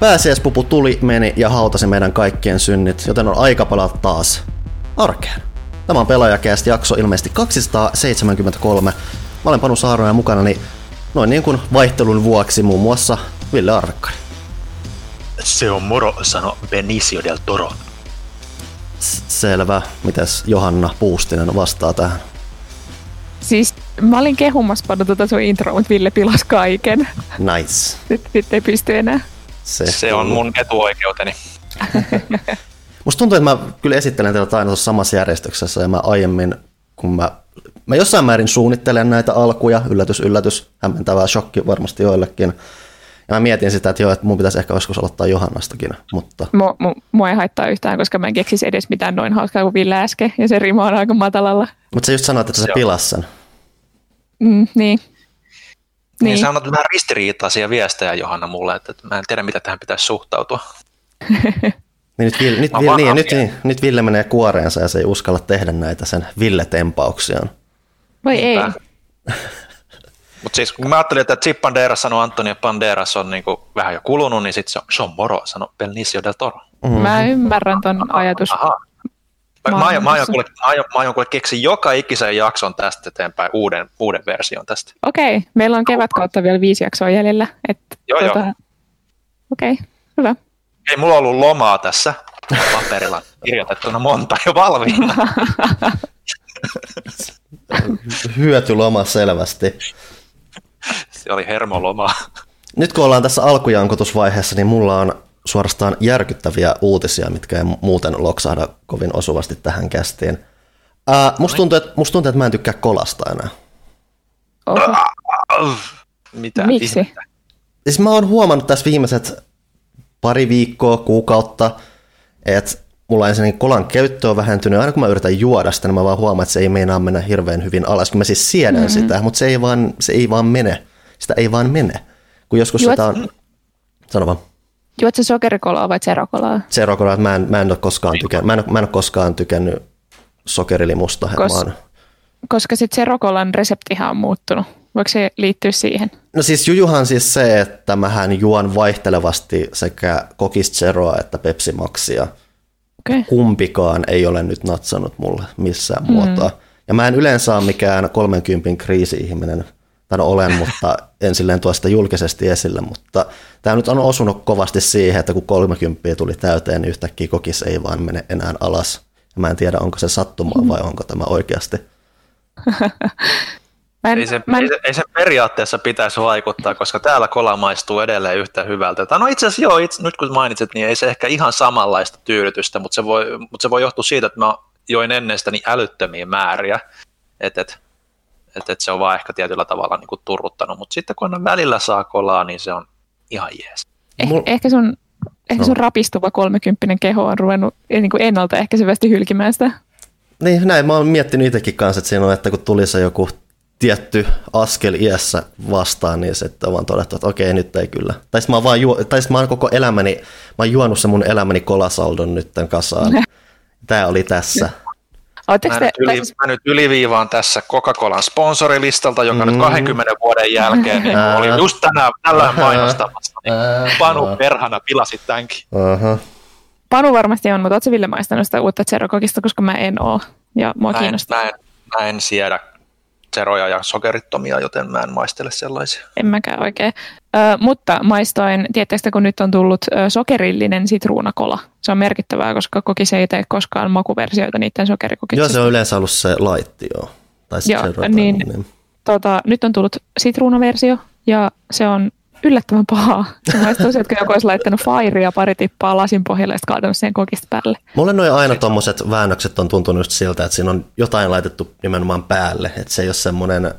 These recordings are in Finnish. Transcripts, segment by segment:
Pääsiäispupu tuli, meni ja hautasi meidän kaikkien synnit, joten on aika palata taas arkeen. Tämä on Pelaajakäst jakso ilmeisesti 273. Mä olen Panu Saaronen ja mukanani noin niin kuin vaihtelun vuoksi muun muassa Ville Arkkari. Se on moro, sano Benicio del Toro. Selvä. Mitäs Johanna Puustinen vastaa tähän? Siis mä olin kehumassa paljon tuota sun introa, mutta Ville pilasi kaiken. Nice. Nyt ei pysty enää. Se on mun etuoikeuteni. Musta tuntuu, että mä kyllä esittelen teillä aina tuossa samassa järjestyksessä ja mä aiemmin, kun mä jossain määrin suunnittelen näitä alkuja, yllätys, hämmentävää shokki varmasti joillekin. Ja mä mietin sitä, että joo, että mun pitäisi ehkä joskus aloittaa Johannastakin, mutta... Mua ei haittaa yhtään, koska mä en keksisi edes mitään noin hauskaa kuin Ville äsken, ja se rima on aika matalalla. Mutta sä just sanoit, että sä pilas sen. Niin. Niin sä annat vähän ristiriitaisia viestejä Johanna mulle, että mä en tiedä, mitä tähän pitäisi suhtautua. Nyt Ville menee kuoreensa ja se ei uskalla tehdä näitä sen Ville-tempauksiaan. Vai ei? Mutta siis kun mä ajattelin, että Chip Banderas sanoi Antonio Banderas on niinku vähän jo kulunut, niin sitten se on moro, sanoi Benicio del Toro. Mä ymmärrän ton ajatus. Mä aion kuule keksin joka ikisen jakson tästä eteenpäin uuden version tästä. Okei, meillä on kevätkautta vielä 5 jaksoa jäljellä. Joo. Okei, hyvä. Ei mulla ollut lomaa tässä paperilla kirjoitettuna monta jo valmiina. Hyötyloma selvästi. Se oli hermoloma. Nyt kun ollaan tässä alkujankutusvaiheessa, niin mulla on suorastaan järkyttäviä uutisia, mitkä ei muuten loksahda kovin osuvasti tähän kästiin. Musta tuntuu, että mä en tykkää kolasta enää. Mitä? Miksi? Siis mä oon huomannut tässä viimeiset pari viikkoa, kuukautta, että mulla ensin kolan käyttö on vähentynyt. Aina kun mä yritän juoda sitä, niin mä vaan huomaan, että se ei meinaa mennä hirveän hyvin alas. Kun mä siis siedän sitä, mutta se ei vaan mene. Sitä ei vaan mene. Kun joskus sitä on... Sano vaan. Juot sä sokerikolaa vai zerokolaa? Zerokolaa, mä en ole koskaan tykännyt sokerilimusta. Koska sit zerokolan reseptihan on muuttunut. Voiko se liittyä siihen? No siis jujuhan siis se, että mähän juon vaihtelevasti sekä Kokis Zeroa että Pepsi Maxia. Okay. Kumpikaan ei ole nyt natsannut mulle missään muotoa. Ja mä en yleensä ole mikään 30 kriisi-ihminen. Tai no olen, mutta en silleen tuo sitä julkisesti esille. Mutta tämä nyt on osunut kovasti siihen, että kun 30 tuli täyteen, niin yhtäkkiä Kokis ei vaan mene enää alas. Ja mä en tiedä, onko se sattumaa vai onko tämä oikeasti. Ei se periaatteessa pitäisi vaikuttaa, koska täällä kola maistuu edelleen yhtä hyvältä. No itse asiassa joo, nyt kun mainitset, niin ei se ehkä ihan samanlaista tyydytystä, mutta se voi johtua siitä, että mä join ennen sitä niin älyttömiä määriä, että se on vaan ehkä tietyllä tavalla niin kuin turruttanut, mutta sitten kun aina välillä saa kolaa, niin se on ihan jees. Ehkä sun rapistuva 30 keho on ruvennut niin kuin ennaltaehkäisevästi hylkimään sitä. Niin, näin mä oon miettinyt itsekin kanssa, että siinä on, että kun tuli se joku tietty askel iässä vastaan, niin sitten on vaan todettu, että okei, nyt ei kyllä. Tai sitten mä oon koko elämäni, mä oon juonut se mun elämäni kolasaldon nytten kasaan. Tää oli tässä. Mä nyt yliviivaan tässä Coca-Colan sponsorilistalta, joka nyt 20 vuoden jälkeen niin oli just tällään mainostamassa. Niin Panu perhana pilasit tämänkin. Panu varmasti on, mutta ootko Ville maistanut sitä uutta Zero-kokista, koska mä en oo. Ja mua kiinnostaa. Mä en siedä zeroja ja sokerittomia, joten mä en maistele sellaisia. En mäkään oikein. Mutta maistoin, tiedättekö, kun nyt on tullut sokerillinen sitruunakola. Se on merkittävää, koska Kokis ei tee koskaan makuversioita niiden sokerikokitsista. Joo, se on yleensä ollut se light, joo. Tai joo, niin. Nyt on tullut sitruunaversio ja se on yllättävän pahaa. Se maistuu sieltä, kun joku olisi laittanut fairia pari tippaa lasin pohjalle ja sitten kaatanut siihen kokista päälle. Mulle noin aina tommoset väännökset on tuntunut just siltä, että siinä on jotain laitettu nimenomaan päälle. Että se ei ole semmoinen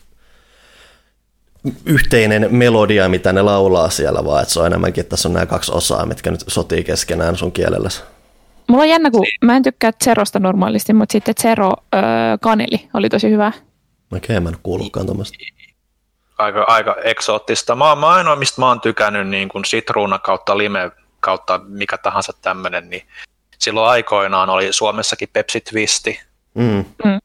yhteinen melodia, mitä ne laulaa siellä, vaan että se on enemmänkin, että tässä on nämä 2 osaa, mitkä nyt sotii keskenään sun kielelläsi. Mulla on jännä, kun mä en tykkää Zerosta normaalisti, mutta sitten Zero kaneli oli tosi hyvä. Okei, mä en kuullutkaan tuommoista. Aika eksoottista. Mä ainoa, mistä mä oon tykännyt niin kuin sitruuna kautta lime kautta mikä tahansa tämmöinen, niin silloin aikoinaan oli Suomessakin Pepsi Twisti.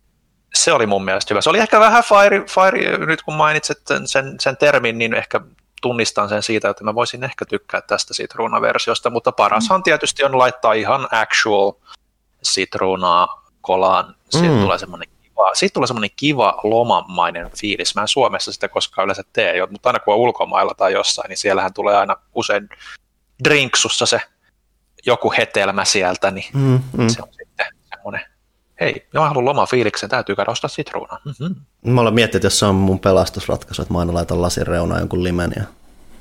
Se oli mun mielestä hyvä. Se oli ehkä vähän fire nyt kun mainitset sen termin, niin ehkä tunnistan sen siitä, että mä voisin ehkä tykkää tästä sitruunaversiosta, mutta parashan tietysti on laittaa ihan actual sitruunaa kolaan. Siitä tulee semmoinen kiva lomamainen fiilis. Mä en Suomessa sitä koskaan yleensä tee, mutta aina kun on ulkomailla tai jossain, niin siellähän tulee aina usein drinksussa se joku hetelmä sieltä, niin se on sitten semmoinen, hei, mä haluan lomafiiliksen, täytyy käydä ostaa sitruunaa. Mm-hmm. Mä olen miettinyt, että jos se on mun pelastusratkaisu, että mä aina laitan lasin reunaan jonkun limen. Ja...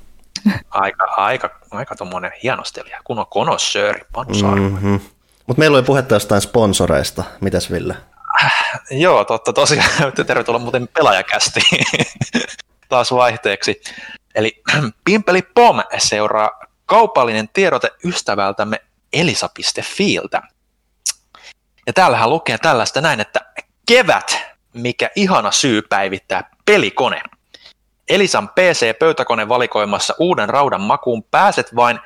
Aika tommoinen hienostelija, kun on konossööri, Panu Saarinen. Mutta meillä oli puhetta jostain sponsoreista. Mitäs Ville? Joo, tosiaan. Tervetuloa muuten Pelaajakästiin taas vaihteeksi. Eli Pimpeli Pom seuraa kaupallinen tiedote ystävältämme Elisa.filtä. Ja täällähän lukee tällaista näin, että kevät, mikä ihana syy päivittää pelikone. Elisan PC-pöytäkone valikoimassa uuden raudan makuun pääset vain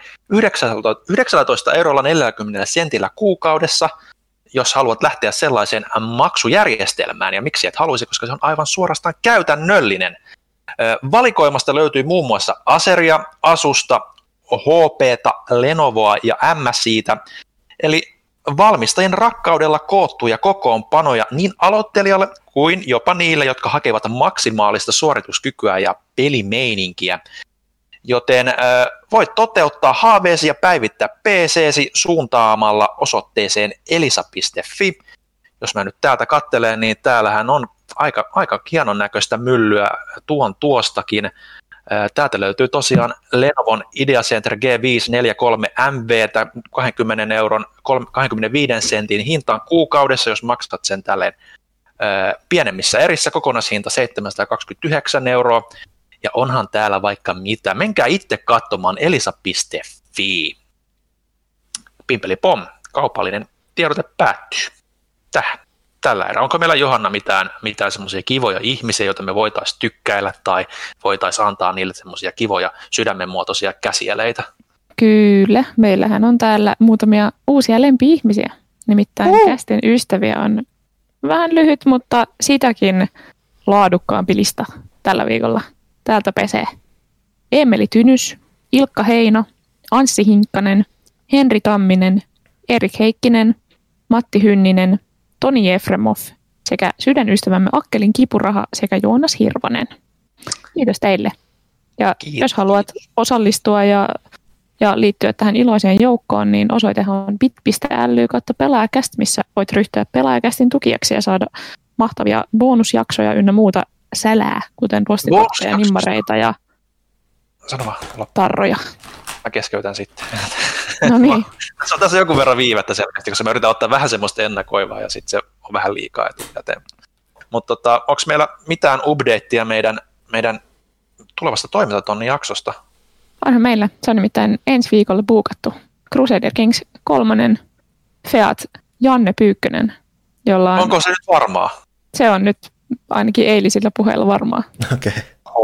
19,40 kuukaudessa, jos haluat lähteä sellaiseen maksujärjestelmään. Ja miksi et haluaisi, koska se on aivan suorastaan käytännöllinen. Valikoimasta löytyy muun muassa Aceria, Asusta, HP:ta, Lenovoa ja MSI:tä. Eli valmistajien rakkaudella koottuja kokoonpanoja niin aloittelijalle kuin jopa niille, jotka hakevat maksimaalista suorituskykyä ja pelimeininkiä. Joten voit toteuttaa haaveesi ja päivittää PC:si suuntaamalla osoitteeseen elisa.fi. Jos mä nyt täältä katselen, niin täällähän on aika hienon näköistä myllyä tuostakin. Täältä löytyy tosiaan Lenovon Idea Center G543MV:tä 20 euron 25 sentin hintaan kuukaudessa, jos maksat sen tälleen pienemmissä erissä, kokonaishinta 729 euroa. Ja onhan täällä vaikka mitä. Menkää itse katsomaan elisa.fi. Pimpeli Pom, kaupallinen tiedote päättyy tähän. Tällä erää. Onko meillä, Johanna, mitään semmoisia kivoja ihmisiä, joita me voitaisiin tykkäillä tai voitaisiin antaa niille semmoisia kivoja sydämenmuotoisia käsieleitä? Kyllä, meillähän on täällä muutamia uusia lempi-ihmisiä. Nimittäin kästin ystäviä on vähän lyhyt, mutta sitäkin laadukkaampi lista tällä viikolla. Täältä pesee Eemeli Tynys, Ilkka Heino, Anssi Hinkkanen, Henri Tamminen, Erik Heikkinen, Matti Hynninen, Toni Efremov sekä sydänystävämme Akkelin Kipuraha sekä Joonas Hirvonen. Kiitos teille. Ja jos haluat osallistua ja liittyä tähän iloiseen joukkoon, niin osoitehan on bit.ly/pelaajakäst, missä voit ryhtyä Pelaajakästin tukijaksi ja saada mahtavia bonusjaksoja ynnä muuta sälää, kuten postikortteja, nimmareita ja tarroja. Mä keskeytän sitten. No niin. Se on tässä jonkun verran viivettä selvästi, koska mä yritän ottaa vähän semmoista ennakoivaa ja sitten se on vähän liikaa etukäteen. Mutta onko meillä mitään updatea meidän tulevasta toimintatonnin jaksosta? Onhan meillä. Se on nimittäin ensi viikolla buukattu. Crusader Kings 3, Feat Janne Pyykkönen, jolla on... Onko se nyt varmaa? Se on nyt ainakin eilisillä puheilla varmaa. Okei.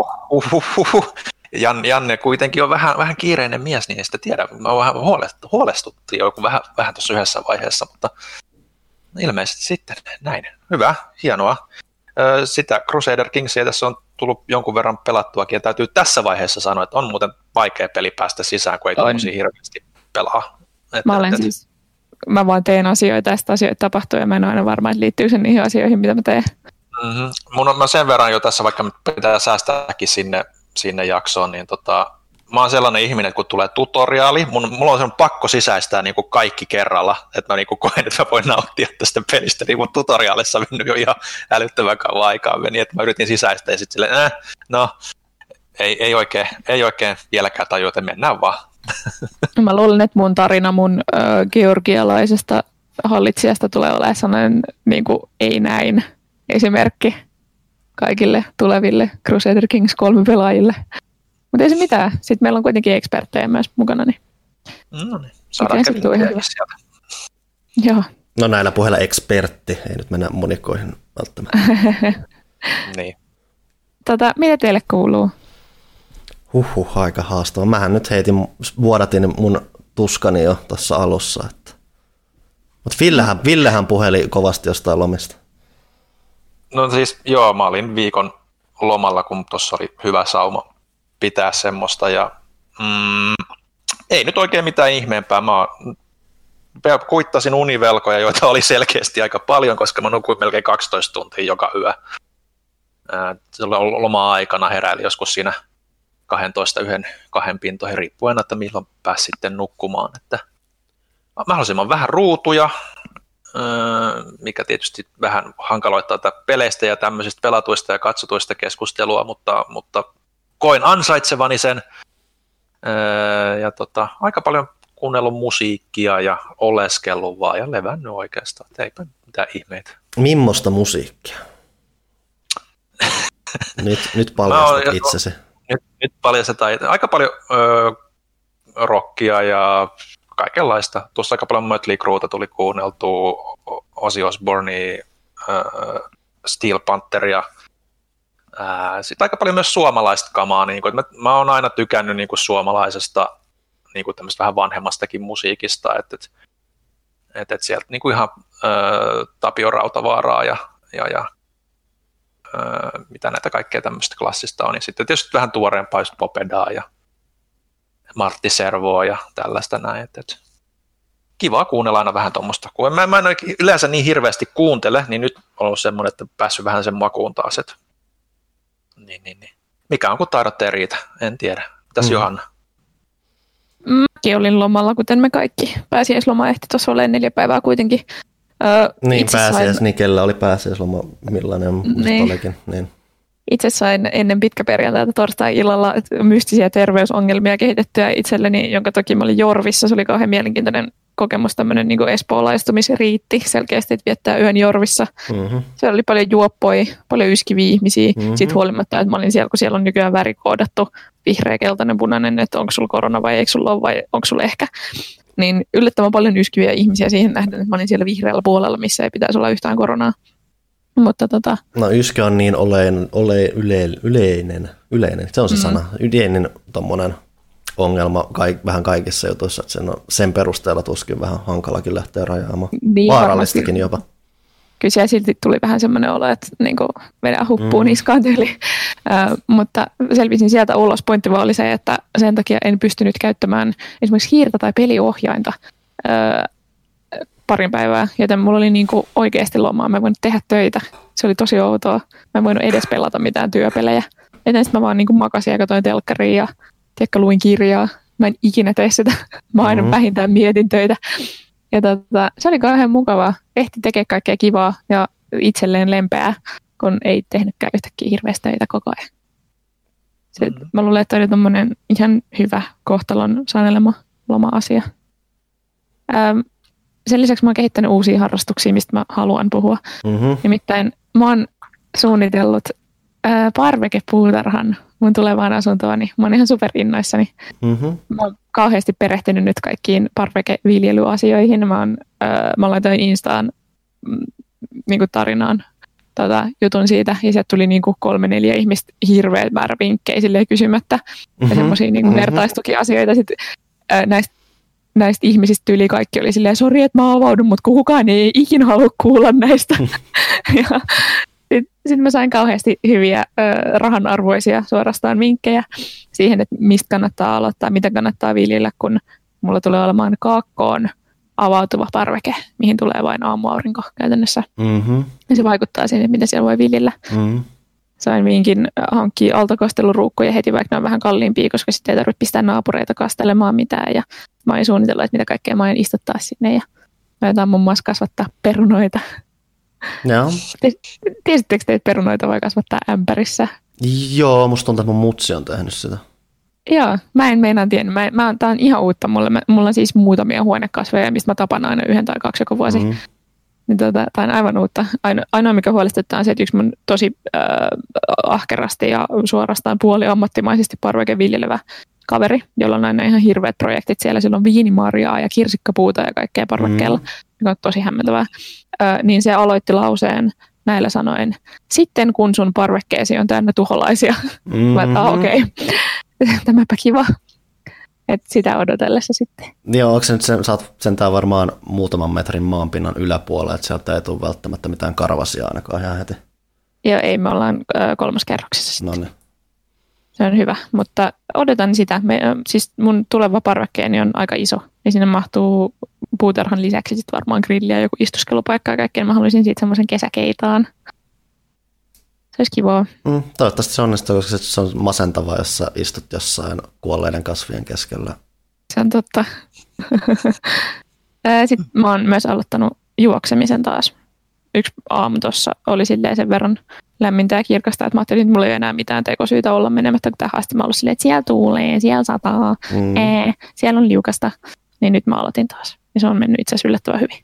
Janne kuitenkin on vähän kiireinen mies, niin ei sitä tiedä. Mä vähän huolestuttiin joku vähän tuossa yhdessä vaiheessa, mutta ilmeisesti sitten näin. Hyvä, hienoa. Sitä Crusader Kingsia tässä on tullut jonkun verran pelattuakin, ja täytyy tässä vaiheessa sanoa, että on muuten vaikea peli päästä sisään, kun ei tuollaisia hirveästi pelaa. Mä vaan teen asioita, ja sitä asioita tapahtuu, ja mä en ole aina varma, että liittyy se niihin asioihin, mitä mä teen. Mä sen verran jo tässä, vaikka pitää säästääkin sinne jaksoon, niin mä oon sellainen ihminen, että kun tulee tutoriaali, mulla on pakko sisäistää niin kuin kaikki kerralla, että mä niin kuin koen, että mä voin nauttia tästä pelistä, niin mun tutoriaalissa mennyt jo ihan älyttömän kauan aikaa meni, että mä yritin sisäistää ja sitten silleen, ei oikein vieläkään tajua, että mennään vaan. Mä luulen, että mun tarina mun georgialaisesta hallitsijasta tulee olemaan sellainen niin kuin ei näin esimerkki kaikille tuleville Crusader Kings 3 pelaajille. Mutta ei se mitään. Sitten meillä on kuitenkin eksperttejä myös mukana. Niin. No niin, saadaan käydä sieltä. Joo. No näillä puheilla ekspertti, ei nyt mennä monikoihin välttämättä. Niin. Mitä teille kuuluu? Aika haastava. Mähän nyt vuodatin mun tuskani jo tuossa alussa. Mutta Villehän puheli kovasti jostain lomista. No siis joo, mä olin viikon lomalla, kun tuossa oli hyvä sauma pitää semmoista ja ei nyt oikein mitään ihmeempää. Mä kuittasin univelkoja, joita oli selkeästi aika paljon, koska mä nukuin melkein 12 tuntia joka yö. Loma-aikana heräili joskus siinä 12 2 pintoihin riippuen, että milloin pääsi sitten nukkumaan. Että mahdollisimman vähän ruutuja, mikä tietysti vähän hankaloittaa tätä peleistä ja tämmöisistä pelatuista ja katsotuista keskustelua, mutta koin ansaitsevani sen ja aika paljon kuunnellut musiikkia ja oleskellut vaan ja levännyt oikeastaan, että eipä mitään ihmeitä. Mimmosta musiikkia? nyt paljastat itsesi. Nyt paljastetaan aika paljon rockia ja kaikenlaista. Tuossa aika paljon Mötley Crueta tuli kuunneltua, Ozzy Osbournea, Steel Pantheria. Sitten aika paljon myös suomalaista kamaa. Niin kuin, mä oon aina tykännyt niin kuin suomalaisesta niin kuin tämmöistä vähän vanhemmastakin musiikista. Että sieltä niin kuin ihan Tapio Rautavaaraa ja mitä näitä kaikkea tämmöistä klassista on. Ja sitten tietysti vähän tuoreempaa just Popedaa ja Martti Servoa ja tällaista näin. Et kivaa kuunnella aina vähän tuommoista. Kun mä en yleensä niin hirveästi kuuntele, niin nyt on ollut semmoinen, että päässyt vähän sen makuun taas. Niin. Mikä on, kun taidot ei riitä? En tiedä. Mitäs Johanna? Mäkin olin lomalla, kuten me kaikki. Pääsiäisloma ehti tuossa olemaan 4 päivää kuitenkin. Niin niin kellä oli pääsiäisloma, millainen olikin. Niin. Itse sain ennen pitkäperjantaita torstai-illalla mystisiä terveysongelmia kehitettyä itselleni, jonka toki mä olin Jorvissa. Se oli kauhean mielenkiintoinen kokemus, tämmöinen niin kuin espoolaistumisriitti selkeästi, että viettää yön Jorvissa. Mm-hmm. Siellä oli paljon juoppoja, paljon yskiviä ihmisiä. Mm-hmm. Siitä huolimatta, että mä olin siellä, kun siellä on nykyään värikoodattu vihreä, keltainen, punainen, että onko sulla korona vai eikö sulla ole vai onko sulla ehkä. Niin yllättävän paljon yskiviä ihmisiä siihen nähden, että mä olin siellä vihreällä puolella, missä ei pitäisi olla yhtään koronaa. Mutta No yskä on niin yleinen. Se on se sana. Yleinen tommonen ongelma vähän kaikissa jutuissa, että sen perusteella tuskin vähän hankalakin lähteä rajaamaan. Niin, vaarallistakin jopa. Kyllä siellä silti tuli vähän semmoinen olo, että niinku vedään huppuun niskaan tyyliin. Mutta selvisin sieltä ulos. Pointti vaan oli se, että sen takia en pystynyt käyttämään esimerkiksi hiirtä tai peliohjainta parin päivää, joten mulla oli niinku oikeasti lomaa. Mä en voinut tehdä töitä. Se oli tosi outoa. Mä en voinut edes pelata mitään työpelejä. Joten sitten mä vaan niinku makasin ja katsoin telkkaria ja luin kirjaa. Mä en ikinä tee sitä. Mä aina vähintään mietin töitä. Ja se oli kauhean mukavaa. Ehti tekemään kaikkea kivaa ja itselleen lempeää, kun ei tehnytkään yhtäkkiä hirveästi töitä koko ajan. Mä luulen, että oli tommonen ihan hyvä kohtalon sanelema loma-asia. Sen lisäksi mä oon kehittänyt uusia harrastuksia, mistä mä haluan puhua. Mm-hmm. Nimittäin mä oon suunnitellut parvekepuutarhan mun tulevaan asuntooni. Mä oon ihan superinnoissani. Mm-hmm. Mä oon kauheasti perehtynyt nyt kaikkiin parvekeviljelyasioihin. Mä laitoin Instaan niinku tarinaan jutun siitä, ja sieltä tuli niinku 3-4 ihmistä hirveä määrä vinkkejä silleen kysymättä. Ja semmosia niinku vertaistukiasioita. Sitten näistä ihmisistä yli kaikki oli silleen, sori, että mä avaudun, mutta kukaan ei ikinä halua kuulla näistä. Ja sitten mä sain kauheasti hyviä rahanarvoisia suorastaan vinkkejä siihen, että mistä kannattaa aloittaa, mitä kannattaa viljellä, kun mulla tulee olemaan kaakkoon avautuva parveke, mihin tulee vain aamuaurinko käytännössä. Mm-hmm. Ja se vaikuttaa siihen, mitä siellä voi viljellä. Mm-hmm. Sain vinkin hankkia altakosteluruukkuja heti, vaikka ne on vähän kalliimpia, koska sitten ei tarvitse pistää naapureita kastelemaan mitään. Ja mä oon suunnitellut, että mitä kaikkea mä oon istuttaa sinne. Ja mä jotain muun muassa kasvattaa perunoita. Joo. Tiesittekö te, että perunoita voi kasvattaa ämpärissä? Joo, musta tuntuu, että mun mutsi on tehnyt sitä. Joo, mä en meinaan tiennyt. Tää on ihan uutta mulle. Mulla on siis muutamia huonekasveja, mistä mä tapaan aina 1 tai 2 joka vuosi. Mm-hmm. Niin tää on aivan uutta. Ainoa, mikä huolestuttaa, on se, että yksi mun tosi ahkerasti ja suorastaan puoliammattimaisesti parveke viljelevä kaveri, jolla on aina ihan hirveät projektit siellä. Sillä on viinimarjaa ja kirsikkapuuta ja kaikkea parvekkeella, mikä on tosi hämmentävää. Niin se aloitti lauseen näillä sanoen, sitten kun sun parvekkeesi on täynnä tuholaisia. Okei, tämäpä kiva. Et sitä odotellessa sitten. Joo, onko se nyt sä oot sentään varmaan muutaman metrin maanpinnan yläpuolella, että sieltä ei tule välttämättä mitään karvasia ainakaan ihan heti. Joo, ei, me ollaan 3. kerroksessa sitten. Noniin. Se on hyvä, mutta odotan sitä. Siis mun tuleva parvekkeeni on aika iso, ja sinne mahtuu puutarhan lisäksi sit varmaan grilliä, joku istuskelupaikka ja kaikkea. Mä haluaisin siitä semmoisen kesäkeitaan. Se olisi kivaa. Toivottavasti se onnistuu, koska se on masentavaa, jos sä istut jossain kuolleiden kasvien keskellä. Se on totta. Sitten mä oon myös aloittanut juoksemisen taas. Yksi aamu tuossa oli silleen sen verran lämmintä ja kirkasta, että mä ajattelin, että mulla ei ole enää mitään tekosyytä olla menemättä, kun tähän asti mä oon ollut silleen, että siellä tuulee, siellä sataa, siellä on liukasta. Niin nyt mä aloitin taas. Ja se on mennyt itse asiassa yllättävän hyvin.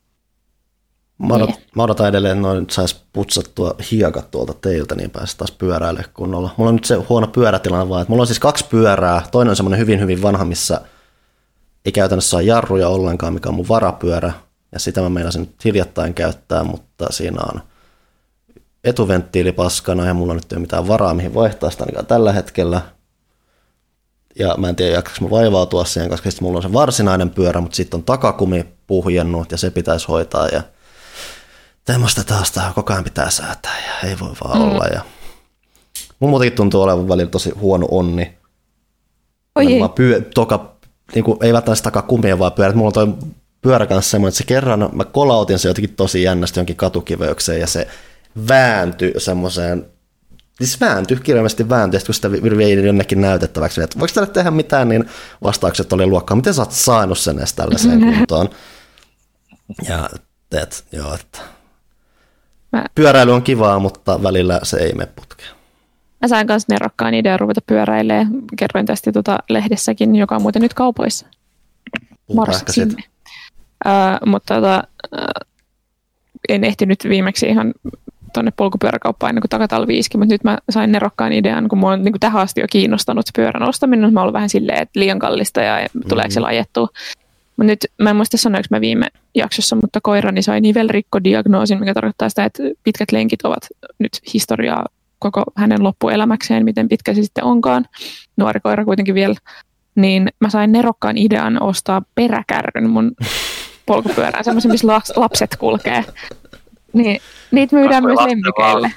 Mä odotan edelleen, että noin saisi putsattua hiekat tuolta teiltä, niin pääsisi taas pyöräille kunnolla. Mulla on nyt se huono pyörätilanne vaan, että mulla on siis 2 pyörää. Toinen on semmoinen hyvin, hyvin vanha, missä ei käytännössä ole jarruja ollenkaan, mikä on mun varapyörä. Ja sitä mä meinasin nyt hiljattain käyttää, mutta siinä on etuventtiili paskana ja mulla nyt ei ole mitään varaa, mihin vaihtaa sitä ainakaan tällä hetkellä. Ja mä en tiedä, jaksaanko mä vaivautua siihen, koska sitten mulla on se varsinainen pyörä, mutta sitten on takakumi puhjennut ja se pitäisi hoitaa. Ja tämmöistä taas tähän koko ajan pitää säätää ja ei voi vaan olla. Ja mun muutenkin tuntuu olevan välillä tosi huono onni. Niin ei välttämättä takakumia vaan pyörät. Mulla on toi pyörä kanssa semmoinen, että se kerran mä kolautin se jotenkin tosi jännästi jonkin katukiveykseen ja se vääntyi semmoiseen, siis kirjallisesti vääntyi, ja kun sitä vei jonnekin näytettäväksi, että voiko tälle tehdä mitään, niin vastaukset oli luokkaa, miten sä oot saanut sen edes tällaiseen kuntoon. Ja että pyöräily on kivaa, mutta välillä se ei mene putkeen. Mä sain myös nerokkaan idean ruveta pyöräilemään. Kerroin tästä lehdessäkin, joka on muuten nyt kaupoissa. Marssimme. Mutta en ehtinyt viimeksi ihan tuonne polkupyöräkauppaan ennen kuin takatalviiskin, mutta nyt mä sain nerokkaan idean, kun mua on niin kuin tähän asti jo kiinnostanut se pyörän ostaminen, mutta mä oon ollut vähän silleen, että liian kallista ja tuleeko se lajettua. Mutta nyt, mä en muista sanoinko mä viime jaksossa, mutta koirani sai nivelrikkodiagnoosin, mikä tarkoittaa sitä, että pitkät lenkit ovat nyt historiaa koko hänen loppuelämäkseen, miten pitkä se sitten onkaan. Nuori koira kuitenkin vielä. Niin mä sain nerokkaan idean ostaa peräkärryn mun polkupyörään, semmoisen, missä lapset kulkee. Niin, niitä myydään myös lemmikeille.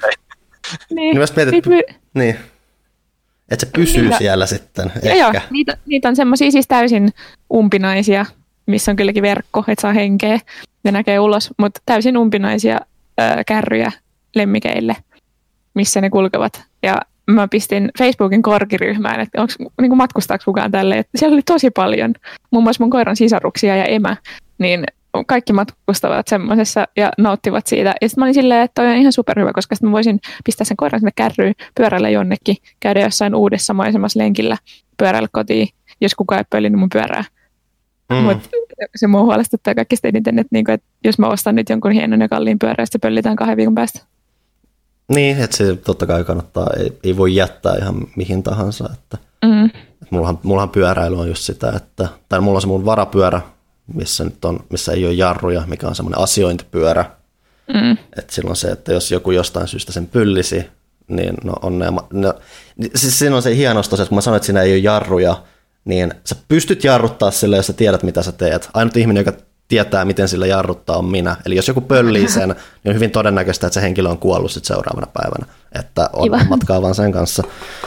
Niin. Että se pysyy siellä sitten. Joo, niitä on semmoisia siis täysin umpinaisia, missä on kylläkin verkko, että saa henkeä ja näkee ulos, mutta täysin umpinaisia kärryjä lemmikeille, missä ne kulkevat. Ja mä pistin Facebookin korkiryhmään, että niin matkustaako kukaan tälleen. Siellä oli tosi paljon, muun muassa mun koiran sisaruksia ja emä, niin kaikki matkustavat semmoisessa ja nauttivat siitä. Ja sitten mä olin silleen, että toi on ihan superhyvä, koska sitten mä voisin pistää sen koiran sinne kärryyn, pyörällä jonnekin, käydä jossain uudessa maisemassa lenkillä, pyörällä kotiin, jos kukaan ei pöllinyt mun pyörää. Mutta se mua huolestuttaa kaikista eniten, että jos mä ostan nyt jonkun hienon ja kalliin pyörää, se pöllitään 2 viikon päästä. Niin, että se totta kai kannattaa, ei voi jättää ihan mihin tahansa. Että mullahan pyöräily on just sitä, tai mulla on se mun varapyörä, missä ei ole jarruja, mikä on semmoinen asiointipyörä. Että silloin se, että jos joku jostain syystä sen pyllisi, niin siis siinä on se hienostus, että kun mä sanoin, että siinä ei ole jarruja, niin sä pystyt jarruttaa sille, jos sä tiedät, mitä sä teet. Ainut ihminen, joka tietää, miten sillä jarruttaa, on minä. Eli jos joku pöllii sen, niin on hyvin todennäköistä, että se henkilö on kuollut sit seuraavana päivänä. Että on matkaa vaan sen kanssa.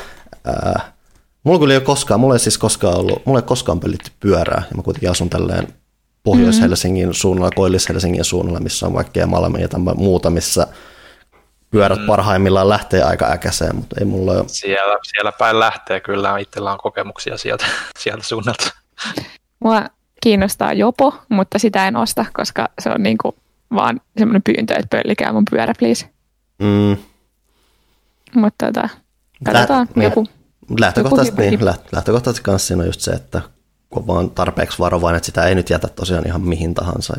Mulla ei koskaan pöllitty pyörää, ja mä kuitenkin asun tälleen Pohjois-Helsingin suunnalla, Koillis-Helsingin suunnalla, missä on vaikkea Malmia ja muuta, missä pyörät parhaimmillaan lähtee aika äkäiseen, mutta ei mulla ole. Siellä päin lähtee kyllä, itsellä on kokemuksia sieltä suunnalta. Mua kiinnostaa jopo, mutta sitä en osta, koska se on niinku vaan semmoinen pyyntö, että pöllikää mun pyörä, please. Mutta katsotaan joku. Lähtökohtaisesti kanssa siinä on just se, että kun on vaan tarpeeksi varovainen, että sitä ei nyt jätä tosiaan ihan mihin tahansa.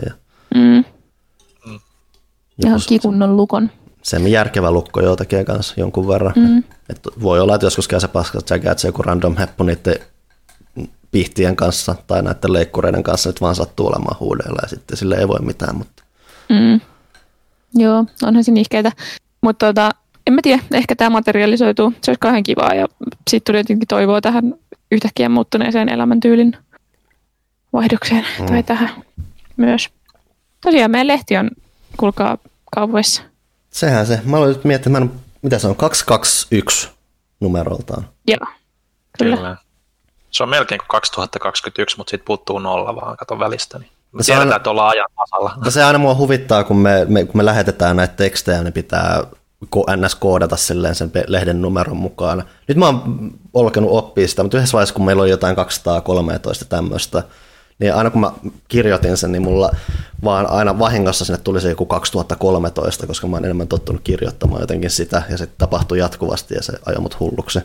Johonkin kunnon lukon. Se järkevä lukko jo tekee kanssa jonkun verran. Että voi olla, että joskus käy se paska, että se joku random heppu niiden pihtien kanssa tai näiden leikkureiden kanssa nyt vaan sattuu olemaan huudeilla ja sitten sille ei voi mitään. Mutta. Joo, onhan se nihkeitä. Mutta en mä tiedä, ehkä tämä materialisoituu. Se olisi kauhean kivaa ja sitten tuli jotenkin toivoa tähän yhtäkkiä muuttuneeseen elämäntyylin vaihdokseen tai tähän myös. Tosiaan meidän lehti on, kuulkaa, kaupoissa. Sehän se. Mä aloin nyt miettiä, mitä se on, 221 numeroltaan. Joo, kyllä. Se on melkein kuin 2021, mutta siitä puuttuu 0 vaan, kato välistä. Niin me tiedetään, että ollaan ajan tasalla. No se aina mua huvittaa, kun me lähetetään näitä tekstejä, niin pitää NS-koodata silleen sen lehden numeron mukaan. Nyt mä oon alkanut oppia sitä, mutta yhdessä vaiheessa, kun meillä on jotain 213 tämmöistä, niin aina kun mä kirjoitin sen, niin mulla vaan aina vahingossa sinne tuli se joku 2013, koska mä oon enemmän tottunut kirjoittamaan jotenkin sitä, ja se tapahtui jatkuvasti, ja se ajoi mut hulluksi.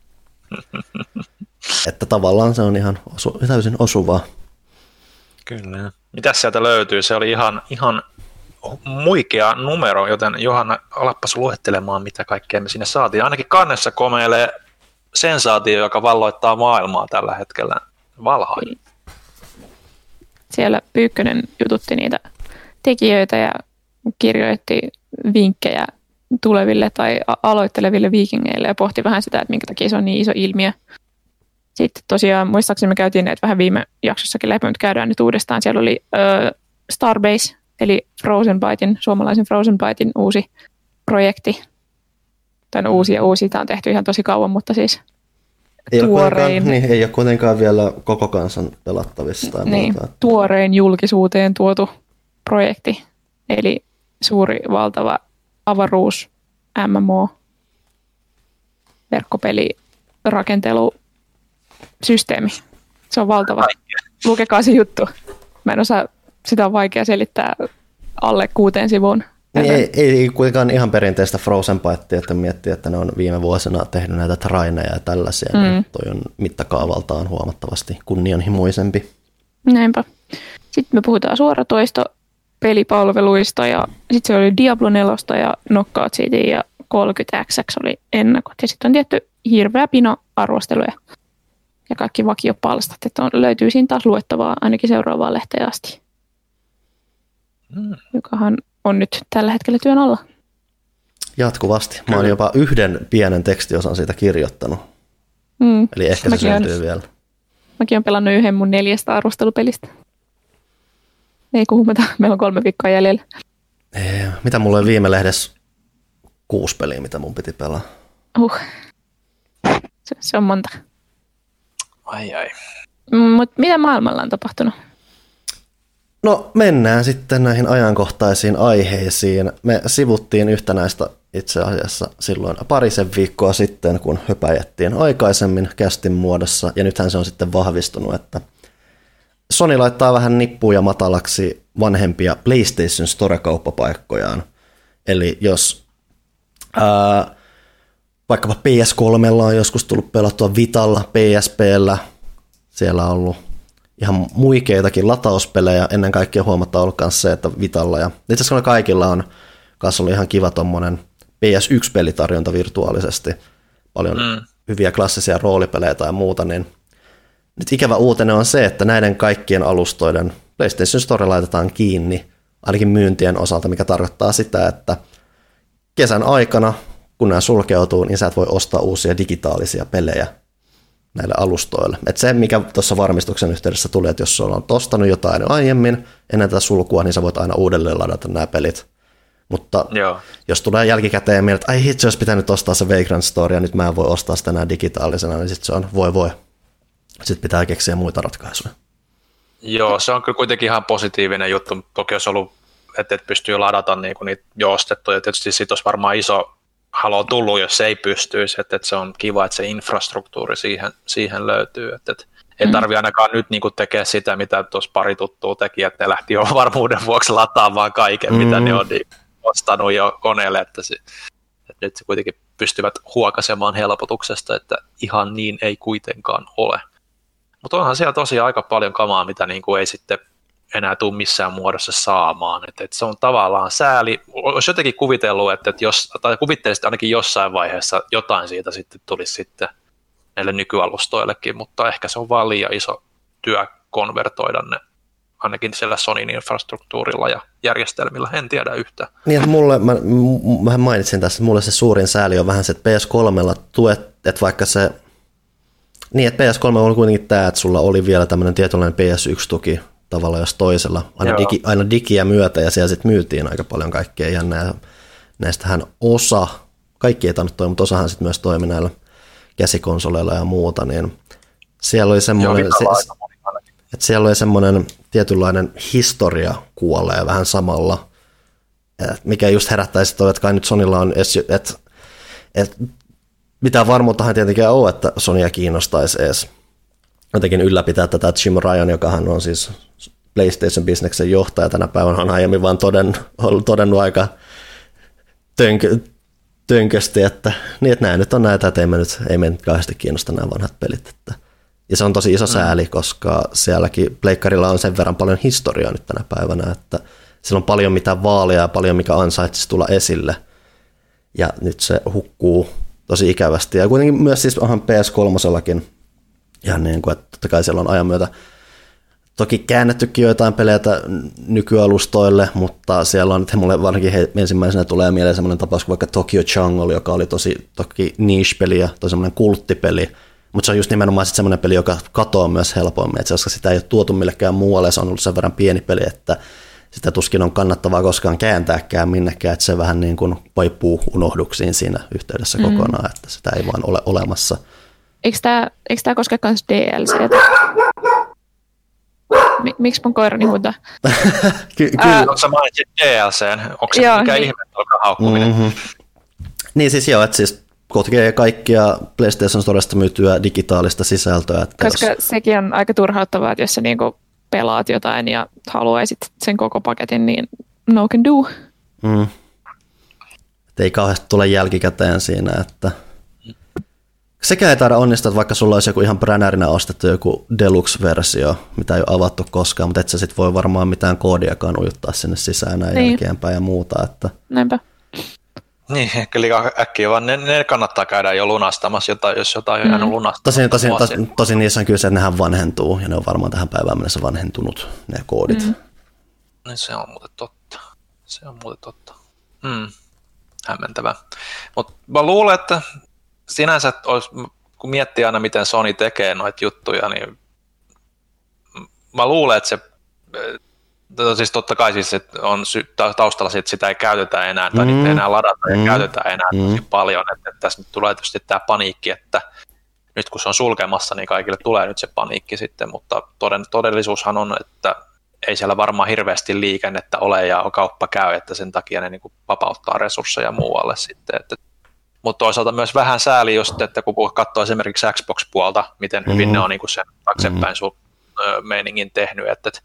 Että tavallaan se on ihan täysin osuvaa. Kyllä. Mitäs sieltä löytyy? Se oli ihan muikea numero, joten Johanna, alappas luettelemaan, mitä kaikkea me sinne saatiin. Ainakin kannessa komeilee sensaatio, joka valloittaa maailmaa tällä hetkellä. Valhain. Siellä Pyykkönen jututti niitä tekijöitä ja kirjoitti vinkkejä tuleville tai aloitteleville viikingeille ja pohti vähän sitä, että minkä takia se on niin iso ilmiö. Sitten tosiaan muistaakseni me käytiin näitä vähän viime jaksossakin läpi, mutta käydään nyt uudestaan. Siellä oli Starbase, eli suomalaisen Frozenbyten uusi projekti. Tämä on uusi, tämä on tehty ihan tosi kauan, mutta siis tuorein. Ei ole kuitenkaan vielä koko kansan pelattavissa. Tai niin, tuorein julkisuuteen tuotu projekti, eli suuri valtava avaruus MMO verkkopeli rakentelusysteemi. Se on valtava. Lukekaa se juttu. Mä en osaa, sitä on vaikea selittää alle 6 sivuun. Ei kuitenkaan ihan perinteistä Frozenbytea, että miettii, että ne on viime vuosina tehnyt näitä traineja ja tällaisia. Niin toi on mittakaavaltaan huomattavasti kunnianhimoisempi. Näinpä. Sitten me puhutaan suoratoistopelipalveluista ja sitten se oli Diablo 4 ja Knockout City ja 30XX oli ennakot. Ja sitten on tietty hirveä pino arvosteluja ja kaikki vakiopalstat, että löytyy siinä taas luettavaa ainakin seuraavaan lehteen asti, jokahan on nyt tällä hetkellä työn alla. Jatkuvasti. Mä oon jopa yhden pienen tekstiosan siitä kirjoittanut. Eli ehkä se syntyy vielä. Mäkin olen pelannut yhden mun 4 arvostelupelistä. Ei kuhmeta, meillä on 3 viikkoa jäljellä. Mitä mulla oli viime lehdessä 6 peliä, mitä mun piti pelaa? Se on monta. Ai. Mutta mitä maailmalla on tapahtunut? No mennään sitten näihin ajankohtaisiin aiheisiin. Me sivuttiin yhtä näistä itse asiassa silloin parisen viikkoa sitten, kun höpäjättiin aikaisemmin kästin muodossa, ja nythän se on sitten vahvistunut, että Sony laittaa vähän nippuja matalaksi vanhempia PlayStation Store-kauppapaikkojaan. Eli jos vaikkapa PS3 on joskus tullut pelattua Vitalla, PSPllä, siellä on ollut ihan muikeitakin latauspelejä, ennen kaikkea huomattaa ollut myös se, että Vitalla ja itse asiassa kaikilla on kanssa ollut ihan kiva tommonen PS1-pelitarjonta virtuaalisesti, paljon hyviä klassisia roolipelejä tai muuta, niin nyt ikävä uutinen on se, että näiden kaikkien alustoiden PlayStation Store laitetaan kiinni, ainakin myyntien osalta, mikä tarkoittaa sitä, että kesän aikana, kun nämä sulkeutuu, niin sä et voi ostaa uusia digitaalisia pelejä näille alustoille. Että se, mikä tuossa varmistuksen yhteydessä tuli, että jos sulla on ostanut jotain aiemmin ennen tätä sulkua, niin sä voit aina uudelleen ladata nämä pelit. Mutta jos tulee jälkikäteen mieltä, että ai hitse, olisi pitänyt ostaa se Vagrant Store ja nyt mä en voi ostaa sitä enää digitaalisena, niin sitten se on voi. Sitten pitää keksiä muita ratkaisuja. Joo, se on kyllä kuitenkin ihan positiivinen juttu. Toki olisi ollut, että pystyy ladata niinku niitä jo ostettuja. Ja tietysti siitä olisi varmaan iso halo tullut, jos se ei pystyisi. Että se on kiva, että se infrastruktuuri siihen löytyy. Että ei tarvitse ainakaan nyt niinku tekemään sitä, mitä tuossa pari tuttua teki, että ne lähti jo varmuuden vuoksi lataamaan kaiken, mitä ne on ostanut jo koneelle. Että nyt se kuitenkin pystyvät huokasemaan helpotuksesta, että ihan niin ei kuitenkaan ole. Mutta onhan siellä tosiaan aika paljon kamaa, mitä niinku ei sitten enää tule missään muodossa saamaan. Et se on tavallaan sääli. Olisi jotenkin kuvitellut, että tai kuvittelisit ainakin jossain vaiheessa jotain siitä sitten tulisi sitten näille nykyalustoillekin, mutta ehkä se on vaan liian iso työ konvertoida ne ainakin siellä Sonyn infrastruktuurilla ja järjestelmillä, en tiedä yhtään. Niin, mä mainitsin tässä, että mulle se suurin sääli on vähän se, että PS3 tuet, että vaikka se, niin että PS3 oli kuitenkin tämä, että sulla oli vielä tämmöinen tietynlainen PS1-tuki tavalla jos toisella, aina digiä myötä, ja siellä sitten myytiin aika paljon kaikkea jännää. Näistähän kaikki ei tainnut toimia, mutta osahan sitten myös toimi näillä käsikonsoleilla ja muuta, niin siellä oli semmoinen, että siellä oli semmoinen tietynlainen historia kuolee vähän samalla, mikä just herättäisi toi, että kai nyt Sonylla on, että mitään varmuuttahan tietenkään ole, että Sonya kiinnostaisi edes jotenkin ylläpitää tätä Jim Ryan, joka hän on siis PlayStation-bisneksen johtaja tänä päivänä, on aiemmin vaan todennut aika tönkösti, että nämä nyt on näitä, että ei me nyt kauheasti kiinnosta nämä vanhat pelit. Että. Ja se on tosi iso sääli, koska sielläkin pleikkarilla on sen verran paljon historiaa nyt tänä päivänä, että sillä on paljon mitä vaalia ja paljon mikä ansaitsisi tulla esille. Ja nyt se hukkuu tosi ikävästi. Ja kuitenkin myös siis onhan PS3:llakin ihan niin kuin, että totta kai siellä on ajan myötä toki käännettykin joitain pelejä nykyalustoille, mutta siellä on, että mulle varsinkin ensimmäisenä tulee mieleen semmoinen tapaus kuin vaikka Tokyo Jungle, joka oli toki niche-peli ja tosi semmoinen kulttipeli, mutta se on just nimenomaan semmoinen peli, joka katoaa myös helpoimmin, että koska sitä ei ole tuotu millekään muualle, se on ollut sen verran pieni peli, että sitä tuskin on kannattavaa koskaan kääntääkään minnekään, että se vähän niin kuin vaipuu unohduksiin siinä yhteydessä kokonaan, että sitä ei vaan ole olemassa. Eikö tämä koske myös DLC:tä? Miksi mun koirani huutaa? Kyllä, sä mainitsit DLC:n. Onko se mikä ihme, alkaa haukkuminen? Niin siis joo, että siis koskee kaikkia PlayStation Storesta myytyä digitaalista sisältöä. Koska sekin on aika turhauttavaa, että jos sä niinku pelaat jotain ja haluaisit sen koko paketin, niin no can do. Ei kauheasti tule jälkikäteen siinä, että sekä ei taida onnistua, että vaikka sulla olisi joku ihan bränärinä ostettu joku deluxe-versio, mitä ei ole avattu koskaan, mutta et sä sit voi varmaan mitään koodiakaan ujuttaa sinne sisään näin jälkeenpäin ja muuta. Että. Näinpä. Niin, ehkä liikaa äkkiä, vaan ne kannattaa käydä jo lunastamassa, jos jotain on jäänyt lunastamassa. Tosin niissä on kyllä se, että nehän vanhentuu, ja ne on varmaan tähän päivään mennessä vanhentunut, ne koodit. Niin se on muuten totta. Hämmentävää. Mutta mä luulen, että sinänsä olisi, kun miettii aina, miten Sony tekee noita juttuja, niin mä luulen, että se, siis totta kai siis että on taustalla siitä, että sitä ei käytetä enää, tai niitä ei enää ladata ja käytetä enää tosi paljon, että tässä nyt tulee tietysti tämä paniikki, että nyt kun se on sulkemassa, niin kaikille tulee nyt se paniikki sitten, mutta todellisuushan on, että ei siellä varmaan hirveästi liikennettä ole ja kauppa käy, että sen takia ne niin kuin vapauttaa resursseja muualle sitten, mutta toisaalta myös vähän sääli just, että kun katsoo esimerkiksi Xbox-puolta, miten hyvin ne on niin kuin sen taksepäin meiningin tehnyt,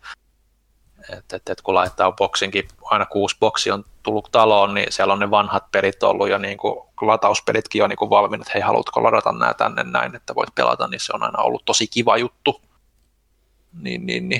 että kun laittaa boksinkin, aina 6 boksia on tullut taloon, niin siellä on ne vanhat pelit ollut ja niin kuin latauspelitkin on niin kuin valmiina, että hei, haluatko ladata nämä tänne näin, että voit pelata, niin se on aina ollut tosi kiva juttu. Niin.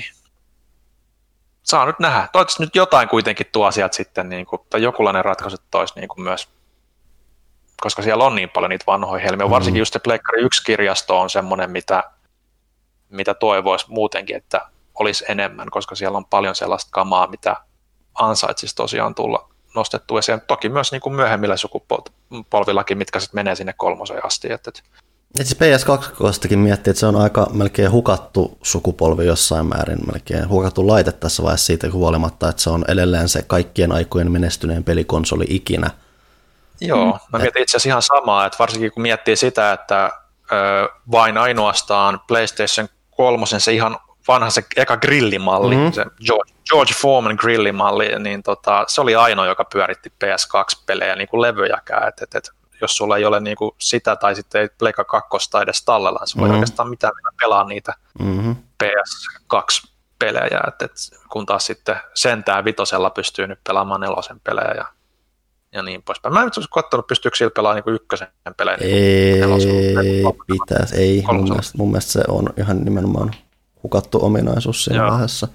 Saa nyt nähdä. Toivottavasti nyt jotain kuitenkin tuo sieltä sitten, niin kuin, tai jokinlainen ratkaisu toisi niin kuin myös, koska siellä on niin paljon niitä vanhoja helmiä. Varsinkin just se Pleikkari 1-kirjasto on semmoinen, mitä toivoisi muutenkin, että olisi enemmän, koska siellä on paljon sellaista kamaa, mitä ansaitsisi tosiaan tulla nostettua esiin. Toki myös niin kuin myöhemmillä sukupolvillakin, mitkä sitten menee sinne 3 asti. Siis PS2-kostakin miettii, että se on aika melkein hukattu sukupolvi jossain määrin, melkein hukattu laite tässä vaiheessa siitä huolimatta, että se on edelleen se kaikkien aikojen menestyneen pelikonsoli ikinä. Joo, mä mietin itse asiassa ihan samaa, että varsinkin kun miettii sitä, että vain ainoastaan PlayStation 3 se ihan vanha se eka grillimalli, se George Foreman grillimalli, niin se oli ainoa, joka pyöritti PS2-pelejä niin kuin levyjäkään, että jos sulla ei ole niin kuin sitä tai sitten ei Pleikka 2 edes tallella, niin se voi oikeastaan mitään pelaa niitä PS2-pelejä, että kun taas sitten sentään 5 pystyy nyt pelaamaan 4 pelejä ja niin poispäin. Mä en nyt olisi katsonut, pystyykö sillä pelaamaan niin 1 pelejä. Ei pitäisi, ei. Mun mielestä se on ihan nimenomaan hukattu ominaisuus siinä vaiheessa.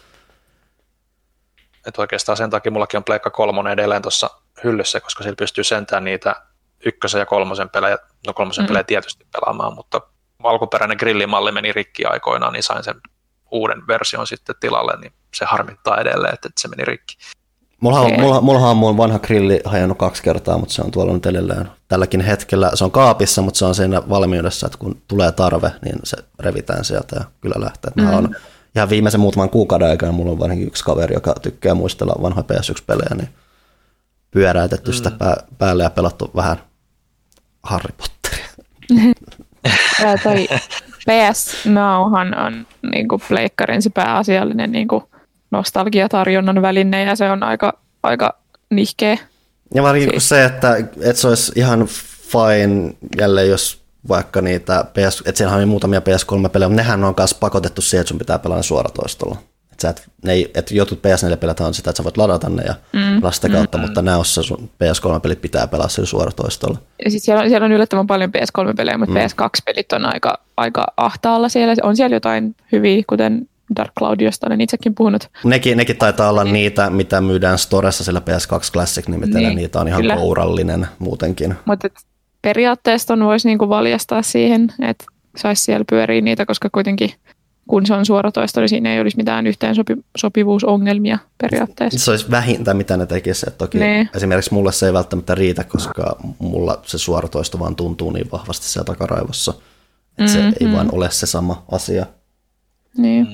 Että oikeastaan sen takia mullakin on Pleikka 3 edelleen tuossa hyllyssä, koska sillä pystyy sentään niitä 1 ja 3 pelejä, no 3 pelejä tietysti pelaamaan, mutta alkuperäinen grillimalli meni rikki aikoinaan, niin sain sen uuden version sitten tilalle, niin se harmittaa edelleen, että se meni rikki. Mullahan on mun vanha grilli hajonnut 2 kertaa, mutta se on tuolla nyt edelleen tälläkin hetkellä. Se on kaapissa, mutta se on siinä valmiudessa, että kun tulee tarve, niin se revitään sieltä ja kyllä lähtee. On ihan viimeisen muutaman kuukauden aikana mulla on varsinkin yksi kaveri, joka tykkää muistella vanhoja PS1-pelejä, niin pyöräytetty sitä päälle ja pelattu vähän Harry Potteria. Toi PS Nowhan on niinku pleikkarin se pääasiallinen niinku nostalgiatarjonnan väline ja se on aika nihkeä. Ja varsinkin siis se, että se olisi ihan fine jälleen, jos vaikka niitä että siellä on muutamia PS3-pelejä, mutta nehän on myös pakotettu siihen, että sun pitää pelaa suoratoistolla. Että jotkut PS4-pelit on sitä, että sä voit ladata ne ja lasta kautta, mutta näossa sun PS3-pelit pitää pelaa sillä suoratoistolla. Ja sit siellä on yllättävän paljon PS3-pelejä, mutta PS2-pelit on aika ahtaalla siellä. On siellä jotain hyviä, kuten Dark Cloud, josta olen itsekin puhunut. Nekin taitaa olla niitä, mitä myydään Storessa sillä PS2 Classic-nimitellä. Niitä on ihan kourallinen muutenkin. Mutta periaatteessa voisi niinku valjastaa siihen, että saisi siellä pyöriä niitä, koska kuitenkin kun se on suoratoisto, niin siinä ei olisi mitään yhteensopivuusongelmia periaatteessa. Se olisi vähintä, mitä ne tekisivät. Toki esimerkiksi mulle se ei välttämättä riitä, koska mulla se suoratoisto vaan tuntuu niin vahvasti siellä takaraivossa, että se ei vaan ole se sama asia. Niin.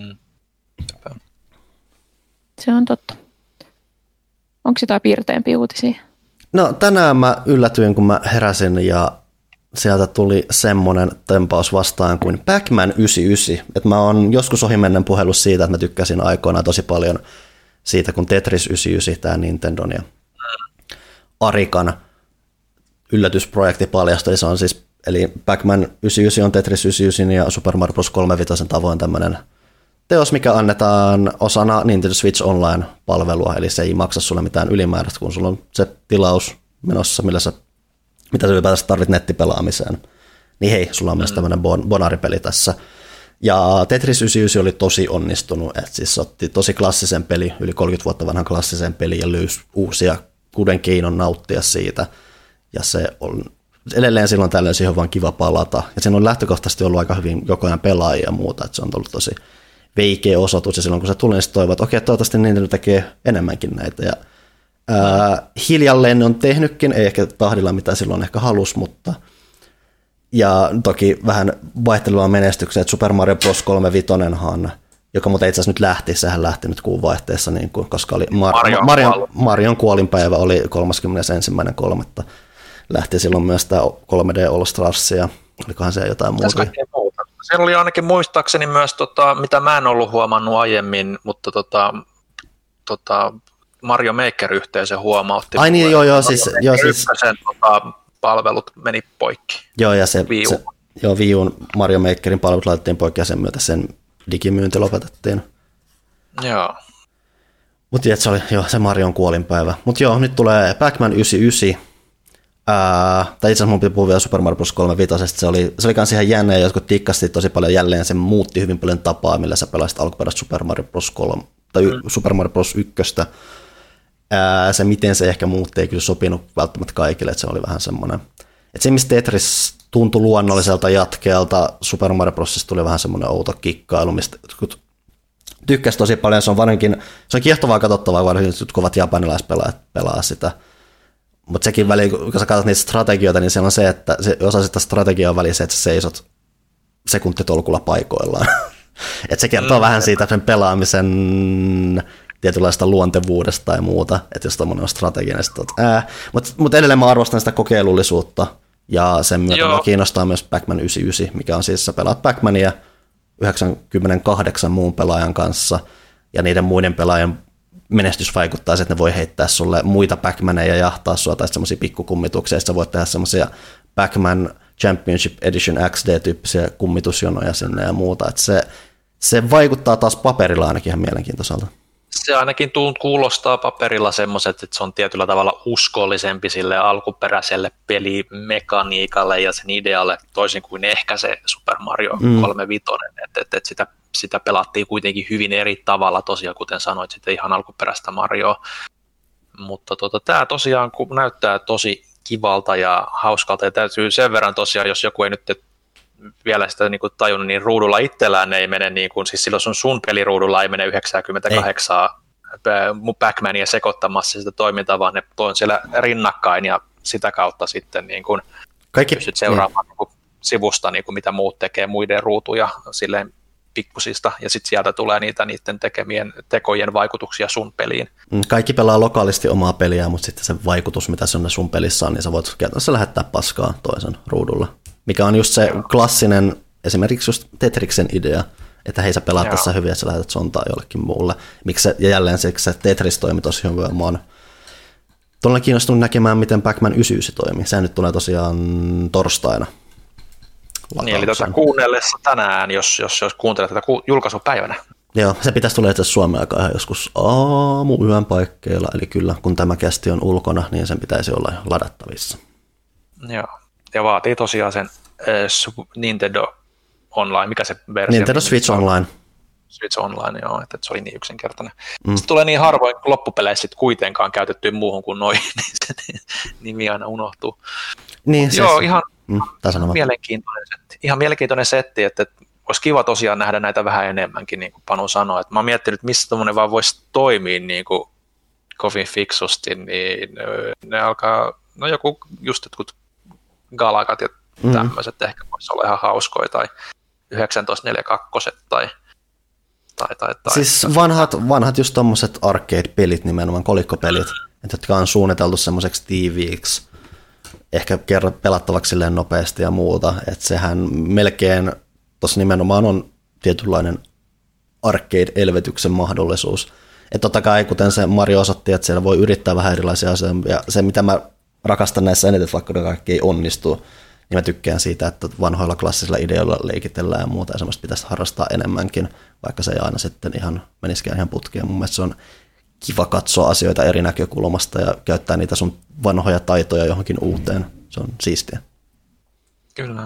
Se on totta. Onko jotain piirteempiä uutisia? No tänään mä yllätyin, kun mä heräsin ja sieltä tuli semmoinen tempaus vastaan kuin Pac-Man 99. Että mä oon joskus ohimennen puhellut siitä, että mä tykkäsin aikoinaan tosi paljon siitä, kun Tetris 99, tämä Nintendon ja Arikan yllätysprojekti paljastui. Se on siis, eli Pac-Man 99 on Tetris 99 ja Super Mario Bros. 35 tavoin tämmöinen teos, mikä annetaan osana Nintendo Switch Online-palvelua, eli se ei maksa sulle mitään ylimääräistä, kun sulla on se tilaus menossa, mitä sä ylipäätänsä tarvit nettipelaamiseen. Niin hei, sulla on myös tämmöinen bonaripeli tässä. Ja Tetris 99 oli tosi onnistunut, että siis otti tosi klassisen peli, yli 30 vuotta vanhan klassisen peli ja löysi uusia 6 keinon nauttia siitä. Ja se on edelleen silloin tällöin siihen on vaan kiva palata. Ja siinä on lähtökohtaisesti ollut aika hyvin joko ajan pelaajia ja muuta, että se on ollut tosi veikeä osoitus. Ja silloin kun se tuli, niin se toivoi, että okei, toivottavasti Nintendo tekee enemmänkin näitä. Ja hiljalleen ne on tehnytkin, ei ehkä tahdilla mitä silloin ehkä halusi, mutta ja toki vähän vaihtelua menestyksiä, että Super Mario Bros. 35, joka muuten itse asiassa nyt lähti, sehän lähti nyt kuun vaihteessa, niin kuin, koska oli Marion kuolinpäivä oli 31.3. Lähti silloin myös tämä 3D All Stars ja olikohan se jotain muuta. Siellä oli ainakin muistaakseni myös, mitä mä en ollut huomannut aiemmin, mutta Mario Maker-yhteisö huomautti. Ai niin, siis palvelut meni poikki. Joo, ja Wii U:n Mario Makerin palvelut laitettiin poikki ja sen myötä sen digimyynti lopetettiin. Joo. Mutta se oli se Marion kuolinpäivä. Mutta joo, nyt tulee Pac-Man 99. Tai itse asiassa mun pitää puhua vielä Super Mario Bros. 35. Se oli kans ihan jännä ja jotkut tikkasti tosi paljon jälleen. Se muutti hyvin paljon tapaa, millä sä pelasit alkuperäistä Super Mario Bros. 3 tai Super Mario Bros. 1. Se, miten se ehkä muutti, ei kyllä sopinut välttämättä kaikille, että se oli vähän semmoinen. Että se, mistä Tetris tuntui luonnolliselta jatkeelta, Super Mario Brosista tuli vähän semmoinen outo kikkailu, mistä tykkäsi tosi paljon. Se on kiehtovaa katsottavaa, varsinkin kovat japanilaispelaajat pelaa sitä. Mutta sekin väliin, kun sä katsot niitä strategioita, niin siellä on se, että osa sitä strategiaa on väliin se, että sä seisot sekuntitolkulla paikoillaan. Että se kertoo vähän siitä sen pelaamisen tietynlaista luontevuudesta tai muuta, että jos tommoinen on strateginen, mutta edelleen mä arvostan sitä kokeilullisuutta, ja sen myötä mä kiinnostaa myös Pac-Man 99, mikä on siis, sä pelaat Pac-Mania 98 muun pelaajan kanssa, ja niiden muiden pelaajien menestys vaikuttaa, että ne voi heittää sulle muita Pac-Maneja ja jahtaa sua, tai semmoisia pikkukummituksia, että sä voit tehdä semmoisia Pac-Man Championship Edition XD-tyyppisiä kummitusjonoja sinne ja muuta, että se vaikuttaa taas paperilla ainakin ihan mielenkiintoiselta. Se ainakin kuulostaa paperilla semmoiset, että se on tietyllä tavalla uskollisempi sille alkuperäiselle pelimekaniikalle ja sen idealle, toisin kuin ehkä se Super Mario 35, että sitä pelattiin kuitenkin hyvin eri tavalla tosiaan, kuten sanoit, sitten ihan alkuperäistä Marioa. Mutta tämä tosiaan näyttää tosi kivalta ja hauskalta, ja täytyy sen verran tosiaan, jos joku ei nyt vielä sitä niin kuin tajunnut, niin ruudulla itsellään ei mene, niin kuin, siis silloin sun peliruudulla ei mene 98 Pac-Mania sekoittamassa sitä toimintaa, vaan ne on siellä rinnakkain ja sitä kautta sitten niin kuin pystyt seuraamaan niin kuin sivusta, niin kuin mitä muut tekee muiden ruutuja silleen pikkusista, ja sitten sieltä tulee niiden tekemien tekojen vaikutuksia sun peliin. Kaikki pelaa lokaalisti omaa peliä, mutta sitten se vaikutus, mitä sun pelissä on, niin sä voit käytännössä lähettää paskaa toisen ruudulla. mikä on just se klassinen, esimerkiksi just Tetriksen idea, että hei sä pelaat tässä hyvin ja sä lähetät sontaa jollekin muulle. Ja jälleen se Tetris toimi tosi hyvin. Mä oon todella kiinnostunut näkemään, miten Pac-Man 99 toimii. Sehän nyt tulee tosiaan torstaina. Niin, eli kuunnellessa tänään, jos kuuntelet tätä julkaisupäivänä. Joo, se pitäisi tulla itse Suomen aikaa ihan joskus aamuyön paikkeilla, eli kyllä kun tämä kästi on ulkona, niin sen pitäisi olla ladattavissa. Joo, ja vaatii tosiaan sen Nintendo Online, mikä se versio? Nintendo Switch Online. Switch Online, joo, että se oli niin yksinkertainen. Sitten tulee niin harvoin loppupeleissä kuitenkaan käytettyä muuhun kuin noin, niin se nimi aina unohtuu. Niin, joo, ihan mielenkiintoinen setti, että olisi kiva tosiaan nähdä näitä vähän enemmänkin, niin kuin Panu sanoi. Että mä oon miettinyt, missä tommoinen vaan voisi toimia niin kuin kovin fiksusti, niin ne alkaa, no joku just jotkut Galagat ja tämmöiset ehkä voisi olla ihan hauskoja, tai 1942 tai siis vanhat just tommoset arcade-pelit nimenomaan, kolikkopelit, jotka on suunniteltu semmoiseksi tiiviiksi, ehkä kerran pelattavaksi silleen nopeasti ja muuta, että sehän melkein tuossa nimenomaan on tietynlainen arcade-elvytyksen mahdollisuus. Että totta kai, kuten se Mario osoitti, että siellä voi yrittää vähän erilaisia asioita, ja se mitä mä rakastan näissä eniten, vaikka ne kaikki ei onnistu, niin mä tykkään siitä, että vanhoilla klassisilla ideoilla leikitellään ja muuta, ja semmoista pitäisi harrastaa enemmänkin, vaikka se ei aina sitten menisikään ihan putkeen. Mun mielestä se on kiva katsoa asioita eri näkökulmasta ja käyttää niitä sun vanhoja taitoja johonkin uuteen. Se on siistiä. Kyllä.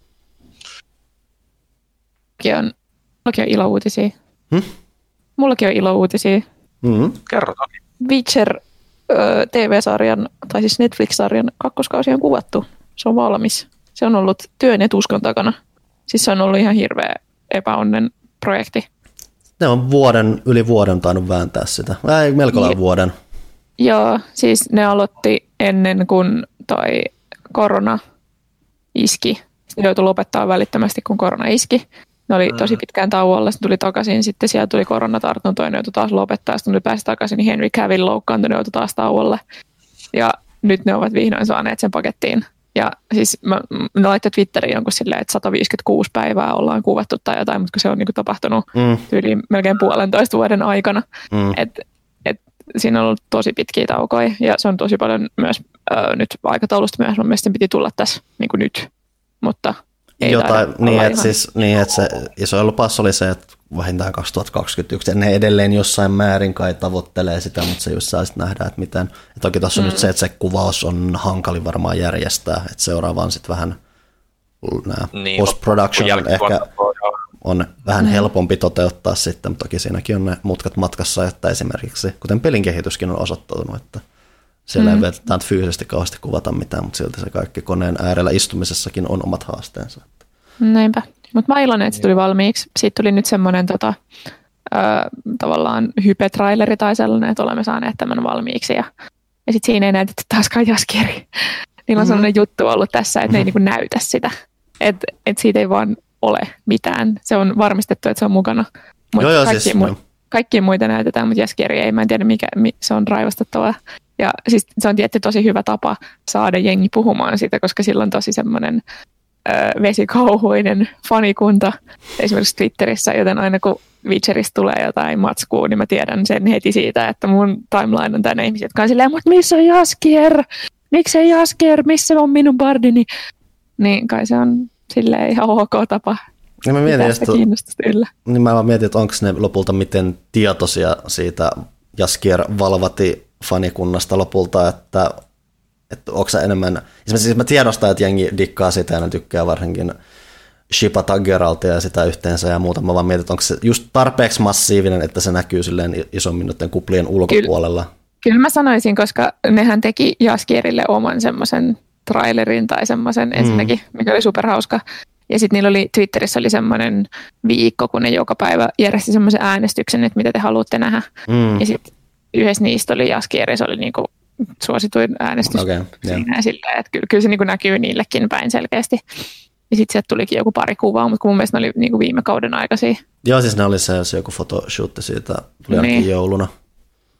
Mullakin on ilouutisia. Mullakin on ilouutisia. Kerro toki. Witcher TV-sarjan, tai siis Netflix-sarjan kakkoskausi on kuvattu. Se on valmis. Se on ollut työn ja tuskan takana. Siis se on ollut ihan hirveä epäonnen projekti. Ne on yli vuoden tainnut vääntää sitä. Melko lailla vuoden. Joo, siis ne aloitti ennen kuin toi korona iski. Ne joutui lopettaa välittömästi, kun korona iski. Ne oli tosi pitkään tauolla, sitten tuli takaisin, sitten siellä tuli koronatartunto, ja ne joutui taas lopettaa, sitten ne pääsi takaisin, niin Henry Cavill loukkaantui, ne joutui taas tauolle. Ja nyt ne ovat vihdoin saaneet sen pakettiin. Ja siis ne laittoi Twitteriin jonkun silleen, että 156 päivää ollaan kuvattu tai jotain, mutta se on niinku tapahtunut yli melkein 1,5 vuoden aikana. Et siinä on ollut tosi pitkiä taukoja, ja se on tosi paljon myös nyt aikataulusta myös. Mun mielestä sen piti tulla tässä niinku nyt, mutta ei että se iso lupaus oli se, että vähintään 2021, ne edelleen jossain määrin kai tavoittelee sitä, mutta se just saa sitten nähdä, että miten. Ja toki tuossa on nyt se, että se kuvaus on hankali varmaan järjestää, että seuraavaan sitten vähän post-production ehkä on vähän helpompi toteuttaa sitten, mutta toki siinäkin on ne mutkat matkassa, että esimerkiksi, kuten pelin kehityskin on osoittanut, että siellä ei välttämättä fyysisesti kauheasti kuvata mitään, mutta silti se kaikki koneen äärellä istumisessakin on omat haasteensa. Näinpä. Mutta mä iloinen, että se tuli valmiiksi. Siitä tuli nyt semmoinen tavallaan hype-traileri tai sellainen, että olemme saaneet tämän valmiiksi. Ja sitten siinä ei näytetty taaskaan Jaskieri. Niillä on sellainen juttu ollut tässä, että ne ei niinku näytä sitä. Että siitä ei vaan ole mitään. Se on varmistettu, että se on mukana. Mutta kaikkia muita näytetään, mutta Jaskieri ei. Mä en tiedä, se on raivostettavaa. Ja siis se on tietty tosi hyvä tapa saada jengi puhumaan siitä, koska sillä on tosi semmoinen vesikauhuinen fanikunta esimerkiksi Twitterissä, joten aina kun Witcherista tulee jotain matskua, niin mä tiedän sen heti siitä, että mun timeline on täynnä ihmisiä, jotka on silleen, mutta missä on Jaskier? Miksei Jaskier? Missä on minun bardini? Niin kai se on silleen ihan ok tapa pitää sitä kiinnostusta yllä. Niin mä vaan mietin, että onko ne lopulta miten tietoisia siitä Jaskier valvati fanikunnasta lopulta, että onko se enemmän, siis mä tiedostan, että jengi dikkaa sitä ja ne tykkää varsinkin shipata Geraltia ja sitä yhteensä ja muuta. Mä vaan mietin, että onko se just tarpeeksi massiivinen, että se näkyy silleen isommin noiden kuplien ulkopuolella. Kyllä mä sanoisin, koska nehän teki Jaskierille oman semmoisen trailerin tai semmoisen ensinnäkin, mikä oli superhauska. Ja sitten niillä oli Twitterissä oli semmoinen viikko, kun ne joka päivä järjesti semmoisen äänestyksen, että mitä te haluatte nähdä. Ja sitten yhdessä niistä oli Jaskieri, se oli niinku suosituin äänestys siinä silleen, että kyllä se niinku näkyy niillekin päin selkeästi. Ja sitten sieltä tulikin joku pari kuvaa, mutta mun mielestä ne oli niinku viime kauden aikaisia. Joo, siis ne oli se joku photoshoot siitä, tuli ainakin jouluna.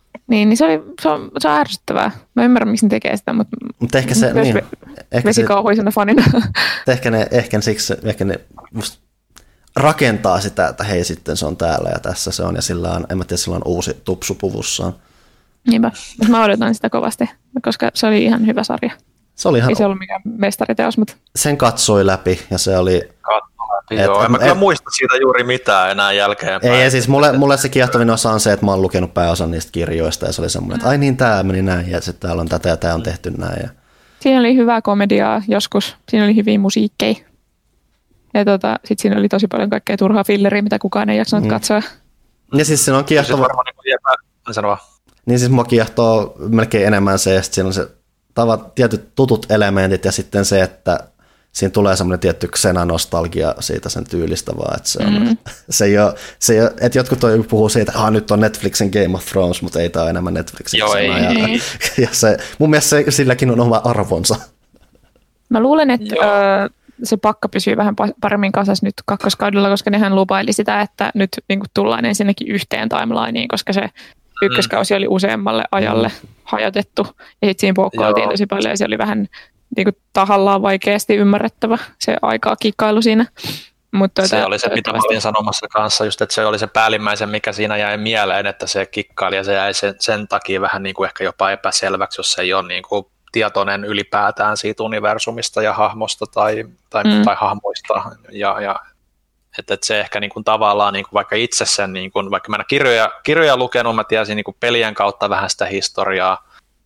Niin se on ärsyttävää. Mä ymmärrän, miksi ne tekee sitä, mutta ehkä se, myös niin, vesikauhuisena fanina. Ehkä ne just rakentaa sitä, että hei sitten se on täällä ja tässä se on ja en mä tiedä, sillä on uusi tupsu puvussaan. Niinpä, mä odotan sitä kovasti, koska se oli ihan hyvä sarja. Ei se ollut mikään mestariteos, mutta... Sen katsoi läpi ja se oli... Joo, en mä kyllä muista siitä juuri mitään enää jälkeenpäin. Ei, siis mulle se kiehtovin osa on se, että mä oon lukenut pääosan niistä kirjoista ja se oli semmoinen, että ai niin, tää meni näin ja sitten täällä on tätä ja tää on tehty näin. Ja... Siinä oli hyvää komediaa joskus, siinä oli hyviä musiikkeja ja sitten siinä oli tosi paljon kaikkea turhaa filleriä, mitä kukaan ei jaksanut katsoa. Ja siis siinä on kiehtova... Niin siis mua kiehtoo melkein enemmän se, että siinä on se tietyt tutut elementit ja sitten se, että siinä tulee semmoinen tietty Xena-nostalgia siitä sen tyylistä vaan, että se ei ole, että jotkut puhuu siitä, että nyt on Netflixin Game of Thrones, mutta ei tämä ole enemmän Netflixin Xena. Ja se, mun mielestä silläkin on oma arvonsa. Mä luulen, että se pakka pysyy vähän paremmin kasassa nyt kakkoskaudella, koska nehän lupaili sitä, että nyt niin kuin tullaan ensinnäkin yhteen timelineen, koska se ykköskausi oli useammalle ajalle hajotettu ja sitten siinä poukkoiltiin tosi paljon ja se oli vähän niin kuin tahallaan vaikeasti ymmärrettävä se aikaa kikkailu siinä. Mutta se oli se, mitä mä olin sanomassa kanssa, just, että se oli se päällimmäisen, mikä siinä jäi mieleen, että se kikkaili ja se jäi sen takia vähän niin kuin ehkä jopa epäselväksi, jos se ei ole niin kuin tietoinen ylipäätään siitä universumista ja hahmosta tai hahmoista. Että se ehkä niin kuin tavallaan, niin kuin vaikka itse sen, niin kuin, vaikka mä en kirjoja lukenut, mä tiesin niin kuin pelien kautta vähän sitä historiaa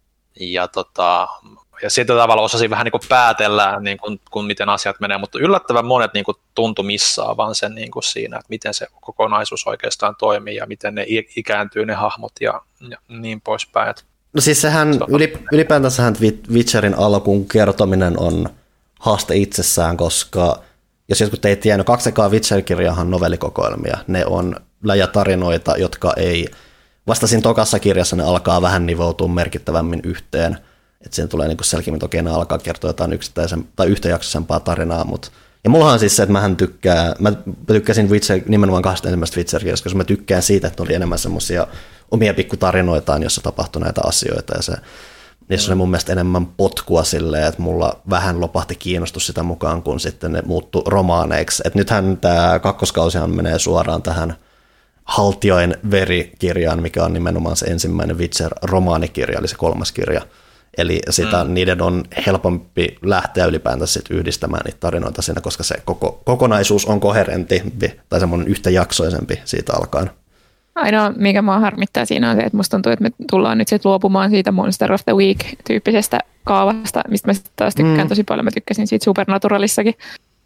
ja siitä tavalla osasin vähän niin kuin päätellä, niin kuin miten asiat menee, mutta yllättävän monet niin kuin tuntui missaavan sen niin kuin siinä, että miten se kokonaisuus oikeastaan toimii ja miten ne ikääntyy ne hahmot ja niin poispäin. No siis sehän ylipäätänsähän Witcherin alkuun kertominen on haaste itsessään, koska jos jotkut ei tiennyt, 2 Witcher-kirjahan novellikokoelmia, ne on läjätarinoita, jotka ei, vasta siinä tokassa kirjassa ne alkaa vähän nivoutua merkittävämmin yhteen, että siinä tulee niinku selkeämmin toki ne alkaa kertoa jotain yhtäjaksoisempaa tarinaa, ja mullahan on siis se, että mä tykkäsin nimenomaan 2 ensimmäistä Witcher-kirjasta, koska mä tykkään siitä, että oli enemmän semmoisia omia pikkutarinoitaan, jossa tapahtui näitä asioita, ja niissä oli mun mielestä enemmän potkua silleen, että mulla vähän lopahti kiinnostus sitä mukaan, kun sitten ne muuttui romaaneiksi. Et nythän tämä kakkoskausihan menee suoraan tähän Haltioin verikirjaan, mikä on nimenomaan se ensimmäinen Witcher-romaanikirja, eli se 3. kirja. Eli niiden on helpompi lähteä ylipäätään sit yhdistämään niitä tarinoita siinä, koska se kokonaisuus on koherentimpi tai semmoinen yhtäjaksoisempi siitä alkaen. Ainoa, mikä mua harmittaa siinä on se, että musta tuntuu, että me tullaan nyt sitten luopumaan siitä Monster of the Week-tyyppisestä kaavasta, mistä mä sitten taas tykkään tosi paljon. Mä tykkäsin siitä Supernaturalissakin.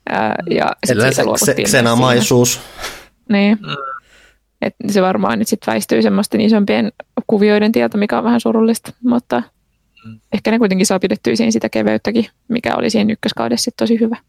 Ja sitten siitä luovuttiin. Xenamaisuus. Niin. Että se varmaan nyt sitten väistyy semmoisten isompien kuvioiden tieltä, mikä on vähän surullista, mutta ehkä ne kuitenkin saa pidettyä siinä sitä keveyttäkin, mikä oli siinä ykköskaudessa sitten tosi hyvä.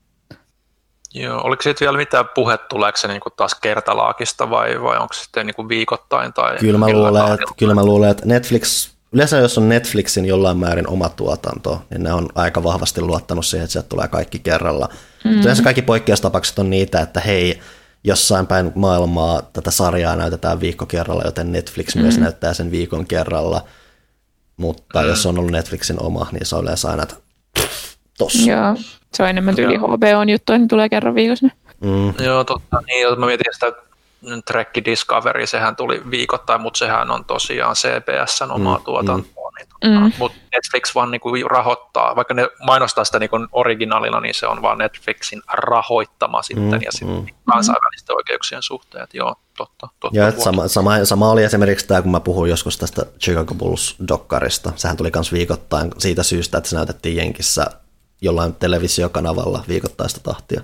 Joo, oliko siitä vielä mitään puhe, tuleeko se niinku taas kertalaakista vai onko se sitten niinku viikoittain? Tai kyllä mä luulen, että Netflix, yleensä jos on Netflixin jollain määrin oma tuotanto, niin ne on aika vahvasti luottanut siihen, että sieltä tulee kaikki kerralla. Yleensä kaikki poikkeustapaukset on niitä, että hei, jossain päin maailmaa tätä sarjaa näytetään viikko kerralla, joten Netflix myös näyttää sen viikon kerralla. Mutta jos on ollut Netflixin oma, niin se on yleensä aina, että tossa. Joo, se on enemmän tyyli HBO:n juttu, että ne tulee kerran viikossa. Joo, totta. Niin, mä mietin sitä Trek Discovery, sehän tuli viikoittain, mutta sehän on tosiaan CBS:n omaa tuotantoa. Mutta Netflix vaan niinku rahoittaa, vaikka ne mainostaa sitä niinku originaalina, niin se on vaan Netflixin rahoittama sitten ja sitten kansainvälisten oikeuksien suhteen. Joo, totta. Ja sama oli esimerkiksi tämä, kun mä puhuin joskus tästä Chicago Bulls-dokkarista. Sehän tuli myös viikoittain siitä syystä, että se näytettiin Jenkissä jollain televisiokanavalla viikoittaista tahtia.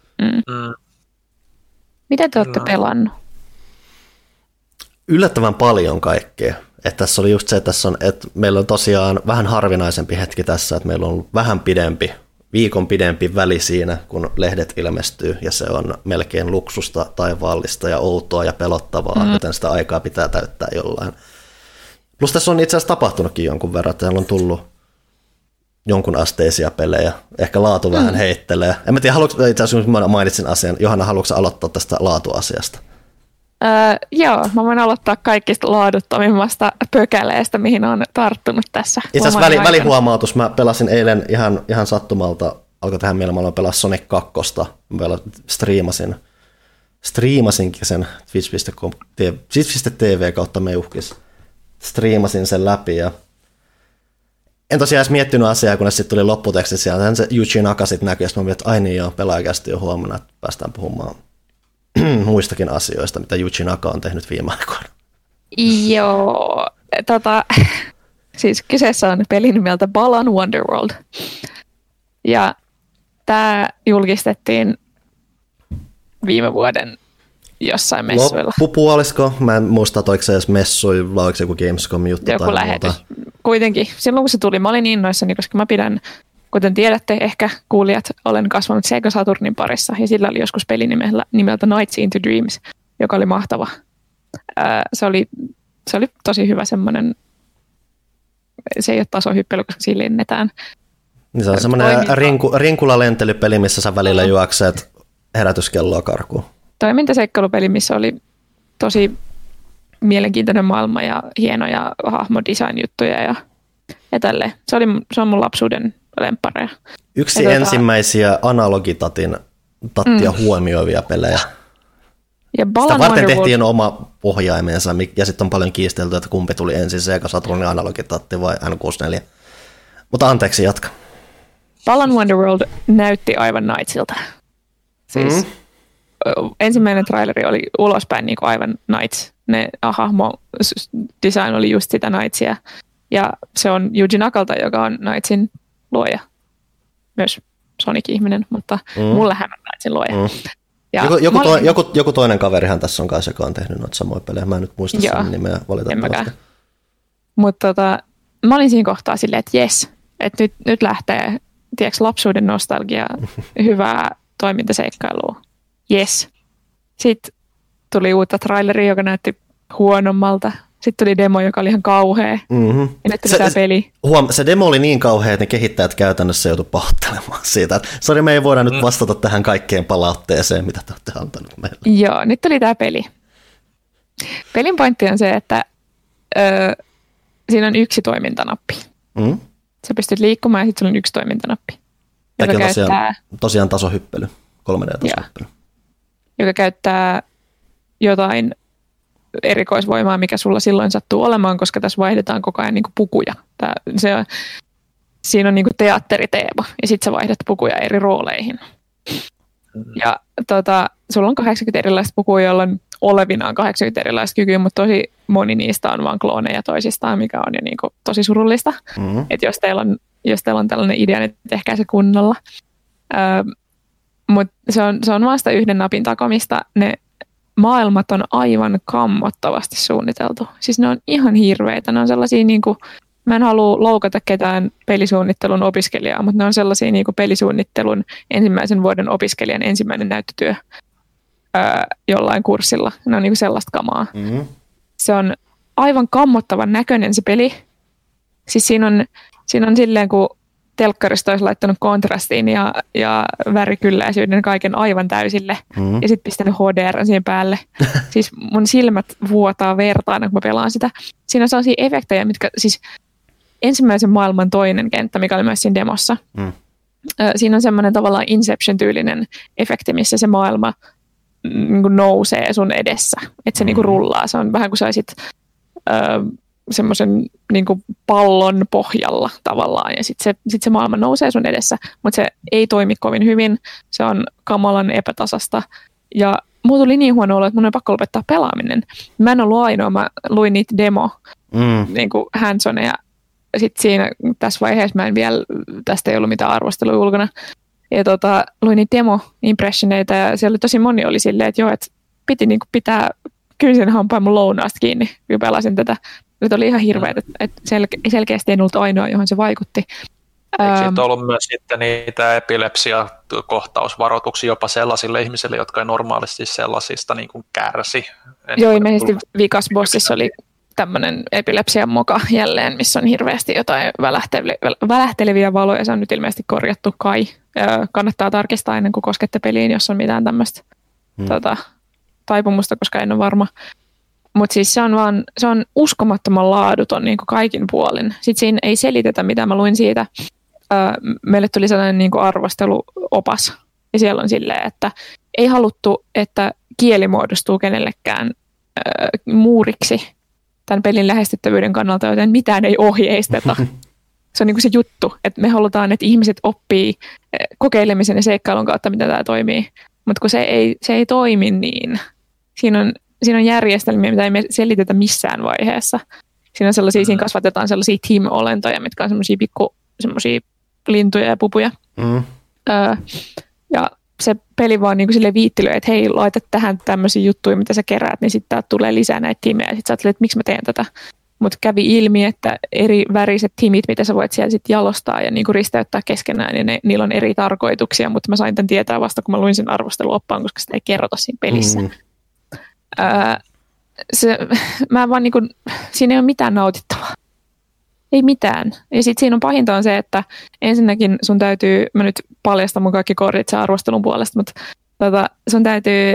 Mitä te olette pelannut? Yllättävän paljon kaikkea. Että tässä oli just se, että meillä on tosiaan vähän harvinaisempi hetki tässä, että meillä on vähän viikon pidempi väli siinä, kun lehdet ilmestyy, ja se on melkein luksusta, taivaallista ja outoa ja pelottavaa, joten sitä aikaa pitää täyttää jollain. Plus tässä on itse asiassa tapahtunutkin jonkun verran, että on tullut jonkun asteisia pelejä, ehkä laatu vähän heittelee. En mä tiedä, itse asiassa kun mä mainitsin asian, Johanna, haluatko aloittaa tästä laatuasiasta? Joo, mä voin aloittaa kaikista laaduttomimmasta pökäleestä, mihin on tarttunut tässä. Itse asiassa välihuomautus, mä pelasin eilen ihan sattumalta, alkoi tähän mieleen, mä aloin pelaa Sonic 2, mä striimasinkin sen twitch.tv kautta meuhkis. Striimasin sen läpi ja en tosiaan edes miettinyt asiaa, kun sitten tuli lopputeksti siellä. Se Yuji Naka sitten näkyi, ja mä mietin, että ai niin joo, pelaajakästi jo huomenna, että päästään puhumaan muistakin asioista, mitä Yuji Naka on tehnyt viime aikoina. Joo, siis kyseessä on peli nimeltä Balan Wonderworld. Ja tämä julkistettiin viime vuoden jossain messuilla. Loppupuolisko? Mä en muista, että oliko se edes messuilla, vai oliko se joku Gamescom-juttu joku tai lähetys. Muuta. Kuitenkin, silloin kun se tuli, mä olin innoissani, koska mä pidän, kuten tiedätte ehkä kuulijat, olen kasvanut Sega Saturnin parissa, ja sillä oli joskus peli nimeltä Nights into Dreams, joka oli mahtava. Se oli tosi hyvä semmoinen, se ei ole tasohyppely, koska siinä lennetään. Niin se on semmoinen rinkula-lentelypeli, missä sä välillä juokseet herätyskelloa karkuun. Toimintaseikkailupeli, missä oli tosi mielenkiintoinen maailma ja hienoja hahmodesign-juttuja ja tälleen. Se on mun lapsuuden lemppareja. Yksi ensimmäisiä analogitattia huomioivia pelejä. Ja sitä varten tehtiin oma ohjaimensa ja sitten on paljon kiistelty, että kumpi tuli ensin, Sega Saturnin analogitatti vai N64. Mutta anteeksi, jatka. Balan Wonderworld näytti aivan Knightsilta. Siis ensimmäinen traileri oli ulospäin niin kuin aivan Knights. Ne hahmo design oli just sitä Knightsia. Ja se on Yuji Nakalta, joka on Knightsin luoja. Myös Sonic-ihminen, mutta mulle hän on Knightsin luoja. Ja joku toinen kaverihan tässä on kanssa, joka on tehnyt noita samoja pelejä. Mä en nyt muista sen nimeä valitettavasti. Mutta mä olin siinä kohtaa silleen, että jes, että nyt lähtee, tiedätkö, lapsuuden nostalgia, hyvää toimintaseikkailua. Jes. Sitten tuli uutta traileria, joka näytti huonommalta. Sitten tuli demo, joka oli ihan kauhea. Mm-hmm. Ja nyt tuli tämä peli. Se demo oli niin kauhea, että ne kehittäjät käytännössä joutui pahoittelemaan siitä. Sori, me ei voida nyt vastata tähän kaikkeen palautteeseen, mitä te olette antanut meille. Joo, nyt tuli tämä peli. Pelin pointti on se, että siinä on yksi toimintanappi. Sä pystyt liikkumaan ja sitten sulla on yksi toimintanappi. Tämäkin on tosiaan tasohyppely, 3D-tasohyppely. Joka käyttää jotain erikoisvoimaa, mikä sulla silloin sattuu olemaan, koska tässä vaihdetaan koko ajan niinku pukuja. Siinä on niinku teatteriteema, ja sitten sä vaihdat pukuja eri rooleihin. Ja sulla on 80 erilaista pukua, joilla on olevinaan 80 erilaista kykyä, mutta tosi moni niistä on vaan klooneja toisistaan, mikä on jo niinku tosi surullista. Että jos teillä on tällainen idea, niin tehkää se kunnolla. Mutta se on vasta yhden napin takomista. Ne maailmat on aivan kammottavasti suunniteltu. Siis ne on ihan hirveitä. Ne on sellaisia, niinku, mä en halua loukata ketään pelisuunnittelun opiskelijaa, mutta ne on sellaisia niinku pelisuunnittelun ensimmäisen vuoden opiskelijan ensimmäinen näyttötyö jollain kurssilla. Ne on niinku sellaista kamaa. Se on aivan kammottavan näköinen se peli. Siis siinä on silleen, kun telkkarista olisi laittanut kontrastiin ja värikylläisyyden kaiken aivan täysille ja sitten pistänyt HDR siihen päälle. Siis mun silmät vuotaa verta aina, kun mä pelaan sitä. Siinä on sellaisia efektejä, mitkä siis ensimmäisen maailman toinen kenttä, mikä oli myös siinä demossa. Siinä on semmoinen tavallaan Inception-tyylinen efekti, missä se maailma niin kuin nousee sun edessä. Että se niin kuin rullaa. Se on vähän kuin saisit semmoisen niin kuin pallon pohjalla tavallaan, ja sitten se maailma nousee sun edessä, mutta se ei toimi kovin hyvin, se on kamalan epätasasta, ja mulla tuli niin huono olo, että mun on pakko lopettaa pelaaminen. Mä en ollut ainoa, mä luin niitä niin kuin hands-oneja, ja sitten siinä tässä vaiheessa tästä ei ollut mitään arvostelua ulkona, ja luin niitä demo-impressioneita, ja siellä tosi moni oli silleen, että joo, että piti niin kuin pitää kynsin hampaan mun lounaasta kiinni, kun pelasin tätä. Nyt oli ihan hirveä, että selkeästi en ollut ainoa, johon se vaikutti. Eikö siitä ollut myös sitten niitä epilepsia-kohtausvaroituksia jopa sellaisille ihmisille, jotka ei normaalisti sellaisista niin kuin kärsi? Joo, ilmeisesti vikas bossissa oli tämmöinen epilepsian moka jälleen, missä on hirveästi jotain välähteleviä valoja. Se on nyt ilmeisesti korjattu kai. Kannattaa tarkistaa ennen kuin koskette peliin, jos on mitään tämmöistä taipumusta, koska en ole varma. Mutta siis se on uskomattoman laaduton niin kuin kaikin puolin. Sitten siinä ei selitetä, mitä mä luin siitä. Meille tuli sellainen niin kuin arvosteluopas. Ja siellä on silleen, että ei haluttu, että kieli muodostuu kenellekään muuriksi tämän pelin lähestyttävyyden kannalta, joten mitään ei ohjeisteta. Se on niin kuin se juttu, että me halutaan, että ihmiset oppii kokeilemisen ja seikkailun kautta, mitä tämä toimii. Mutta kun se ei toimi niin. Siinä on järjestelmiä, mitä ei me selitetä missään vaiheessa. Siinä kasvatetaan sellaisia team-olentoja, mitkä on semmoisia lintuja ja pupuja. Ja se peli vaan niin kuin viittilöi, että hei, laita tähän tämmöisiä juttuja, mitä sä keräät, niin sitten tulee lisää näitä tiimejä. Sitten sä ajattelet, että miksi mä teen tätä. Mutta kävi ilmi, että eri väriset timit, mitä sä voit siellä sitten jalostaa ja niinku risteyttää keskenään, niin niillä on eri tarkoituksia, mutta mä sain tämän tietää vasta, kun mä luin sen arvosteluoppaan, koska sitä ei kerrota siinä pelissä. Siinä ei ole mitään nautittavaa. Ei mitään. Ja sitten siinä on pahinta on se, että ensinnäkin sun täytyy, mä nyt paljastan mun kaikki kortit sen arvostelun puolesta, mutta sun täytyy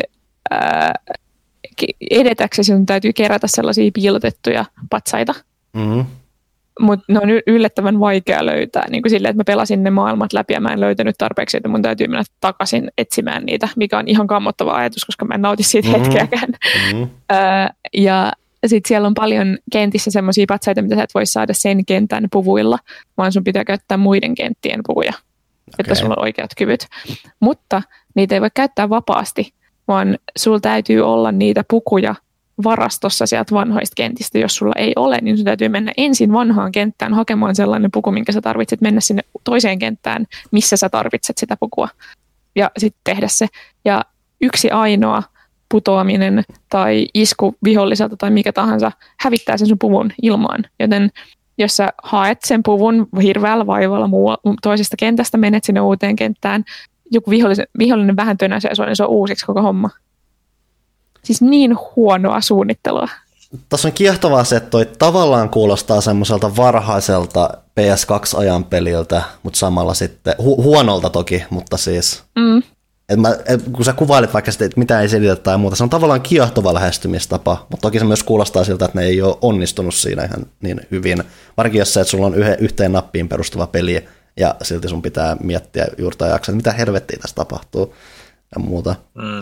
edetäksesi sun täytyy kerätä sellaisia piilotettuja patsaita. Mutta ne on yllättävän vaikea löytää. Niin kuin silleen, että mä pelasin ne maailmat läpi ja mä en löytänyt tarpeeksi, että mun täytyy mennä takaisin etsimään niitä, mikä on ihan kammottava ajatus, koska mä en nauti siitä hetkeäkään. Ja sitten siellä on paljon kentissä semmoisia patsaita, mitä sä et voi saada sen kentän puvuilla, vaan sun pitää käyttää muiden kenttien puvuja, että sulla on oikeat kyvyt. Mutta niitä ei voi käyttää vapaasti, vaan sulla täytyy olla niitä pukuja varastossa sieltä vanhoista kentistä. Jos sulla ei ole, niin sun täytyy mennä ensin vanhaan kenttään hakemaan sellainen puku, minkä sä tarvitset mennä sinne toiseen kenttään, missä sä tarvitset sitä pukua. Ja sitten tehdä se. Ja yksi ainoa putoaminen tai isku viholliselta tai mikä tahansa hävittää sen sun puvun ilmaan. Joten jos sä haet sen puvun hirveällä vaivalla toisesta kentästä, menet sinne uuteen kenttään, joku vihollinen vähän tönäsee sua, niin se on uusiksi koko homma. Siis niin huonoa suunnittelua. Tässä on kiehtovaa se, että toi tavallaan kuulostaa semmoiselta varhaiselta PS2-ajan peliltä, mutta samalla sitten huonolta toki, mutta siis kun sä kuvailit vaikka sitä, että mitä ei selitä tai muuta, se on tavallaan kiehtova lähestymistapa, mutta toki se myös kuulostaa siltä, että ne ei ole onnistunut siinä ihan niin hyvin. Varsinkin jos se, että sulla on yhteen nappiin perustuva peli ja silti sun pitää miettiä juurta jaksaa, että mitä helvettiä tässä tapahtuu ja muuta.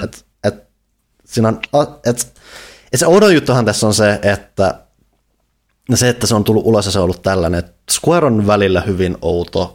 Se oudon juttuhan tässä on se, että se on tullut ulos ja se on ollut tällainen, että Square on välillä hyvin outo.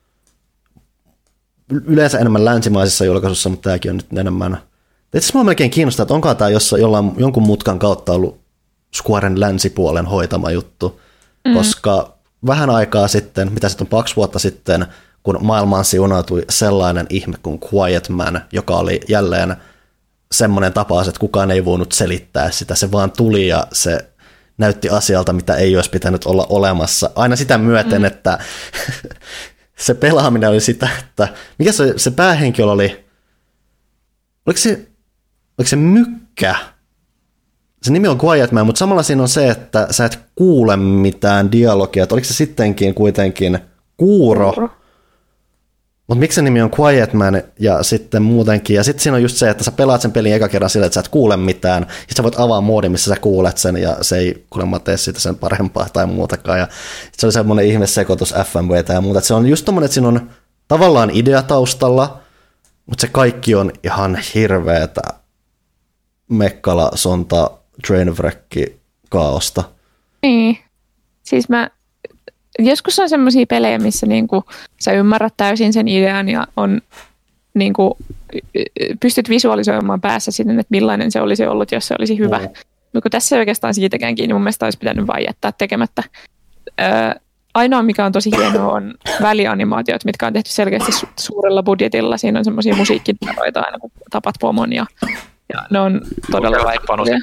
Yleensä enemmän länsimaisissa julkaisuissa, mutta tämäkin on nyt enemmän. Itse asiassa melkein kiinnostaa, että onkaan tämä jonkun mutkan kautta ollut Squaren länsipuolen hoitama juttu, koska vähän aikaa sitten, mitä sitten on 2 vuotta sitten, kun maailmaan siunautui sellainen ihme kuin Quiet Man, joka oli jälleen semmoinen tapaus, että kukaan ei voinut selittää sitä, se vaan tuli ja se näytti asialta, mitä ei olisi pitänyt olla olemassa. Aina sitä myöten, että se pelaaminen oli sitä, että mikä se päähenkilö oli, oliko se Mykkä? Se nimi on Quiet Man, mutta samalla siinä on se, että sä et kuule mitään dialogia, että oliko se sittenkin kuitenkin Kuuro? Mutta miksi se nimi on Quiet Man ja sitten muutenkin, ja sitten siinä on just se, että sä pelaat sen pelin eka kerran sillä, että sä et kuule mitään, ja sä voit avaa moodin, missä sä kuulet sen, ja se ei kuulemma tee siitä sen parempaa tai muutakaan, ja se oli semmoinen ihmesekoitus FMVtä ja muuta, että se on just tommoinen, että siinä on tavallaan idea taustalla, mutta se kaikki on ihan hirveetä mekkala, sonta, trainwrecki, kaaosta. Niin, siis joskus on semmoisia pelejä, missä niinku sä ymmärrät täysin sen idean ja niinku, pystyt visualisoimaan päässä sitten, että millainen se olisi ollut, jos se olisi hyvä. Mutta kun tässä ei oikeastaan siitäkään kiinni, mun mielestä olisi pitänyt vain jättää tekemättä. Ainoa, mikä on tosi hienoa, on välianimaatiot, mitkä on tehty selkeästi suurella budjetilla. Siinä on semmoisia musiikkinumeroita aina, kun tapat pomon ja ne on todella vaikuttavia.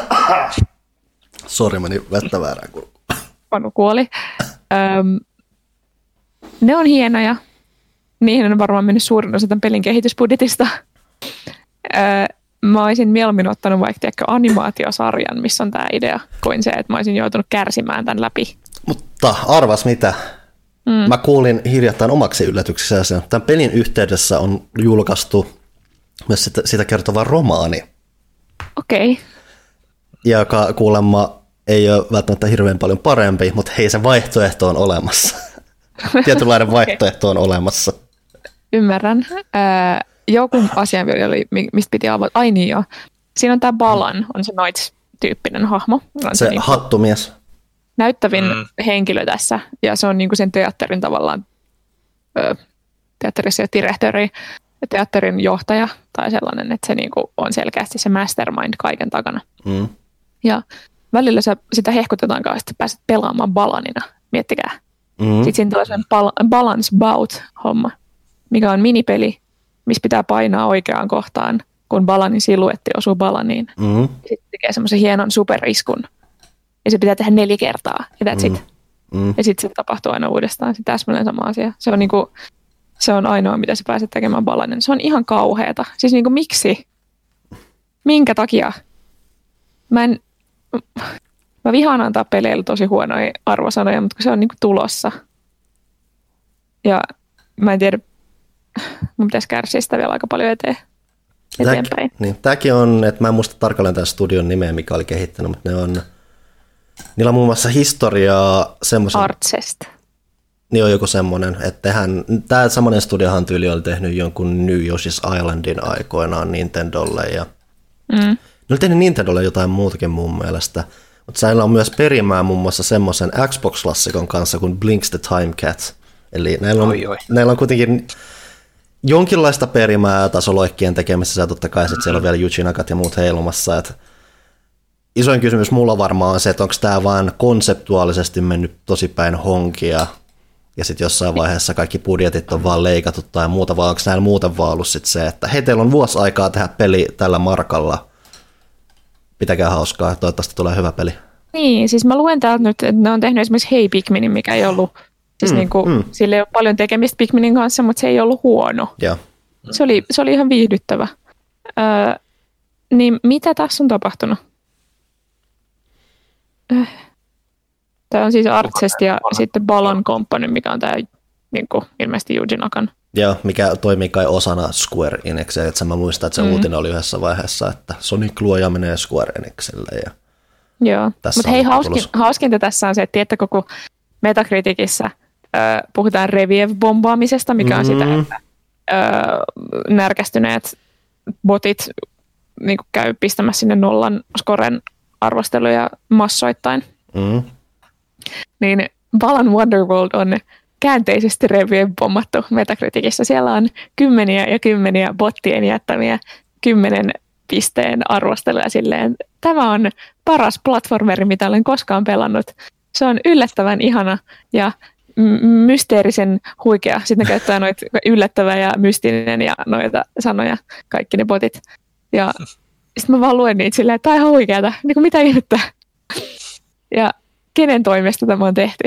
Sori, meni vettä väärään kurkkuun. Panu kuoli. Ne on hienoja. Niihin on varmaan mennyt suurin osa tämän pelin kehitysbudjetista. Mä olisin mieluummin ottanut vaikka animaatiosarjan, missä on tämä idea, kuin se, että mä olisin joutunut kärsimään tämän läpi. Mutta arvas mitä? Mä kuulin hiljattain omaksi yllätyksensä. Tämän pelin yhteydessä on julkaistu myös sitä kertova romaani. Okei. Joka kuulemma ei ole välttämättä hirveän paljon parempi, mutta hei, se vaihtoehto on olemassa. Tietynlainen vaihtoehto on olemassa. Ymmärrän. Joku asia vielä oli, mistä piti avata. Ai niin joo. Siinä on tämä Balan, on se Knights-tyyppinen hahmo. On se hattumies. Näyttävin henkilö tässä, ja se on niinku sen teatterin tavallaan, teatterissa direktööri, teatterin johtaja tai sellainen, että se niinku on selkeästi se mastermind kaiken takana. Ja välillä sitä hehkutetaan kanssa, että pääset pelaamaan Balanina, miettikää. Sitten siinä tulee sellainen balance bout-homma, mikä on minipeli, missä pitää painaa oikeaan kohtaan, kun Balanin siluetti osuu Balaniin. Sitten tekee semmoisen hienon superiskun. Ja se pitää tehdä 4 kertaa. Ja that's it. Ja sitten se tapahtuu aina uudestaan. Se täsmälleen sama asia. Se on ainoa, mitä sä pääset tekemään Balanin. Se on ihan kauheata. Siis niinku miksi? Minkä takia? Mä vihaan antaa peleillä tosi huonoja arvosanoja, mutta kun se on niinku tulossa. Ja mä en tiedä, mun pitäisi kärsiä sitä vielä aika paljon eteenpäin. Tämäkin on, että mä en muista tarkalleen tämän studion nimeä, mikä oli kehittänyt, mutta niillä on muun muassa historiaa semmoisen... Artsest. Niin on joku semmoinen, että tämä samainen studiohan tyyli oli tehnyt jonkun New Yoshi's Islandin aikoinaan Nintendolle ja ne oli tehnyt Nintendolle jotain muutakin mun mielestä, mutta siellä on myös perimää muun muassa semmoisen Xbox-klassikon kanssa kuin Blinks the Time Cat, eli näillä on kuitenkin jonkinlaista perimää tasoloikkien tekemisessä ja totta kai siellä on vielä Yuji Nakat ja muut heilumassa, että isoin kysymys mulla varmaan on se, että onko tämä vaan konseptuaalisesti mennyt tosi päin honkia ja sitten jossain vaiheessa kaikki budjetit on vaan leikattu tai muuta, vaan onko näillä muuten vaan ollut sit se, että hei, teillä on vuosi aikaa tehdä peli tällä markalla, pitäkää hauskaa, toivottavasti tulee hyvä peli. Niin, siis mä luen täältä nyt, että ne on tehnyt esimerkiksi Hey Pikminin, mikä ei ollut, siis sillä ei ole paljon tekemistä Pikminin kanssa, mutta se ei ollut huono. Yeah. Se oli ihan viihdyttävä. Niin mitä tässä on tapahtunut? Tämä on siis Artsest ja sitten Balan Company, mikä on tämä ilmeisesti Yuji Nakan. Joo, mikä toimii kai osana Square Enixia. Että mä muistan, että se uutinen oli yhdessä vaiheessa, että Sonic-luoja menee Square Enixille. Joo, mutta hei, hauskinta tässä on se, että tiedättekö, kun Metacriticissa puhutaan review-bombaamisesta, mikä on sitä, että närkästyneet botit käy pistämässä sinne 0 scoren arvosteluja massoittain. Niin Balan Wonderworld on käänteisesti review-bommattu Metacriticissa. Siellä on kymmeniä ja kymmeniä bottien jättämiä 10 pisteen arvosteluja silleen. Tämä on paras platformeri, mitä olen koskaan pelannut. Se on yllättävän ihana ja mysteerisen huikea. Sitten ne käyttää noita yllättävä ja mystinen ja noita sanoja, kaikki ne botit. Ja sitten mä vaan luen niitä silleen, että tämä on ihan huikeata. Niin kuin mitä ihmettä. Ja kenen toimesta tämä on tehty?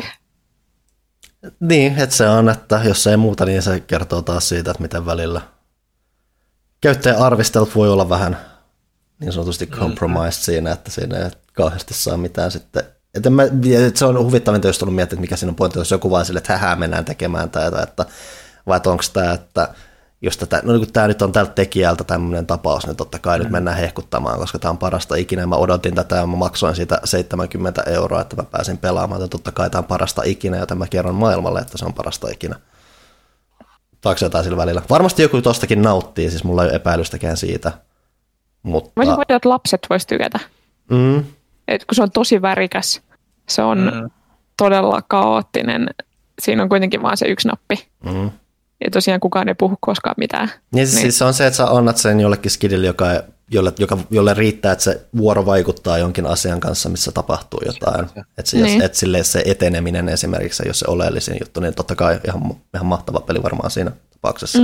Niin, että se on, että jos ei muuta, niin se kertoo taas siitä, että miten välillä käyttäjän arvistelut voi olla vähän niin sanotusti compromised siinä, että siinä ei kauheasti saa mitään sitten. Että se on huvittavinta, jos tullut miettiä, että mikä siinä on pointti, jos joku vaan sille, että mennään tekemään tätä, että vai onko tämä, että jos tätä, no kun tämä nyt on tältä tekijältä tämmöinen tapaus, niin totta kai nyt mennään hehkuttamaan, koska tämä on parasta ikinä. Mä odotin tätä ja mä maksoin siitä 70 €, että mä pääsin pelaamaan, ja totta kai tämä on parasta ikinä, joten mä kerron maailmalle, että se on parasta ikinä. Taakse jotain sillä välillä. Varmasti joku tostakin nauttii, siis mulla ei ole epäilystäkään siitä. Mutta... Voisin kuvitella, että lapset vois tykätä. Et kun se on tosi värikäs, se on todella kaoottinen. Siinä on kuitenkin vaan se yksi nappi. Ja tosiaan kukaan ei puhu koskaan mitään. Niin. Siis se on se, että sä annat sen jollekin skidille, jolle riittää, että se vuoro vaikuttaa jonkin asian kanssa, missä tapahtuu jotain. Että sille se eteneminen esimerkiksi, jos se oleellisin juttu, niin totta kai ihan mahtava peli varmaan siinä tapauksessa.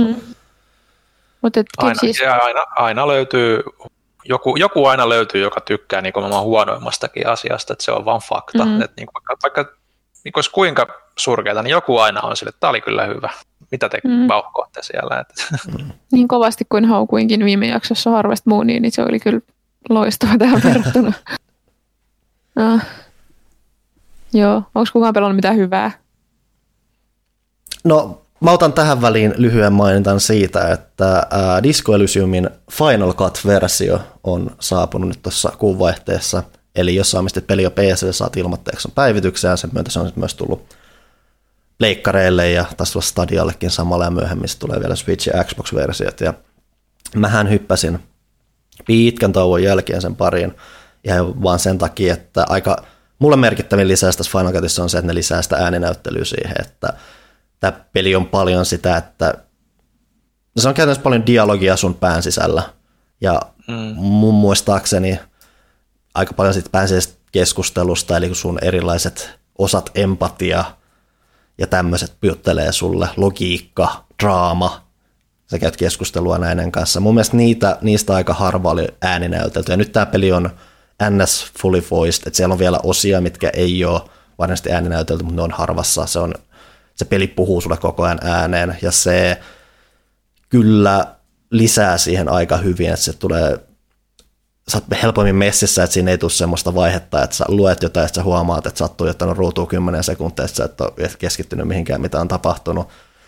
Aina löytyy, joku aina löytyy, joka tykkää niin kuin huonoimmastakin asiasta, että se on vaan fakta. Että niin vaikka niin olisi kuinka surkeita, niin joku aina on sille, että tämä oli kyllä hyvä. Mitä te vauhkoatte siellä? Niin kovasti kuin haukuinkin viime jaksossa Harvest Mooniin, niin se oli kyllä loistava tähän verrattuna. Joo, onko kukaan pelannut mitään hyvää? No mä otan tähän väliin lyhyen mainintan siitä, että Disco Elysiumin Final Cut-versio on saapunut nyt tuossa kuun vaihteessa. Eli jos saamistit peli jo PC:lle, saat ilmoitteeksi päivityksen, ja sen myötä se on myös tullut pleikkareille ja taas Stadiallekin samalla, ja myöhemmin tulee vielä Switch- ja Xbox-versiot. Ja mähän hyppäsin pitkän tauon jälkeen sen pariin, ihan vaan sen takia, että aika mulle merkittävin lisäys tässä Final Cutissa on se, että ne lisää sitä ääninäyttelyä siihen, että tämä peli on paljon sitä, että se on käytännössä paljon dialogia sun pään sisällä, ja mun muistaakseni aika paljon siitä pääseestä keskustelusta, eli kun sun erilaiset osat empatia ja tämmöiset juttelee sulle, logiikka, draama, sä käyt keskustelua näiden kanssa. Mun mielestä niistä aika harva oli ääninäytelty, ja nyt tämä peli on NS fully voiced, että siellä on vielä osia, mitkä ei ole varsinaisesti ääninäytelty, mutta ne on harvassa. Se peli puhuu sulle koko ajan ääneen, ja se kyllä lisää siihen aika hyvin, että se tulee, sä oot helpommin messissä, että siinä ei tule semmoista vaihetta, että sä luet jotain, että sä huomaat, että sä oot tuijottanut ruutuun 10 sekuntia, että sä et ole keskittynyt mihinkään, mitä on tapahtunut.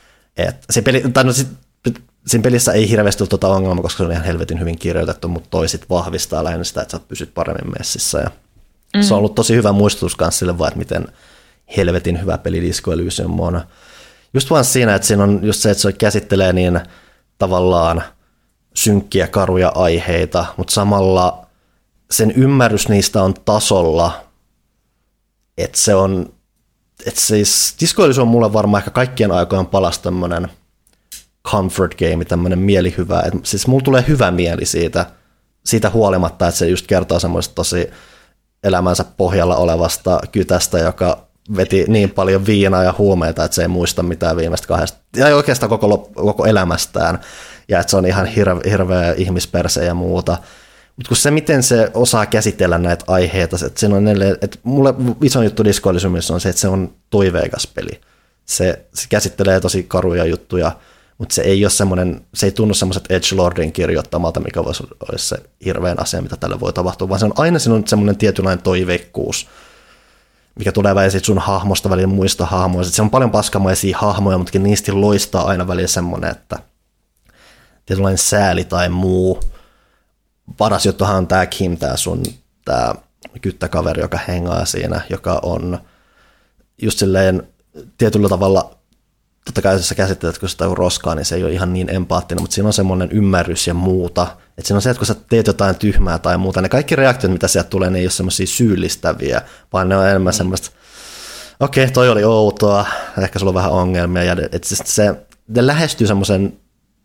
Siinä pelissä ei hirveästi ole tuota ongelmaa, koska se on ihan helvetin hyvin kirjoitettu, mutta toisit vahvistaa lähinnä sitä, että sä pysyt paremmin messissä. Ja se on ollut tosi hyvä muistutus myös sille vaan, että miten helvetin hyvä peli Disco Elysium on. Just vaan siinä, että siinä on just se, että se käsittelee niin tavallaan synkkiä, karuja aiheita, mutta samalla sen ymmärrys niistä on tasolla, että se on, että siis Disco Elysium on mulle varmaan ehkä kaikkien aikojen palas tämmöinen comfort game, tämmöinen mielihyvä, että siis mulla tulee hyvä mieli siitä huolimatta, että se just kertoo semmoista tosi elämänsä pohjalla olevasta kytästä, joka veti niin paljon viinaa ja huumeita, että se ei muista mitään viimeistä 2, ja oikeastaan koko elämästään, ja että se on ihan hirveä ihmisperse ja muuta. Mutta kun se, miten se osaa käsitellä näitä aiheita, että että mulle iso juttu Disco Elysiumissa on se, että se on toiveikas peli. Se käsittelee tosi karuja juttuja, mutta se ei ole semmoinen, se ei tunnu semmoiset edgelordin kirjoittamalta, mikä olisi se hirveän asia, mitä tälle voi tapahtua, vaan se on aina semmoinen tietynlainen toiveikkuus, mikä tulee välillä sun hahmosta, välillä muista hahmoista. Se on paljon paskamaisia hahmoja, mutta niistä loistaa aina välillä semmoinen, että tietynlainen sääli tai muu. Paras juttuhan on tämä Kim, tämä kyttäkaveri, joka hengaa siinä, joka on just silleen tietyllä tavalla, totta kai jos sä käsittelet, kun sitä on roskaa, niin se ei ole ihan niin empaattinen, mutta siinä on semmoinen ymmärrys ja muuta. Että siinä on se, että kun sä teet jotain tyhmää tai muuta, ne kaikki reaktiot, mitä sieltä tulee, ne ei ole semmoisia syyllistäviä, vaan ne on enemmän semmoista, okei, toi oli outoa, ehkä sulla on vähän ongelmia. Ja että se lähestyy semmoisen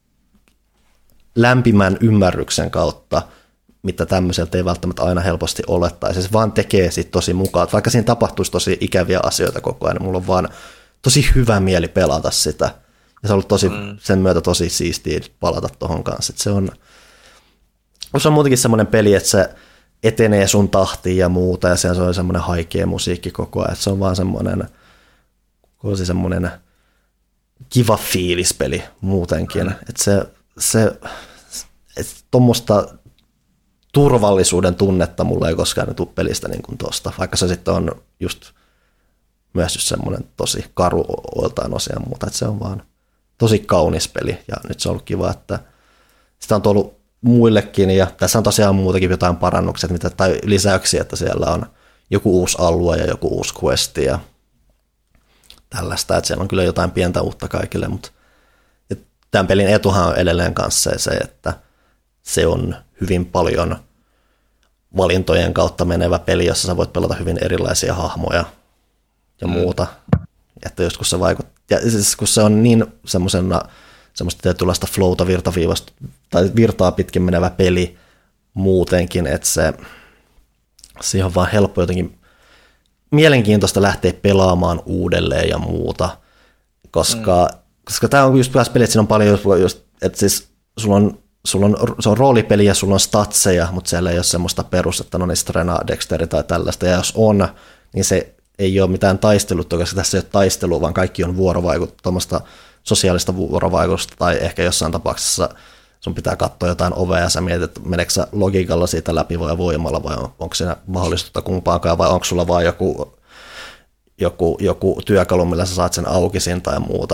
lämpimän ymmärryksen kautta, mitä tämmöiseltä ei välttämättä aina helposti ole, tai se vaan tekee siitä tosi mukaan. Vaikka siinä tapahtuisi tosi ikäviä asioita koko ajan, niin mulla on vaan tosi hyvä mieli pelata sitä. Ja se on ollut sen myötä tosi siistiä palata tuohon kanssa. Se on muutenkin semmoinen peli, että se etenee sun tahtiin ja muuta, ja se on semmoinen haikea musiikki koko ajan. Se on vaan semmoinen kiva fiilispeli muutenkin. Että tuommoista turvallisuuden tunnetta mulla ei koskaan tule pelistä niin kuin tosta, vaikka se sitten on just myös just semmoinen tosi karu oiltaan osia ja muuta, että se on vaan tosi kaunis peli, ja nyt se on ollut kiva, että sitä on tullut muillekin, ja tässä on tosiaan muutakin jotain parannuksia tai lisäyksiä, että siellä on joku uusi alue ja joku uusi questi ja tällaista, että siellä on kyllä jotain pientä uutta kaikille, mutta tämän pelin etuhan on edelleen kanssa se, että se on hyvin paljon valintojen kautta menevä peli, jossa sä voit pelata hyvin erilaisia hahmoja ja muuta. Että joskus se vaikuttaa, ja siis kun se on niin semmoista tietynlaista flowta virtaviivasta tai virtaa pitkin menevä peli muutenkin, että siihen on vaan helppo jotenkin mielenkiintoista lähteä pelaamaan uudelleen ja muuta, koska tämä on just peli, että siinä on paljon just, että siis se on roolipeli ja sulla on statseja, mutta siellä ei ole semmoista perus, että no niin strena, dexteri tai tällaista, ja jos on, niin se ei ole mitään taistelutta, koska tässä ei ole taistelua, vaan kaikki on tuommoista sosiaalista vuorovaikutusta, tai ehkä jossain tapauksessa sun pitää katsoa jotain ovea, ja sä mietit, että meneekö sä logiikalla siitä läpi vai voimalla, vai onko siinä mahdollisuutta kumpaakaan, vai onko sulla vaan joku työkalu, millä sä saat sen auki siinä tai muuta.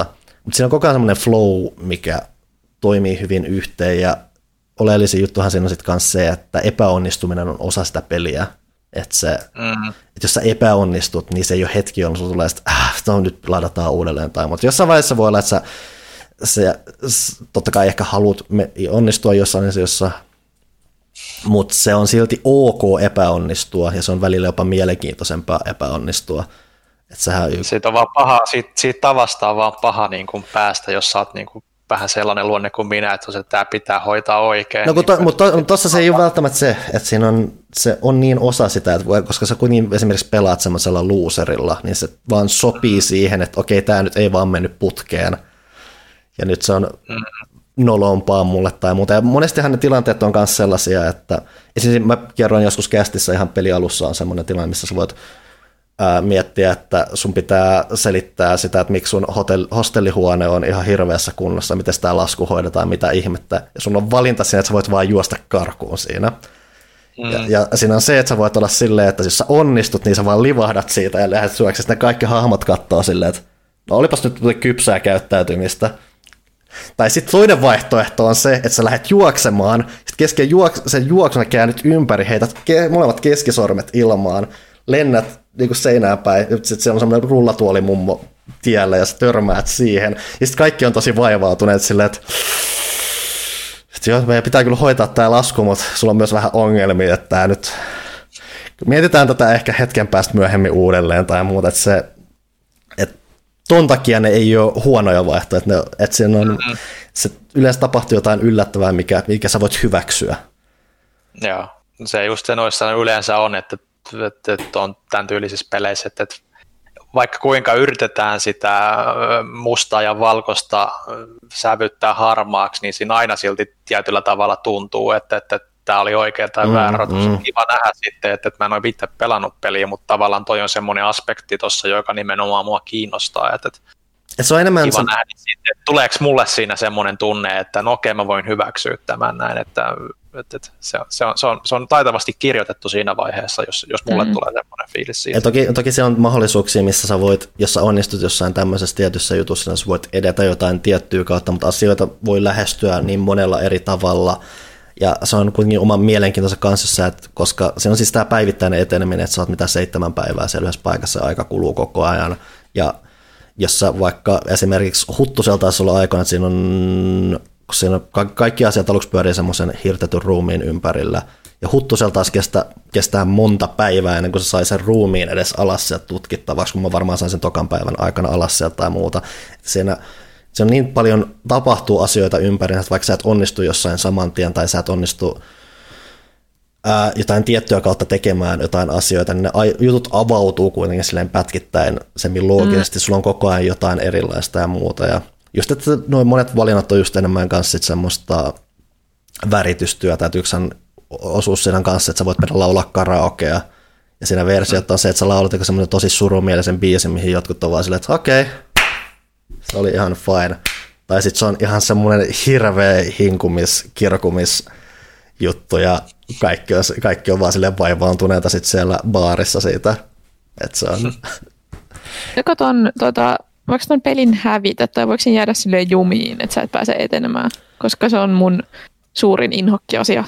Mutta siinä on koko ajan semmoinen flow, mikä toimii hyvin yhteen, ja oleellisin juttuhan siinä on sitten kanssa se, että epäonnistuminen on osa sitä peliä. Että jos sä epäonnistut, niin se ei ole hetki, jolloin sulla tulee, että nyt ladataan uudelleen. Mutta jossain vaiheessa voi olla, että sä totta kai ehkä haluat onnistua jossain asioissa, mutta se on silti ok epäonnistua, ja se on välillä jopa mielenkiintoisempaa epäonnistua. Siitä on vaan paha, siitä tavasta on vaan paha niin kuin päästä, jos sä oot niin kuin vähän sellainen luonne kuin minä, että tämä pitää hoitaa oikein. No, mutta tuossa se ei ole välttämättä se, että se on niin osa sitä, että koska sä kuitenkin esimerkiksi pelaat semmoisella loserilla, niin se vaan sopii siihen, että okei, tämä nyt ei vaan mennyt putkeen, ja nyt se on nolompaa mulle tai muuta. Ja monestihan ne tilanteet on myös sellaisia, että esimerkiksi mä kerroin joskus kästissä ihan pelialussa on semmoinen tilanne, missä sä voit miettiä, että sun pitää selittää sitä, että miksi sun hostellihuone on ihan hirveässä kunnossa, miten sitä lasku hoidetaan, mitä ihmettä. Ja sun on valinta siinä, että sä voit vaan juosta karkuun siinä. Ja siinä on se, että sä voit olla silleen, että jos sä onnistut, niin sä vaan livahdat siitä ja lähdet syöksi. Sitten ne kaikki hahmot kattoo silleen, että no olipas nyt kypsää käyttäytymistä. Tai sitten toinen vaihtoehto on se, että sä lähdet juoksemaan, sitten kesken sen juoksun käännyt ympäri, heität molemmat keskisormet ilmaan, lennät niin kuin seinään päin, sitten siellä on semmoinen rullatuolimummo tiellä ja sä törmäät siihen. Ja sitten kaikki on tosi vaivautuneet silleen, että joo, meidän pitää kyllä hoitaa tämä lasku, mutta sulla on myös vähän ongelmia, että tämä nyt mietitään tätä ehkä hetken päästä myöhemmin uudelleen tai muuta, että ton takia ne ei ole huonoja vaihtoehtoja, että siinä on, se yleensä tapahtuu jotain yllättävää, mikä sä voit hyväksyä. Joo, se just se noissa yleensä on, että on tämän tyylisissä peleissä, että vaikka kuinka yritetään sitä mustaa ja valkoista sävyttää harmaaksi, niin siinä aina silti tietyllä tavalla tuntuu, että tämä oli oikea tai väärä. On kiva nähdä sitten, että mä en ole itse pelannut peliä, mutta tavallaan toi on semmoinen aspekti tuossa, joka nimenomaan mua kiinnostaa. Että se on enemmän kiva nähdä sitten, että tuleeko mulle siinä semmoinen tunne, että no okei, mä voin hyväksyä tämän näin, että se on taitavasti kirjoitettu siinä vaiheessa, jos mulle tulee semmoinen fiilis siitä. Ja toki se on mahdollisuuksia, missä sä voit, jos sä onnistut jossain tämmöisessä tietyssä jutussa, niin sä voit edetä jotain tiettyä kautta, mutta asioita voi lähestyä niin monella eri tavalla. Ja se on kuitenkin oman mielenkiintoisen kanssa, että koska se on siis tämä päivittäinen eteneminen, että sä oot mitä 7 päivää siellä yhdessä paikassa, aika kuluu koko ajan. Ja jos sä vaikka esimerkiksi Huttusella taisi olla aikana, että siinä on kaikki asiat aluksi pyörii semmoisen hirtetyn ruumiin ympärillä. Ja Huttusella taas kestää monta päivää ennen kuin se sai sen ruumiin edes alas sieltä tutkittavaksi, kun mä varmaan sain sen tokan päivän aikana alas sieltä tai muuta. Se on niin paljon tapahtuu asioita ympäri, että vaikka sä et onnistu jossain saman tien tai sä et onnistu jotain tiettyä kautta tekemään jotain asioita, niin ne jutut avautuu kuitenkin silleen pätkittäin semi-loogisesti, sulla on koko ajan jotain erilaista ja muuta. Ja just, että noin monet valinnat on just enemmän kanssa sit semmoista väritystyötä, että yksi osuus siinä kanssa, että sä voit mennä laulaa karaokea, ja siinä versiot on se, että sä laulat semmoinen tosi surumielisen biisin, mihin jotkut on vaan silleen, että okei, se oli ihan fine. Tai sitten se on ihan semmoinen hirveä kirkumis kaikki on vaan silleen vaivaantuneita sit siellä baarissa siitä, että se on. Joko voiko ton pelin hävitä tai voiko siinä jäädä silleen jumiin, että sä et pääse etenemään, koska se on mun suurin inhokkiasia.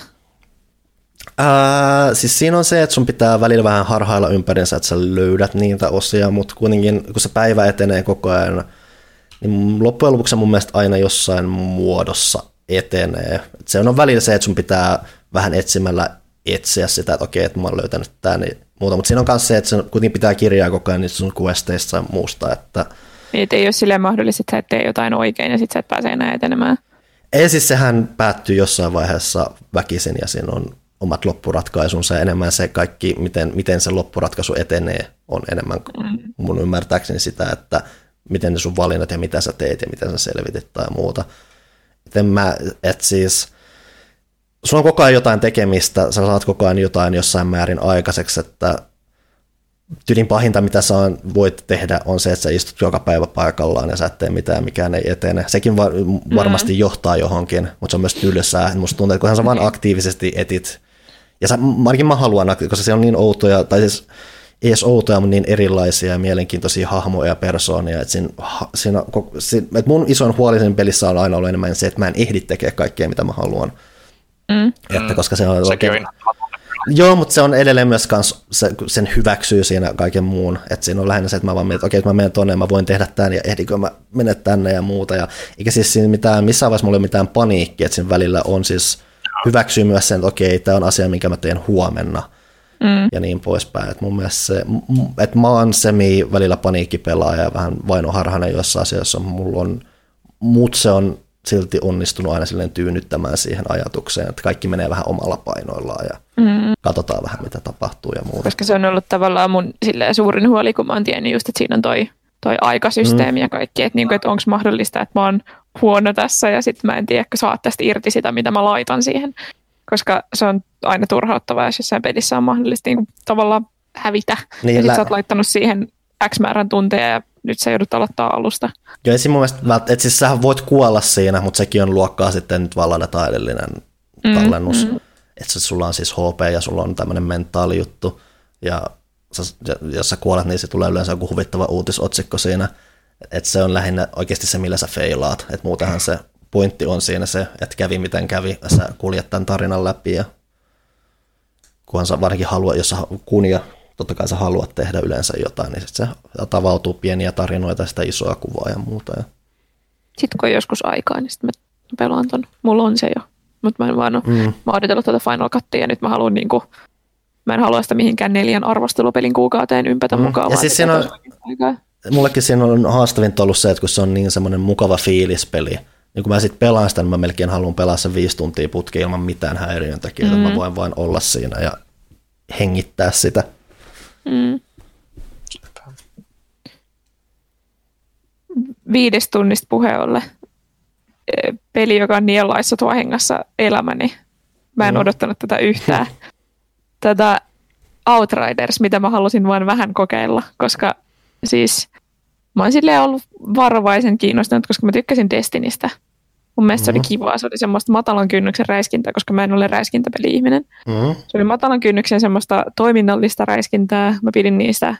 Siis siinä on se, että sun pitää välillä vähän harhailla ympärinsä, että sä löydät niitä osia, mutta kuitenkin kun se päivä etenee koko ajan, niin loppujen lopuksi mun mielestä aina jossain muodossa etenee. Et se on välillä se, että sun pitää vähän etsimällä etsiä sitä, että okei, että mä oon löytänyt tää, niin muuta. Mutta siinä on myös se, että se kuitenkin pitää kirjaa koko ajan niistä sun questeista ja muusta. Että niin, ei ole silleen mahdollista, että sä et tee jotain oikein ja sit sä et pääse enää etenemään. Ei, siis sehän päättyy jossain vaiheessa väkisin ja siinä on omat loppuratkaisunsa ja enemmän se kaikki, miten se loppuratkaisu etenee, on enemmän mun ymmärtääkseni sitä, että miten ne sun valinnat ja mitä sä teet ja miten sä selvitit tai muuta. Et siis sulla on koko ajan jotain tekemistä, sä saat koko ajan jotain jossain määrin aikaiseksi, että tyylin pahinta, mitä voit tehdä, on se, että sä istut joka päivä paikallaan ja sä et tee mitään, mikään ei etene. Sekin varmasti johtaa johonkin, mutta se on myös tylsää. Musta tuntuu, että kunhan sä vaan aktiivisesti etit, ja ainakin mä haluan, koska se on niin outoja, tai siis ei edes outoja, mutta niin erilaisia ja mielenkiintoisia hahmoja ja persoonia. Että että mun isoin huoli sen pelissä on aina ollut enemmän se, että mä en ehdi tekemään kaikkea, mitä mä haluan. Että koska se on oikein... Joo, mutta se on edelleen myös sen hyväksyy siinä kaiken muun. Että siinä on lähinnä se, että mä vaan mietin, että okei, että mä menen tonne ja mä voin tehdä tämän ja ehdikö mä menen tänne ja muuta. Ja eikä siis siinä missään vaiheessa mulla ei ole mitään paniikkia, että siinä välillä on siis hyväksyy myös sen, että okei, tämä on asia, minkä mä teen huomenna. Ja niin poispäin. Että mun mielestä se, että mä oon välillä paniikkipelaaja ja vähän vainoharhainen joissain asioissa mutta se on silti onnistunut aina silleen tyynnyttämään siihen ajatukseen, että kaikki menee vähän omalla painoillaan ja katsotaan vähän, mitä tapahtuu ja muuta. Koska se on ollut tavallaan mun suurin huoli, kun mä oon tiennyt just, että siinä on toi aikasysteemi ja kaikki, että niinku, onko mahdollista, että mä oon huono tässä ja sitten mä en tiedä, saa tästä irti sitä, mitä mä laitan siihen. Koska se on aina turhauttavaa, jos jossain pelissä on mahdollista niin tavallaan hävitä. Niin, ja sitten sä oot laittanut siihen X määrän tunteja ja nyt sä joudut aloittaa alusta. Joo, ei mun mielestä, että siis sähän voit kuolla siinä, mutta sekin on luokkaa sitten nyt vallanneta edellinen tallennus. Että sulla on siis HP ja sulla on tämmöinen mentaalijuttu. Ja jos sä kuolet, niin se tulee yleensä joku huvittava uutisotsikko siinä. Että se on lähinnä oikeasti se, millä sä feilaat. Että muutenhan se pointti on siinä se, että kävi miten kävi, sä kuljet tämän tarinan läpi ja kunhan sä varsinkin haluat, jos sä kunnia, totta kai sä haluat tehdä yleensä jotain, niin sitten se tavautuu pieniä tarinoita, sitä isoa kuvaa ja muuta. Ja... Sitten kun on joskus aikaa, niin sitten mä pelaan ton. Mulla on se jo, mutta mä en vaan mä oon odotellut tuota Final Cuttia ja nyt mä haluan niinku, mä en halua sitä mihinkään 4 arvostelupelin kuukauteen ympätä mukaan. Ja siis siinä on, mullekin siinä on haastavinta ollut se, että kun se on niin semmoinen mukava fiilispeli, niin kun mä sitten pelaan sitä, niin mä melkein haluan pelaa sen 5 tuntia putkeen ilman mitään häiriöntekijöitä. Mä voin vain olla siinä ja hengittää sitä. 5 tunnista puheen ollen. Peli, joka on niin laissa tuo hengassa elämäni. Mä en odottanut tätä yhtään. Tätä Outriders, mitä mä halusin vain vähän kokeilla, koska siis mä oon silleen ollut varovaisen kiinnostunut, koska mä tykkäsin Destinistä. Mun mielestä se oli kivaa, se oli semmoista matalan kynnyksen räiskintää, koska mä en ole räiskintäpeli-ihminen. Se oli matalan kynnyksen semmoista toiminnallista räiskintää. Mä pidin niistä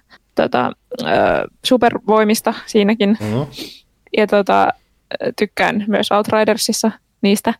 supervoimista siinäkin. Ja tykkään myös Outridersissa niistä.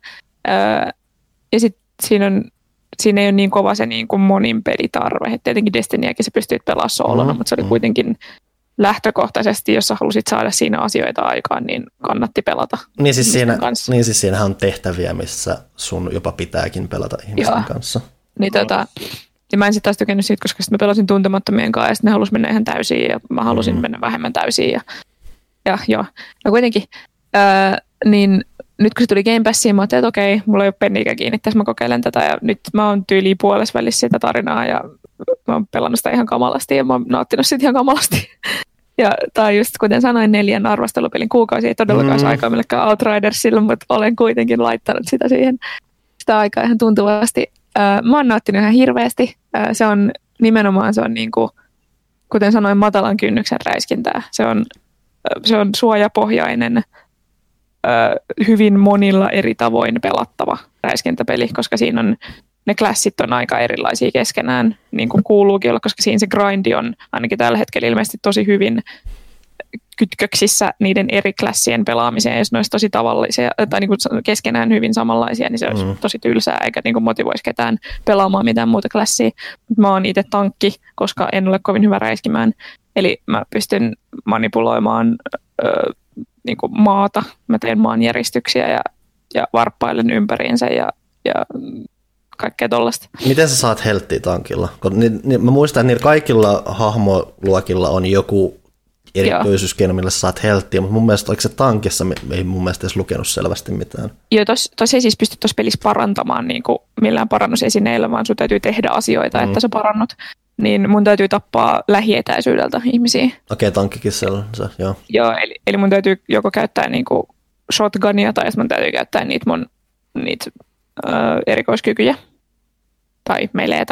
Ja sitten siinä ei ole niin kova se niin kuin monin pelitarve. Et tietenkin Destiniäkin sä pystyt pelaamaan soolona, mutta se oli kuitenkin lähtökohtaisesti, jos sä halusit saada siinä asioita aikaan, niin kannatti pelata niin siis siinähän on tehtäviä, missä sun jopa pitääkin pelata ihmisten kanssa. Niin ja mä en sitten taas tykännyt siitä, koska mä pelasin tuntemattomien kanssa ja sitten ne halusi mennä ihan täysiin ja mä halusin mennä vähemmän täysiin. Ja kuitenkin, niin nyt kun se tuli Game Passiin, mä ajattelin, että okei, mulla ei ole penniikä kiinni, tässä mä kokeilen tätä ja nyt mä oon tyyliin puolesvälissä sitä tarinaa ja mä oon pelannut sitä ihan kamalasti ja mä oon nauttinut sitä ihan kamalasti. Ja tää on just, kuten sanoin, 4 arvostelupelin kuukausi, ei todellakaan aikaa millekään Outridersilla, mutta olen kuitenkin laittanut sitä aikaa ihan tuntuvasti. Mä oon nauttinut ihan hirveästi. Se on niin kuin, kuten sanoin, matalan kynnyksen räiskintää. Se on suojapohjainen, hyvin monilla eri tavoin pelattava räiskintäpeli, koska siinä on ne klassit on aika erilaisia keskenään, niin kuin kuuluukin olla, koska siinä se grindi on ainakin tällä hetkellä ilmeisesti tosi hyvin kytköksissä niiden eri klassien pelaamiseen, jos ne olisi tosi tavallisia tai niin kuin keskenään hyvin samanlaisia, niin se olisi tosi tylsää, eikä niin kuin motivoisi ketään pelaamaan mitään muuta klassia. Mä oon itse tankki, koska en ole kovin hyvä räiskimään, eli mä pystyn manipuloimaan niin kuin maata, mä teen maanjäristyksiä ja varppailen ympäriinsä ja kaikkea tollaista. Miten sä saat helttiä tankilla? Mä muistan, että niillä kaikilla hahmoluokilla on joku erityisyskeino, millä sä saat helttiä, mutta mun mielestä oliko se tankissa, ei mun mielestä edes lukenut selvästi mitään. Joo, tossa ei siis pysty tuossa pelissä parantamaan niin kuin millään parannusesineillä, vaan sun täytyy tehdä asioita, että sä parannut. Niin mun täytyy tappaa lähietäisyydeltä ihmisiä. Okei, tankkikin se, joo. Joo, eli mun täytyy joko käyttää niinku shotgunia tai mun täytyy käyttää niitä erikoiskykyjä tai meleetä.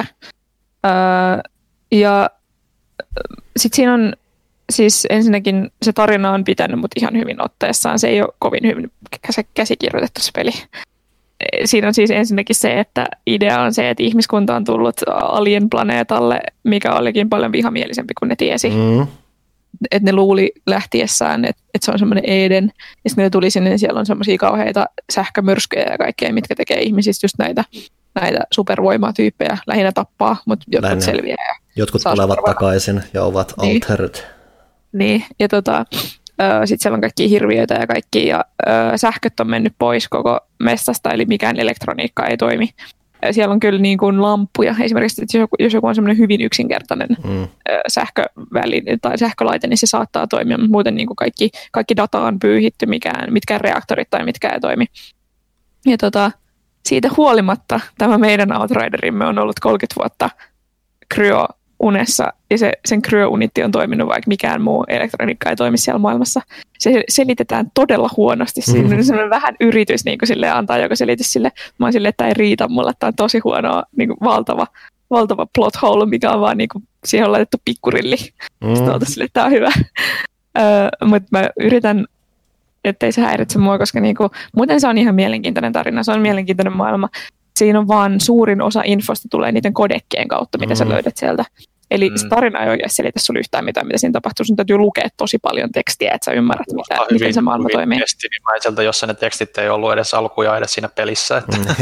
Ja sit siinä on, siis ensinnäkin se tarina on pitänyt mut ihan hyvin otteessaan. Se ei ole kovin hyvin käsikirjoitettu se peli. siinä on siis ensinnäkin se, että idea on se, että ihmiskunta on tullut alien-planeetalle, mikä olikin paljon vihamielisempi kuin ne tiesi. Että ne luuli lähtiessään, että se on semmoinen Eden, ja sitten ne tuli sinne, niin siellä on semmoisia kauheita sähkömyrskyjä ja kaikkea, mitkä tekee ihmisistä just näitä supervoimatyyppejä, lähinnä tappaa, mutta jotkut selviää. Jotkut tulevat takaisin ja ovat altered. Niin, ja sitten siellä on kaikkia hirviöitä ja kaikki, ja sähköt on mennyt pois koko mestasta, eli mikään elektroniikka ei toimi. Siellä on kyllä niin kuin lamppuja. Esimerkiksi, että jos joku on semmoinen hyvin yksinkertainen sähköväline tai sähkölaite, niin se saattaa toimia, mutta muuten niin kuin kaikki data on pyyhitty, mitkään reaktorit tai mitkä ei toimi. Ja siitä huolimatta tämä meidän Outriderimme on ollut 30 vuotta kryo-unessa, ja sen kryo-unitti on toiminut, vaikka mikään muu elektroniikka ei toimi siellä maailmassa. Se selitetään todella huonosti. Siinä on sellainen vähän yritys niin kuin silleen, antaa joku selitys sille. Mä oon silleen, että tämä ei riitä mulle, tämä on tosi huonoa, niin kuin valtava plot hole, mikä on vaan niin kuin, siihen on laitettu pikkurilli. Sitten oltaisiin silleen, että tämä on hyvä. Mutta mä yritän, ettei se häiritse mua, koska niin kuin, muuten se on ihan mielenkiintoinen tarina, se on mielenkiintoinen maailma. Siinä on vaan suurin osa infosta tulee niiden kodekkien kautta, mitä sä löydät sieltä. Eli se tarina ei oikeasti selitä sulle yhtään mitään, mitä siinä tapahtuu. Sun täytyy lukea tosi paljon tekstiä, että sä ymmärrät, miten se maailma toimii. Destiny-maiselta, jossa ne tekstit ei ollut edes alkuja edes siinä pelissä.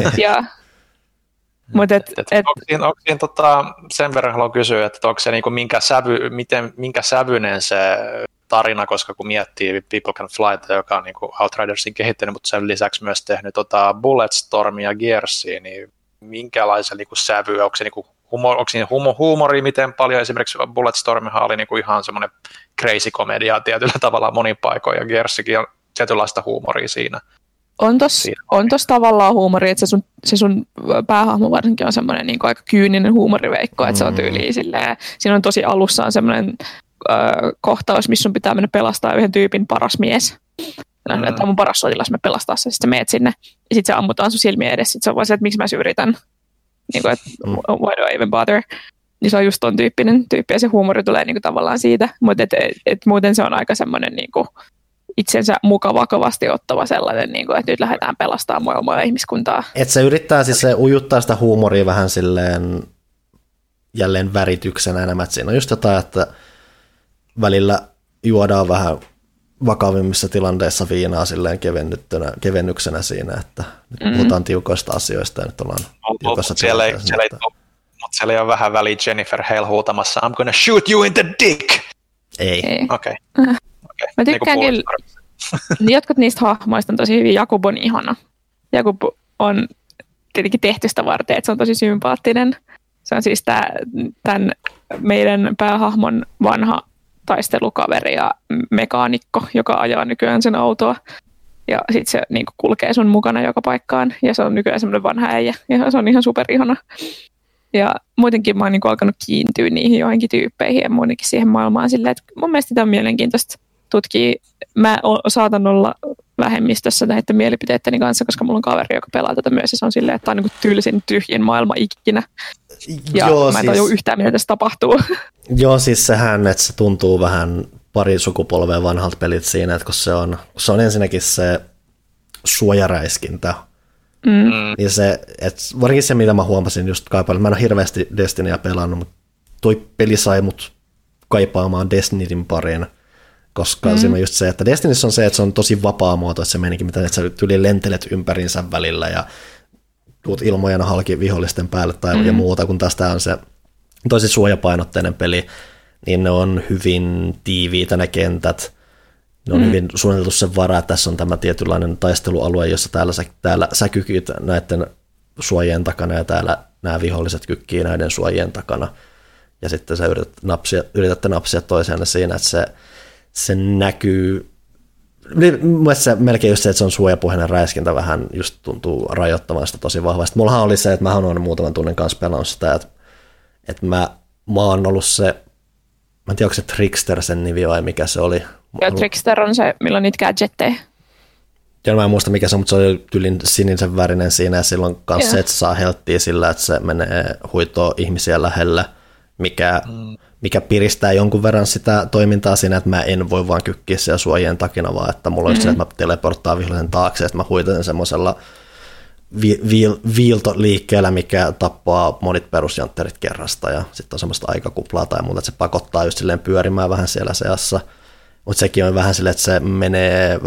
Onko siinä sen verran haluan kysyä, että onko se niinku minkä sävyinen se tarina, koska kun miettii People Can Fly, joka on niinku Outridersin kehittänyt, mutta sen lisäksi myös tehnyt Bulletstormia ja Gearsia, niin minkälaisen niinku sävy, onko se niinku onko siinä huumoria miten paljon, esimerkiksi Bulletstormihan oli niinku ihan semmoinen crazy komedia tietyllä tavalla monin paikoin, ja Gearsikin on tietynlaista huumoria siinä. On tossa tavallaan huumoria, että se sun päähahmo varsinkin on semmoinen niinku aika kyyninen huumoriveikko, että se on tyyliin silleen, siinä on tosi alussa on semmoinen kohtaus, missä sun pitää mennä pelastaa yhden tyypin paras mies. Tämä on mun paras sotilas, me pelastaa se, sitten meet sinne, ja sitten se ammutaan sun silmien edessä, sitten se on vaan se, että miksi mä yritän. Niin kuin, että why do I even bother? Niin se on just ton tyyppinen tyyppi, ja se huumori tulee niin kuin tavallaan siitä, mutta muuten se on aika semmoinen niin kuin itsensä vakavasti ottava sellainen, niin kuin, että nyt lähdetään pelastamaan maailmaa ja ihmiskuntaa. Että se yrittää siis se ujuttaa sitä huumoria vähän silleen jälleen värityksenä enemmän, että siinä on just jotain, että välillä juodaan vähän vakavimmissa tilanteissa viinaa silleen kevennyksenä siinä, että nyt puhutaan tiukoista asioista ja nyt ollaan tiukossa tilanteessa. Mutta siellä ei ole vähän väliä Jennifer Hale huutamassa I'm gonna shoot you in the dick! Ei. Okei. Mä tykkään kyllä, jotkut niistä hahmoista on tosi hyvin. Jakub on ihana. Jakub on tietenkin tehty sitä varten, että se on tosi sympaattinen. Se on siis tämän meidän päähahmon vanha taistelukaveri ja mekaanikko, joka ajaa nykyään sen autoa. Ja sitten se niin kulkee sun mukana joka paikkaan. Ja se on nykyään semmoinen vanha äijä. Ja se on ihan superihana. Ja muutenkin mä oon niin alkanut kiintyä niihin joihinkin tyyppeihin ja muutenkin siihen maailmaan silleen, että mun mielestä tämä on mielenkiintoista tutkia. Mä saatan olla vähemmistössä näiden mielipiteitteni kanssa, koska mulla on kaveri, joka pelaa tätä myös, ja se on silleen, että tämä on niin tylsin tyhjin maailma ikinä. Ja joo, mä en tajua yhtään, mitä tässä tapahtuu. Joo, siis sehän, että se tuntuu vähän pari sukupolvea vanhalta pelit siinä, että kun se on ensinnäkin se suojaräiskintä, niin se, että varsinkin se, mitä mä huomasin just kaipailen, mä en ole hirveästi Destinyä pelannut, mutta toi peli sai mut kaipaamaan Destinyn pariin, koska siinä on just se, että Destinyssä on se, että se on tosi vapaamuotoista se menikin, mitä sä yli lentelet ympärinsä välillä ja tuut ilmojana halki vihollisten päälle tai ja muuta, kun taas tää on se tosi suojapainotteinen peli, niin ne on hyvin tiiviitä ne kentät. Ne on hyvin suunniteltu sen varaa, että tässä on tämä tietynlainen taistelualue, jossa täällä sä kykyt näiden suojien takana ja täällä nämä viholliset kykkii näiden suojien takana. Ja sitten sä yritätte napsia toisiaan siinä, että se näkyy. Mielestäni melkein just se, että se on suojapohjainen räiskintä vähän just tuntuu rajoittamaan sitä tosi vahvasti. Mullahan oli se, että mä oon muutaman tunnin kanssa pelannut sitä, että mä oon ollut se, mä en tiedä, onko se Trickster sen nimi vai mikä se oli. Joo, Trickster on se, milloin niitä gadgetteja. Ja mä en muista mikä se on, mutta se oli tyylin sinisen värinen siinä ja silloin kanssa se, että se saa helttiä sillä, että se menee huitoa ihmisiä lähellä, mikä piristää jonkun verran sitä toimintaa siinä, että mä en voi vaan kykkiä siellä suojien takina, vaan että mulla on se, että mä teleporttaan vihollisen taakse, että mä huitan semmoisella viilto liikkeellä, mikä tappaa monit perusjantterit kerrasta ja sitten on semmoista aikakuplaa tai muuta, että se pakottaa just silleen pyörimään vähän siellä seassa. Mutta sekin on vähän silleen, että se menee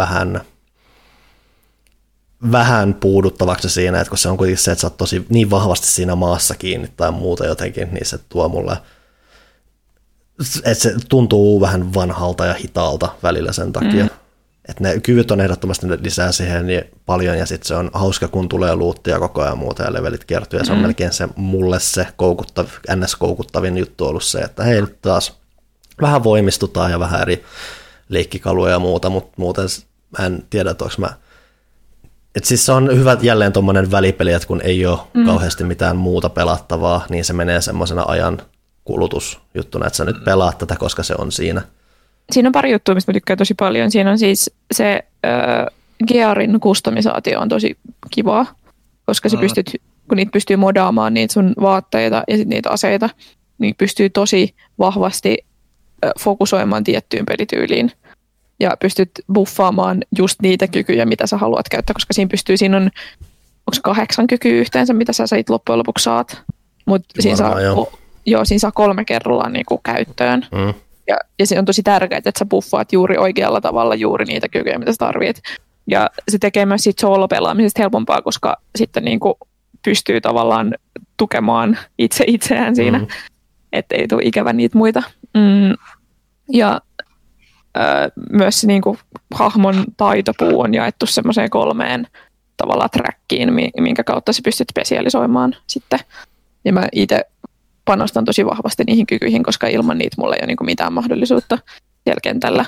vähän puuduttavaksi siinä, että kun se on kuitenkin se, että sä oot tosi niin vahvasti siinä maassa kiinni tai muuta jotenkin, niin se tuo mulle, että se tuntuu vähän vanhalta ja hitaalta välillä sen takia. Että ne kyvyt on ehdottomasti, ne lisää siihen niin paljon ja sitten se on hauska, kun tulee luuttia koko ajan muuta ja levelit kertyy ja se on melkein se mulle se NS-koukuttavin juttu ollut se, että hei nyt taas vähän voimistutaan ja vähän eri leikkikaluja ja muuta, mutta muuten mä en tiedä, että onko mä. Että siis se on hyvä jälleen tuommoinen välipeli, että kun ei ole kauheasti mitään muuta pelattavaa, niin se menee semmoisena ajan kulutusjuttuna, että sä nyt pelaat tätä, koska se on siinä. Siinä on pari juttua, mistä mä tykkään tosi paljon. Siinä on siis se gearin kustomisaatio on tosi kivaa, koska kun niitä pystyy modaamaan, niitä sun vaatteita ja sit niitä aseita, niin pystyy tosi vahvasti fokusoimaan tiettyyn pelityyliin. Ja pystyt buffaamaan just niitä kykyjä, mitä sä haluat käyttää, koska siinä on, onko 8 kykyä yhteensä, mitä sä loppujen lopuksi saat. Mutta siinä saa 3 kerrallaan niinku käyttöön. Ja se on tosi tärkeää, että sä buffaat juuri oikealla tavalla juuri niitä kykyjä, mitä sä tarvit. Ja se tekee myös siitä solo-pelaamisesta helpompaa, koska sitten niinku pystyy tavallaan tukemaan itseään siinä, että ei tule ikävä niitä muita. Ja myös niin kuin hahmon taitopuu on jaettu semmoiseen 3 tavallaan trackiin, minkä kautta sä pystyt spesialisoimaan sitten. Ja mä itse panostan tosi vahvasti niihin kykyihin, koska ilman niitä mulla ei ole niin kuin mitään mahdollisuutta siellä kentällä.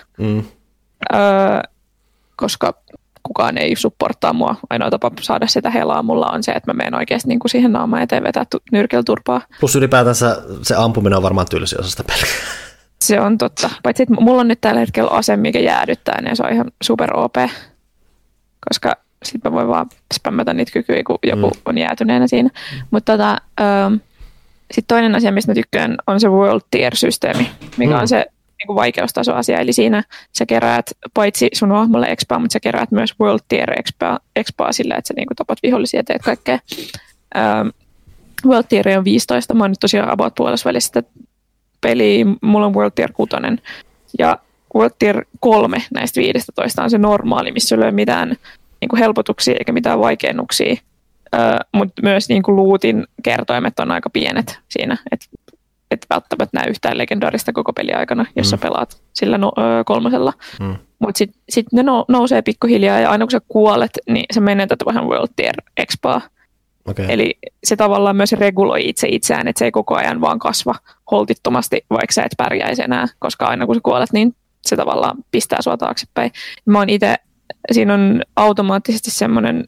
Koska kukaan ei supporttaa mua. Ainoa tapa saada sitä helaa mulla on se, että mä menen oikeasti niin kuin siihen naamaan eteen vetää nyrkillä turpaa. Plus ylipäätänsä se ampuminen on varmaan tylsi osa sitä peliä. Se on totta. Paitsi, että mulla on nyt tällä hetkellä ase, mikä jäädyttää, niin se on ihan super OP. Koska sitten mä voin vaan spämmätä niitä kykyjä, kun joku on jäätyneenä siinä. Mutta sitten toinen asia, mistä mä tykkään, on se World Tier-systeemi, mikä on se niin kuin vaikeustasoasia. Eli siinä sä keräät paitsi sun hahmolle expaa, mutta sä keräät myös World Tier expaa sillä, että sä niin kuin tapat vihollisia ja teet kaikkea. World Tier on 15. Mä oon nyt tosiaan about puolessa välissä peli, mulla on World Tier 6 ja World Tier 3 näistä 15 on se normaali, missä ei ole mitään niin kuin helpotuksia eikä mitään vaikeennuksia, mutta myös niin kuin lootin kertoimet on aika pienet siinä, että et välttämättä näe yhtään legendaarista koko peli aikana, jos sä pelaat sillä 3. Mutta sitten ne nousee pikkuhiljaa ja aina kun sä kuolet, niin sä menetät vähän World Tier expaa. Okay. Eli se tavallaan myös reguloi itseään, että se ei koko ajan vaan kasva holtittomasti, vaikka sä et pärjäisi enää, koska aina kun sä kuolet, niin se tavallaan pistää sua taaksepäin. Mä oon itse, siinä on automaattisesti semmoinen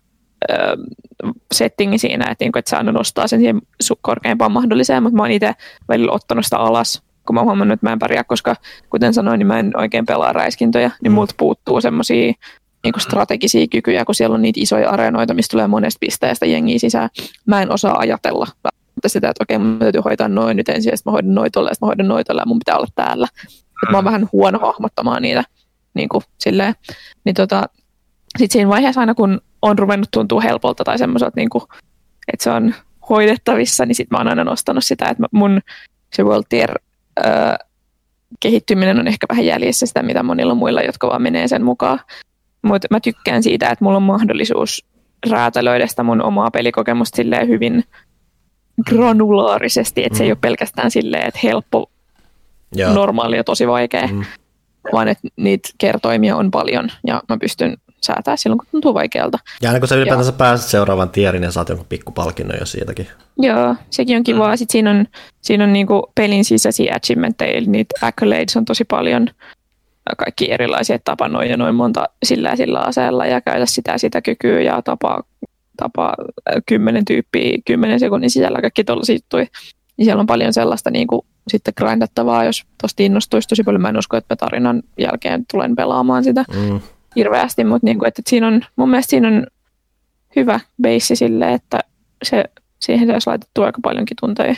settingi siinä, että sä aina nostaa sen siihen korkeimpaan mahdolliseen, mutta mä oon itse välillä ottanut sitä alas, kun mä oon huomannut, että mä en pärjää, koska kuten sanoin, niin mä en oikein pelaa räiskintöjä, niin multa puuttuu semmosia niin kuin strategisia kykyjä, kun siellä on niitä isoja areenoita, mistä tulee monesta pisteestä jengiä sisään. Mä en osaa ajatella sitä, että okei, mun täytyy hoitaa noin nyt ensin, ja sitten mä hoidan noitolle, ja sitten mä hoidan noitolle, ja mun pitää olla täällä. Että mä oon vähän huono hahmottamaan niitä, niin kuin silleen. Niin sitten siinä vaiheessa aina, kun on ruvennut tuntua helpolta tai semmoiselta, niin kuin, että se on hoidettavissa, niin sitten mä oon aina nostanut sitä, että mun se World Tier kehittyminen on ehkä vähän jäljessä sitä, mitä monilla muilla, jotka vaan menee sen mukaan. Mutta mä tykkään siitä, että mulla on mahdollisuus räätälöidä sitä mun omaa pelikokemusta silleen hyvin granulaarisesti, että se ei ole pelkästään silleen, että helppo, normaali ja tosi vaikea, vaan että niitä kertoimia on paljon ja mä pystyn säätämään silloin, kun tuntuu vaikealta. Ja aina kun sä ylipäätänsä pääset seuraavan tierin ja saat jonkun pikkupalkinnon jo siitäkin. Joo, sekin on kivaa. Sitten siinä on niinku pelin sisäisiä achievementteja, eli niitä accolades on tosi paljon. Kaikki erilaisia, että tapa noin monta sillä aseella ja käytä sitä kykyä ja tapaa 10 tyyppiä 10 sekunnin sisällä, kaikki tollaisia juttuja. Ja siellä on paljon sellaista niin kuin, sitten grindattavaa, jos tosta innostuisi tosi paljon. Mä en usko, että mä tarinan jälkeen tulen pelaamaan sitä hirveästi, mutta niin kuin, että mun mielestä siinä on hyvä base sille, että siihen olisi laitettu aika paljonkin tunteja.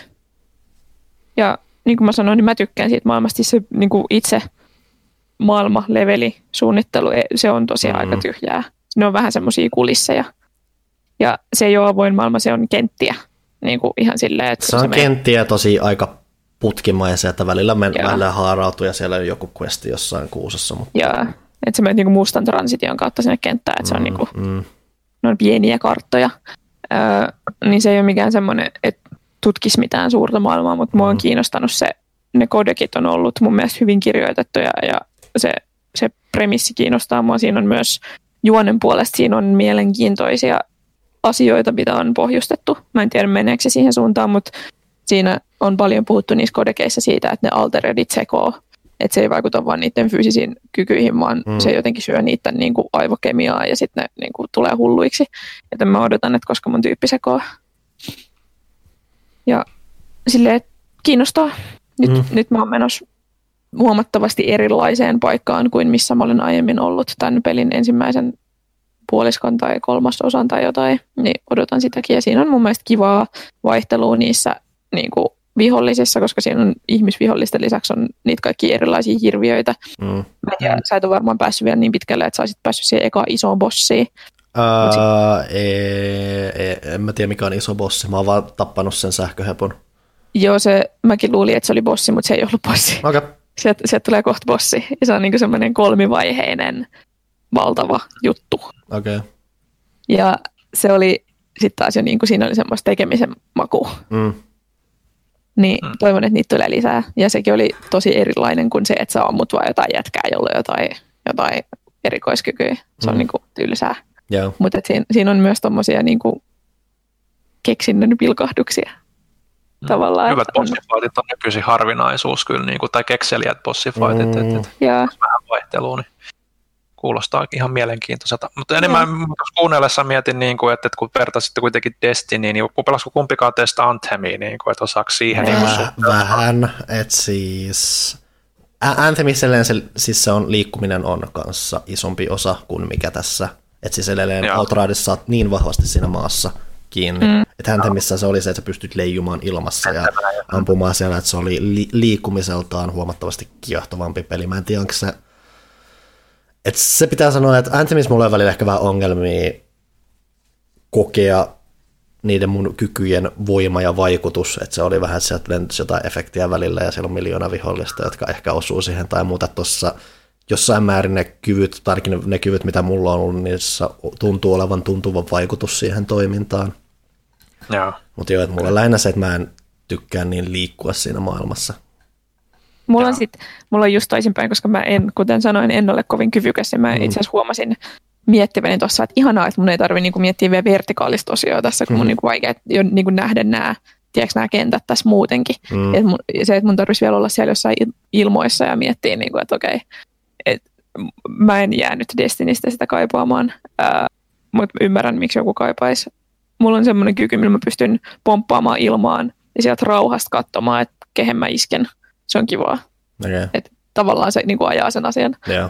Ja niin kuin mä sanoin, niin mä tykkään siitä maailmasta, se niin kuin itse maailma-leveli suunnittelu, se on tosiaan aika tyhjää. Ne on vähän semmoisia kulisseja. Ja se ei ole avoin maailma, se on kenttiä. Niin kuin ihan silleen, että se on kenttiä tosi aika putkimaisia, että välillä haarautuu ja siellä on joku questi jossain kuusessa. Mutta... Joo, että sä menet niin kuin mustan transition kautta sinne kenttään, että se on niin kuin, ne on pieniä karttoja. Niin se ei ole mikään semmoinen, että tutkisi mitään suurta maailmaa, mutta mua on kiinnostanut se, ne kodekit on ollut mun mielestä hyvin kirjoitettuja ja se premissi kiinnostaa mua. Siinä on myös juonen puolesta, siinä on mielenkiintoisia asioita, mitä on pohjustettu. Mä en tiedä, meneekö se siihen suuntaan, mutta siinä on paljon puhuttu niissä kodekeissa siitä, että ne alteredit sekoo. Että se ei vaikuta vaan niiden fyysisiin kykyihin, vaan se jotenkin syö niiden niin kuin aivokemiaa ja sitten ne niin kuin tulee hulluiksi. Joten mä odotan, että koska mun tyyppi sekoo. Ja silleen, että kiinnostaa. Nyt mä oon menossa huomattavasti erilaiseen paikkaan kuin missä mä olen aiemmin ollut tämän pelin ensimmäisen puoliskon tai kolmasosan tai jotain, niin odotan sitäkin. Ja siinä on mun mielestä kivaa vaihtelua niissä niin kuin vihollisissa, koska siinä on ihmisvihollisten lisäksi on niitä kaikki erilaisia hirviöitä. Mä en tiedä, sä et ole varmaan päässyt vielä niin pitkälle, että sä olisit päässyt siihen ekaan isoon bossiin. En mä tiedä, mikä on iso bossi. Mä oon vaan tappanut sen sähköhepon. Joo, mäkin luulin, että se oli bossi, mutta se ei ollut bossi. Okay. Sieltä tulee kohta bossi. Ja se on niinku semmoinen kolmivaiheinen valtava juttu. Okay. Ja se oli sitten taas jo niinku, siinä oli semmoista tekemisen makua. Niin toivon, että niitä tulee lisää. Ja sekin oli tosi erilainen kuin se, että sä ammut vaan jotain jätkää, jolla on jotain erikoiskykyjä. Se on niinku tylsää. Yeah. Mutta siinä on myös tommosia niinku keksinnön pilkahduksia. Tavallaan, hyvät bossifightit on nykyisin harvinaisuus kyllä, niin kuin, tai kekseliät bossifightit, vähän vaihtelua, niin kuulostaa ihan mielenkiintoiselta. Mutta enemmän kuunnellessa mietin, niin kuin, että kun vertaisitte kuitenkin Destiny, niin pelasiko kumpikaan teistä Anthemia, niin kuin, että osaako siihen? Vähän, että siis Anthemissa siis se on liikkuminen on kanssa isompi osa kuin mikä tässä, että siis edelleen Outridessa olet niin vahvasti siinä maassa kiinni. Että Anthemissa se oli se, että sä pystyt leijumaan ilmassa ja ampumaan siellä, että se oli liikkumiseltaan huomattavasti kiehtovampi peli. Mä en tiedä, onko se... Että se pitää sanoa, että Anthemissa mulla on välillä ehkä vähän ongelmia kokea niiden mun kykyjen voima ja vaikutus, että se oli vähän, että sieltä lentäisi jotain efektiä välillä ja siellä on miljoona vihollista, jotka ehkä osuu siihen tai muuta. Tuossa jossain määrin ne kyvyt, tarkin ne kyvyt, mitä mulla on ollut, niissä tuntuu olevan tuntuva vaikutus siihen toimintaan. Mutta joo, että mulla on lähinnä se, että mä en tykkää niin liikkua siinä maailmassa. Mulla on just toisinpäin, koska mä kuten sanoin, en ole kovin kyvykäs ja mä itse asiassa huomasin miettiväni tuossa, että ihanaa, että mun ei tarvitse niinku miettiä vielä vertikaalista osioa tässä, kun mun niinku vaikea jo niinku nähdä nämä kentät tässä muutenkin. Se, että mun tarvitsisi vielä olla siellä jossain ilmoissa ja miettiä, niinku, että okei, mä en jäänyt Destinystä sitä kaipaamaan, mutta ymmärrän, miksi joku kaipaisi. Mulla on semmoinen kyky, millä mä pystyn pomppaamaan ilmaan ja sieltä rauhasta katsomaan, että kehen mä isken. Se on kivaa. Okay. Että tavallaan se niin kuin ajaa sen asian. Yeah.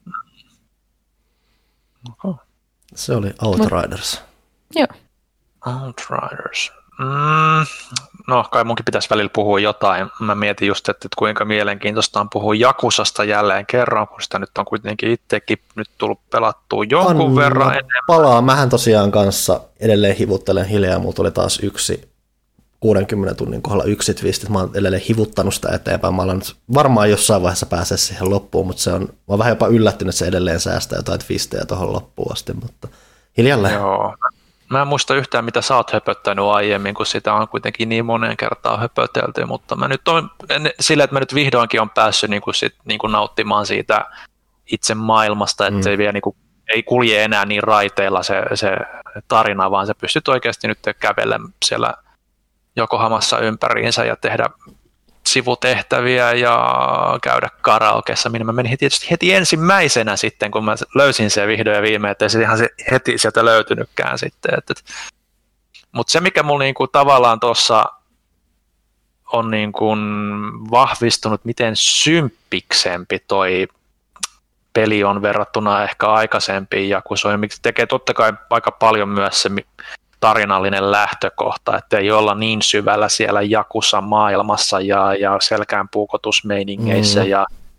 Se oli Outriders. Joo. Outriders. No, kai munkin pitäisi välillä puhua jotain. Mä mietin just, että kuinka mielenkiintoista on puhua Yakusasta jälleen kerran, kun sitä nyt on kuitenkin itsekin nyt tullut pelattua jonkun verran enemmän. Mähän tosiaan kanssa edelleen hivuttelen hiljaa. Mulla tuli taas 60 tunnin kohdalla yksi twisti. Mä oon edelleen hivuttanut sitä eteenpäin. Mä olen varmaan jossain vaiheessa pääsee siihen loppuun, mutta mä oon vähän jopa yllättynyt, että se edelleen säästää jotain twistejä tuohon loppuun asti, mutta hiljalleen. Joo. Mä en muista yhtään, mitä sä oot höpöttänyt aiemmin, kun sitä on kuitenkin niin moneen kertaan höpötelty, mutta mä nyt on sillä, että mä nyt vihdoinkin on päässyt nauttimaan siitä itse maailmasta, että se ei vielä ei kulje enää niin raiteilla se tarina, vaan sä pystyt oikeasti nyt kävelemään siellä Yokohamassa ympäriinsä ja tehdä sivutehtäviä ja käydä karaokessa, minne mä menin tietysti heti ensimmäisenä sitten, kun mä löysin sen vihdoin ja viimein, ettei se ihan heti sieltä löytynytkään sitten. Mutta se, mikä mulla niinku tavallaan tuossa on niinku vahvistunut, miten symppiksempi toi peli on verrattuna ehkä aikaisempiin Yakuzoihin, mikä tekee totta kai aika paljon myös se tarinallinen lähtökohta, että ei olla niin syvällä siellä Yakuza-maailmassa ja selkään puukotusmeiningeissä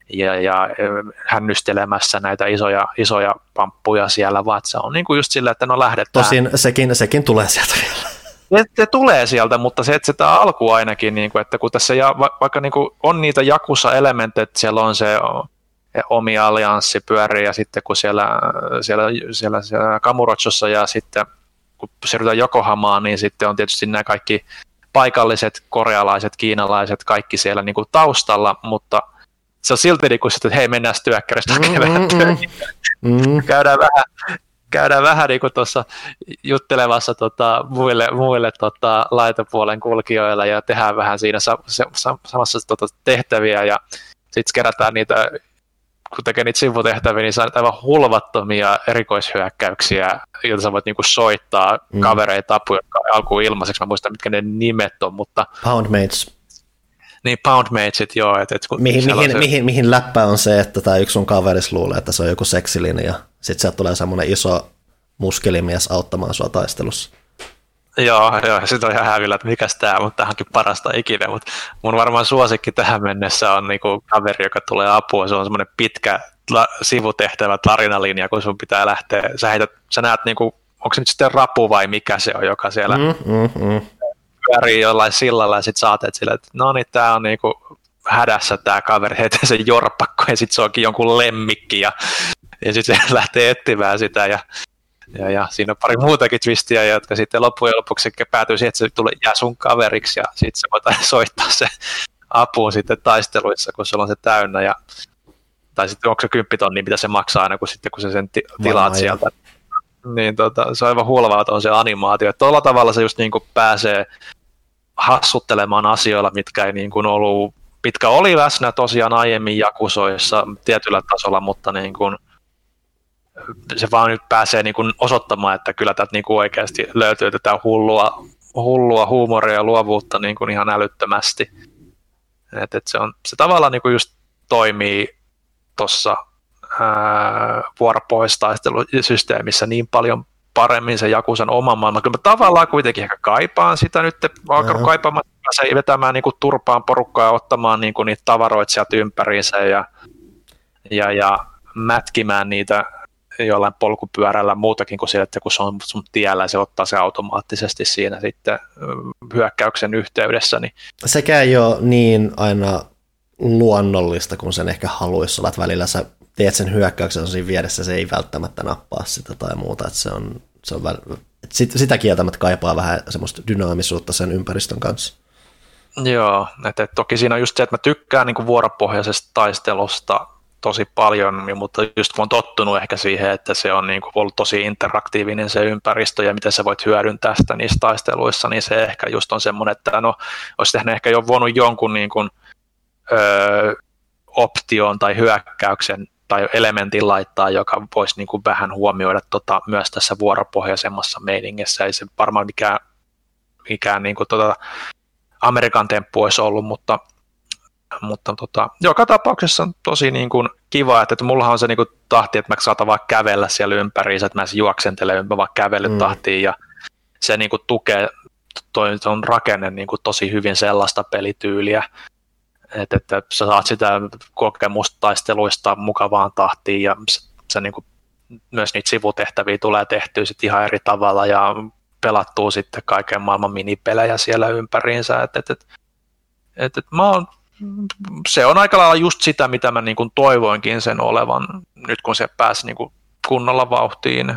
ja hännystelemässä näitä isoja pamppuja siellä, vaan se on niin kuin just sillä, että no lähdetään. Tosin sekin tulee sieltä vielä. Se tulee sieltä, mutta se tämä alku ainakin, niin kuin, että kun tässä vaikka niin kuin on niitä Yakuza-elementtejä, että siellä on se omi allianssi pyörii ja sitten kun siellä Kamurochossa ja sitten kun siirrytään Yokohamaan, niin sitten on tietysti nämä kaikki paikalliset, korealaiset, kiinalaiset, kaikki siellä niin kuin taustalla, mutta se on silti niin kuin sitten, että hei, mennään työkkäristä hakemaan töihin. Käydään vähän niin kuin tuossa juttelemassa muille laitapuolen kulkijoilla ja tehdään vähän siinä samassa tehtäviä ja sitten kerätään niitä, kun tekee niitä sivutehtäviä, niin saa aivan hulvattomia erikoishyökkäyksiä, joita sä voit niinku soittaa kavereita apuja, jotka alkuun ilmaiseksi. Mä muistan, mitkä ne nimet on, mutta... Poundmates. Niin, Poundmatesit, joo. Mihin läppä on se, että tämä yksi sun kaveris luulee, että se on joku seksilinen ja sitten sieltä tulee semmoinen iso muskelimies auttamaan sua taistelussa. Joo, sitten on ihan hävillä, että mikäs tää, mutta tämähän onkin parasta ikinä, mutta mun varmaan suosikki tähän mennessä on niinku kaveri, joka tulee apua, se on semmoinen pitkä sivutehtävä tarinalinja, kun sun pitää lähteä, sä näet niinku, onko se nyt sitten rapu vai mikä se on, joka siellä pyörii jollain sillalla ja sit saatet sillä, että no niin, tää on niinku hädässä tää kaveri, heittää sen jorppakko ja sit se onkin jonkun lemmikki ja sitten se lähtee etsimään sitä ja siinä on pari muutakin twistiä, jotka sitten loppujen lopuksi päätyy siihen, että se jää sun kaveriksi ja sitten se voidaan soittaa se apuun sitten taisteluissa, kun sulla on se täynnä. Tai sitten onko se 10 tonnia, mitä se maksaa aina, kun se sen tilaat sieltä. Niin se on aivan huolavaton se animaatio. Tuolla tavalla se just niin kuin pääsee hassuttelemaan asioilla, mitkä ei niin kuin ollut, mitkä oli läsnä tosiaan aiemmin Yakuzoissa tietyllä tasolla, mutta niin kuin se vaan nyt pääsee niin kuin osoittamaan, että kyllä täältä niin kuin oikeasti löytyy tätä hullua huumoria ja luovuutta niin kuin ihan älyttömästi. Se tavallaan niin kuin just toimii tuossa vuoropohjastaistelusysteemissä niin paljon paremmin se Yakuzan oma maailma. Kyllä mä tavallaan kuitenkin ehkä kaipaan sitä nyt, alkanut kaipaamaan se vetämään niin kuin turpaan porukkaa ja ottamaan niin kuin niitä tavaroita sieltä ympäriinsä ja mätkimään niitä jollain polkupyörällä muutakin kuin sillä, että kun se on sun tiellä, se ottaa se automaattisesti siinä sitten hyökkäyksen yhteydessä. Niin. Sekä ei ole niin aina luonnollista, kun sen ehkä haluaisi olla, että välillä sä teet sen hyökkäyksen siinä vieressä, se ei välttämättä nappaa sitä tai muuta, että sitä kieltämättä kaipaa vähän semmoista dynaamisuutta sen ympäristön kanssa. Joo, että toki siinä on just se, että mä tykkään niin kuin vuoropohjaisesta taistelusta tosi paljon, mutta just kun on tottunut ehkä siihen, että se on niin kuin ollut tosi interaktiivinen se ympäristö ja miten sä voit hyödyntää sitä niissä taisteluissa, niin se ehkä just on semmoinen, että no, olisi tehnyt ehkä jo voinut jonkun niin kuin, option tai hyökkäyksen tai elementin laittaa, joka voisi niin kuin vähän huomioida myös tässä vuoropohjaisemmassa meiningissä. Ei se varmaan mikään niin kuin Amerikan temppu olisi ollut, mutta joka tapauksessa on tosi niin kuin kiva, että mullahan on se niin kuin tahti, että mä saatan vaan kävellä siellä ympäriinsä, että mä juoksentelen vaan kävelytahtiin ja se niin kuin tukee on rakenne niin kuin tosi hyvin sellaista pelityyliä, että sä saat sitä kokemusta taisteluista mukavaan tahtiin ja se niin kuin myös niitä sivutehtäviä tulee tehtyä sitten ihan eri tavalla ja pelattuu sitten kaiken maailman minipelejä siellä ympäriinsä, että mä oon se on aika lailla just sitä, mitä mä niin kuin toivoinkin sen olevan, nyt kun se pääsi niin kuin kunnolla vauhtiin.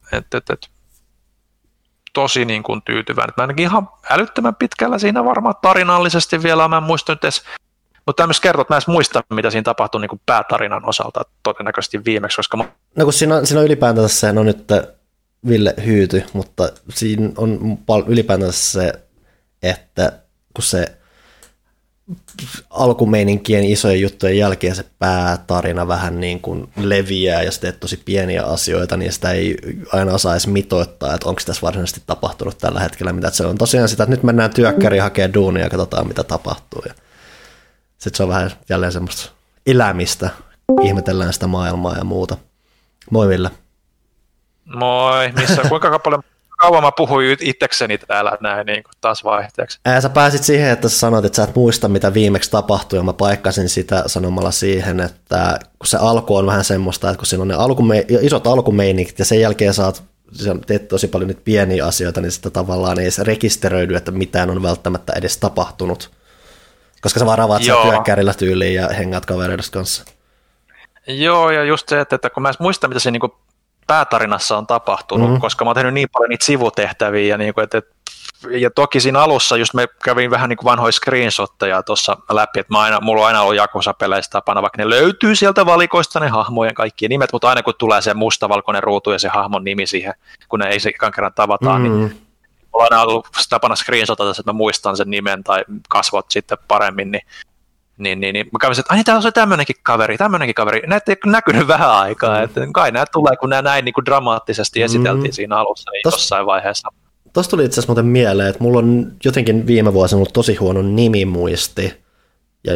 Tosi niin kuin tyytyväinen. Mä ainakin ihan älyttömän pitkällä siinä varmaan tarinallisesti vielä, mä en muista nyt edes, mutta tämmöistä kertoo, että mä en muista, mitä siinä tapahtui niin kuin päätarinan osalta todennäköisesti viimeksi, koska No kun siinä on ylipäätänsä se, no nyt Ville hyyty, mutta siinä on ylipäätänsä se, että kun se alkumeininkien isojen juttujen jälkeen se päätarina vähän niin kuin leviää ja sitten tosi pieniä asioita, niin sitä ei aina osaa edes mitoittaa, että onko tässä varsinaisesti tapahtunut tällä hetkellä, mitä se on tosiaan sitä, että nyt mennään työkkäriin hakemaan duunia ja katsotaan mitä tapahtuu. Ja sitten se on vähän jälleen semmoista elämistä, ihmetellään sitä maailmaa ja muuta. Moi Ville. Moi, kuinka paljon kauan mä puhuin itsekseni täällä näin niin kuin taas vaihteeksi. Sä pääsit siihen, että sä sanoit, että sä et muista, mitä viimeksi tapahtui, ja mä paikkasin sitä sanomalla siihen, että kun se alku on vähän semmoista, että kun siinä on ne isot alkumeinikit, ja sen jälkeen teet tosi paljon niitä pieniä asioita, niin sitä tavallaan ei se rekisteröidy, että mitään on välttämättä edes tapahtunut. Koska sä vaan ravaat siellä työkkärillä tyyliin ja hengaat kavereiden kanssa. Joo, ja just se, että kun mä en muista, mitä siinä niin päätarinassa on tapahtunut, koska mä oon tehnyt niin paljon niitä sivutehtäviä, ja, niin kuin, ja toki siinä alussa just me kävin vähän niin kuin vanhoja screenshotteja tuossa läpi, että mulla on aina ollut Yakuza-peleissä tapana, vaikka ne löytyy sieltä valikoista ne hahmojen kaikki nimet, mutta aina kun tulee se mustavalkoinen ruutu ja se hahmon nimi siihen, kun ne ei se ekan kerran tavataan, niin mulla on aina ollut tapana screenshotata, että mä muistan sen nimen tai kasvot sitten paremmin, niin mä kävin, että täällä on se tämmöinenkin kaveri, näitä ei näkynyt vähän aikaa, että kai nämä tulee, kun nämä näin niin kuin dramaattisesti esiteltiin siinä alussa niin jossain vaiheessa. Tuossa tuli itse asiassa muuten mieleen, että mulla on jotenkin viime vuosina ollut tosi huono nimimuisti, ja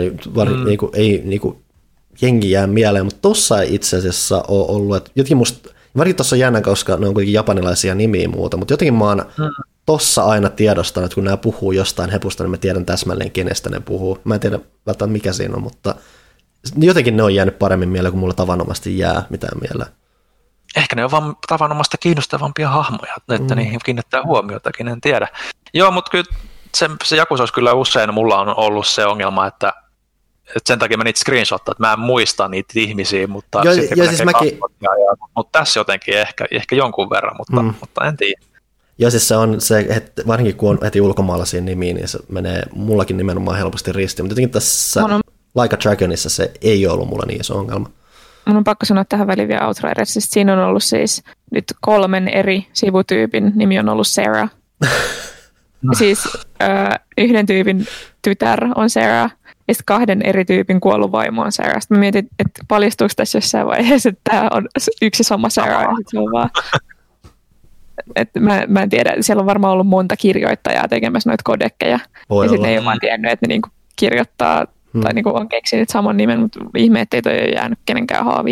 ei jengi jää mieleen, mutta tuossa ei itse asiassa ole ollut, että jotenkin musta, varsinkin tuossa on jännä, koska ne on kuitenkin japanilaisia nimiä ja muuta, mutta jotenkin mä oon tossa aina tiedostanut, että kun nämä puhuu jostain hepusta, niin mä tiedän täsmälleen, kenestä ne puhuu. Mä en tiedä välttämättä mikä siinä on, mutta jotenkin ne on jäänyt paremmin mieleen, kuin mulla tavanomaisesti jää mitään mieleen. Ehkä ne on vaan tavanomaista kiinnostavampia hahmoja, että niihin kiinnittää huomiotakin, en tiedä. Joo, mutta kyllä se Yakuza olisi kyllä usein, mulla on ollut se ongelma, että sen takia mä niitä screenshottaa, että mä en muista niitä ihmisiä, mutta sitten kun siis mutta tässä jotenkin ehkä jonkun verran, mutta en tiedä. Ja siis se on se, että varsinkin kun on heti ulkomaalaisia nimiä, niin se menee mullakin nimenomaan helposti ristiin, mutta jotenkin tässä Like a Dragonissa se ei ollut mulla niin iso ongelma. Mun on pakko sanoa tähän väliin vielä Outridersista. Siinä on ollut siis nyt 3 eri sivutyypin nimi on ollut Sarah. Siis yhden tyypin tytär on Sarah ja sitten 2 eri tyypin kuollut vaimo on Sarah. Sitten mä mietin, että paljastuuko tässä jossain vaiheessa, että tämä on yksi sama Sarah ja se on vaan... Että mä en tiedä, siellä on varmaan ollut monta kirjoittajaa tekemässä noita kodekkeja. Ja sitten ei ole vaan tiennyt, että ne niinku kirjoittaa tai niinku on keksinyt saman nimen, mutta ihme, ettei toi ole jäänyt kenenkään haaviin.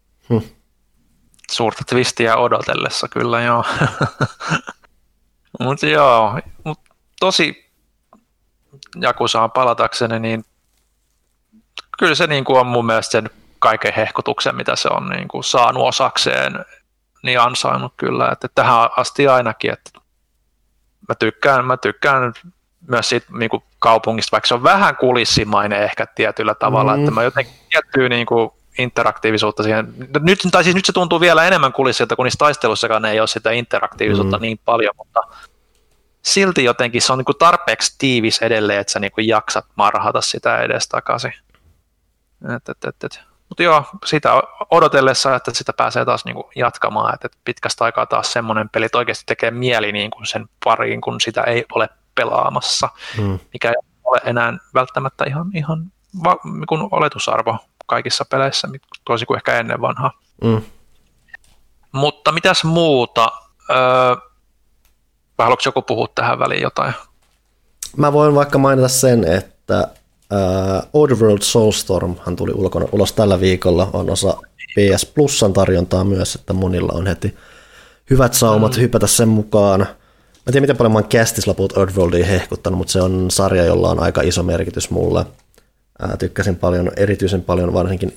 Suurta twistiä odotellessa kyllä, joo. Mutta joo, tosi Yakuzaan palatakseni, niin kyllä se niinku on mun mielestä sen kaiken hehkutuksen, mitä se on niinku saanut osakseen, niin ansainnut kyllä, että tähän asti ainakin, että mä tykkään myös siitä niin kuin kaupungista, vaikka se on vähän kulissimainen ehkä tietyllä tavalla, että mä jotenkin tiettyy niin kuin interaktiivisuutta siihen, nyt se tuntuu vielä enemmän kulissilta, kun niissä taistelussakaan ei ole sitä interaktiivisuutta niin paljon, mutta silti jotenkin se on niin kuin tarpeeksi tiivis edelleen, että sä niin kuin jaksat marhata sitä edestakaisin. Mutta joo, sitä odotellessa, että sitä pääsee taas niinku jatkamaan, että pitkästä aikaa taas semmoinen peli, että oikeasti tekee mieli niinku sen pariin, kun sitä ei ole pelaamassa, mikä ei ole enää välttämättä ihan kun oletusarvo kaikissa peleissä, toisin kuin ehkä ennen vanhaa. Mutta mitäs muuta? Vai haluatko joku puhua tähän väliin jotain? Mä voin vaikka mainita sen, että Oddworld Soulstormhan tuli ulos tällä viikolla, on osa PS Plusan tarjontaa myös, että monilla on heti hyvät saumat hypätä sen mukaan. Mä en tiedä, miten paljon mä oon kästislaput Oddworldia hehkuttanut, mutta se on sarja, jolla on aika iso merkitys mulle. Tykkäsin erityisen paljon varsinkin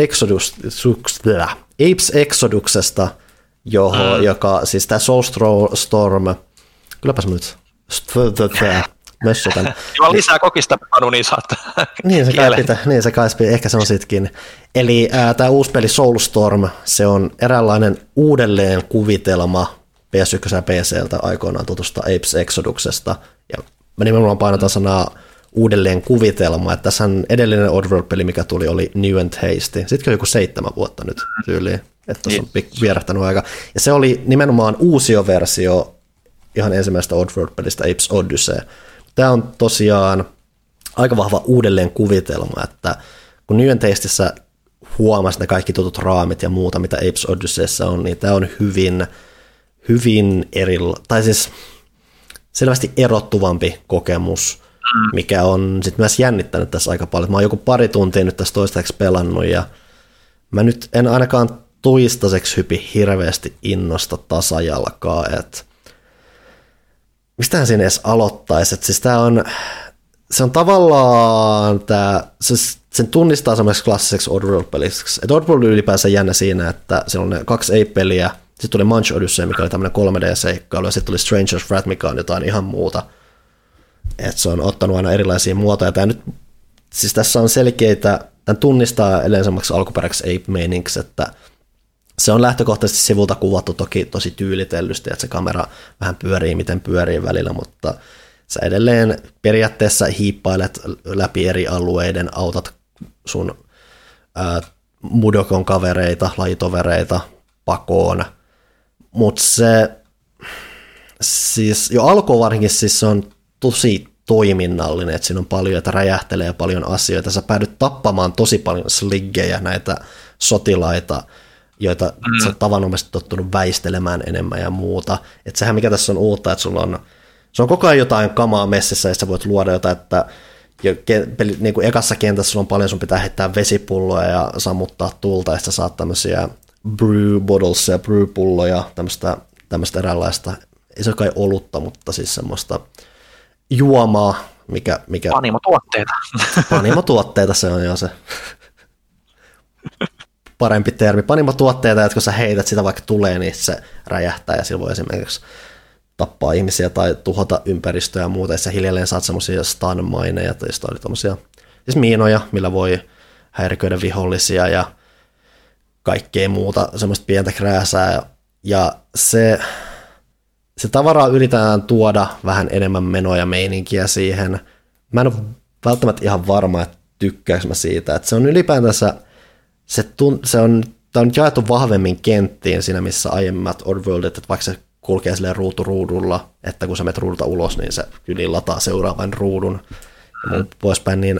Apes Exoduksesta, joka siis tämä Soulstorm, kylläpäs mä nyt mössötän. Joo, lisää kokista panu, niin saat niin se kai ehkä se on sitkin. Eli tämä uusi peli Soulstorm, se on eräänlainen uudelleen kuvitelma PS1 ja PC:ltä aikoinaan tutusta Apes Exoduksesta. Ja mä nimenomaan painotan sanaa uudelleen kuvitelma, että tässä edellinen Oddworld-peli, mikä tuli, oli New and Hasty. Sittenkin on joku 7 vuotta nyt tyyliin, että tuossa on vierähtänyt aika. Ja se oli nimenomaan uusioversio ihan ensimmäistä Oddworld-pelistä Apes Odyssey. Tämä on tosiaan aika vahva uudelleen kuvitelma, että kun New and Hastyssä huomasi ne kaikki tutut raamit ja muuta, mitä Apes Odysseyssä on, niin tämä on hyvin tai siis selvästi erottuvampi kokemus, mikä on sitten myös jännittänyt tässä aika paljon. Mä oon joku pari tuntia nyt tässä toistaiseksi pelannut, ja mä nyt en ainakaan toistaiseksi hypi hirveästi innosta tasajalkaa, että mistähän siinä edes aloittaisi, että siis se on tavallaan sen tunnistaa semmoiseksi klassiseksi Oddworld-peliksi. Että Oddworld ylipäänsä jännä siinä, että siellä on ne 2 Ape-peliä, sitten tuli Munch Odyssey, mikä oli tämmöinen 3D-seikkailu, ja sitten tuli Stranger's Wrath, mikä on jotain ihan muuta. Että se on ottanut aina erilaisia muotoja. Siis tässä on selkeitä, tämän tunnistaa edelleen semmoiksi alkuperäiseksi Ape-meiningiksi, että se on lähtökohtaisesti sivulta kuvattu toki tosi tyylitellysti, että se kamera vähän pyörii, miten pyörii välillä, mutta sä edelleen periaatteessa hiippailet läpi eri alueiden, autat sun Mudokon kavereita, lajitovereita pakoon, mutta se siis jo alkuun varsinkin siis se on tosi toiminnallinen, että siinä on paljon, että räjähtelee paljon asioita, sä päädyt tappamaan tosi paljon sliggejä, näitä sotilaita, joita sä oot tavanomaisesti tottunut väistelemään enemmän ja muuta. Että sehän mikä tässä on uutta, että se on koko ajan jotain kamaa messissä, ja sä voit luoda jotain, että niin kuin ekassa kentässä sulla on paljon, sun pitää heittää vesipulloja ja sammuttaa tulta, ja sä saat tämmöisiä brew bottles ja brew-pulloja, tämmöistä eräänlaista, ei se ole kai olutta, mutta siis semmoista juomaa, mikä Panimotuotteita. Panimotuotteita se on jo se parempi termi. Panimotuotteita, että kun sä heität sitä vaikka tulee, niin se räjähtää ja sillä voi esimerkiksi tappaa ihmisiä tai tuhota ympäristöä ja muuta. Ja sä hiljalleen saat semmoisia stun-mineja tai tommosia, siis miinoja, millä voi häiriköidä vihollisia ja kaikkea muuta, semmoista pientä krääsää. Ja se tavaraa yritetään tuoda vähän enemmän menoa ja meininkiä siihen. Mä en ole välttämättä ihan varma, että tykkääkö mä siitä. Että se on ylipäätänsä, tämä on jaettu vahvemmin kenttiin siinä, missä aiemmat Oddworldit, että vaikka se kulkee silleen ruutulla, että kun sä menet ruudulta ulos, niin se ydin lataa seuraavan ruudun ja poispäin, niin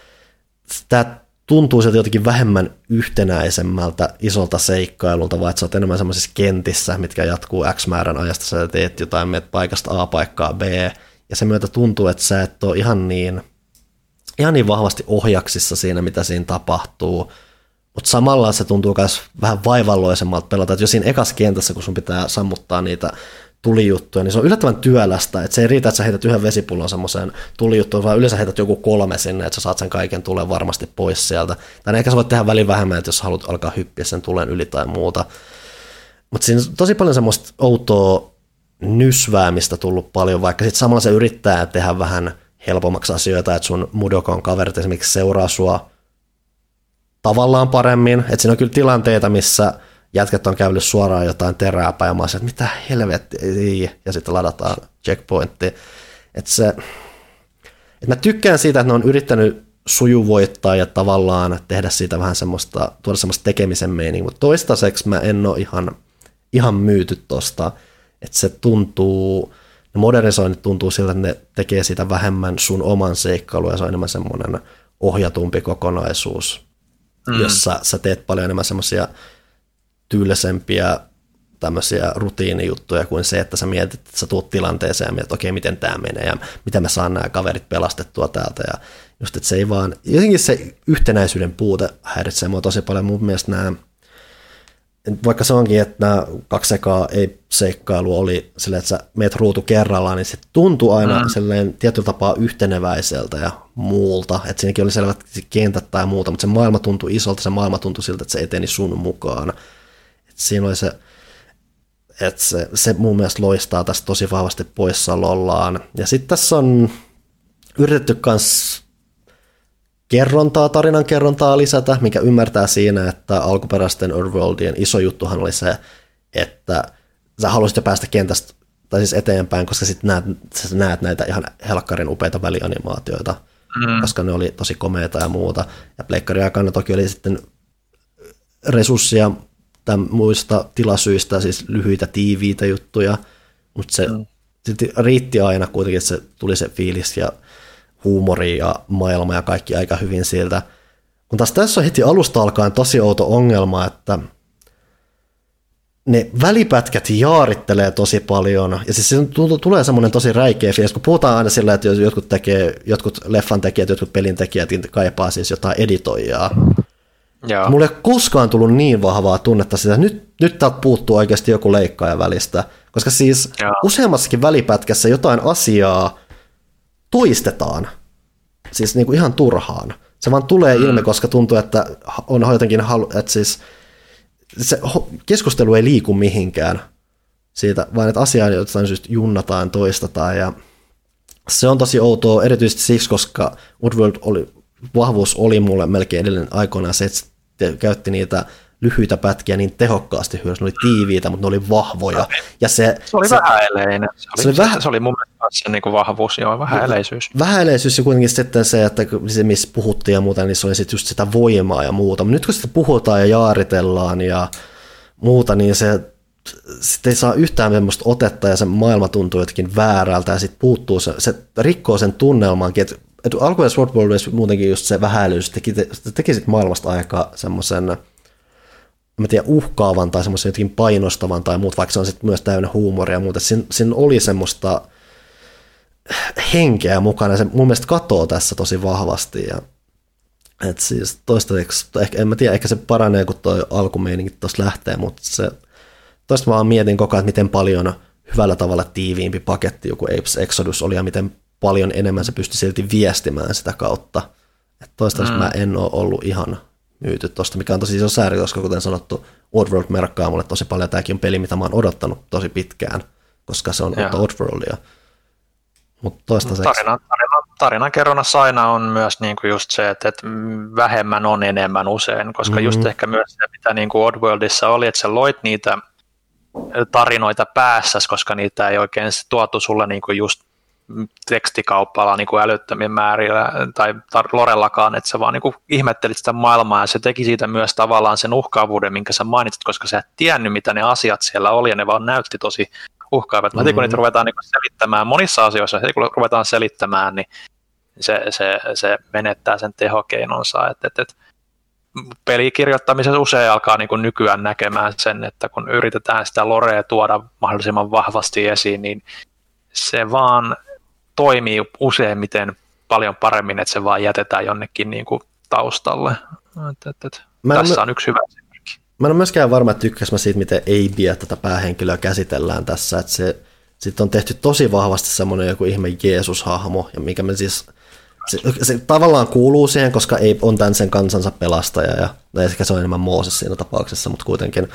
tämä tuntuu sieltä jotenkin vähemmän yhtenäisemmältä isolta seikkailulta, vaan että sä oot enemmän semmoisissa kentissä, mitkä jatkuu X määrän ajasta, sä teet jotain, menet paikasta A paikkaa B, ja se myötä tuntuu, että sä et ole ihan niin vahvasti ohjaksissa siinä, mitä siinä tapahtuu, mutta samalla se tuntuu myös vähän vaivalloisemmalta pelata, että jos siinä ekassa kentässä, kun sun pitää sammuttaa niitä tulijuttuja, niin se on yllättävän työlästä, että se ei riitä, että sä heität yhden vesipullon semmoiseen tulijuttuun, vaan yleensä heität joku 3 sinne, että sä saat sen kaiken tulen varmasti pois sieltä. Tai ehkä sä voit tehdä välin vähemmän, että jos haluat alkaa hyppiä sen tulen yli tai muuta. Mutta siinä on tosi paljon semmoista outoa nysväämistä tullut paljon, vaikka sitten samalla se yrittää tehdä vähän helpommaksi asioita, että sun Mudokon kaverit esimerkiksi seuraa sua tavallaan paremmin, että siinä on kyllä tilanteita, missä jätkät on käynyt suoraan jotain terää päin, ja mä olisin, että mitä helvettiä, ja sitten ladataan checkpointti. Että mä tykkään siitä, että ne on yrittänyt sujuvoittaa ja tavallaan tehdä siitä vähän semmoista, tuoda semmoista tekemisen meininkiä, mutta toistaiseksi mä en ole ihan myyty tosta, että se tuntuu, ne modernisoinnit tuntuu siltä, että ne tekee siitä vähemmän sun oman seikkailun, ja se on enemmän semmoinen ohjatumpi kokonaisuus, jossa sä teet paljon enemmän semmoisia tyylisempiä tämmöisiä rutiinijuttuja kuin se, että sä mietit, että sä tuut tilanteeseen ja mietit, että okei, miten tämä menee ja miten mä saan nämä kaverit pelastettua täältä. Ja just, että se ei vaan, jotenkin se yhtenäisyyden puute häiritsee mua tosi paljon. Mun mielestä nämä, vaikka se onkin, että nämä 2 ekaa ei-seikkailu oli silleen, että sä meet ruutu kerrallaan, niin se tuntui aina silleen tietyllä tapaa yhteneväiseltä ja muulta. Että siinäkin oli selvät kentät tai muuta, mutta se maailma tuntui isolta, se maailma tuntui siltä, että se eteni sun mukaan. Siinä oli että se mun mielestä loistaa tästä tosi vahvasti poissaolollaan. Ja sitten tässä on yritetty myös tarinan kerrontaa lisätä, mikä ymmärtää siinä, että alkuperäisten Oddworldien iso juttuhan oli se, että sä haluaisit jo päästä kentästä tai siis eteenpäin, koska sitten näet näitä ihan helkkarin upeita välianimaatioita, koska ne oli tosi komeita ja muuta. Ja pleikkarin aikana toki oli sitten resursseja muista tilasyistä, siis lyhyitä, tiiviitä juttuja, mutta se riitti aina kuitenkin, että se tuli se fiilis ja huumori ja maailma ja kaikki aika hyvin siltä. Kun taas tässä on heti alusta alkaen tosi outo ongelma, että ne välipätkät jaarittelee tosi paljon, ja siis tulee semmoinen tosi räikeä fiilis, kun puhutaan aina sillä, että jotkut leffan tekijät, jotkut pelin tekijät kaipaa siis jotain editoijaa. Joo. Mulle ei koskaan tullut niin vahvaa tunnetta sitä, että nyt täältä puuttuu oikeasti joku leikkaaja välistä, Koska siis useammassakin välipätkässä jotain asiaa toistetaan, siis niin kuin ihan turhaan. Se vaan tulee ilmi, koska tuntuu, että on jotenkin että siis se keskustelu ei liiku mihinkään siitä, vaan että asiaa jotain syystä junnataan, toistetaan ja se on tosi outoa, erityisesti siksi, koska Oddworld vahvuus oli mulle melkein edellinen aikoinaan se, että käytti niitä lyhyitä pätkiä niin tehokkaasti hyödyssä. Ne oli tiiviitä, mutta ne oli vahvoja. Ja se oli vähäeleinen. Se oli mun mielestä se niin kuin vahvuus, joo, vähäeleisyys. Vähäeleisyys ja kuitenkin sitten se, että se, missä puhuttiin ja muuta, niin se oli sitten just sitä voimaa ja muuta. Mutta nyt kun sitä puhutaan ja jaaritellaan ja muuta, niin se sitten ei saa yhtään semmoista otetta ja se maailma tuntuu jotenkin väärältä ja sitten puuttuu, se rikkoo sen tunnelmankin, että alkuperäisessä Swordworldissa muutenkin just se vähäilyys teki sit maailmasta aika semmoisen, en tiedä, uhkaavan tai semmoisen jotenkin painostavan tai muut, vaikka se on sitten myös täynnä huumoria ja muuta. Siinä oli semmoista henkeä mukana ja se mun mielestä katoo tässä tosi vahvasti. Ja, et siis toistaiseksi, en mä tiedä, ehkä se paranee, kun toi alkumeininki tuossa lähtee, mutta se toista vaan mietin koko ajan, että miten paljon hyvällä tavalla tiiviimpi paketti joku Apes Exodus oli ja miten paljon enemmän se pystyi silti viestimään sitä kautta. Että toistaiseksi mä en ole ollut ihan myyty tuosta, mikä on tosi iso sääri, koska kuten sanottu, Oddworld merkkaa mulle tosi paljon. Tämäkin on peli, mitä mä oon odottanut tosi pitkään, koska se on Oddworldia. Mutta toistaiseksi Tarinan kerronnassa aina on myös niinku just se, että vähemmän on enemmän usein, koska just ehkä myös se, mitä niinku Oddworldissa oli, että sä loit niitä tarinoita päässäsi, koska niitä ei oikein tuotu sulle niinku just tekstikauppalla niinku älyttömin määrillä tai Lorellakaan, että sä vaan niinku ihmettelit sitä maailmaa ja se teki siitä myös tavallaan sen uhkaavuuden, minkä sä mainitsit, koska sä et tiennyt, mitä ne asiat siellä oli ja ne vaan näytti tosi uhkaavat. Heti kun niitä ruvetaan niinku selittämään monissa asioissa, heti kun ruvetaan selittämään, niin se menettää sen tehokeinonsa. Pelikirjoittamisessa usein alkaa niin kuin nykyään näkemään sen, että kun yritetään sitä lorea tuoda mahdollisimman vahvasti esiin, niin se vaan toimii useimmiten paljon paremmin, että se vaan jätetään jonnekin niin kuin taustalle. Tässä on yksi hyvä esimerkki. Mä en ole myöskään varma, että tykkäs mä siitä, miten Abia tätä päähenkilöä käsitellään tässä, että se sitten on tehty tosi vahvasti semmoinen joku ihme Jeesus-hahmo, ja mikä me siis se tavallaan kuuluu siihen, koska Abe on tämän sen kansansa pelastaja, ja ehkä se on enemmän Mooses siinä tapauksessa, mutta kuitenkin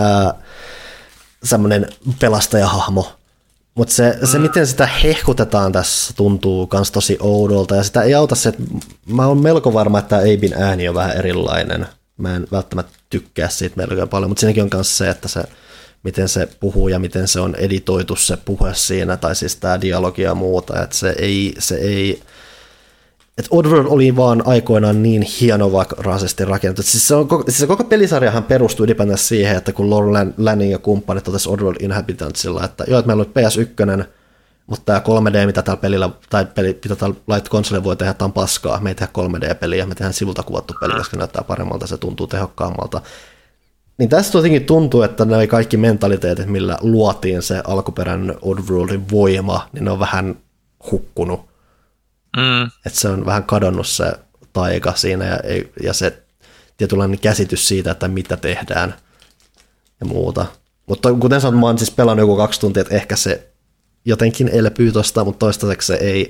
semmoinen pelastajahahmo. Mutta se, miten sitä hehkutetaan tässä, tuntuu myös tosi oudolta, ja sitä ei auta se, että mä oon melko varma, että Aben ääni on vähän erilainen. Mä en välttämättä tykkää siitä melko paljon, mutta siinäkin on myös se, että se, miten se puhuu ja miten se on editoitu se puhe siinä, tai siis tämä dialogi ja muuta, että se ei että Oddworld oli vaan aikoinaan niin hienovaraisesti rakennettu. Siis se koko pelisarjahan perustui ylipäätään siihen, että kun Laura Lanning ja kumppanit totesi Oddworld Inhabitantsilla, että joo, että meillä oli PS1, mutta tämä 3D, mitä tällä pelillä, tai mitä tällä konsolilla voi tehdä, tämä on paskaa. Me ei tehdä 3D-peliä, me tehdään sivulta kuvattu peli, koska näyttää paremmalta, se tuntuu tehokkaammalta. Niin tässä jotenkin tuntuu, että ne kaikki mentaliteetit, millä luotiin se alkuperäinen Oddworldin voima, niin ne on vähän hukkunut. Että se on vähän kadonnut se taika siinä ja se tietynlainen käsitys siitä, että mitä tehdään ja muuta. Mutta kuten sanoin, mä oon siis pelannut joku 2 tuntia, että ehkä se jotenkin elpyy tosta, mutta toistaiseksi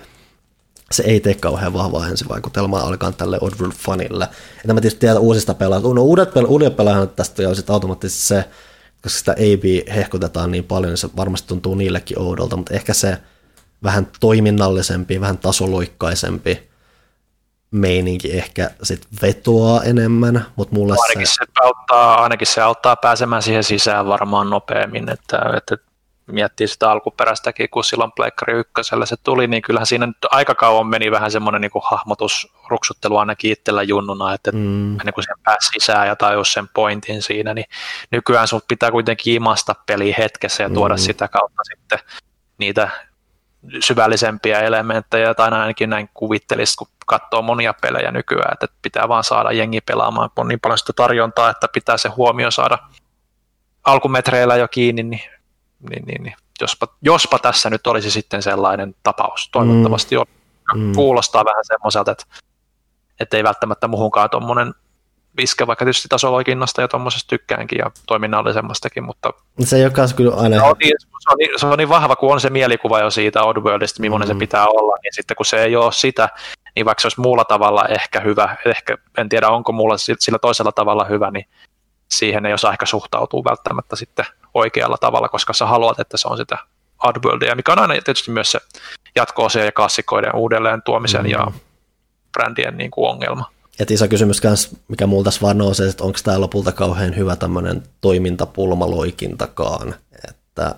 se ei tee kauhean vahvaa ensivaikutelmaa alkaan tälle Oddworld-fanille. Että mä tietysti tiedän uusista pelaajista. Uudet pelaajat tästä on sitten automaattisesti se, koska sitä AB hehkutetaan niin paljon, niin se varmasti tuntuu niillekin oudolta, mutta ehkä se vähän toiminnallisempi, vähän tasoloikkaisempi meininki ehkä sit vetoaa enemmän, mutta mulle ainakin se auttaa pääsemään siihen sisään varmaan nopeammin, että miettii sitä alkuperäistäkin, kun silloin Pleikkari 1 se tuli, niin kyllähän siinä nyt aika kauan meni vähän semmoinen niin kuin hahmotusruksuttelu ainakin itsellä junnuna, että niin kuin sen pääsi sisään ja tajus sen pointin siinä, niin nykyään sun pitää kuitenkin imasta peliä hetkessä ja tuoda sitä kautta sitten niitä syvällisempiä elementtejä, tai ainakin näin kuvittelisi, kun katsoo monia pelejä nykyään, että pitää vaan saada jengi pelaamaan, kun on niin paljon sitä tarjontaa, että pitää se huomio saada alkumetreillä jo kiinni, niin jospa tässä nyt olisi sitten sellainen tapaus. Toivottavasti on. Kuulostaa vähän semmoiselta, että ei välttämättä muhunkaan tuommoinen iske, vaikka tietysti tasoloikinnasta ja tuommoisesta tykkäänkin ja toiminnallisemmastakin, mutta se ei olekaan kyllä aina... Se on niin vahva, kun on se mielikuva jo siitä Oddworldista, millainen se pitää olla, niin sitten kun se ei ole sitä, niin vaikka se olisi muulla tavalla ehkä hyvä, ehkä en tiedä onko muulla sillä toisella tavalla hyvä, niin siihen ei osaa ehkä suhtautua välttämättä sitten oikealla tavalla, koska sä haluat, että se on sitä Oddworldia, mikä on aina tietysti myös se jatko-osia ja klassikoiden uudelleen tuomisen ja brändien niin kuin ongelma. Et iso kysymys kans, mikä mulla tässä vaan nousee, että onko tämä lopulta kauhean hyvä tämmöinen toimintapulmaloikintakaan. Että,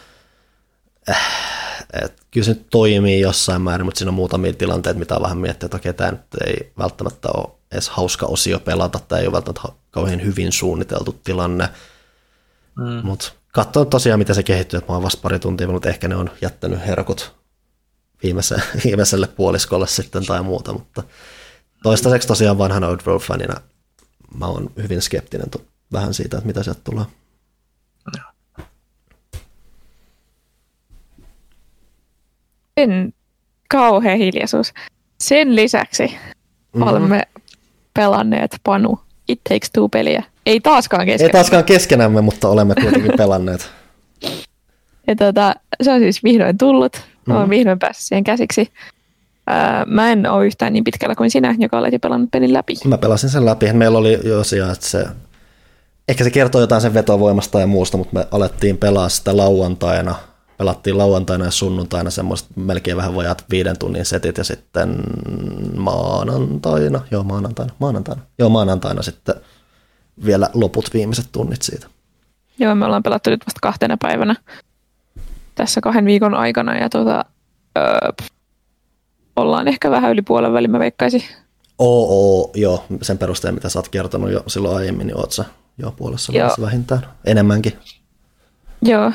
kyllä se nyt toimii jossain määrin, mutta siinä on muutamia tilanteita, mitä on vähän miettiä, että okei, tämä nyt ei välttämättä ole edes hauska osio pelata, tämä ei ole välttämättä kauhean hyvin suunniteltu tilanne. Mutta katsotaan tosiaan, miten se kehittyy, että mä oon vasta pari tuntia, mutta ehkä ne on jättänyt herkut viimeiselle puoliskolle sitten tai muuta, mutta toistaiseksi tosiaan vanhana Oddworld-fanina mä oon hyvin skeptinen vähän siitä, että mitä sieltä tulee. Kauhea hiljaisuus. Sen lisäksi olemme pelanneet Panu It Takes Two-peliä. Ei taaskaan keskenämme, mutta olemme kuitenkin pelanneet. Ja se on siis vihdoin tullut. Olen vihdoin päässyt siihen käsiksi. Mä en ole yhtään niin pitkällä kuin sinä, joka olet jo pelannut pelin läpi. Mä pelasin sen läpi. Meillä oli jo sijaan, että ehkä se kertoo jotain sen vetovoimasta ja muusta, mutta me alettiin pelaa sitä lauantaina. Pelattiin lauantaina ja sunnuntaina semmoiset melkein vähän vajaat 5 tunnin setit ja sitten maanantaina sitten vielä loput viimeiset tunnit siitä. Joo, me ollaan pelattu nyt vasta 2 päivänä tässä 2 viikon aikana ja ollaan ehkä vähän yli puolen välin, mä veikkaisin. Joo, sen perusteella mitä sä oot kertonut jo silloin aiemmin, niin oot sä jo puolessa välissä vähintään, enemmänkin. Joo,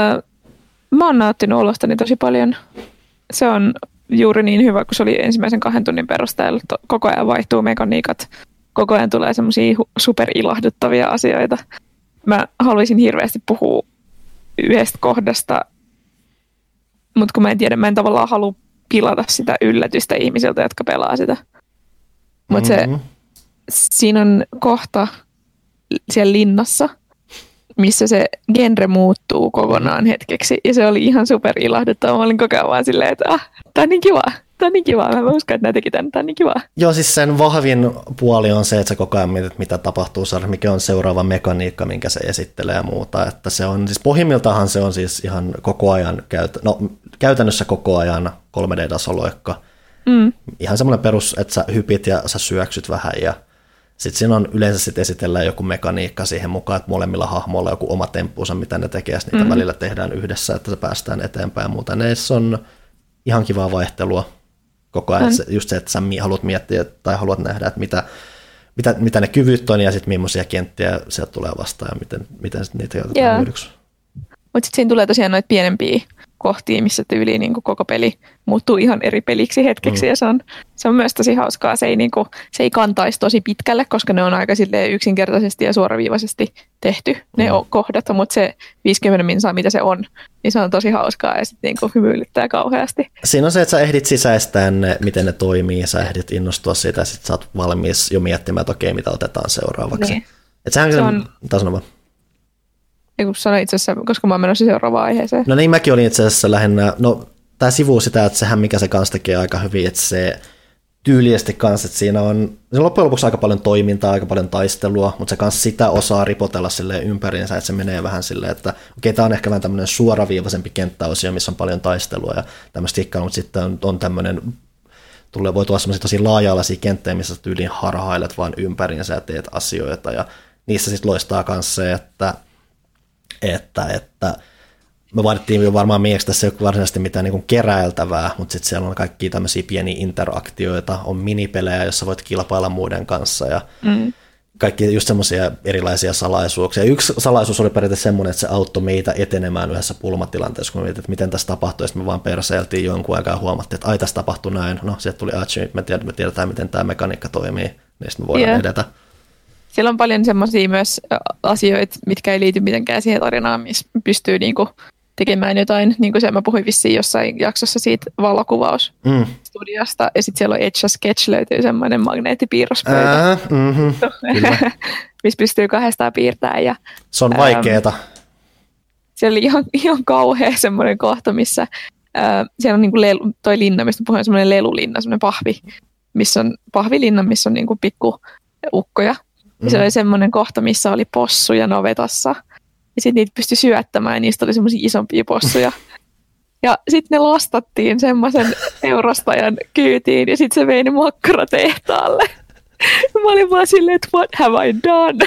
mä oon nauttinut olostani tosi paljon. Se on juuri niin hyvä, kun se oli ensimmäisen 2 tunnin perusteella. Koko ajan vaihtuu mekaniikat, koko ajan tulee semmosia superilahduttavia asioita. Mä haluaisin hirveästi puhua yhdestä kohdasta, mutta kun mä en tavallaan halua pilata sitä yllätystä ihmisiltä, jotka pelaa sitä. Mutta siinä on kohta siellä linnassa, missä se genre muuttuu kokonaan hetkeksi. Ja se oli ihan super ilahduttava. Mä olin koko ajan vaan silleen, että tää on niin kiva. Mä uskon, että nää teki tän, tää on niin kiva. Joo, siis sen vahvin puoli on se, että sä koko ajan mietit, mitä tapahtuu, mikä on seuraava mekaniikka, minkä se esittelee ja muuta. Että se on, siis pohjimmiltahan se on siis ihan koko ajan, käytännössä koko ajan 3D-tasoloikka. Ihan semmoinen perus, että sä hypit ja sä syöksyt vähän ja sitten siinä on yleensä sit esitellään joku mekaniikka siihen mukaan, että molemmilla hahmoilla on joku oma temppuunsa, mitä ne tekee, ja niitä välillä tehdään yhdessä, että se päästään eteenpäin ja muuta. Neissä on ihan kivaa vaihtelua koko ajan. Just se, että sä haluat miettiä tai haluat nähdä, että mitä ne kyvyt on ja sitten millaisia kenttiä sieltä tulee vastaan ja miten niitä käytetään hyödyksi. Mutta sitten siinä tulee tosiaan noita pienempiä kohtia, missä tyyliin niin koko peli muuttuu ihan eri peliksi hetkeksi ja se on myös tosi hauskaa. Se ei kantaisi tosi pitkälle, koska ne on aika yksinkertaisesti ja suoraviivaisesti tehty ne kohdat, mutta se 50 minsaa, mitä se on, niin se on tosi hauskaa ja sitten niin hymyilyttää kauheasti. Siinä on se, että sä ehdit sisäistää ne, miten ne toimii, sä ehdit innostua siitä ja sitten sä oot valmis jo miettimään, että okei, mitä otetaan seuraavaksi. Niin. Se on... Ei kun sanoin itse asiassa, koska mä oon menossa seuraavaan aiheeseen. No niin, mäkin olin itse asiassa lähinnä, tää sivuu sitä, että sehän mikä se kanssa tekee aika hyvin, että se tyylisesti kanssa, että siinä on loppujen lopuksi aika paljon toimintaa, aika paljon taistelua, mutta se kanssa sitä osaa ripotella silleen ympäriinsä, että se menee vähän silleen, että okei, tää on ehkä vähän tämmöinen suoraviivaisempi kenttäosio, missä on paljon taistelua ja tämmöistä kikkaa, mutta sitten on tämmöinen, voi tulla semmoisia tosi laaja-alaisia kenttejä, missä tyyliin harhailet vaan ympäriinsä ja teet asioita ja niissä sitten loistaa kanssa se, että me vaadittiin jo varmaan mieksi tässä ei ole varsinaisesti mitään niin kuin keräiltävää, mutta sitten siellä on kaikkia tämmöisiä pieniä interaktioita, on minipelejä, joissa voit kilpailla muiden kanssa ja kaikki just semmoisia erilaisia salaisuuksia. Yksi salaisuus oli periaatteessa semmoinen, että se auttoi meitä etenemään yhdessä pulmatilanteessa, kun me mietin, että miten tässä tapahtui, ja sitten me vaan perseiltiin jonkun aikaa ja huomattiin, että ai tässä tapahtui näin, no sieltä tuli achievement, me tiedetään miten tämä mekaniikka toimii, niin sitten me voidaan edetä. Siellä on paljon semmoisia myös asioita, mitkä ei liity mitenkään siihen tarinaan, missä pystyy niinku tekemään jotain, niin kuin mä puhuin vissiin jossain jaksossa siitä valokuvausstudiosta, ja sitten siellä on Etch a Sketch, löytyy semmoinen magneettipiirrospöytä, missä pystyy 2 piirtämään. Ja, se on vaikeeta. siellä oli ihan kauhea semmoinen kohta, missä siellä on niin kuin toi linna, mistä puhuin, semmoinen lelulinna, semmoinen pahvilinna, missä on niin kuin pikku ukkoja. Ja se oli semmoinen kohta, missä oli possuja navetassa. Ja sitten niitä pystyi syöttämään ja niistä oli semmoisia isompia possuja. Ja sitten ne lastattiin semmoisen teurastajan kyytiin ja sitten se vei ne makkaratehtaalle. Mä olin vaan silleen, että what have I done?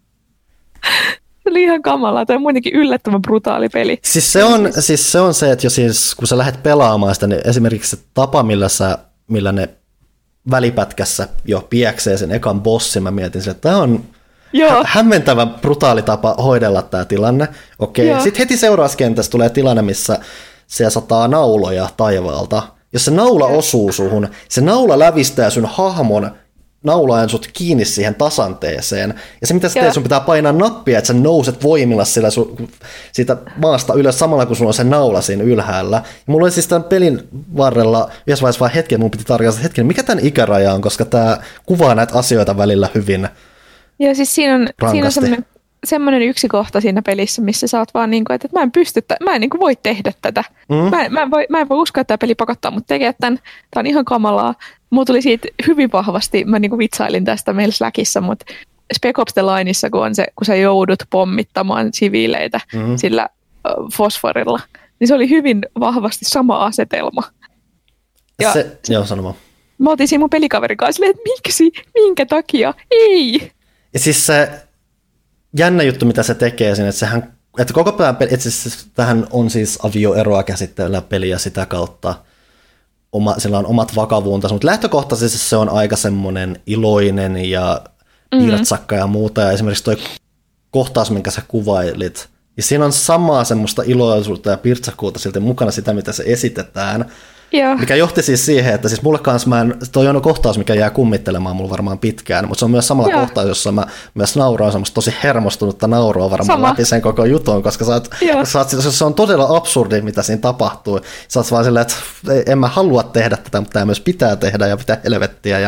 Se oli ihan kamalaa. Tämä on muutenkin yllättävän brutaali peli. Siis se on se, että kun sä lähdet pelaamaan sitä, niin esimerkiksi se tapa, millä ne välipätkässä jo pieksee sen ekan bossin, mä mietin sille, että tämä on hämmentävän brutaali tapa hoidella tämä tilanne. Okei. Sitten heti seuraavassa kentässä tulee tilanne, missä siellä sataa nauloja taivaalta. Jos se naula osuu suhun, se naula lävistää sun hahmon naulaen sut kiinni siihen tasanteeseen. Ja se mitä sä teet, sun pitää painaa nappia, että sä nouset voimilla siitä maasta ylös samalla, kun sulla on se naula siinä ylhäällä. Ja mulla oli siis tämän pelin varrella yhdessä vaiheessa vaan hetken, mun piti tarkastaa, että hetken, mikä tämän ikäraja on, koska tämä kuvaa näitä asioita välillä hyvin. Ja siis siinä on semmoinen yksi kohta siinä pelissä, missä sä oot vaan niin kuin, että mä en niin kuin voi tehdä tätä. Mä en voi uskoa, että tämä peli pakottaa mut tekemään tämän. Tämä on ihan kamalaa. Mulla tuli siitä hyvin vahvasti, mä niin kuin vitsailin tästä meillä Slackissa, mutta Spec Ops The Lineissa, kun sä joudut pommittamaan siviileitä sillä fosforilla, niin se oli hyvin vahvasti sama asetelma. Ja joo, sanomaan. Mä otin siinä mun pelikaverin kanssa, että miksi, minkä takia, ei. Ja siis se jännä juttu, mitä se tekee siinä, että koko päivän peli, että siis, tähän on siis avioeroa käsitteellä peliä sitä kautta, sillä on omat vakavuuntansa, mutta lähtökohtaisesti se on aika semmoinen iloinen ja pirtsakka ja muuta, ja esimerkiksi toi kohtaus, minkä sä kuvailit, ja siinä on samaa semmoista iloisuutta ja pirtsakkuutta silti mukana sitä, mitä se esitetään, mikä johti siis siihen, että siis mulle kanssa toi on kohtaus, mikä jää kummittelemaan mulla varmaan pitkään, mutta se on myös samalla kohtaus, jossa mä myös nauroin semmoista tosi hermostunutta nauroa varmaan läpi sen koko jutun, koska se on todella absurdi, mitä siinä tapahtuu. Sä oot vaan silleen, että en mä halua tehdä tätä, mutta tämä myös pitää tehdä ja pitää helvettiä.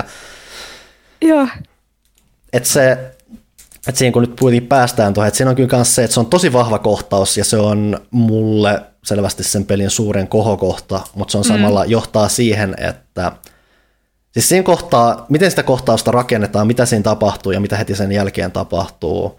Että siinä kun nyt kuitenkin päästään tuohon, että siinä on kyllä myös se, että se on tosi vahva kohtaus ja se on mulle selvästi sen pelin suuren kohokohta, mutta se on samalla johtaa siihen, että siis siinä kohtaa, miten sitä kohtausta rakennetaan, mitä siinä tapahtuu ja mitä heti sen jälkeen tapahtuu,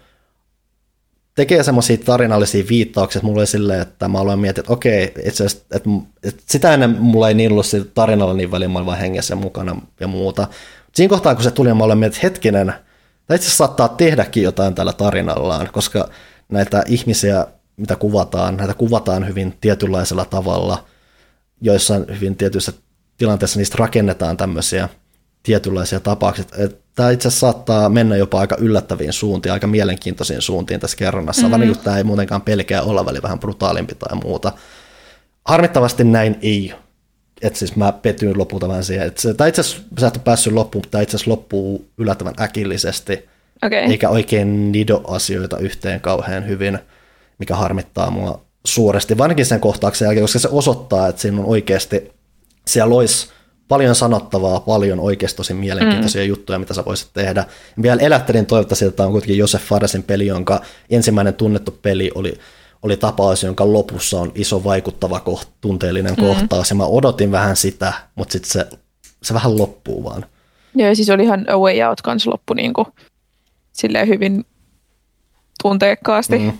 tekee semmoisia tarinallisia viittauksia, että mulla oli silleen, että mä aloin miettiä, että okei, itse asiassa, että sitä ennen mulla ei niin ollut siitä tarinalla niin väliin, mä olin vaan hengessä mukana ja muuta. Siinä kohtaa, kun se tuli, mä aloin miettiä, että hetkinen, tämä itse asiassa saattaa tehdäkin jotain tällä tarinallaan, koska näitä ihmisiä, mitä kuvataan, näitä kuvataan hyvin tietynlaisella tavalla, joissain hyvin tietyissä tilanteissa niistä rakennetaan tämmöisiä tietynlaisia tapauksia. Tämä itse asiassa saattaa mennä jopa aika yllättäviin suuntiin, aika mielenkiintoisiin suuntiin tässä kerronnassa, vaan kun tämä ei muutenkaan pelkää olla vähän brutaalimpi tai muuta. Harmittavasti näin ei. Että siis mä petyin lopulta vähän siihen, että tämä itse asiassa, sä et ole päässyt loppuun, mutta tämä itse asiassa loppuu yllättävän äkillisesti, eikä oikein nido asioita yhteen kauhean hyvin, mikä harmittaa mua suuresti, varsinkin sen kohtauksen jälkeen, koska se osoittaa, että siinä on oikeasti, siellä olisi paljon sanottavaa, paljon oikeasti tosi mielenkiintoisia juttuja, mitä sä voisit tehdä. Ja vielä elättelin toivottavasti, että tämä on kuitenkin Josef Faresin peli, jonka ensimmäinen tunnettu peli oli tapaus, jonka lopussa on iso vaikuttava tunteellinen kohtaus, ja mä odotin vähän sitä, mutta sitten se vähän loppuu vaan. Joo, siis olihan A Way Out kans loppu niin kuin, silleen hyvin tunteekkaasti,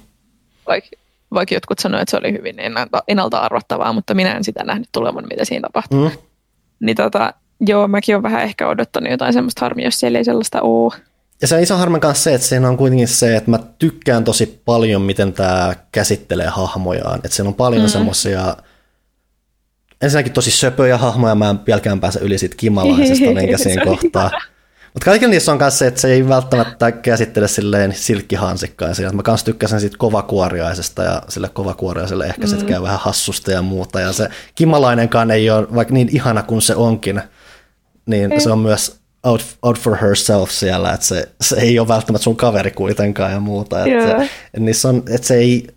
vaikka jotkut sanoivat, että se oli hyvin ennalta arvattavaa, mutta minä en sitä nähnyt tulevan, mitä siinä tapahtui. Niin joo, mäkin olen vähän ehkä odottanut jotain semmoista harmia, jos siellä ei sellaista ole. Ja se on iso harmen kanssa se, että siinä on kuitenkin se, että mä tykkään tosi paljon, miten tämä käsittelee hahmojaan. Että siellä on paljon semmoisia, ensinnäkin tosi söpöjä hahmoja, mä en vieläkään pääse yli siitä kimalaisesta, minkä siinä kohtaa. Mutta kaikilla niissä on myös se, että se ei välttämättä käsittele silleen silkkihansikkaisia. Mä kans tykkäsin siitä kovakuoriaisesta ja sille kovakuoriaiselle ehkä se käy vähän hassusta ja muuta. Ja se kimalainenkaan ei ole, vaikka niin ihana kuin se onkin, niin se on myös out for herself siellä, että se ei ole välttämättä sun kaveri kuitenkaan ja muuta. Että se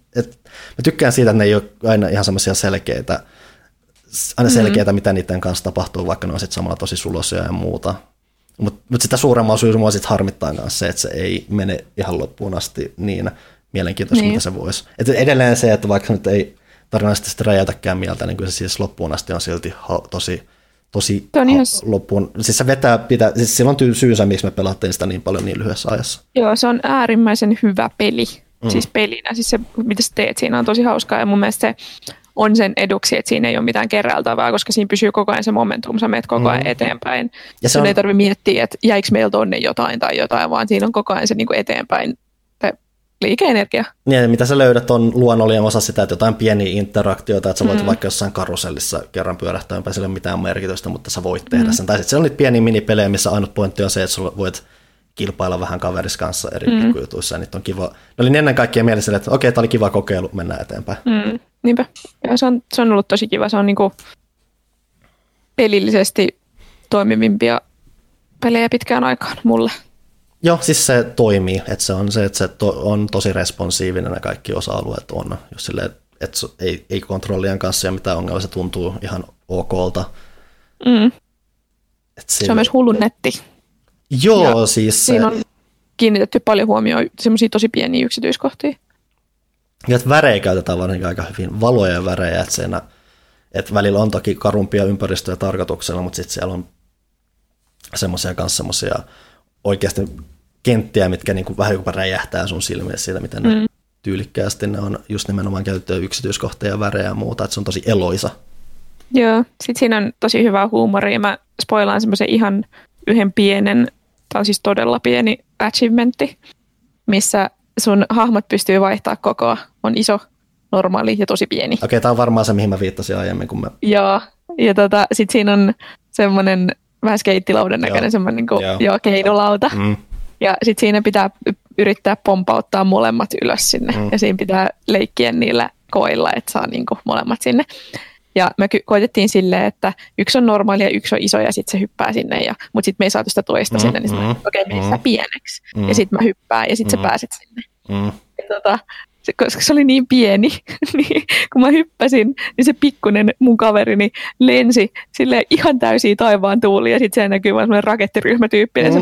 mä tykkään siitä, että ne ei ole aina ihan semmoisia selkeitä, mitä niiden kanssa tapahtuu, vaikka ne on sitten samalla tosi sulosia ja muuta. Mutta sitä suuremmalla syyllä mua sitten harmittaa kanssa se, että se ei mene ihan loppuun asti niin mielenkiintoista, mitä se voisi. Et edelleen se, että vaikka nyt ei tarinallisesti sitä räjäytäkään mieltä, niin kyllä se siis loppuun asti on silti tosi loppuun. Siis se siis sillä on syysä, miksi me pelattiin sitä niin paljon niin lyhyessä ajassa. Joo, se on äärimmäisen hyvä peli. Siis pelinä. Siis se, mitä sä teet, siinä on tosi hauskaa ja mun mielestä se on sen eduksi, että siinä ei ole mitään kerraltavaa, koska siinä pysyy koko ajan se momentum, sä menet koko ajan eteenpäin. Ja sun ei tarvitse miettiä, että jäikö meiltä tonne jotain, vaan siinä on koko ajan se niinku eteenpäin liike-energia. Niin, mitä sä löydät on luonnollinen osa sitä, että jotain pieniä interaktioita, että sä voit vaikka jossain karusellissa kerran pyörähtää, ympäri, sillä ei ole mitään merkitystä, mutta sä voit tehdä sen. Tai sitten siellä on niitä pieniä minipelejä, missä ainut pointti on se, että sä voit kilpailla vähän kaveris kanssa eri pikkujutuissa, ja niitä on kiva. Ne oli ennen kaikkea mielessä, että okei, tämä oli kiva kokeilu, mennään eteenpäin. Niinpä. Ja se on ollut tosi kiva. Se on niinku pelillisesti toimivimpia pelejä pitkään aikaan mulle. Joo, siis se toimii. Että se on se, että se on tosi responsiivinen ja kaikki osa-alueet on. Jos silleen, että ei kontrollien kanssa ja mitään ongelmia, se tuntuu ihan okolta. Se on myös hullu netti. Joo, siis siinä on kiinnitetty paljon huomioon semmoisia tosi pieniä yksityiskohtia. Ja että värejä käytetään varsinkin aika hyvin, valoja ja värejä, että välillä on toki karumpia ympäristöjä tarkoituksella, mutta sitten siellä on semmoisia oikeasti kenttiä, mitkä niinku vähän jopa räjähtää sun silmiä siitä, miten ne tyylikkäästi ne on just nimenomaan käytettyä yksityiskohtia ja värejä ja muuta, että se on tosi eloisa. Joo, sitten siinä on tosi hyvää huumoria. Mä spoilaan semmoisen ihan yhden pienen, tai siis todella pieni achievementti, missä sun hahmot pystyy vaihtaa kokoa. On iso, normaali ja tosi pieni. Okei, tää on varmaan se, mihin mä viittasin aiemmin. Kun Joo, ja sit siinä on semmoinen vähän skeittilaudan näköinen semmoinen keinolauta. Ja sit siinä pitää yrittää pompauttaa molemmat ylös sinne. Ja siinä pitää leikkiä niillä koilla, että saa niinku molemmat sinne. Ja me koitettiin silleen, että yksi on normaali ja yksi on iso ja sitten se hyppää sinne. Mutta sitten me ei saatu sitä toista sinne, niin okei, mene sitä pieneksi. Ja sitten mä hyppään ja sitten sä pääset sinne. Ja koska se oli niin pieni, niin kun mä hyppäsin, niin se pikkunen mun kaverini lensi silleen ihan täysiä taivaan tuulia ja sitten siellä näkyy vaan semmoinen rakettiryhmätyyppinen.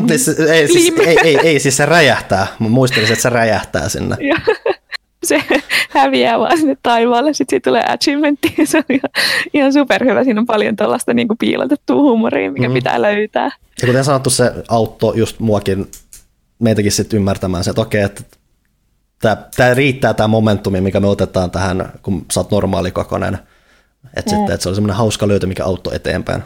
Ei, siis se räjähtää. Mä muistelin, että se räjähtää sinne. Se häviää vaan sinne taivaalle, sitten siitä tulee achievementti, se on ihan superhyvä. Siinä on paljon tällaista niin kuin piilotettua huumoria, mikä pitää löytää. Ja kuten sanottu, se auttoi just meitäkin sitten ymmärtämään se, että okei, että tämä riittää tämä momentumi, mikä me otetaan tähän, kun sä oot normaalikokoinen. Että se oli semmoinen hauska löytö, mikä auttoi eteenpäin.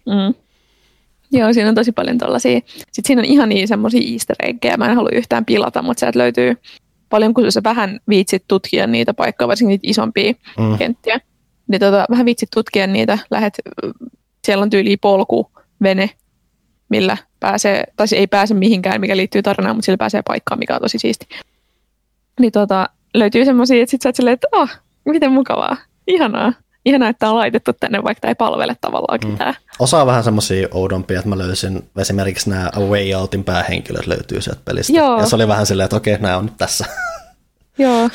Joo, siinä on tosi paljon tollaisia. Sitten siinä on ihan niin semmoisia easter eggejä, mä en halua yhtään pilata, mutta sieltä löytyy paljon, kun sä vähän viitsit tutkia niitä paikkoja, varsinkin niitä isompia kenttiä, niin vähän viitsit tutkia niitä, siellä on tyyliin polkuvene, millä pääsee, tai ei pääse mihinkään, mikä liittyy tarinaan, mutta sillä pääsee paikkaan, mikä on tosi siisti. Niin löytyy semmoisia, että sit sä oot silleen, että miten mukavaa, ihanaa, että on laitettu tänne, vaikka tämä ei palvele tavallaan ketään. Osa on vähän semmoisia oudompia, että mä löysin esimerkiksi nämä A Way Outin päähenkilöt löytyy sieltä pelistä. Joo. Ja se oli vähän silleen, että okei, nämä on nyt tässä. Joo.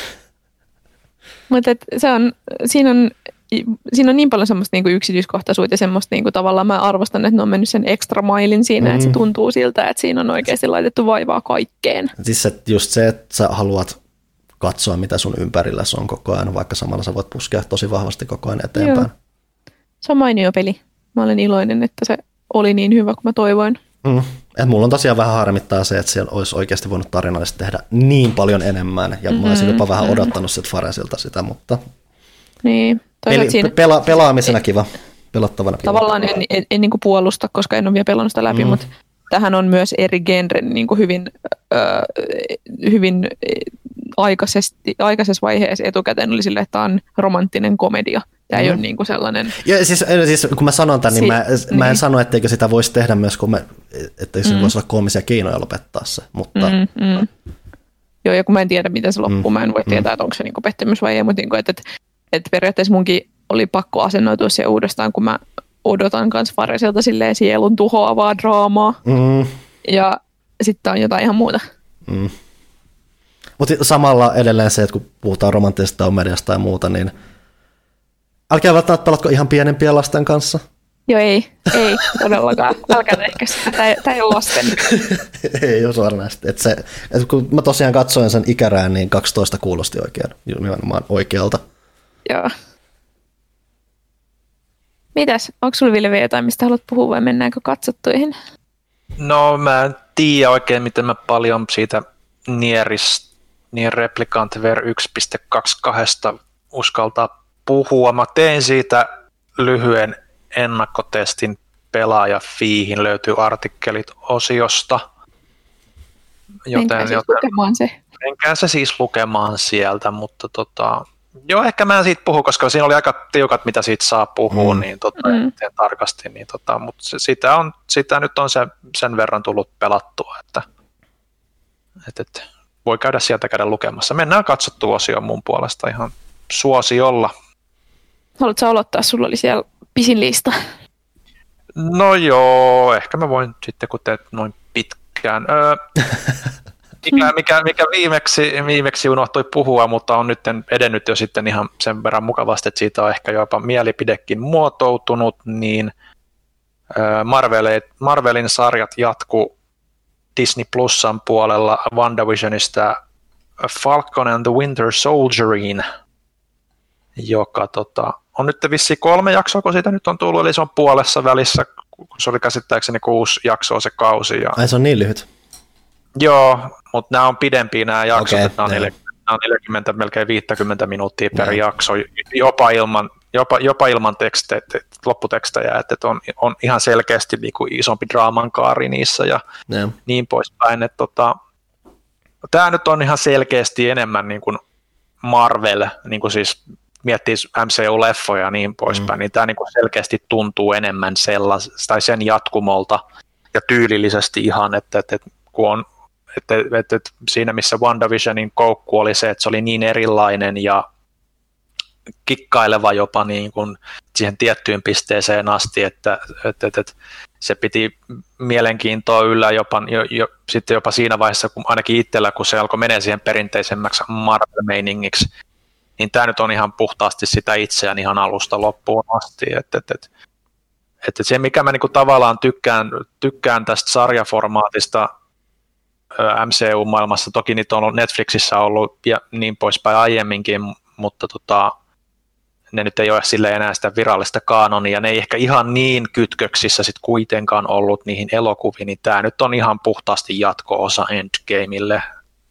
Mutta siinä on niin paljon semmoista niinku yksityiskohtaisuutta ja semmoista niinku tavallaan mä arvostan, että ne on mennyt sen extra mailin siinä, että se tuntuu siltä, että siinä on oikeasti laitettu vaivaa kaikkeen. Siis just se, että sä haluat katsoa, mitä sun ympärillä on koko ajan, vaikka samalla sä voit puskea tosi vahvasti koko ajan eteenpäin. Joo. Se on mainio peli. Mä olen iloinen, että se oli niin hyvä kuin mä toivoin. Et mulla on tosiaan vähän harmittaa se, että siellä olisi oikeasti voinut tarinallisesti tehdä niin paljon enemmän, ja mä olisin jopa vähän odottanut sit Faresilta sitä, mutta niin, pelaamisena kiva, pelattavana kiva. Tavallaan en niin kuin puolusta, koska en ole vielä pelannut sitä läpi, mutta tähän on myös eri genre niin kuin hyvin aikaisessa vaiheessa etukäteen oli silleen, että tämä on romanttinen komedia. Tämä ei ole niin kuin sellainen. Ja siis kun mä sanon tämän, niin mä en sano, etteikö sitä voisi tehdä myös, etteikö se voisi olla koomisia keinoja lopettaa se. Mutta Joo, ja kun mä en tiedä, miten se loppuu, mä en voi tietää, että onko se niin kuin pettymys vai ei, mutta niin että periaatteessa munkin oli pakko asennoitua siihen uudestaan, kun mä odotan kanssa Faresilta silleen sielun tuhoavaa draamaa. Ja sitten on jotain ihan muuta. Mutta samalla edelleen se, että kun puhutaan romanttisesta komediasta ja muuta, niin älkää välttämättä pelatko ihan pienempien lasten kanssa. Joo, ei todellakaan. Älkää ehkä sitä. Tämä ei ole lasten. Ei ole suoranaisesti. Että kun mä tosiaan katsoin sen ikärään, niin 12 kuulosti oikein, nimenomaan oikealta. Joo. Mitäs? Onko sulla Ville vielä jotain, mistä haluat puhua vai mennäänkö katsottuihin? No mä en tiedä oikein, miten mä paljon siitä Nier Replicant Ver 1.22 uskaltaa puhua. Mä tein siitä lyhyen ennakkotestin pelaajafiihin, löytyy artikkelit osiosta. Menkää se siis lukemaan sieltä, mutta joo, ehkä mä en siitä puhu, koska siinä oli aika tiukat, mitä siitä saa puhua, niin tarkasti, niin mutta sitä nyt on sen verran tullut pelattua, että voi käydä lukemassa. Mennään katsottu osio mun puolesta ihan suosiolla. Haluatko aloittaa? Sulla oli siellä pisin lista. No joo, ehkä mä voin sitten, kun teet noin pitkään. Mikä viimeksi unohtui puhua, mutta on nyt edennyt jo sitten ihan sen verran mukavasti, että siitä on ehkä jopa mielipidekin muotoutunut, niin Marvelin sarjat jatkuu Disney Plusan puolella WandaVisionista Falcon and the Winter Soldieriin, joka on nyt vissiin 3 jaksoa, kun siitä nyt on tullut, eli se on puolessa välissä, kun se oli käsittääkseni 6 jaksoa se kausi. Ai se on niin lyhyt? Joo, mutta nämä on pidempiä nämä jaksot, okay, että nämä on 40, melkein 50 minuuttia per jakso, jopa ilman lopputekstejä, että on ihan selkeästi niin kuin isompi draaman kaari niissä ja niin poispäin. Tämä nyt on ihan selkeästi enemmän niin kuin Marvel, niin kuin siis miettii MCU-leffoja ja niin poispäin, niin tämä niin kuin selkeästi tuntuu enemmän tai sen jatkumolta ja tyylillisesti ihan, että kun on että siinä missä WandaVisionin koukku oli se, että se oli niin erilainen ja kikkaileva jopa niin kuin siihen tiettyyn pisteeseen asti, että se piti mielenkiintoa yllä sitten jopa siinä vaiheessa, kun ainakin itsellä, kun se alkoi menee siihen perinteisemmäksi Marvel-meiningiksi, niin tämä nyt on ihan puhtaasti sitä itseään ihan alusta loppuun asti, että se mikä mä niinku tavallaan tykkään tästä sarjaformaatista MCU-maailmassa, toki niitä on Netflixissä ollut ja niin poispäin aiemminkin, mutta ne nyt ei ole silleen enää sitä virallista kaanonia, ne ei ehkä ihan niin kytköksissä sit kuitenkaan ollut niihin elokuviin, niin tämä nyt on ihan puhtaasti jatko-osa Endgameille,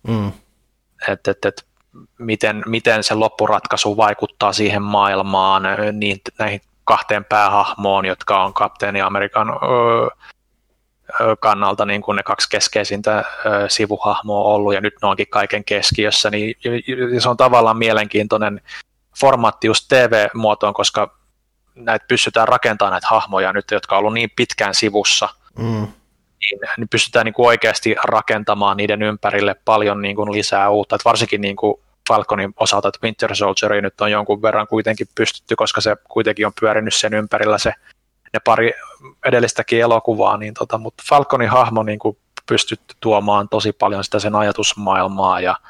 että miten se loppuratkaisu vaikuttaa siihen maailmaan, näihin 2 päähahmoon, jotka on Kapteeni Amerikan kannalta niin kuin ne 2 keskeisintä sivuhahmoa ollut, ja nyt ne onkin kaiken keskiössä, niin se on tavallaan mielenkiintoinen formaatti just TV-muotoon, koska näitä pystytään rakentamaan näitä hahmoja nyt, jotka on ollut niin pitkään sivussa, niin pystytään niin kuin oikeasti rakentamaan niiden ympärille paljon niin kuin lisää uutta, että varsinkin niin kuin Falconin osalta, että Winter Soldieri nyt on jonkun verran kuitenkin pystytty, koska se kuitenkin on pyörinyt sen ympärillä ne pari edellistäkin elokuvaa, niin mutta Falconin hahmo niin kuin pystytty tuomaan tosi paljon sitä sen ajatusmaailmaa ja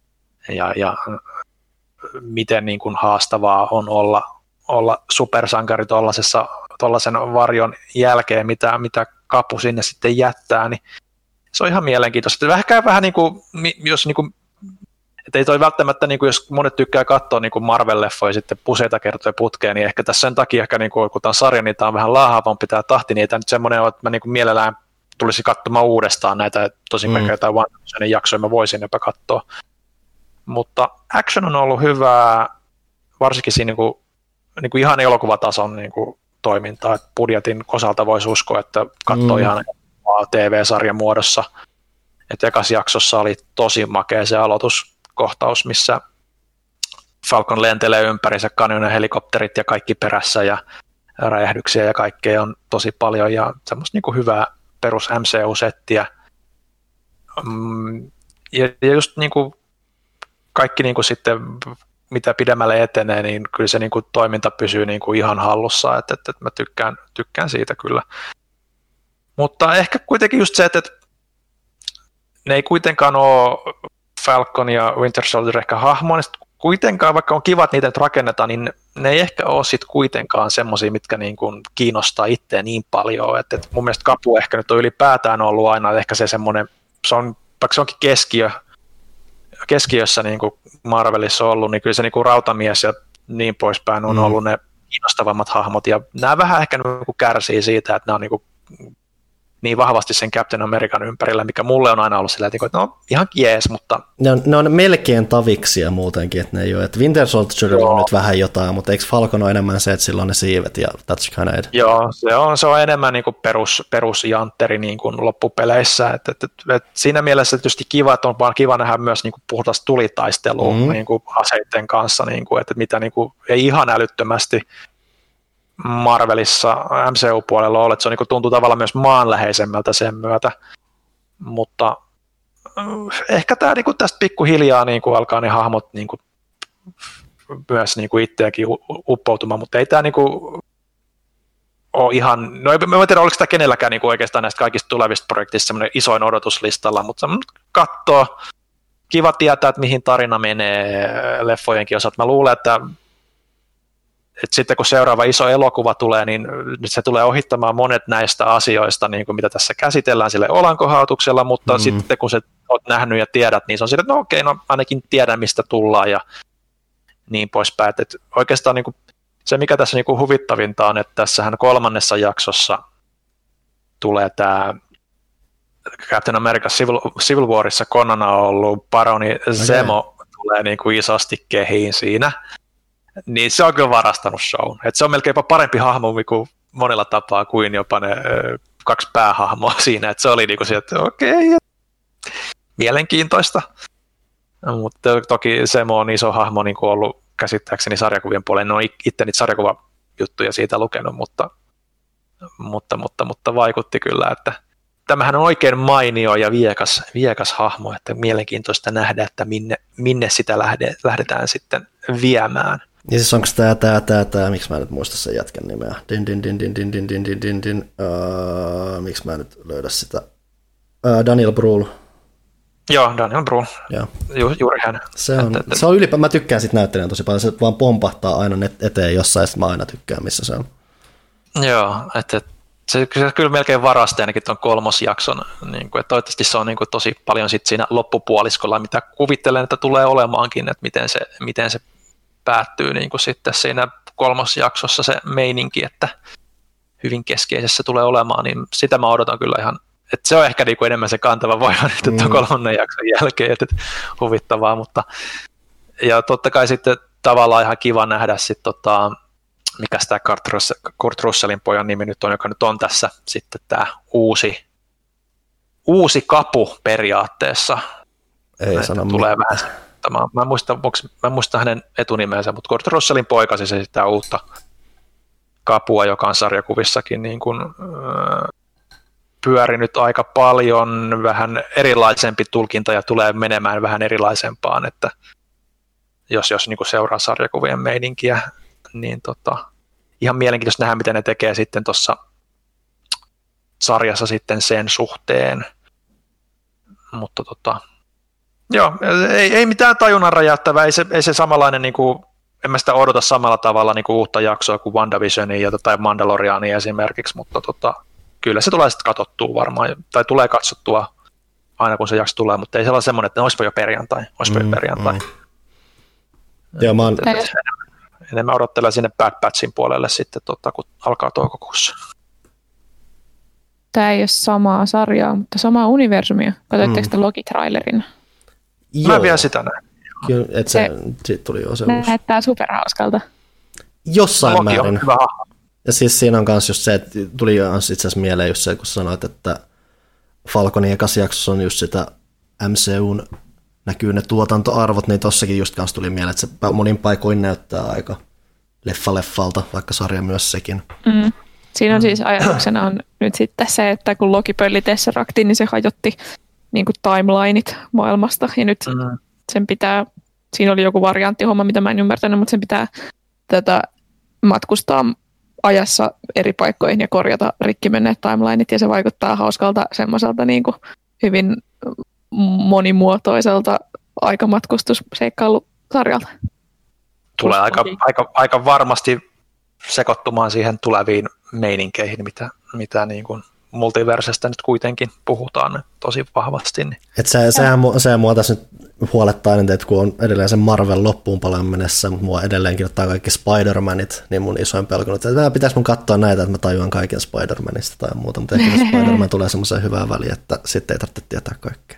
miten niin kuin haastavaa on olla supersankari tuollaisen varjon jälkeen, mitä Kapu sinne sitten jättää, niin se on ihan mielenkiintoista. Vähän niin kuin, jos niin kuin, ei toi välttämättä, niin kuin jos monet tykkää katsoa niin kuin Marvel-leffoja sitten useita kertoja putkeen, niin ehkä tässä sen takia, ehkä, niin kuin, kun tämä on sarja, niin tämä on vähän laahavampi tämä tahti, niin ei tämä nyt semmoinen ole, että mä niin kuin mielellään tulisin katsomaan uudestaan näitä, tosin vaikka jotain WandaVisionin jaksoja mä voisin jopa katsoa. Mutta action on ollut hyvää, varsinkin siinä niin kuin ihan elokuvatason niin kuin toimintaa, että budjetin osalta voisi uskoa, että katsoo ihan TV-sarjan muodossa. Että ekas jaksossa oli tosi makea se aloituskohtaus, missä Falcon lentelee ympärinsä, kanjonen helikopterit ja kaikki perässä ja räjähdyksiä ja kaikkea on tosi paljon ja semmoista niin kuin hyvää perus MCU-settiä. Ja just niin kuin kaikki niin kuin sitten, mitä pidemmälle etenee, niin kyllä se niin kuin toiminta pysyy niin kuin ihan hallussa, että mä tykkään siitä kyllä. Mutta ehkä kuitenkin just se, että ne ei kuitenkaan ole Falcon ja Winter Soldier ehkä hahmoon, kuitenkaan, vaikka on kivat niitä, että rakennetaan, niin ne ei ehkä ole sit kuitenkaan semmoisia, mitkä niin kuin kiinnostaa itseä niin paljon, että mun mielestä Capu ehkä nyt on ylipäätään ollut aina ehkä se semmoinen, vaikka se onkin keskiössä niin kuin Marvelissa on ollut, niin kyllä se niin kuin Rautamies ja niin poispäin on ollut ne kiinnostavammat hahmot, ja nämä vähän ehkä niin kuin kärsii siitä, että nämä on niin vahvasti sen Captain American ympärillä, mikä mulle on aina ollut sillä, että no ihan jees, mutta... Ne on melkein taviksia muutenkin, että ne ei ole. Että Winter Soldier on nyt vähän jotain, mutta eikö Falcon ole enemmän se, että sillä on ne siivet ja that's kind of it? Joo, se on enemmän niin kuin perusjantteri niin kuin loppupeleissä. Et siinä mielessä tietysti kiva, että on vaan kiva nähdä myös niin kuin puhdas tulitaistelua niin kuin aseiden kanssa, niin kuin, että mitä niin kuin, ei ihan älyttömästi Marvelissa MCU-puolella ole, että se on, niin kuin, tuntuu tavallaan myös maanläheisemmältä sen myötä, mutta ehkä tämä, niin kuin, tästä pikkuhiljaa niin kuin, alkaa ne hahmot niin kuin, myös niin kuin itseäkin uppoutumaan, mutta ei tämä niin kuin, ole ihan, no mä en tiedä, oliko tämä kenelläkään niin kuin, oikeastaan näistä kaikista tulevista projektista semmoinen isoin odotuslistalla, mutta katsoo, kiva tietää, että mihin tarina menee leffojenkin osalta. Mä luulen, että sitten kun seuraava iso elokuva tulee, niin se tulee ohittamaan monet näistä asioista, niin kuin mitä tässä käsitellään sille olankohautuksella, mutta sitten kun sä oot nähnyt ja tiedät, niin se on sille, että no okei, no ainakin tiedän, mistä tullaan ja niin poispäin. Että oikeastaan niin kuin, se, mikä tässä niin kuin huvittavinta on, että tässähän 3. jaksossa tulee tämä Captain America Civil Warissa konana ollut Baroni Zemo tulee niin kuin isosti kehiin siinä. Niin se on kyllä varastanut shown. Et se on melkein jopa parempi hahmo kuin monella tapaa kuin jopa ne 2 päähahmoa siinä. Et se oli niinku sieltä, että okei, mielenkiintoista. Mutta toki Semo on iso hahmo niin kuin ollut käsittääkseni sarjakuvien puolella. En ole itse niitä sarjakuvajuttuja siitä lukenut, mutta vaikutti kyllä, että tämähän on oikein mainio ja viekas hahmo, että mielenkiintoista nähdä, että minne sitä lähdetään sitten viemään. Ja siis onko tää, miksi mä nyt muista sen jätkän nimeä? Miksi mä nyt löydä sitä? Daniel Brühl. Joo, Daniel Brühl. Juuri hän. Se on ylipäätään, mä tykkään sit näyttelijän tosi paljon, se vaan pompahtaa aina eteen jossain, ja sit mä aina tykkään, missä se on. Joo, että se kyllä melkein varasti ainakin tuon 3. jakson, niin kuin, että toivottavasti se on niin kuin tosi paljon sit siinä loppupuoliskolla, mitä kuvittelen, että tulee olemaankin, että miten se päättyy niin kuin sitten siinä 3. jaksossa se meininki, että hyvin keskeisessä tulee olemaan, niin sitä mä odotan kyllä ihan, että se on ehkä niin kuin enemmän se kantava voima nyt tuon 3. jakson jälkeen, että huvittavaa, mutta ja totta kai sitten tavallaan ihan kiva nähdä sitten mikä tämä Kurt Russellin pojan nimi nyt on, joka nyt on tässä sitten tämä uusi Capu periaatteessa. Ei sano tulee vähän. Mä en muista hänen etunimensä, mutta Kurt Russellin poika siis esittää uutta Capua, joka on sarjakuvissakin niin kuin, pyörinyt aika paljon, vähän erilaisempi tulkinta ja tulee menemään vähän erilaisempaan, että jos niin kuin seuraa sarjakuvien meininkiä, niin ihan mielenkiintoista nähdä, miten ne tekee sitten tuossa sarjassa sitten sen suhteen. Mutta joo, ei mitään tajunnan räjäyttävää, ei se samanlainen, niin kuin, en mä sitä odota samalla tavalla niin kuin uutta jaksoa kuin WandaVisionia tai Mandaloriania esimerkiksi, mutta kyllä se tulee sitten katsottua varmaan, tai tulee katsottua aina kun se jakso tulee, mutta ei se ole semmoinen, että olisipa jo perjantai. Joo, mä oon... Enemmän odottelen sinne Bad Batchin puolelle sitten, kun alkaa toukokuussa. Tämä ei ole samaa sarjaa, mutta samaa universumia. Katsoitteko te Loki-trailerin? Mä en vielä sitä näin. Kyllä, että siitä tuli jo se uusi. Näyttää superhauskalta. Jossain Loki määrin. On hyvä. Ja siis siinä on myös just se, että tuli itse asiassa mieleen just se, kun sanoit, että Falconin ekassa jaksossa on just sitä MCUn näkyy ne tuotantoarvot, niin tossakin just kanssa tuli mieleen, että se monin paikoin näyttää aika leffalta, vaikka sarja myös sekin. Siinä on siis ajatuksena on nyt sitten se, että kun Loki pölli Tesseractin, niin se hajotti niin kuin timelineit maailmasta, ja nyt sen pitää, siinä oli joku varianttihomma, mitä mä en ymmärtänyt, mutta sen pitää matkustaa ajassa eri paikkoihin ja korjata rikki menneet timelineit, ja se vaikuttaa hauskalta semmoiselta niin kuin hyvin monimuotoiselta aikamatkustusteikkailusarjalta. Tulee aika varmasti sekoittumaan siihen tuleviin meininkeihin, mitä niin kuin multiversesta nyt kuitenkin puhutaan tosi vahvasti. Niin. Sehän mua tässä nyt huolettaa, että kun on edelleen sen Marvel loppuun palaan mennessä, mutta mua edelleenkin ottaa kaikki Spider-Manit, niin mun isoin pelko, että pitäisi mun katsoa näitä, että mä tajuan kaiken Spider-Manista tai muuta, mutta ehkä Spider-Man tulee semmoiseen hyvään väliin, että sitten ei tarvitse tietää kaikkea.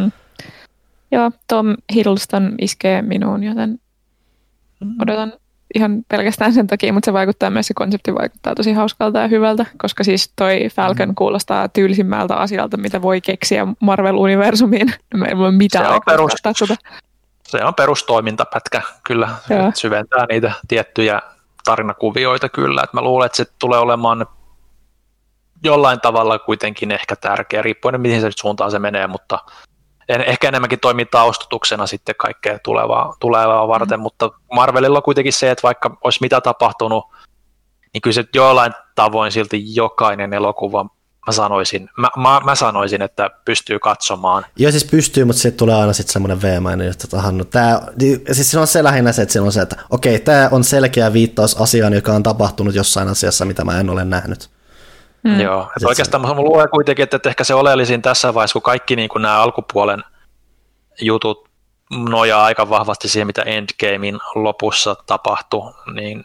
Joo, Tom Hiddleston iskee minuun, joten odotan ihan pelkästään sen takia, mutta se vaikuttaa myös, se konsepti vaikuttaa tosi hauskalta ja hyvältä, koska siis toi Falcon kuulostaa tyylisimmältä asialta, mitä voi keksiä Marvel-universumiin. Me ei voi mitään aikaa katsoa sitä. Se on perustoimintapätkä, kyllä. Syventää niitä tiettyjä tarinakuvioita kyllä. Et mä luulen, että se tulee olemaan jollain tavalla kuitenkin ehkä tärkeä, riippuen mihin se suuntaan se menee, mutta ehkä enemmänkin toimii taustutuksena sitten kaikkea tulevaa varten, mutta Marvelilla on kuitenkin se, että vaikka olisi mitä tapahtunut, niin kyllä se jollain tavoin silti jokainen elokuva, mä sanoisin, että pystyy katsomaan. Joo, siis pystyy, mutta sitten tulee aina sitten semmoinen veemäinen, että siis siinä on se lähinnä se, että siinä on se, että okei, tämä on selkeä viittaus asiaan, joka on tapahtunut jossain asiassa, mitä mä en ole nähnyt. Joo, että oikeastaan mä luulen kuitenkin, että ehkä se oleellisin tässä vaiheessa, kun kaikki niin kuin nämä alkupuolen jutut nojaa aika vahvasti siihen, mitä Endgamein lopussa tapahtui, niin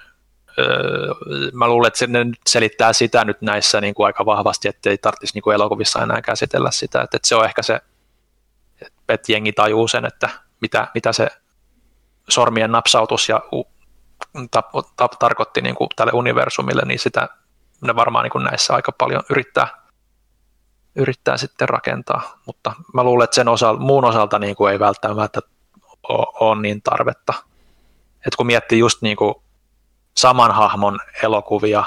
mä luulen, että se selittää sitä nyt näissä niin kuin aika vahvasti, että ei tarvitsisi niin kuin elokuvissa enää käsitellä sitä, että se on ehkä se, että jengi tajuu sen, että mitä se sormien napsautus ja tarkoitti niin kuin tälle universumille, niin sitä ne varmaan niin kuin näissä aika paljon yrittää sitten rakentaa, mutta mä luulen, että sen muun osalta niin kuin ei välttämättä ole niin tarvetta. Et kun miettii just niin kuin saman hahmon elokuvia,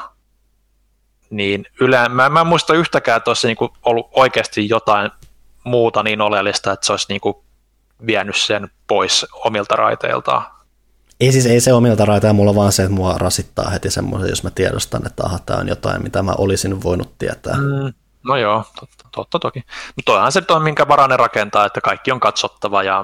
niin mä en muista yhtäkään, että olisi niin kuin ollut oikeasti jotain muuta niin oleellista, että se olisi niin kuin vienyt sen pois omilta raiteiltaan. Ei se omilta raiteilta, mulla vaan se, että mua rasittaa heti semmoisen, jos mä tiedostan, että tämä on jotain, mitä mä olisin voinut tietää. No joo, totta toki. Mutta toihan se on, minkä varainen rakentaa, että kaikki on katsottava ja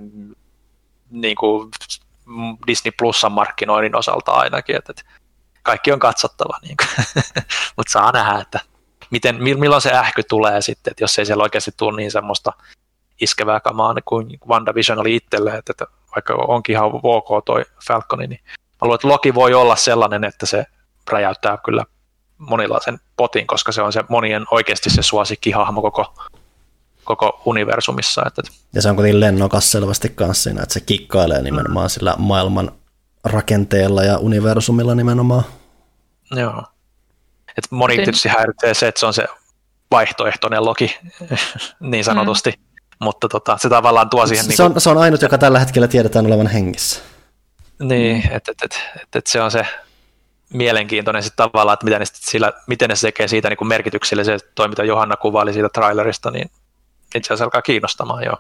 niin kuin Disney Plusan markkinoinnin osalta ainakin, että kaikki on katsottava. Niin mutta saa nähdä, että milloin se ähky tulee sitten, että jos ei siellä oikeasti tule niin semmoista iskevää kamaa kuin WandaVision oli itselleen, että vaikka onkin ihan ok toi Falconi, niin mä luulen, että Loki voi olla sellainen, että se räjäyttää kyllä monilla sen potin, koska se on se monien oikeasti se suosikkihahmo koko universumissa. Ja se on kuitenkin lennokas selvästi kanssa siinä, että se kikkailee nimenomaan sillä maailman rakenteella ja universumilla nimenomaan. Joo. Et moni tietysti häiritsee se, että se on se vaihtoehtoinen Loki, niin sanotusti. Mutta se tavallaan tuo siihen... Se on ainut, joka tällä hetkellä tiedetään olevan hengissä. Niin, että se on se mielenkiintoinen sitten tavallaan, että miten ne tekee siitä niin kuin merkityksellisen, toi mitä Johanna kuvaili siitä trailerista, niin itse asiassa alkaa kiinnostamaan, joo.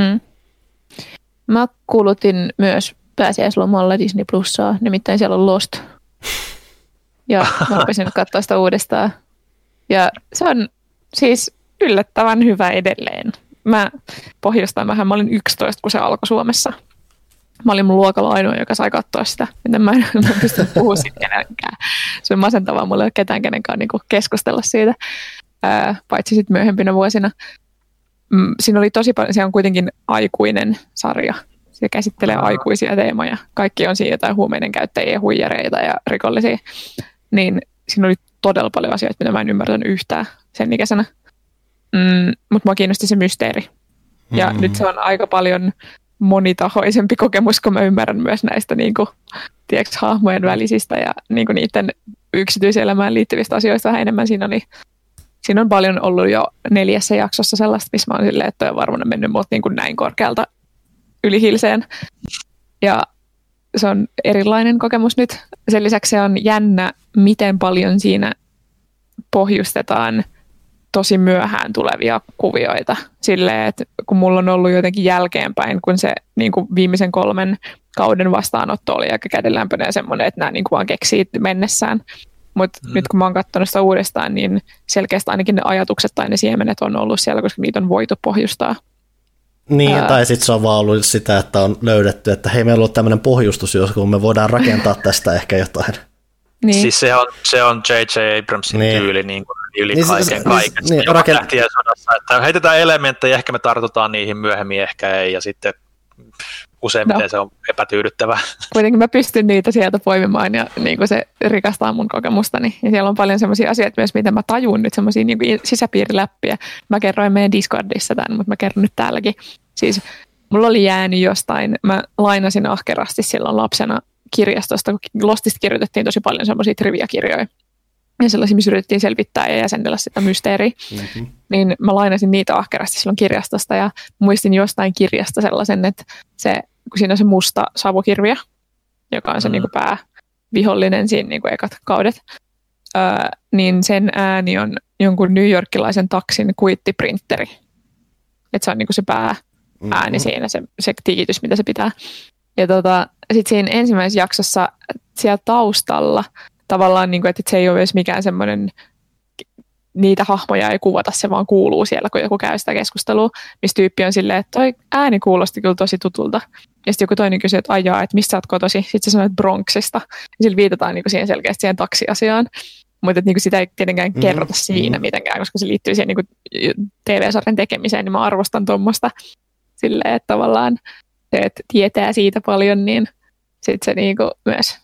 Mä kuulutin myös pääsiäislomalla Disney Plusaa, nimittäin siellä on Lost. Ja mä rupesin katsoa sitä uudestaan. Ja se on siis yllättävän hyvä edelleen. Mä pohjustan vähän, mä olin 11, kun se alkoi Suomessa. Mä olin mun luokalla ainoa, joka sai katsoa sitä, miten mä en pystynyt puhumaan siitä kenenkään. Se on masentavaa, mulla ei ole ketään kenenkään niin keskustella siitä, paitsi sitten myöhempinä vuosina. Siinä oli tosi paljon, se on kuitenkin aikuinen sarja. Se käsittelee aikuisia teemoja. Kaikki on siinä jotain huumeiden käyttäjiä, huijareita ja rikollisia. Niin siinä oli todella paljon asioita, mitä mä en ymmärtänyt yhtään sen ikäisenä. Mutta mua kiinnosti se mysteeri. Ja nyt se on aika paljon monitahoisempi kokemus, kun mä ymmärrän myös näistä hahmojen välisistä ja niiden yksityiselämään liittyvistä asioista vähän enemmän. Siinä on paljon ollut jo 4 jaksossa sellaista, missä mä oon silleen, että on varmaan mennyt mut näin korkealta yli hilseen. Ja se on erilainen kokemus nyt. Sen lisäksi se on jännä, miten paljon siinä pohjustetaan tosi myöhään tulevia kuvioita. Silleen, että kun mulla on ollut jotenkin jälkeenpäin, kun se viimeisen 3 kauden vastaanotto oli aika kädenlämpöinen ja semmoinen, että nämä vaan keksii mennessään. Mutta nyt kun mä oon katsonut sitä uudestaan, niin selkeästi ainakin ne ajatukset tai ne siemenet on ollut siellä, koska niitä on voitu pohjustaa Niin, tai sitten se on vaan ollut sitä, että on löydetty, että hei, meillä on ollut tämmöinen pohjustus, kun me voidaan rakentaa tästä ehkä jotain. Niin. Siis se on J.J. Abramsin tyyli niin kuin yli kaiken. Tähtien sodassa, että heitetään elementtejä, ehkä me tartutaan niihin myöhemmin, ehkä ei, ja sitten useimmiten se on epätyydyttävää. Kuitenkin mä pystyn niitä sieltä poimimaan, ja niin kuin se rikastaa mun kokemustani. Ja siellä on paljon semmoisia asioita myös, mitä mä tajun nyt, semmoisia niin kuin sisäpiiriläppiä. Mä kerroin meidän Discordissa tämän, mutta mä kerron nyt täälläkin. Siis mulla oli jäänyt jostain, mä lainasin ahkerasti silloin lapsena kirjastosta, kun Lostista kirjoitettiin tosi paljon semmoisia trivia-kirjoja. Ja sellaisia, missä yritettiin selvittää ja jäsennellä sitä mysteeriä. Mm-hmm. Niin mä lainasin niitä ahkerasti silloin kirjastosta ja muistin jostain kirjasta sellaisen, että kun siinä on se musta savukirvia, joka on se niin kuin päävihollinen siinä niin kuin ekat kaudet, niin sen ääni on jonkun newyorkilaisen taksin kuittiprinteri. Että se on niin kuin se pääääni siinä, se tikitys, mitä se pitää. Ja sitten siinä ensimmäisessä jaksossa siellä taustalla tavallaan, niin kuin, että se ei ole edes mikään semmoinen, niitä hahmoja ei kuvata, se vaan kuuluu siellä, kun joku käy sitä keskustelua, missä tyyppi on silleen, että toi ääni kuulosti kyllä tosi tutulta. Ja sitten joku toinen kysyy, että ajaa, että mistä sä oot kotosi? Sitten se sanoo, että Bronxista. Ja sillä viitataan niin kuin siihen selkeästi siihen taksiasiaan. Mutta niin sitä ei tietenkään kerrota siinä mitenkään, koska se liittyy siihen niin kuin TV-sarjan tekemiseen, niin mä arvostan tuommoista silleen, että tavallaan se, että tietää siitä paljon, niin sitten se niin kuin myös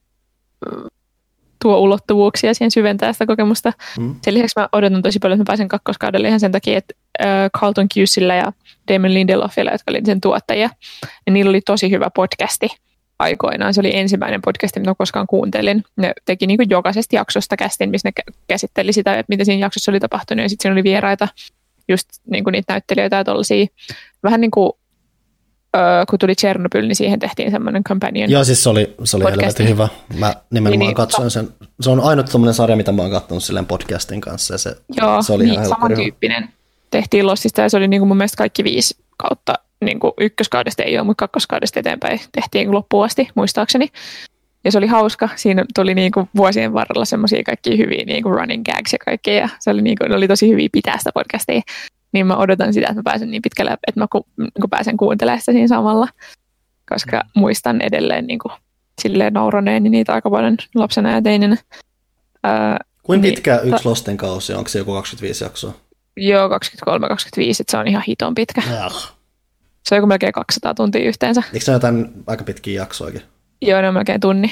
tuo ulottuvuuksia siihen, syventää sitä kokemusta. Sen lisäksi mä odotan tosi paljon, että mä pääsen kakkoskaudelle ihan sen takia, että Carlton Cusella ja Damon Lindelofilla, jotka oli sen tuottajia, ja niillä oli tosi hyvä podcasti aikoinaan. Se oli ensimmäinen podcast, mitä koskaan kuuntelin. Ne teki niin kuin jokaisesta jaksosta kästin, missä ne käsitteli sitä, että mitä siinä jaksossa oli tapahtunut, ja sitten siinä oli vieraita, just niin kuin niitä näyttelijöitä ja tollaisia. Vähän niin kuin kun tuli Chernobyl, niin siihen tehtiin semmoinen companion. Joo, siis se oli helvetin hyvä. Mä nimenomaan katsoin sen. Se on ainut tommoinen sarja, mitä mä oon katsonut silleen podcastin kanssa. Ja se oli ihan samantyyppinen. Tehtiin Lostista ja se oli niin kuin mun mielestä kaikki 5 kautta. Niin kuin ykköskaudesta ei ole, mutta kakkoskaudesta eteenpäin tehtiin loppuun asti, muistaakseni. Ja se oli hauska. Siinä tuli niin kuin vuosien varrella semmoisia kaikkia hyviä niin kuin running gags ja kaikkea. Ja se oli, niin kuin, oli tosi hyviä pitää sitä podcastia. Niin mä odotan sitä, että mä pääsen niin pitkälle, että mä pääsen kuuntelemaan sitä siinä samalla. Koska muistan edelleen niin kuin, silleen nauraneeni niitä aika paljon lapsena ja teininä. Kuinka pitkä yksi Losten kausi on? Onko se joku 25 jaksoa? Joo, 23-25, että se on ihan hiton pitkä. Se on joku melkein 200 tuntia yhteensä. Eikö se ole jotain aika pitkiä jaksoakin? Joo, ne on melkein tunni.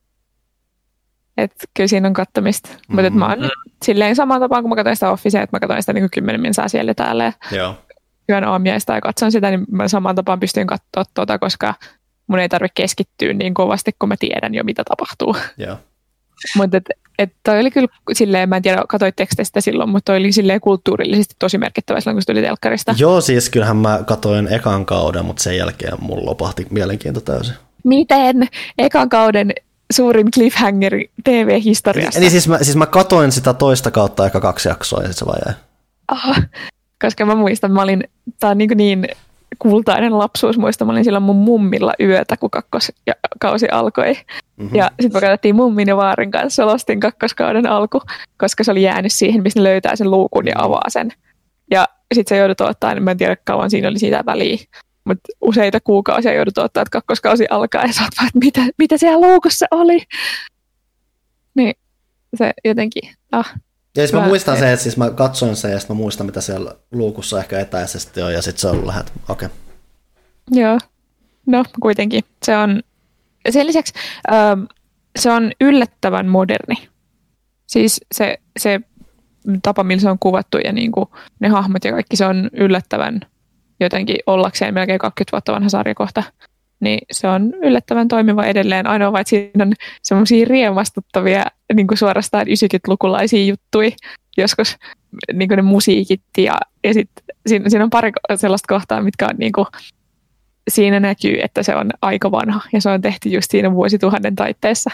Että kyllä siinä on kattomista. Mutta mä oon silleen samaan tapaan, kun mä katsoin sitä Officea, että mä katsoin sitä niin 10 minsaa siellä täällä ja yön aamiaista ja katson sitä, niin mä samaan tapaan pystyn katsoa koska mun ei tarvitse keskittyä niin kovasti, kun mä tiedän jo, mitä tapahtuu. Mutta toi oli kyllä silleen, mä en tiedä, katsoitteko te sitä silloin, mutta toi oli silleen kulttuurillisesti tosi merkittävä silloin, kun se tuli telkkarista. Joo, siis kyllähän mä katsoin ekan kauden, mutta sen jälkeen mulla lopahti mielenkiinto täysin. Miten? Ekan kauden suurin cliffhanger TV-historiasta. Eli siis mä katoin sitä toista kautta aika 2 jaksoa ja sitten se vaan jäi. Koska mä muistan, tää on niin kultainen lapsuusmuisto, mä olin silloin mun mummilla yötä, kun kakkoskausi alkoi. Ja sitten me katsottiin mummin ja vaarin kanssa Lostin kakkoskauden alku, koska se oli jäänyt siihen, missä ne löytää sen luukun ja avaa sen. Ja sitten se joudut ottaa, niin mä en tiedä kauan siinä oli siitä väliä. Mutta useita kuukausia joudut ottaa, että kakkoskausi alkaa ja sä oot vaan, että mitä siellä luukussa oli. Niin se jotenkin, Ja siis mä muistan se, että siis mä katsoin sen ja sitten mä muistan, mitä siellä luukussa ehkä etäisesti on ja sitten se on ollut okei. Joo, no kuitenkin. Sen lisäksi se on yllättävän moderni. Siis se tapa, millä se on kuvattu ja niinku ne hahmot ja kaikki, se on yllättävän jotenkin ollakseen melkein 20 vuotta vanha sarja kohta, niin se on yllättävän toimiva edelleen. Ainoa vaan, että siinä on semmoisia riemastuttavia niin kuin suorastaan 90-lukulaisia juttuja, joskus niin kuin ne musiikit ja sitten siinä on pari sellaista kohtaa, mitkä on niin kuin, siinä näkyy, että se on aika vanha ja se on tehty just siinä vuosituhannen taitteessa,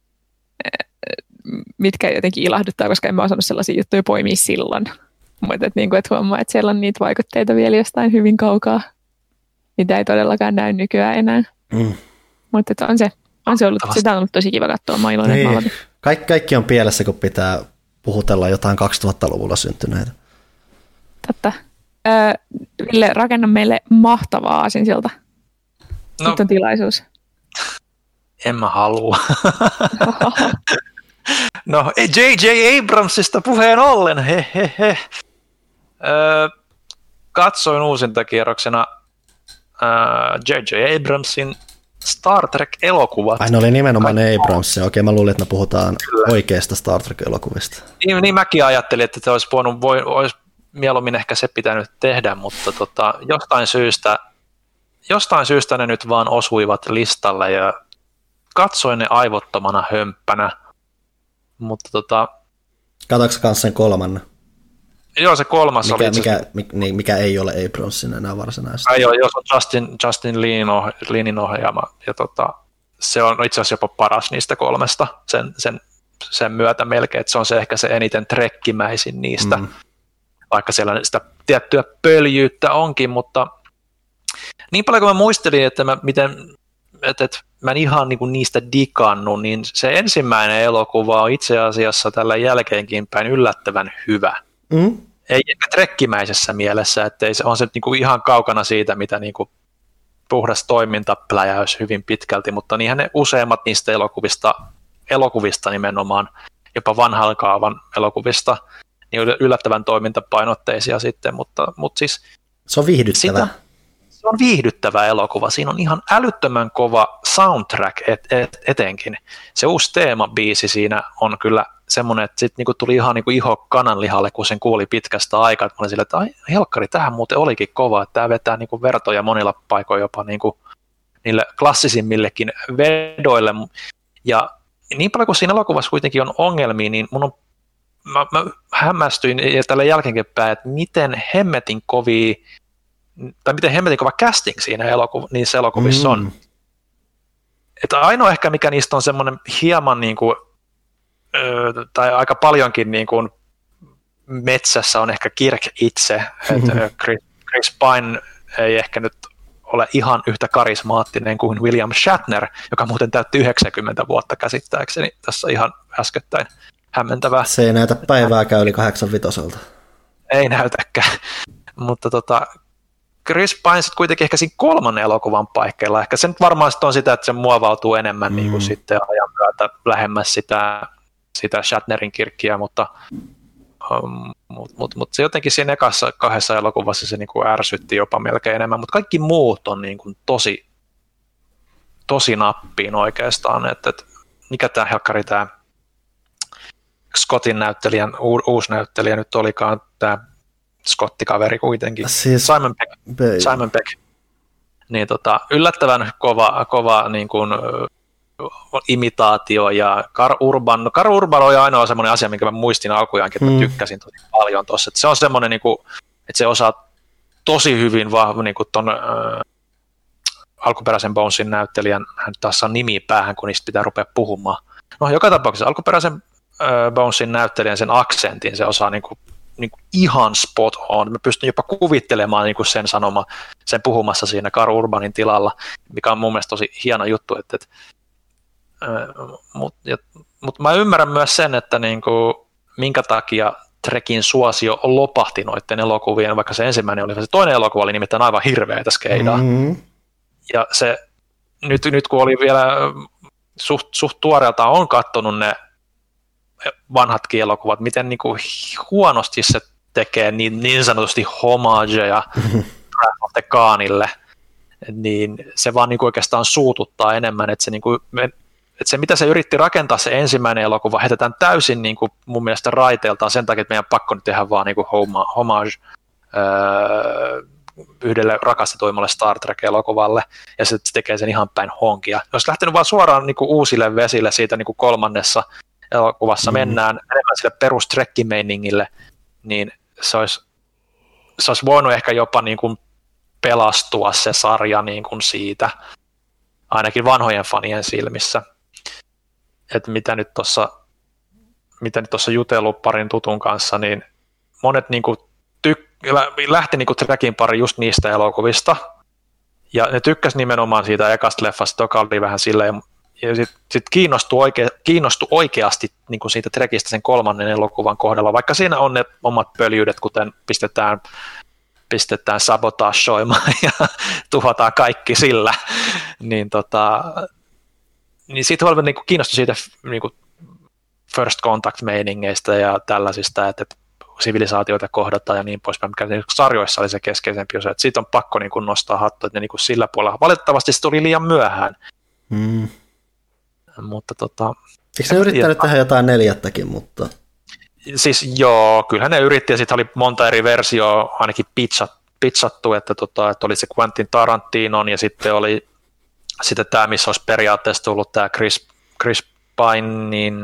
mitkä jotenkin ilahduttaa, koska en mä osannut sellaisia juttuja poimia silloin. Mutta et huomaa, että siellä on niitä vaikutteita vielä jostain hyvin kaukaa, mitä ei todellakaan näy nykyään enää. Mutta on se ollut, sitä on ollut tosi kiva katsoa. Mä iloinen, niin. Että Kaikki on pielessä, kun pitää puhutella jotain 2000-luvulla syntyneitä. Totta. Ville, rakenna meille mahtavaa aasinsilta. No, nyt on tilaisuus. En mä halua. No, J.J. Abramsista puheen ollen, hehehe. Katsoin uusintakierroksena J.J. Abramsin Star Trek-elokuvat. Ai ne oli nimenomaan Abrams. Okei, mä luulin, että me puhutaan oikeasta Star Trek-elokuvista. Niin mäkin ajattelin, että se olisi mieluummin ehkä se pitänyt tehdä, mutta jostain syystä ne nyt vaan osuivat listalle ja katsoin ne aivottomana hömppänä. Mutta Katoinko kanssa sen kolmannen? Joo, se kolmas oli mikä ei ole Abramsin enää varsinaisesti. Joo, se on Justin Linin ohjaama, ja se on itse asiassa jopa paras niistä kolmesta sen myötä melkein, että se on ehkä se eniten trekkimäisin niistä, vaikka siellä sitä tiettyä pöljyyttä onkin, mutta niin paljon kuin mä muistelin, että mä en ihan niistä digannut, niin se ensimmäinen elokuva on itse asiassa tällä jälkeenkin päin yllättävän hyvä. Ei ehkä trekkimäisessä mielessä, että on se ihan kaukana siitä, mitä puhdas toimintapläjäys hyvin pitkälti, mutta niinhän ne useimmat niistä elokuvista nimenomaan, jopa vanhan kaavan elokuvista, niin yllättävän toimintapainotteisia sitten, mutta siis se on viihdyttävä. Se on viihdyttävä elokuva. Siinä on ihan älyttömän kova soundtrack etenkin. Se uusi teemabiisi siinä on kyllä semmoinen, että sitten tuli ihan iho kananlihalle, kun sen kuuli pitkästä aikaa. Mä olin sille, että ai helkkari, tähän muuten olikin kova, että tämä vetää vertoja monilla paikoilla jopa niille klassisimmillekin vedoille. Ja niin paljon kuin siinä elokuvassa kuitenkin on ongelmia, niin mä hämmästyin tällä jälkeenkin päin, että miten hemmetin kova casting siinä niissä elokuvissa on. Että ainoa ehkä, mikä niistä on semmoinen hieman tai aika paljonkin metsässä on ehkä Kirk itse. Chris Pine ei ehkä nyt ole ihan yhtä karismaattinen kuin William Shatner, joka muuten täytti 90 vuotta käsittääkseni tässä ihan äskettäin. Hämmentävää. Se ei näytä päivääkään yli 85. Ei näytäkään, mutta Chris Pine sitten kuitenkin ehkä siinä kolmannen elokuvan paikkeilla. Ehkä se nyt varmaan on sitä, että se muovautuu enemmän sitten ajan myötä lähemmäs sitä Shatnerin Kirkkiä, mutta se jotenkin siinä ekassa kahdessa elokuvassa se ärsytti jopa melkein enemmän, mutta kaikki muut on tosi nappiin oikeastaan, että mikä tämä helkkari, tämä Scottin näyttelijän, uusi näyttelijä nyt olikaan, tämä Scottikaveri kuitenkin, siis Simon Pegg. Niin yllättävän kova imitaatio ja Karl Urban oli ainoa semmoinen asia, minkä mä muistin alkujaankin, että mä tykkäsin tosi paljon tuossa. Se on semmoinen, että se osaa tosi hyvin vahva ton alkuperäisen Bonesin näyttelijän, hän taas on nimi päähän, kun niistä pitää rupea puhumaan. No joka tapauksessa alkuperäisen Bonesin näyttelijän sen aksentin, se osaa ihan spot on. Mä pystyn jopa kuvittelemaan sen puhumassa siinä Karl Urbanin tilalla, mikä on mun mielestä tosi hieno juttu. Mutta mä ymmärrän myös sen, että minkä takia Trekin suosio lopahti noiden elokuvien, vaikka se ensimmäinen oli, se toinen elokuva oli nimittäin aivan hirveätä skeidaa. Ja se nyt kun oli vielä suht tuoreeltaan on katsonut ne vanhatkin elokuvat, miten huonosti se tekee niin sanotusti homageja Wrath of the Khanille, niin se vaan oikeastaan suututtaa enemmän, että se mitä se yritti rakentaa se ensimmäinen elokuva, heitetään täysin mun mielestä raiteeltaan sen takia, että meidän pakko nyt tehdä vaan homage yhdelle rakastetuimmalle Star Trek-elokuvalle, ja se tekee sen ihan päin honkia. Jos lähtenyt vaan suoraan uusille vesille siitä kolmannessa elokuvassa mennään enemmän sille perustrekkimeiningille, niin se olisi voinut ehkä jopa pelastua se sarja siitä, ainakin vanhojen fanien silmissä. Että mitä nyt tuossa jutellut parin tutun kanssa, niin monet lähti Trekin pari just niistä elokuvista, ja ne tykkäsi nimenomaan siitä ekasta leffasta, joka oli vähän silleen, ja sitten kiinnostui oikeasti siitä Trekistä sen kolmannen elokuvan kohdalla, vaikka siinä on ne omat pöljyydet, kuten pistetään pistetään sabotaashoimaan ja tuhotaan kaikki sillä, niin siitä oli niin kiinnostui siitä niin first contact-meiningeistä ja tällaisista, että sivilisaatioita kohdataan ja niin poispäin, mikä sarjoissa oli se keskeisempi osa, että siitä on pakko niin kuin nostaa hattu, että ne niin kuin sillä puolella. Valitettavasti se tuli liian myöhään. Mutta eikö ne yrittänyt tehdä jotain 4. mutta... Siis joo, kyllähän ne yritti, ja sitten oli monta eri versioa ainakin pizzattu, että oli se Quentin Tarantinon, ja sitten oli tämä, missä olisi periaatteessa tullut tämä Chris Pinein,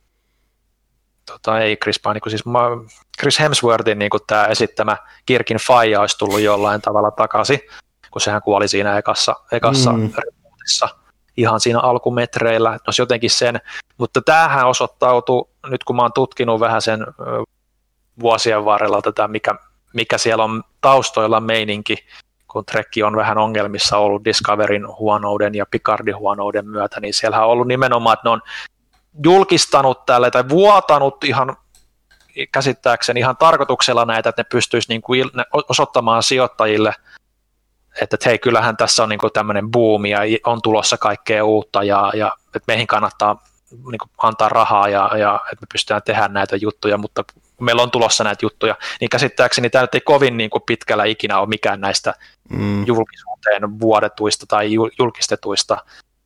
ei Chris Pine, siis Chris Hemsworthin niin tämä esittämä Kirkin faija olisi tullut jollain tavalla takaisin, kun sehän kuoli siinä ekassa remootissa ihan siinä alkumetreillä, että olisi jotenkin sen, mutta tämähän osoittautui, nyt kun mä oon tutkinut vähän sen vuosien varrella tätä, mikä siellä on taustoilla meininki, kun Trekki on vähän ongelmissa ollut Discoverin huonouden ja Picardin huonouden myötä, niin siellä on ollut nimenomaan, että ne on julkistanut tälle tai vuotanut ihan käsittääkseni ihan tarkoituksella näitä, että ne pystyisi niin kuin osoittamaan sijoittajille, että hei, kyllähän tässä on niin kuin tämmöinen buumi ja on tulossa kaikkea uutta ja että meihin kannattaa niin kuin antaa rahaa ja että me pystytään tehdä näitä juttuja, mutta kun meillä on tulossa näitä juttuja, niin käsittääkseni tämä ei kovin niin kuin pitkällä ikinä ole mikään näistä julkisuuteen vuodetuista tai julkistetuista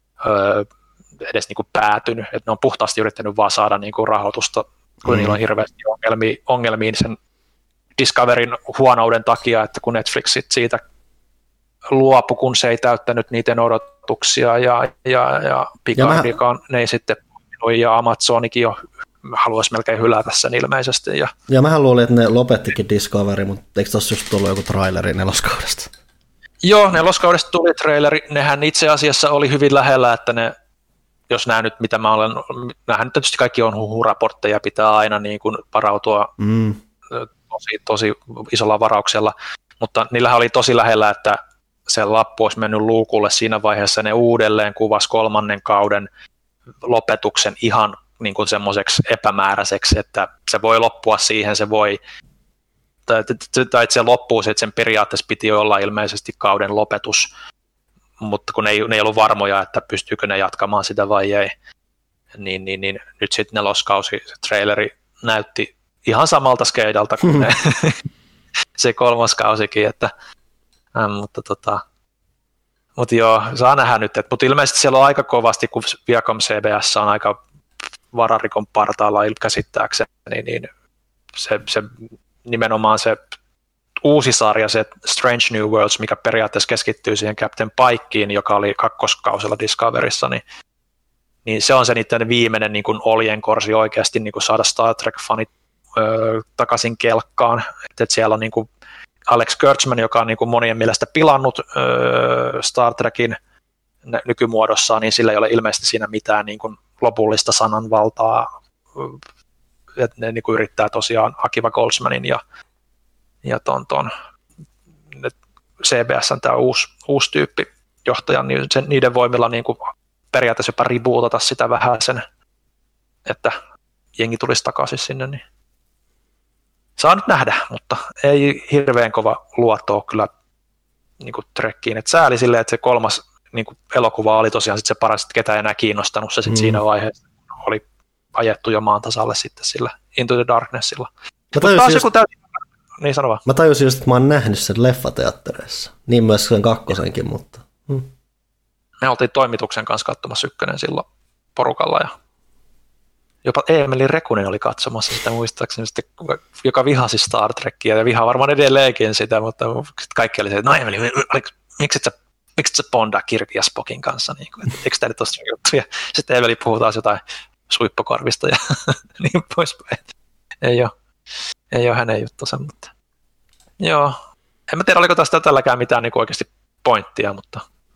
edes niin kuin päätynyt, että ne on puhtaasti yrittänyt vaan saada niin kuin rahoitusta, kun niillä on hirveästi ongelmia sen Discoverin huonouden takia, että kun Netflix siitä luopui, kun se ei täyttänyt niiden odotuksia ja Picardikaan ne ei sitten ja Amazonikin jo haluaisi melkein hylätä sen ilmeisesti. Ja mähän luulin, että ne lopettikin Discovery, mutta eikö tuossa just tullut joku traileri 4. kaudesta? Joo, 4. kaudesta tuli traileri. Nehän itse asiassa oli hyvin lähellä, että ne, jos nämä nyt, mitä mä olen, nämähän nyt tietysti kaikki on huhuraportteja, pitää aina niin kuin varautua tosi isolla varauksella, mutta niillähän oli tosi lähellä, että se lappu olisi mennyt luukulle siinä vaiheessa, ne uudelleen kuvasi 3. kauden lopetuksen ihan niin kuin semmoiseksi epämääräiseksi, että se voi loppua siihen, se voi, tai että se loppuu, että sen periaatteessa piti olla ilmeisesti kauden lopetus, mutta kun ne ei ollut varmoja, että pystyykö ne jatkamaan sitä vai ei, niin nyt sitten 4. kausi, se traileri näytti ihan samalta skeidalta kuin se 3. kausikin, että mutta joo, saa nähdä nyt, mutta ilmeisesti siellä on aika kovasti, kun Viacom CBS on aika vararikon partaalla käsittääkseni, niin se nimenomaan se uusi sarja, se Strange New Worlds, mikä periaatteessa keskittyy siihen Captain Pikeen, joka oli 2. kausilla Discoverissa, niin se on se niiden viimeinen niin kuin oljenkorsi oikeasti niin kuin saada Star Trek-fanit takaisin kelkkaan, että siellä on niin kuin Alex Kurtzman, joka on niin kuin monien mielestä pilannut Star Trekin nykymuodossaan, niin sillä ei ole ilmeisesti siinä mitään niin kuin lopullista sananvaltaa. Että ne niin kuin yrittää tosiaan Akiva Goldsmanin ja ton CBS:n tämä uusi tyyppi johtajan, niin niiden voimilla niin kuin periaatteessa jopa rebootata sitä vähän sen, että jengi tulisi takaisin sinne, niin saa nyt nähdä, mutta ei hirveän kova luotto ole kyllä niin kuin Trekkiin. Et sääli silleen, että se 3. niin kuin elokuva oli tosiaan sit se paras, että ketään enää kiinnostanut se sit siinä vaiheessa. Oli ajettu jo maan tasalle sitten sillä Into the Darknessilla. Niin sano vaan. Mä tajusin just, että mä oon nähnyt sen leffateattereissa. Niin myös sen 2. mutta... Me oltiin toimituksen kanssa katsomassa 1. silloin porukalla ja jopa Eemeli Rekunen oli katsomassa sitä muistaakseni, joka vihasi Star Trekia ja vihaa varmaan edelleenkin sitä, mutta kaikki oli se, että no Eemeli, miksi et sä bondaa Kirkin ja Spockin kanssa, niin kuin, eikö tämä nyt ole se juttu, ja sitten Eemeli puhuu taas jotain suippokorvista ja niin poispäin. Ei ole hänen juttusa, mutta joo, en mä tiedä, oliko tästä tälläkään mitään niin oikeasti pointtia, mutta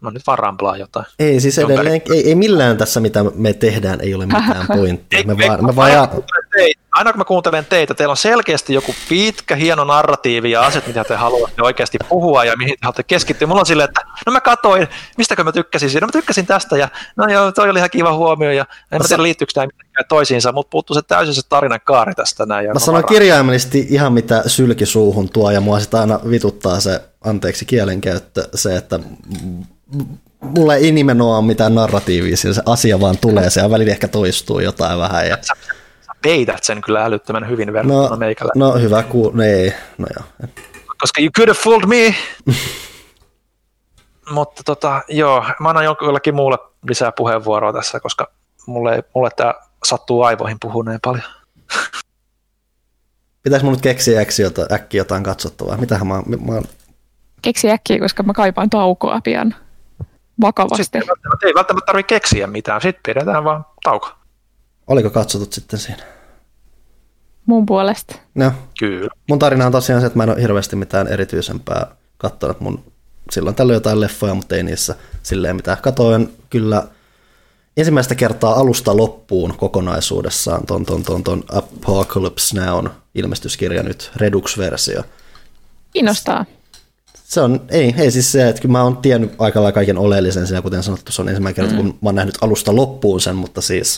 Mä nyt vaan ramplaan jotain. Ei siis edelleen, ei millään tässä mitä me tehdään, ei ole mitään pointtia. Aina kun mä kuuntelen teitä, teillä on selkeästi joku pitkä, hieno narratiivi ja asiat, mitä te haluatte oikeasti puhua ja mihin te haluatte keskittyä. Mulla on silleen, että no mä katoin, mistäkö mä tykkäsin siinä. No mä tykkäsin tästä ja no joo, toi oli ihan kiva huomio ja en mä tiedä liittyykö nämä mitenkään toisiinsa, mutta puuttuu se täysin se tarinan kaari tästä näin. Mä sanon kirjaimellisesti ihan mitä sylki suuhun tuo ja mua sitä aina vituttaa se, anteeksi kielenkäyttö, se, että mulla ei nimenomaan mitään narratiivia, se asia vaan tulee, se välillä ehkä toistuu jotain vähän. Ja peität sen kyllä älyttömän hyvin verrattuna meikällä. No hyvä, ei. No joo. Koska you could have fooled me. Mutta joo, mä annan jollekin muulle lisää puheenvuoroa tässä, koska mulle tää sattuu aivoihin puhua näin paljon. Pitäis mun nyt keksiä äkkiä jotain katsottavaa? Mitähän mä Keksi äkkiä, koska mä kaipaan taukoa pian. Vakavasti. Sitten ei välttämättä tarvitse keksiä mitään, sitten pidetään vaan tauko. Oliko katsotut sitten siinä? Mun puolesta. No. Kyllä. Mun tarina on tosiaan se, että mä en ole hirveästi mitään erityisempää katsonut. Silloin tällöin jotain leffoja, mutta ei niissä silleen mitään. Katoin kyllä ensimmäistä kertaa alusta loppuun kokonaisuudessaan ton Apocalypse Now ilmestyskirja nyt, Redux-versio. Kiinnostaa. Se on, ei siis se, että mä oon tiennyt aika lailla kaiken oleellisen siinä, kuten sanottu, se on ensimmäinen kerta, kun mä oon nähnyt alusta loppuun sen, mutta siis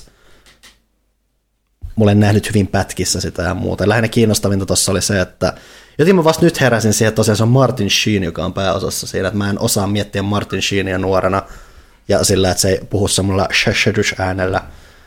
mä olen nähnyt hyvin pätkissä sitä ja muuta. Lähinnä kiinnostavinta tuossa oli se, että joten mä vasta nyt heräsin siihen, että tosiaan se on Martin Sheen, joka on pääosassa siinä, että mä en osaa miettiä Martin Sheenia nuorena ja sillä, että se ei puhu semmoilla äänellä.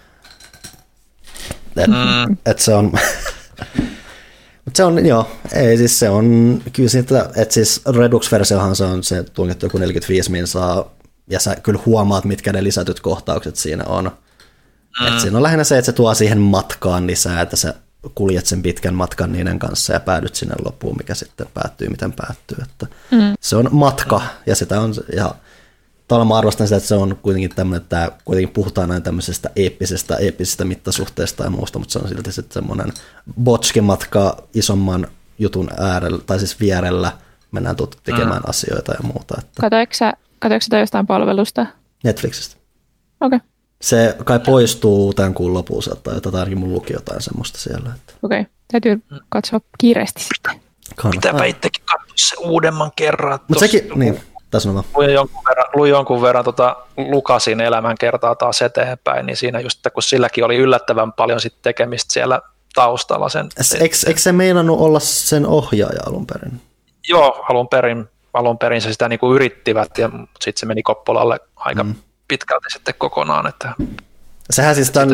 Että se on mutta se on, joo, ei siis se on, kyllä siitä, että siis Redux-versiohan se on se tunkettu joku 45 minsaa, ja sä kyllä huomaat, mitkä ne lisätyt kohtaukset siinä on. Että siinä on lähinnä se, että se tuo siihen matkaan lisää, että sä kuljet sen pitkän matkan niiden kanssa ja päädyt sinne loppuun, mikä sitten päättyy, miten päättyy. Että se on matka, ja sitä on, ja tavallaan mä arvostan sitä, että se on kuitenkin tämmöinen, että kuitenkin puhutaan näin tämmöisestä eeppisestä mittasuhteesta ja muusta, mutta se on silti sitten semmoinen botskimatka isomman jutun äärellä, tai siis vierellä mennään tekemään asioita ja muuta. Että. Katoiko sitä jostain palvelusta? Netflixistä. Okei. Okay. Se kai poistuu tämän kuun lopussa, tai ainakin mun luki jotain semmoista siellä. Okei, täytyy katsoa kiireesti sitten. Pitääpä itsekin katsoa se uudemman kerran. Mutta sekin, niin. Luin jonkun verran Lukasin elämänkertaa taas eteenpäin, niin siinä just, kun silläkin oli yllättävän paljon sit tekemistä siellä taustalla. Eikö se meinannut olla sen ohjaaja alun perin? Joo, alun perin se sitä niinku yrittivät, ja sitten se meni Koppolalle aika pitkälti sitten kokonaan. Että sehän siis tämän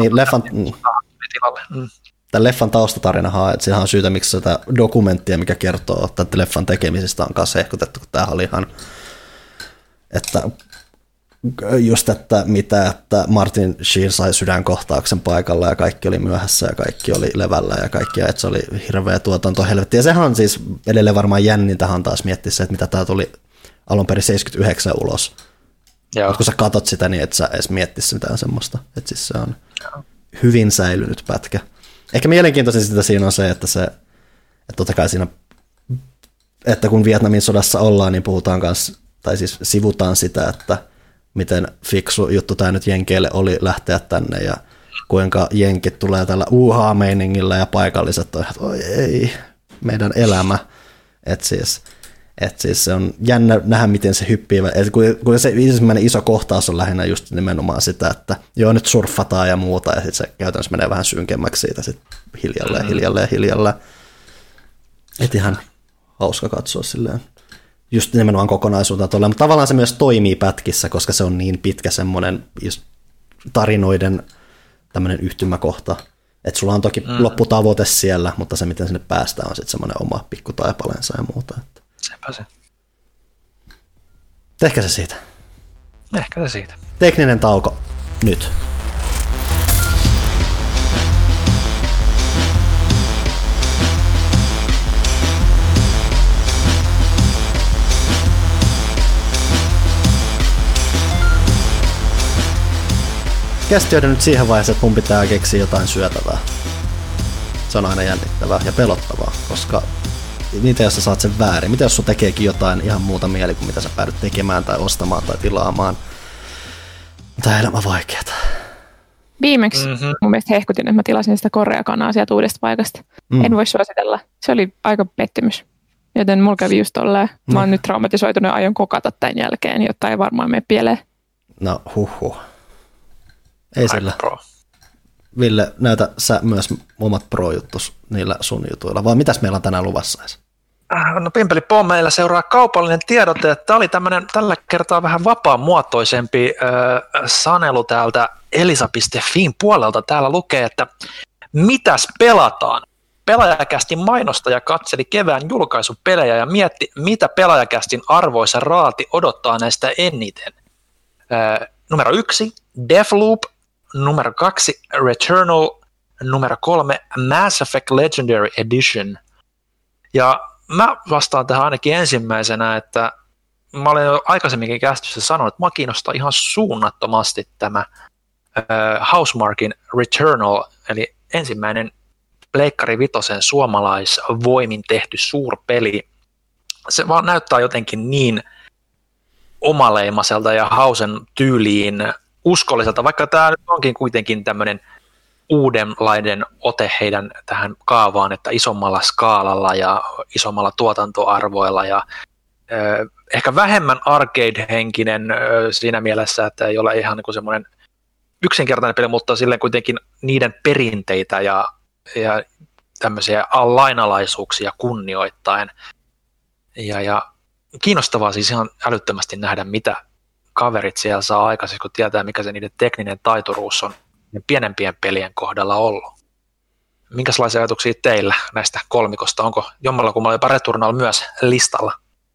leffan taustatarinahan, että sehän on syytä, miksi sitä dokumenttia, mikä kertoo tämän leffan tekemisestä, on kanssa hehkutettu, kun tämähän oli ihan, että just, että Martin Sheen sai sydänkohtauksen paikalla ja kaikki oli myöhässä ja kaikki oli levällä ja kaikki, että se oli hirveä tuotanto helvetti. Ja sehän on siis edelleen varmaan jännintähän taas miettiä se, että mitä tämä tuli alun perin 79 ulos. Mutta kun sä katot sitä, niin et sä edes miettisi mitään semmoista. Että siis se on hyvin säilynyt pätkä. Ehkä mielenkiintoisinta siinä on se, että totta kai siinä, että kun Vietnamin sodassa ollaan, niin puhutaan kanssa, tai siis sivutaan sitä, että miten fiksu juttu tämä nyt jenkeille oli lähteä tänne ja kuinka jenkit tulee tällä meiningillä ja paikalliset on, että oi ei, meidän elämä. Että siis se on jännä nähdä, miten se hyppii. Kun se ensimmäinen iso kohtaus on lähinnä just nimenomaan sitä, että joo, nyt surffataan ja muuta, ja sitten se käytännössä menee vähän synkemmäksi siitä sit hiljalleen. Et ihan hauska katsoa silleen. Just nimenomaan kokonaisuutta tuolla, mutta tavallaan se myös toimii pätkissä, koska se on niin pitkä semmoinen tarinoiden tämmöinen yhtymäkohta. Että sulla on toki lopputavoite siellä, mutta se, miten sinne päästään, on sitten semmoinen oma pikkutaipalensa ja muuta. Sepä se. Tehkä se siitä. Ehkä se siitä. Tekninen tauko nyt. Kästiöiden nyt siihen vaiheeseen, että mun pitää keksiä jotain syötävää. Se on aina jännittävää ja pelottavaa, koska mitä jos sä saat sen väärin? Mitä jos sun tekeekin jotain ihan muuta mieli kuin mitä sä päädyt tekemään tai ostamaan tai tilaamaan? Tämä elämä vaikeata. Viimeksi mun mielestä hehkutin, että mä tilasin sitä Korea-kanaa sieltä uudesta paikasta. En voi suositella. Se oli aika pettymys. Joten mulla kävi just tolleen. Mä oon nyt traumatisoitunut ja aion kokata tämän jälkeen, jotta ei varmaan mene pieleen. No Ei sillä. Ville, näytä sä myös omat pro-juttus niillä sun jutuilla, vai mitäs meillä on tänään luvassa edes? No Pimpeli Pom, meillä seuraa kaupallinen tiedote, että tämä oli tällä kertaa vähän vapaamuotoisempi sanelu täältä Elisa.fin puolelta. Täällä lukee, että mitäs pelataan? Pelaajakästin mainostaja katseli kevään julkaisupelejä ja mietti, mitä Pelaajakästin arvoisa raati odottaa näistä eniten. Numero 1, Deathloop. Numero 2, Returnal. Numero 3, Mass Effect Legendary Edition. Ja mä vastaan tähän ainakin ensimmäisenä, että mä olen jo aikaisemminkin käsityssä sanonut, että mä kiinnostaa ihan suunnattomasti tämä Housemarquin Returnal, eli ensimmäinen Pleikkari Vitosen suomalaisvoimin tehty suurpeli. Se vaan näyttää jotenkin niin omaleimaiselta ja Hausen tyyliin uskolliselta, vaikka tämä onkin kuitenkin tämmöinen uudenlainen ote heidän tähän kaavaan, että isommalla skaalalla ja isommalla tuotantoarvoilla ja ehkä vähemmän arcade-henkinen siinä mielessä, että ei ole ihan niin semmoinen yksinkertainen peli, mutta silleen kuitenkin niiden perinteitä ja tämmöisiä lainalaisuuksia kunnioittaen. Ja kiinnostavaa siis ihan älyttömästi nähdä, mitä kaverit siellä saa aikaisemmin, kun tietää, mikä se niiden tekninen taituruus on pienempien pelien kohdalla ollut. Minkälaisia ajatuksia teillä näistä kolmikosta? Onko jommalla kummalla jopa Returnal myös listalla?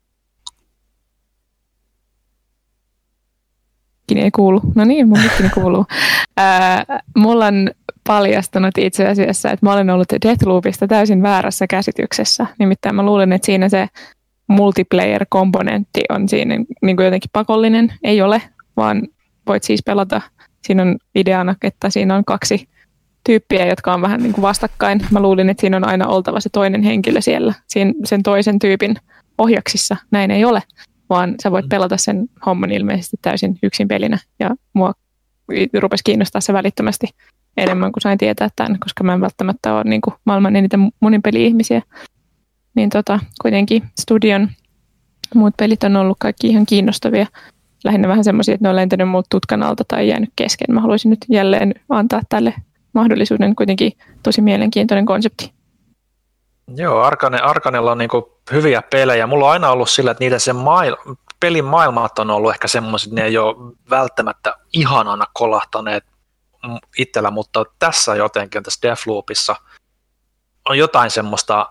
Ei kuulu. No niin, mun mikkini kuuluu. Mulla on paljastunut itse asiassa, että mä olen ollut Deathloopista täysin väärässä käsityksessä. Nimittäin mä luulen, että siinä se multiplayer-komponentti on siinä niin kuin jotenkin pakollinen. Ei ole, vaan voit siis pelata. Siinä on ideana, että siinä on 2 tyyppiä, jotka on vähän niin kuin vastakkain. Mä luulin, että siinä on aina oltava se toinen henkilö siellä, sen toisen tyypin ohjaksissa. Näin ei ole, vaan sä voit pelata sen homman ilmeisesti täysin yksin pelinä. Ja mua rupesi kiinnostaa se välittömästi enemmän kuin sain tietää tämän, koska mä en välttämättä ole niin kuin maailman eniten monipeli-ihmisiä. Niin kuitenkin studion muut pelit on ollut kaikki ihan kiinnostavia. Lähinnä vähän semmoisia, että ne on lentänyt muut tutkan alta tai jäänyt kesken. Mä haluaisin nyt jälleen antaa tälle mahdollisuuden, kuitenkin tosi mielenkiintoinen konsepti. Joo, Arkanella on niinku hyviä pelejä. Mulla on aina ollut sillä, että niitä pelin maailmat on ollut ehkä semmoiset, että ne ei ole välttämättä ihanana kolahtaneet itsellä, mutta tässä jotenkin, tässä Deathloopissa on jotain semmoista,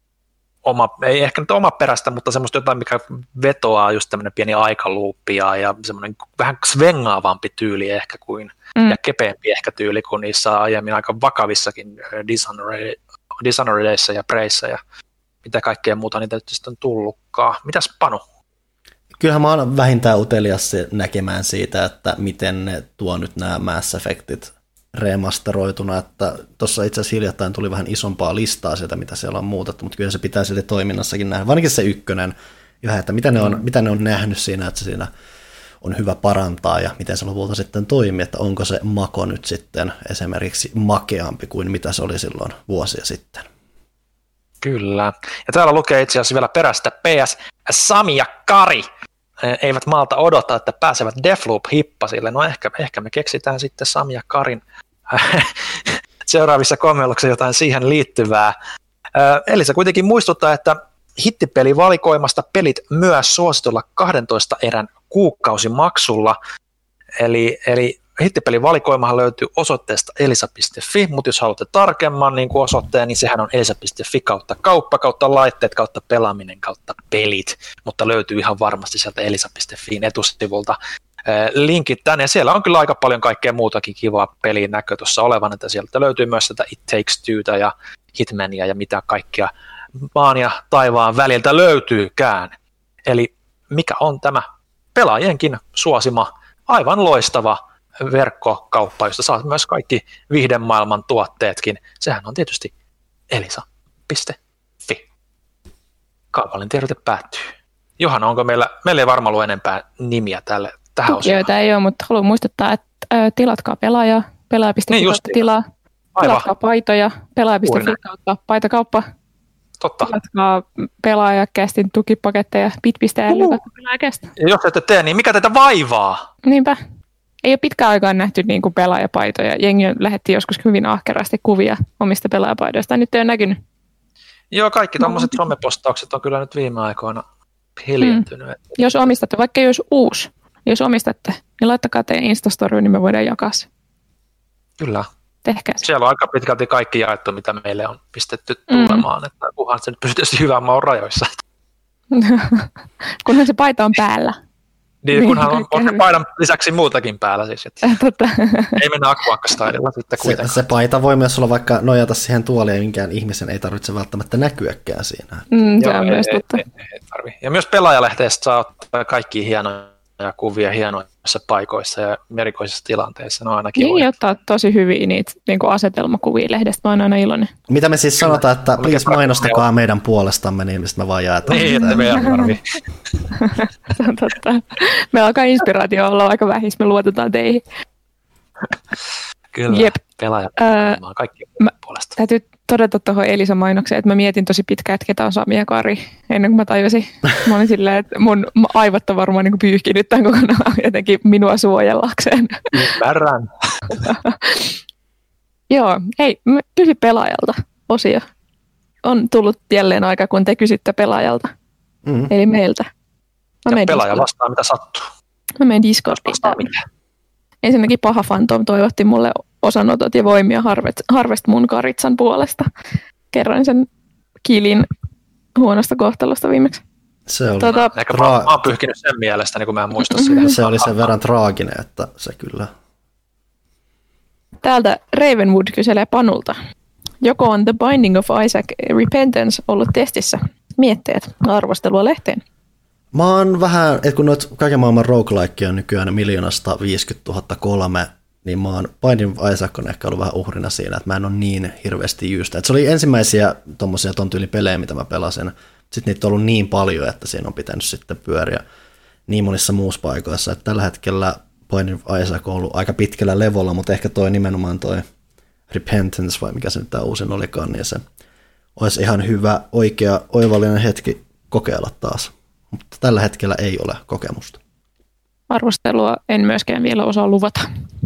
ei ehkä nyt omaperäistä, mutta semmoista jotain, mikä vetoaa just tämmöinen pieni aikaluuppi ja semmoinen vähän svengaavampi tyyli ehkä kuin, ja kepeämpi ehkä tyyli kuin niissä aiemmin aika vakavissakin Dishonoredissa ja Preyssä ja mitä kaikkea muuta niitä nyt sitten on tullutkaan. Mitäs Panu? Kyllähän mä oon vähintään utelias näkemään siitä, että miten ne tuo nyt nämä Mass Effectit remasteroituna, että tuossa itse asiassa hiljattain tuli vähän isompaa listaa sieltä, mitä siellä on muutettu, mutta kyllä se pitää silti toiminnassakin nähdä. Varsinkin se ykkönen, että mitä ne on nähnyt siinä, että se siinä on hyvä parantaa ja miten se lopulta sitten toimii, että onko se mako nyt sitten esimerkiksi makeampi kuin mitä se oli silloin vuosia sitten. Kyllä. Ja täällä lukee itse asiassa vielä perästä PS Sami ja Kari eivät maalta odottaa, että pääsevät Deathloop-hippasille. No ehkä me keksitään sitten Sami ja Karin seuraavissa kommentoksissa jotain siihen liittyvää. Eli se kuitenkin muistuttaa, että hittipelivalikoimasta pelit myös suositulla 12 erän kuukausimaksulla. Eli hittipelivalikoimahan löytyy osoitteesta elisa.fi, mutta jos haluatte tarkemman niin kuin osoitteen, niin sehän on elisa.fi kautta kauppa, kautta laitteet, kautta pelaaminen, kautta pelit, mutta löytyy ihan varmasti sieltä elisa.fiin etusivulta linkit tänne, ja siellä on kyllä aika paljon kaikkea muutakin kivaa pelin näkö tuossa olevan, että sieltä löytyy myös tätä It Takes Twotä ja Hitmania ja mitä kaikkia maan ja taivaan väliltä löytyykään. Eli mikä on tämä pelaajienkin suosima, aivan loistava verkkokauppa, josta saat myös kaikki viihdemaailman tuotteetkin. Sehän on tietysti elisa.fi. Kaupallinen tiedote päättyy. Johanna, onko meillä ei varmaan ollut enempää nimiä tähän osioon? Tukijoita ei ole, mutta haluan muistuttaa, että tilatkaa pelaajaa, pelaaja.fi kautta tilaa, tilatkaa paitoja, pelaaja.fi kautta paitakauppa, totta. Tilatkaa pelaajakästin tukipaketteja, bit.ly kautta pelaajakästä. Ja jos ette tee, niin mikä teitä vaivaa? Niinpä. Ei ole pitkään aikaan nähty niin kuin pelaajapaitoja. Jengi lähetti joskus hyvin ahkerasti kuvia omista pelaajapaidoista. Nyt ei ole näkynyt. Joo, kaikki tommoset somepostaukset on kyllä nyt viime aikoina hiljentynyt. Jos omistatte, vaikka jos uusi, jos omistatte, niin laittakaa teidän Instastoryyn, niin me voidaan jakaa se. Kyllä. Tehkää se. Siellä on aika pitkälti kaikki jaettu, mitä meille on pistetty tulemaan, että kunhan se nyt pystyisi hyvän maun rajoissa. Kunhan se paita on päällä. Niin, kunhan on paidan lisäksi muutakin päällä siis. Totta. Ei mennä akkuankkastaidella sitten kuitenkaan. Se paita voi myös olla vaikka nojata siihen tuoliin, ja minkään ihmisen ei tarvitse välttämättä näkyäkään siinä. Se on myös totta. Ei tarvitse. Ja myös pelaajalehteestä saa ottaa kaikkia hienoja kuvia hienoissa paikoissa ja erikoisissa tilanteissa. Ne on aina kivoja. Niin, ottaa tosi hyviä niitä niin asetelmakuvia lehdestä. Mä oon aina iloinen. Mitä me siis sanotaan, että please mainostakaa meidän puolestamme, niin mistä me vaan jaetaan. Niin, että meidän tarvii. Se on totta. Me alkaa inspiraatio olla aika vähissä, me luotetaan teihin. Kyllä, Jep. pelaajat kaikki puolesta. Täytyy todeta tuohon Elisan mainokseen, että mä mietin tosi pitkään, että ketä on Sami ja Kari, ennen kuin mä tajusin. Mä olin silleen, että mun aivot on varmaan niin pyyhkinyt tämän kokonaan jotenkin minua suojellakseen. Ymmärrän. Joo, hei, kysy pelaajalta osio. On tullut jälleen aika, kun te kysytte pelaajalta, eli meiltä. Ja pelaaja vastaa, mitä sattuu. Mä menen Discordiin. Ensinnäkin Paha Phantom toivotti mulle osanotot ja voimia Harvest Moon Karitsan puolesta. Kerroin sen kilin huonosta kohtalosta viimeksi. Se oli ehkä mä oon pyyhkinyt sen mielestä, niin kun mä en muista sitä. Se oli sen verran traaginen, että se kyllä. Täältä Ravenwood kyselee Panulta. Joko on The Binding of Isaac Repentance ollut testissä? Mietteet arvostelua lehteen. Mä oon vähän, että kun noit kaiken maailman roguelike on nykyään 1 050 003, niin mä oon Binding of Isaac on ehkä ollut vähän uhrina siinä, että mä en ole niin hirveästi jyystä. Et se oli ensimmäisiä tommosia ton tyylin pelejä, mitä mä pelasin. Sitten niitä on ollut niin paljon, että siinä on pitänyt sitten pyöriä niin monissa muussa paikoissa. Että tällä hetkellä Binding of Isaac on ollut aika pitkällä levolla, mutta ehkä nimenomaan toi Repentance, vai mikä se nyt tämä uusin olikaan, niin se olisi ihan hyvä, oikea, oivallinen hetki kokeilla taas. Mutta tällä hetkellä ei ole kokemusta. Arvostelua en myöskään vielä osaa luvata.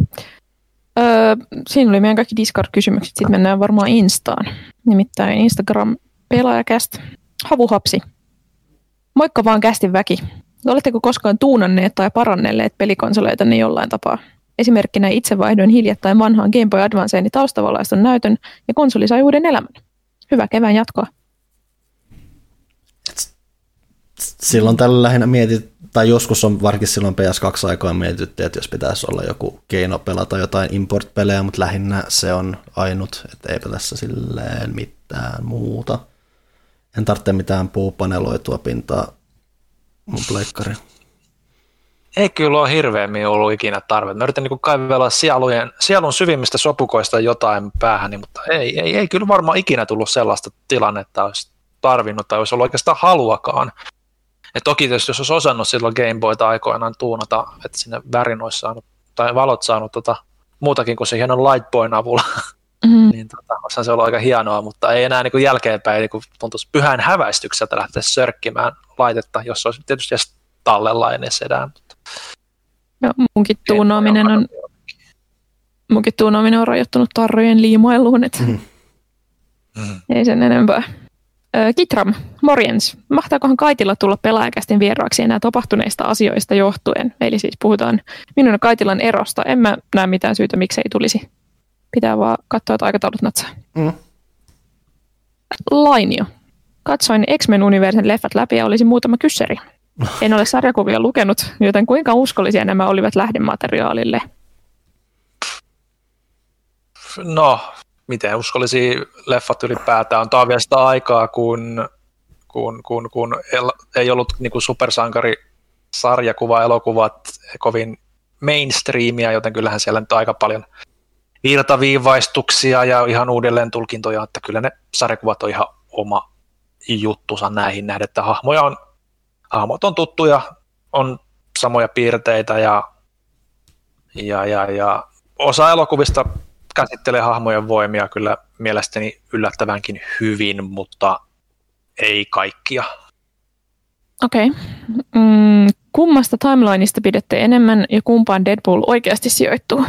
Siinä oli meidän kaikki Discord-kysymykset. Sitten mennään varmaan Instaan. Nimittäin Instagram-pelaajakäst. Havuhapsi. Moikka vaan kästin väki. Oletteko koskaan tuunanneet tai parannelleet pelikonsoleita jollain tapaa? Esimerkkinä itse vaihdoin hiljattain vanhaan Game Boy Advanceen taustavalaiston näytön ja konsoli sai uuden elämän. Hyvää kevään jatkoa. Silloin tällä lähinnä mietit, tai joskus on varsinkin silloin PS2-aikaan mietitty, että jos pitäisi olla joku keino pelata jotain import-pelejä, mutta lähinnä se on ainut, että eipä tässä silleen mitään muuta. En tarvitse mitään puupaneloitua pintaa mun pleikkariin. Ei kyllä ole hirveämmin ollut ikinä tarve. Mä yritän niin kaivella sielun syvimmistä sopukoista jotain päähän, mutta ei kyllä varmaan ikinä tullut sellaista tilannetta, olisi tarvinnut tai olisi ollut oikeastaan haluakaan. Ja toki tietysti jos olisi osannut silloin Game Boyta aikoinaan tuunata, että sinne värin olisi saanut, tai valot saanut muutakin kuin se hienon Lightboyn avulla, niin olisihan se ollut aika hienoa, mutta ei enää niin jälkeenpäin niin tuntuisi pyhän häväistykseltä lähteä sörkkimään laitetta, jos olisi tietysti edes tallellainen sedään. Joo, munkin tuunaaminen on rajoittunut tarrojen liimailuun, että ei sen enempää. Kitram, morjens. Mahtaakohan Kaitila tulla pelaajakästin vieraaksi enää tapahtuneista asioista johtuen? Eli siis puhutaan minun ja Kaitilan erosta. En mä näe mitään syytä, miksei tulisi. Pitää vaan katsoa, että aikataulut natsaa. Lainio. Katsoin X-Men-universen leffat läpi ja olisi muutama kyssäri. En ole sarjakuvia lukenut, joten kuinka uskollisia nämä olivat lähdemateriaalille? No, miten uskollisia leffat ylipäätään on. Tämä on vielä sitä aikaa, kun ei ollut niin kuin supersankari-sarjakuva-elokuvat kovin mainstreamia, joten kyllähän siellä nyt on aika paljon virtaviivaistuksia ja ihan uudelleen tulkintoja, että kyllä ne sarjakuvat on ihan oma juttusa näihin nähdä, että hahmot on tuttuja, on samoja piirteitä ja osa elokuvista käsittelee hahmojen voimia kyllä mielestäni yllättävänkin hyvin, mutta ei kaikkia. Okei. Kummasta timelineista pidätte enemmän ja kumpaan Deadpool oikeasti sijoittuu?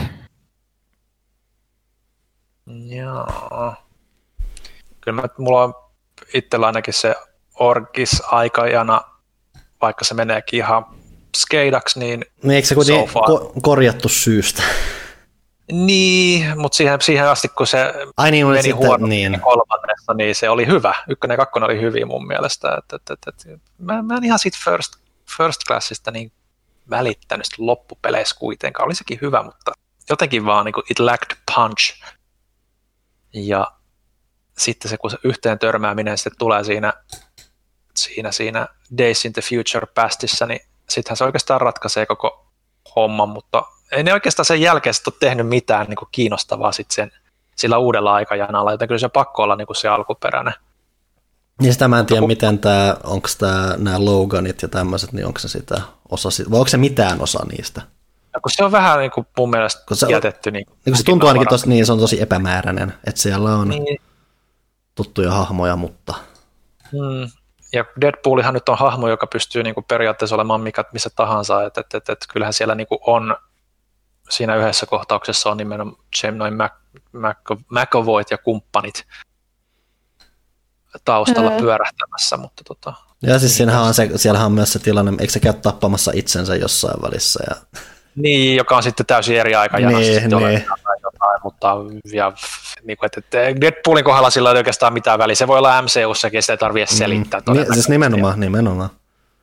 Joo. Kyllä mulla on itsellä ainakin se Orgis-aikajana, vaikka se meneekin ihan skeidaksi, niin eikö se kuitenkin korjattu syystä? Niin, mutta siihen asti, kun se meni huonosti kolmannessa, niin se oli hyvä. 1 ja 2 oli hyviä mun mielestä. Mä en ihan siitä first classista niin välittänyt loppupeleissä kuitenkaan. Oli sekin hyvä, mutta jotenkin vaan niin kuin it lacked punch. Ja sitten se, kun se yhteen törmääminen sitten tulee siinä Days in the Future Pastissa, niin sittenhän se oikeastaan ratkaisee koko homman, mutta ei ne oikeastaan sen jälkeen ole tehnyt mitään niin kuin kiinnostavaa sitten sillä uudella aikajanalla, joten kyllä se pakko olla niin kuin se alkuperäinen. Niin sitä mä en tiedä, miten onko nämä Loganit ja tämmöiset, niin onko se sitä osa, vai onko se mitään osa niistä? Ja kun se on vähän niin kuin mun mielestä jätetty. Niin se tuntuu ainakin tosi, niin se on tosi epämääräinen, että siellä on tuttuja hahmoja, mutta... Ja Deadpoolihan nyt on hahmo, joka pystyy niin kuin periaatteessa olemaan missä tahansa, että kyllähän siellä niin kuin on, siinä yhdessä kohtauksessa on nimenomaan noin McAvoyt ja kumppanit taustalla pyörähtämässä, mutta Ja siis siellähän on myös se tilanne, eikö se käy tappamassa itsensä jossain välissä? Ja... Niin, joka on sitten täysin eri aikajana. Jotain, mutta niin kuin, että Deadpoolin kohdalla sillä ei oikeastaan mitään väliä. Se voi olla MCUssakin, sitä ei tarvitse selittää. Siis nimenomaan.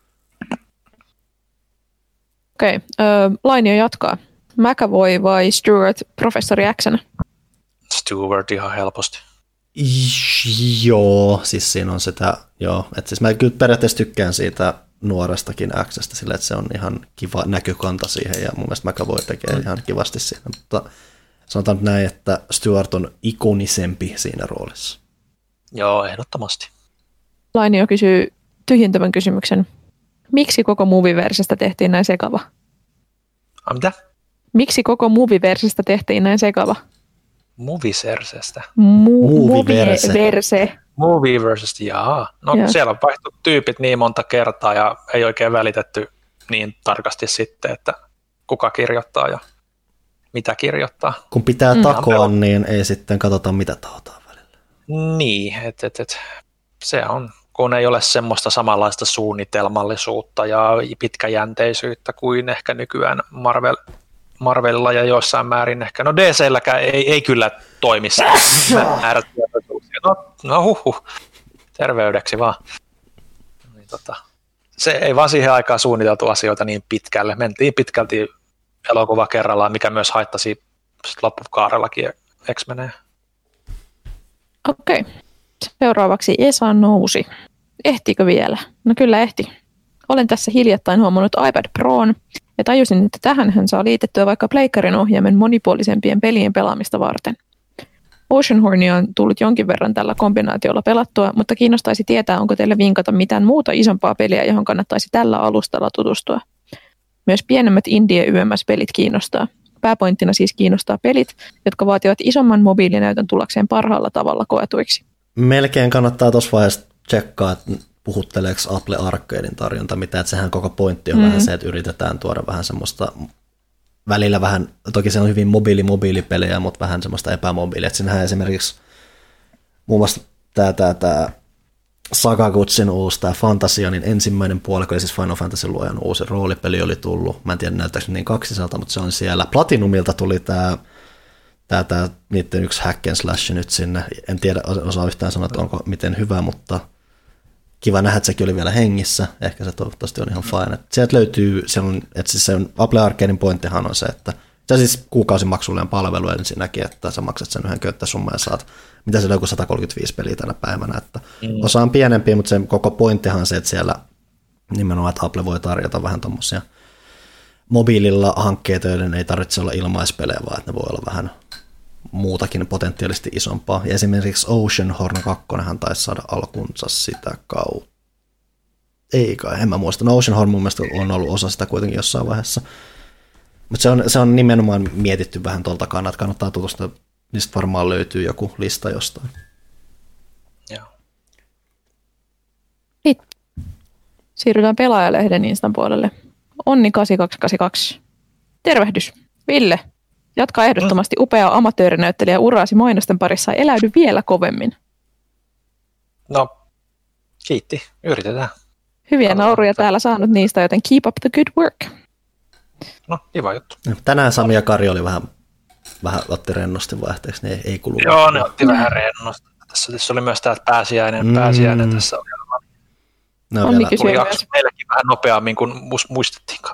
Okei, Lainio jatkaa. McAvoy vai Stewart professori X:nä? Stewart ihan helposti. Joo, siis siinä on sitä, että siis mä kyllä periaatteessa tykkään siitä nuorestakin X:stä sillä, että se on ihan kiva näkökanta siihen ja mun mielestä McAvoy tekee ihan kivasti siinä, mutta sanotaan nyt näin, että Stewart on ikonisempi siinä roolissa. Joo, ehdottomasti. Lainio kysyy tyhjentävän kysymyksen. Miksi koko Movieversestä tehtiin näin sekava? Mitä? Miksi koko Movieversestä tehtiin näin sekava? Movieversestä? Movieverse, jaa. No siellä on vaihtu tyypit niin monta kertaa ja ei oikein välitetty niin tarkasti sitten, että kuka kirjoittaa ja mitä kirjoittaa. Kun pitää takoa, niin ei sitten katsota mitä tahotaan välillä. Niin, se on, kun ei ole semmoista samanlaista suunnitelmallisuutta ja pitkäjänteisyyttä kuin ehkä nykyään Marvelilla ja jossain määrin ehkä. No DC:lläkään ei kyllä toimi se terveydeksi vaan. Se ei vaan siihen aikaan suunniteltu asioita niin pitkälle. Mentiin pitkälti elokuva kerrallaan, mikä myös haittasi loppukaarellakin X-Menejä. Okei. Seuraavaksi Esa nousi. Ehtiikö vielä? No kyllä ehti. Olen tässä hiljattain huomannut iPad Proon ja tajusin, että tähän hän saa liitettyä vaikka pleikkarin ohjaimen monipuolisempien pelien pelaamista varten. Oceanhornia on tullut jonkin verran tällä kombinaatiolla pelattua, mutta kiinnostaisi tietää, onko teille vinkata mitään muuta isompaa peliä, johon kannattaisi tällä alustalla tutustua. Myös pienemmät indie-YMS-pelit kiinnostaa. Pääpointtina siis kiinnostaa pelit, jotka vaativat isomman mobiilinäytön tullakseen parhaalla tavalla koetuiksi. Melkein kannattaa tuossa vaiheessa tsekkaa, että puhutteleeko Apple Arcadein tarjonta mitä, että sehän koko pointti on vähän se, että yritetään tuoda vähän semmoista välillä vähän, toki se on hyvin mobiilipelejä, mutta vähän semmoista epämobiilia, että siinähän esimerkiksi muun muassa tämä Sakagutsin uusi, tämä Fantasionin ensimmäinen puoli, eli siis Final Fantasy luojan uusi roolipeli oli tullut, mä en tiedä näyttääkö niin kaksiselta, mutta se on siellä. Platinumilta tuli tämä niiden yksi hack and slash nyt sinne, en tiedä, osaa yhtään sanoa, että onko miten hyvä, mutta kiva nähdä, että sekin oli vielä hengissä, ehkä se toivottavasti on ihan fine. Että sieltä löytyy, että siis se on Apple Arcadein pointtihan on se, että se on siis kuukausimaksullinen palvelu ensinnäkin, että sä maksat sen yhden könttäsumman ja saat, mitä se on, joku 135 peliä tänä päivänä, että osa on pienempiä, mutta se koko pointtihan on se, että siellä nimenomaan, että Apple voi tarjota vähän tommosia mobiililla hankkeita, joiden ei tarvitse olla ilmaispelejä, vaan että ne voi olla vähän muutakin potentiaalisesti isompaa. Ja esimerkiksi Oceanhorn 2 hän taisi saada alkunsa sitä kautta. Ei kai, en mä muista. No Oceanhorn mun mielestä on ollut osa sitä kuitenkin jossain vaiheessa. Mutta se on nimenomaan mietitty vähän tuolta kannalta. Kannattaa tutustua, niistä varmaan löytyy joku lista jostain. Joo. Siirrytään Pelaajalehden Instan puolelle. Onni 8282. Tervehdys. Ville, jatka ehdottomasti upea amatöörinäyttelijä uraasi mainosten parissa ja eläydy vielä kovemmin. No, kiitti. Yritetään. Hyviä nauruja täällä saanut niistä, joten keep up the good work. No, kiva juttu. Tänään Sami ja Kari oli vähän otti rennosti vaihteeksi, niin ei kulu. Joo, ne otti vähän rennosti. Tässä oli myös täältä pääsiäinen tässä ohjelmassa. No, tuli jakso meillekin vähän nopeammin kuin muistettiinkaan.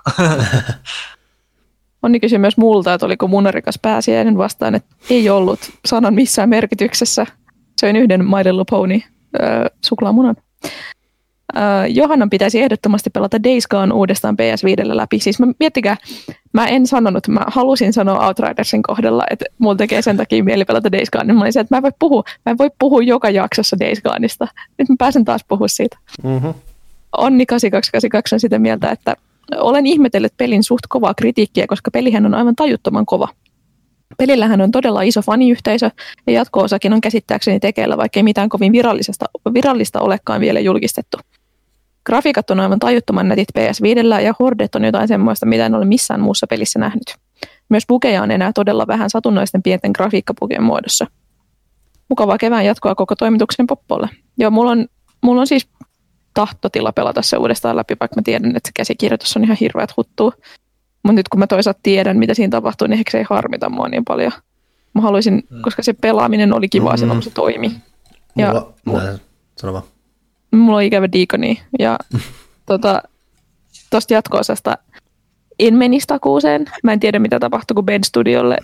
Onni kysyi myös multa, että oliko munarikas pääsiäinen vastaan, että ei ollut sanan missään merkityksessä. Söin yhden My Little Pony suklaamunan. Johannan pitäisi ehdottomasti pelata Days Gone uudestaan PS5 läpi. Siis miettikää, mä en sanonut, mä halusin sanoa Outridersin kohdalla, että mulla tekee sen takia mieli pelata Days Gone. Mä olin se, että mä en voi puhua joka jaksossa Days Goneista. Nyt mä pääsen taas puhua siitä. Mm-hmm. Onni 8282 on sitä mieltä, että olen ihmetellyt pelin suht kovaa kritiikkiä, koska pelihän on aivan tajuttoman kova. Pelillähän on todella iso faniyhteisö ja jatko-osakin on käsittääkseni tekeillä, vaikka ei mitään kovin virallista olekaan vielä julkistettu. Grafiikat on aivan tajuttoman nätit PS5 ja hordet on jotain semmoista, mitä en ole missään muussa pelissä nähnyt. Myös bugeja on enää todella vähän satunnaisten pienten grafiikkabugien muodossa. Mukavaa kevään jatkoa koko toimituksen poppolle. Joo, mulla on siis tahtotila pelata se uudestaan läpi, vaikka mä tiedän, että käsikirjoitus on ihan hirveät huttuu. Mutta nyt kun mä toisaalta tiedän, mitä siinä tapahtuu, niin ehkä se ei harmita mua niin paljon. Mä haluaisin, koska se pelaaminen oli kivaa silloin, kun se toimi. Mulla on ikävä Deaconi. Ja tosta jatko-osasta en menisi takuuseen. Mä en tiedä, mitä tapahtui, kun Ben Studiolle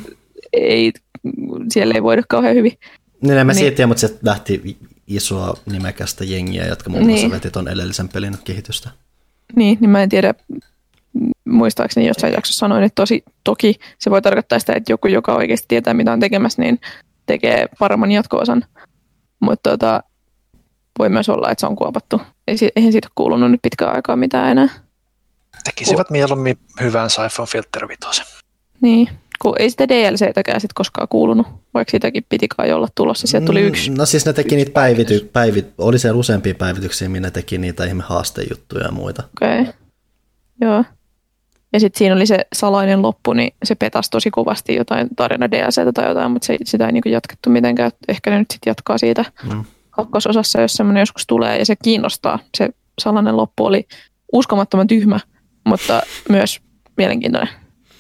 siellä ei voida kauhean hyvin. Niin, mä siitä tiedän, mutta se lähti isoa nimekästä jengiä, jotka muun muassa veti ton edellisen pelin kehitystä. Niin mä en tiedä, muistaakseni jossain jaksossa sanoin, että toki se voi tarkoittaa sitä, että joku, joka oikeasti tietää, mitä on tekemässä, niin tekee paremman jatko-osan. Mutta voi myös olla, että se on kuopattu. Eihän siitä kuulunut nyt pitkään aikaa mitään enää. Tekisivät mieluummin hyvän Siphon Filter 5. Niin, kun ei sitä DLCtäkään sit koskaan kuulunut, vaikka sitäkin piti kai olla tulossa. Sieltä tuli yksi. No siis ne teki niitä oli siellä useampia päivityksiä, minne teki niitä ihme haastejuttuja ja muita. Okei, joo. Ja sitten siinä oli se salainen loppu, niin se petasi tosi kovasti jotain tarina DLCtä tai jotain, mutta sitä ei niinku jatkettu mitenkään. Ehkä ne nyt sitten jatkaa siitä kakkososassa, jos semmoinen joskus tulee, ja se kiinnostaa. Se salainen loppu oli uskomattoman tyhmä, mutta myös mielenkiintoinen.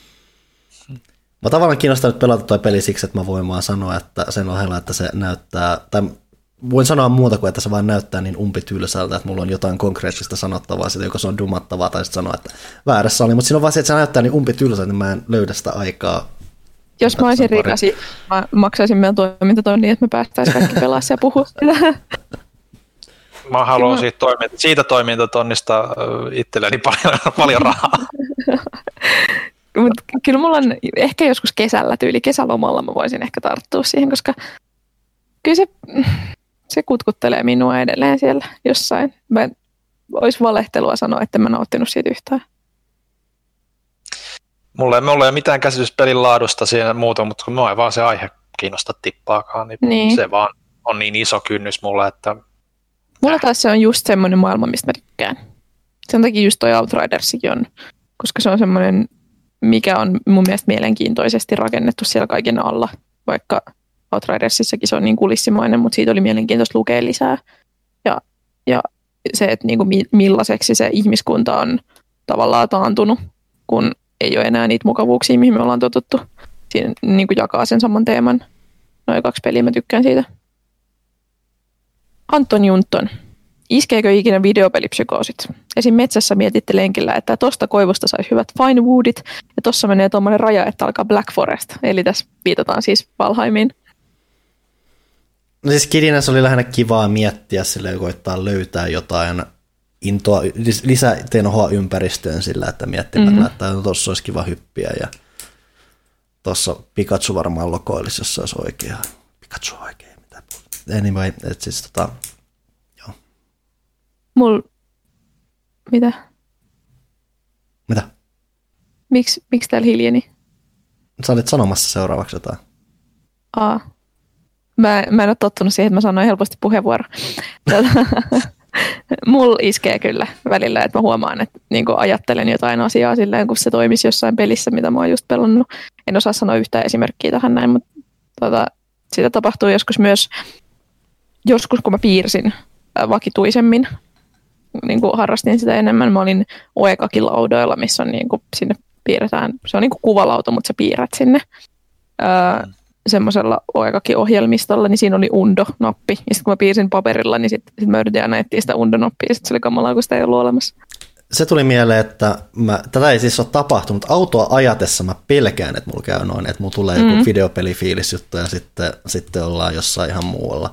Mä tavallaan kiinnostaa nyt pelata toi peli siksi, että mä voin vaan sanoa, että sen ohella, että se näyttää, tai voin sanoa muuta kuin, että se vaan näyttää niin umpitylsältä, että mulla on jotain konkreettista sanottavaa siitä, joko se on dumattavaa, tai sitten sanoa, että väärässä oli, mutta siinä on vaan se, että se näyttää niin umpitylsältä, että mä en löydä sitä aikaa. Jos mä olisin rikasi, mä maksaisin meidän toimintaton niin, että me päästäisiin kaikki pelaa ja puhua sitä. Mä haluan siitä toimintatonnista itselleni paljon rahaa. Mutta kyllä mulla on ehkä joskus kesälomalla mä voisin ehkä tarttua siihen, koska kyllä se kutkuttelee minua edelleen siellä jossain. Olisi valehtelua sanoa, että mä nauttinut siitä yhtään. Mulla ei ole mitään käsitys pelin laadusta siinä muuta, mutta kun mua ei vaan se aihe kiinnosta tippaakaan, niin se vaan on niin iso kynnys mulle, että... Mulla taas se on just semmoinen maailma, mistä mä tykkään. Sen takia just toi Outridersikin on, koska se on semmoinen, mikä on mun mielestä mielenkiintoisesti rakennettu siellä kaiken alla, vaikka Outridersissakin se on niin kulissimainen, mutta siitä oli mielenkiintoista lukea lisää. Ja se, että niinku millaiseksi se ihmiskunta on tavallaan taantunut, kun ei ole enää niitä mukavuuksia, mihin me ollaan totuttu. Siinä niinku jakaa sen saman teeman. Noin 2 peliä, mä tykkään siitä. Anton Junton. Iskeekö ikinä videopelipsykoosit? Esim. Metsässä mietitte lenkillä, että tosta koivusta saisi hyvät fine woodit, ja tossa menee tuommoinen raja, että alkaa Black Forest. Eli tässä viitataan siis Valheimiin. No siis Kidinässä oli lähinnä kivaa miettiä sillä, koittaa löytää jotain intoa, lisätenohoa ympäristöön sillä, että miettimään, että tuossa olisi kiva hyppiä. Ja tuossa Pikachu varmaan lokoilisi, jos se olisi oikea. Pikachu on oikein, mitä anyway, että siis joo. Mitä? Mitä? Miksi täällä hiljeni? Sä olit sanomassa seuraavaksi jotain. Mä en ole tottunut siihen, että mä sanoin helposti puheenvuoro. Mulla iskee kyllä välillä, että mä huomaan, että niin ajattelen jotain asiaa silleen, kun se toimisi jossain pelissä, mitä mä oon just pelannut. En osaa sanoa yhtään esimerkkiä tähän näin, mutta sitä tapahtuu joskus kun mä piirsin vakituisemmin, niin kuin harrastin sitä enemmän. Mä olin Oekaki-laudoilla, missä on niin kuin, sinne piirretään, se on niin kuin kuvalauta, mutta sä piirrät sinne. Semmoisella Oekaki-ohjelmistolla, niin siinä oli Undo-nappi. Ja sitten kun mä piirsin paperilla, niin sitten mä yritin aina etsiä sitä Undo-nappia, ja sitten se oli kamalaa, kun sitä ei ollut olemassa. Se tuli mieleen, että tätä ei siis ole tapahtunut. Autoa ajatessa mä pelkään, että mulla käy noin, että mulla tulee joku videopelifiilisjuttu ja sitten ollaan jossain ihan muualla.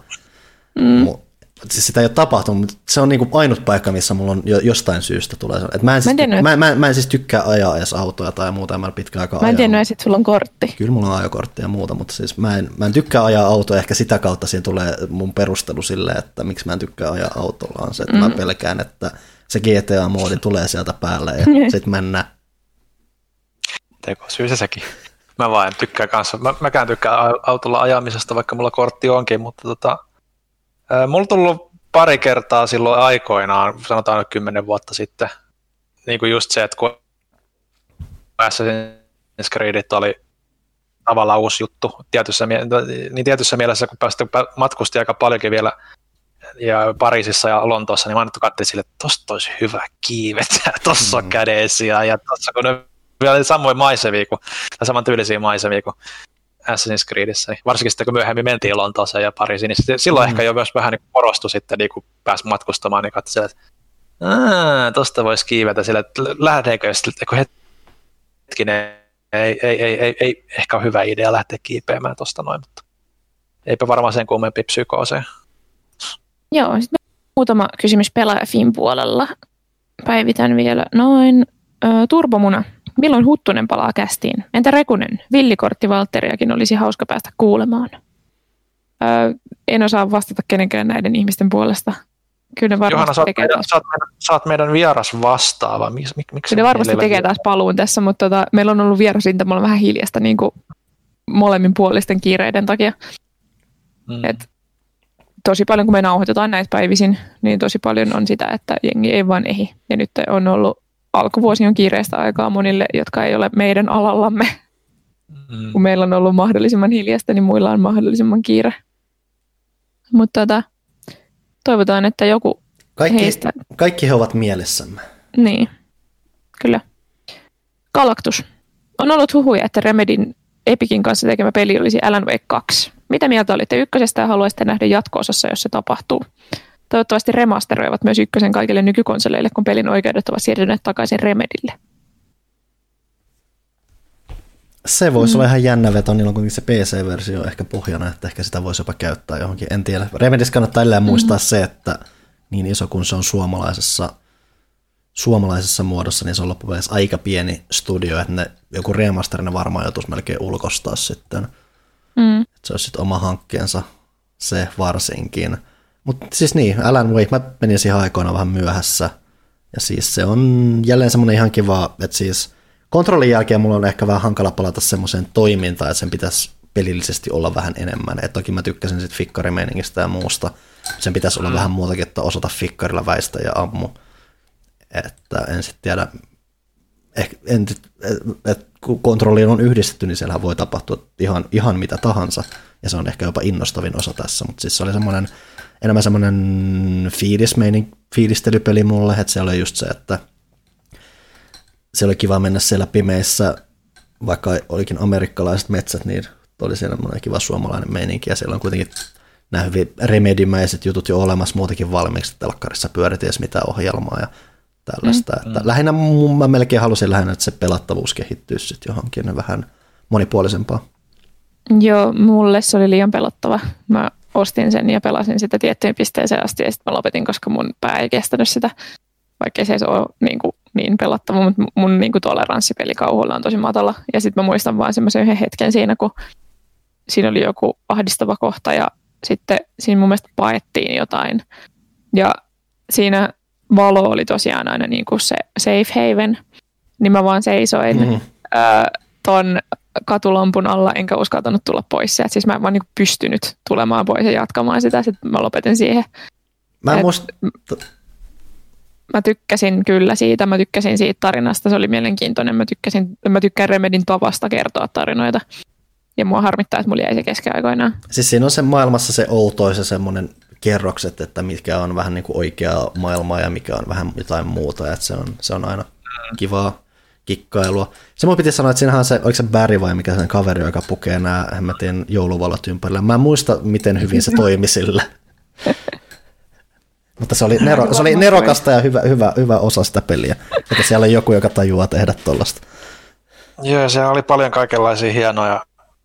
Siis sitä ei ole tapahtunut, mutta se on niinku ainut paikka, missä mulla on jostain syystä tulee. Mä en siis tykkää ajaa edes autoa tai muuta, mä en pitkään aikaa ajaa. Mä en tiennyt edes, että sulla on kortti. Kyllä mulla on ajokortti ja muuta, mutta siis mä en tykkää ajaa autoa, ehkä sitä kautta siinä tulee mun perustelu silleen, että miksi mä en tykkää ajaa autolla on se, että mä pelkään, että se GTA-moodi tulee sieltä päälle ja sit mennään. Tekosyy sekin. Mä vaan tykkään kanssa. Mäkään tykkään autolla ajamisesta, vaikka mulla kortti onkin, mutta mulla on tullut pari kertaa silloin aikoinaan, sanotaan 10 vuotta sitten, niin kuin just se, että kun Assassin's Creedit oli tavallaan uusi juttu, tietyssä mielessä, kun matkusti aika paljonkin vielä ja Pariisissa ja Lontoossa, niin mä nyt katsoin sille, että tosta olisi hyvä kiivetä, tossa on kädesiä ja tossa, kun ne vielä oli saman tyylisiä maisemia kuin Assassin's Creedissä, niin varsinkin sitten kun myöhemmin mentiin Lontooseen ja Pariisiin, niin silloin ehkä jo myös vähän niin korostui sitten, niin kun pääsi matkustamaan, niin katsoin, että tosta voisi kiivetä sille, että lähteekö sitten, hetkinen, ei ehkä ole hyvä idea lähteä kiipeämään tosta noin, mutta eipä varmaan sen kummempi psykooseen. Joo, sitten muutama kysymys Pelaajafin puolella. Päivitän vielä noin. Turbomuna. Milloin Huttunen palaa kästiin? Entä Rekunen? Villikortti Valtteriakin olisi hauska päästä kuulemaan. En osaa vastata kenenkään näiden ihmisten puolesta. Kyllä ne varmasti Johanna, sä oot meidän vieras vastaava. Miksi kyllä ne varmasti tekee taas paluun tässä, mutta meillä on ollut vierasrintamalla vähän hiljasta niin kuin molemmin puolisten kiireiden takia. Et tosi paljon, kun me nauhoitetaan näitä päivisin, niin tosi paljon on sitä, että jengi ei vaan ehdi. Ja nyt on ollut alkuvuosi on kiireistä aikaa monille, jotka ei ole meidän alallamme. Kun meillä on ollut mahdollisimman hiljasta, niin muilla on mahdollisimman kiire. Mutta toivotaan, että joku heistä... Kaikki he ovat mielessämme. Niin, kyllä. Galactus. On ollut huhuja, että Remedin Epicin kanssa tekemä peli olisi Alan Wake 2. Mitä mieltä olitte ykkösestä ja haluaisitte nähdä jatko-osassa, jos se tapahtuu? Toivottavasti remasteroivat myös ykkösen kaikille nykykonsoleille, kun pelin oikeudet ovat siirtyneet takaisin Remedille. Se voisi olla ihan jännä veto, niillä on kuitenkin se PC-versio ehkä pohjana, että ehkä sitä voisi jopa käyttää johonkin, en tiedä. Remedissä kannattaa edelleen muistaa se, että niin iso kuin se on suomalaisessa muodossa, niin se on loppupeleissä aika pieni studio, että joku remasterina varmaan joutuisi melkein ulkoistaa sitten. Se olisi sitten oma hankkeensa, se varsinkin. Mutta siis niin, Alan Wake, mä menin siihen aikoina vähän myöhässä, ja siis se on jälleen semmoinen ihan kiva, että siis kontrollin jälkeen mulla on ehkä vähän hankala palata semmoiseen toimintaan, että sen pitäisi pelillisesti olla vähän enemmän. Et toki mä tykkäsin sit fikkarimeiningistä ja muusta, sen pitäisi olla vähän muutakin, että osata fikkarilla väistä ja ammu. Että en sitten tiedä, kun kontrolliin on yhdistetty, niin siellähän voi tapahtua ihan mitä tahansa, ja se on ehkä jopa innostavin osa tässä, mutta siis se oli enemmän semmoinen fiilistelypeli mulle, että se oli just se, että se oli kiva mennä siellä pimeissä, vaikka olikin amerikkalaiset metsät, niin oli siellä kiva suomalainen meininki, ja siellä on kuitenkin nämä hyvin remedimäiset jutut jo olemassa muutenkin valmiiksi, että telkkarissa pyöritin edes mitään ohjelmaa ja tällaista. Että lähinnä mä melkein halusin että se pelattavuus kehittyisi sitten johonkin vähän monipuolisempaa. Joo, mulle se oli liian pelottava. Mä ostin sen ja pelasin sitä tiettyyn pisteeseen asti ja sitten mä lopetin, koska mun pää ei kestänyt sitä, vaikka se ei ole niin kuin niin pelattava, mutta mun niin kuin toleranssi pelikauhulla on tosi matala. Ja sitten mä muistan vaan semmoisen yhden hetken siinä, kun siinä oli joku ahdistava kohta ja sitten siinä mun mielestä paettiin jotain. Ja siinä valo oli tosiaan aina niin kuin se safe haven, niin mä vaan seisoin ton katulampun alla, enkä uskaltanut tulla pois sieltä. Siis mä en vaan niin kuin pystynyt tulemaan pois ja jatkamaan sitä, sitten mä lopetin siihen. Mä tykkäsin kyllä siitä, mä tykkäsin siitä tarinasta, se oli mielenkiintoinen, mä tykkään Remedin tavasta kertoa tarinoita. Ja mua harmittaa, että mulla jäi se kesken aikoinaan. Siis siinä on se maailmassa se outois ja semmoinen kerrokset, että mikä on vähän niin kuin oikeaa maailmaa ja mikä on vähän jotain muuta. Että se on aina kivaa kikkailua. Se mun piti sanoa, että siinähän on se, oliko se Barry vai mikä sen kaveri, joka pukee nämä hemmetin jouluvalot ympärillä. Mä en muista, miten hyvin se toimi sillä. Mutta se oli nerokasta ja hyvä osa sitä peliä. Että siellä on joku, joka tajuaa tehdä tollaista. Joo, siellä oli paljon kaikenlaisia hienoja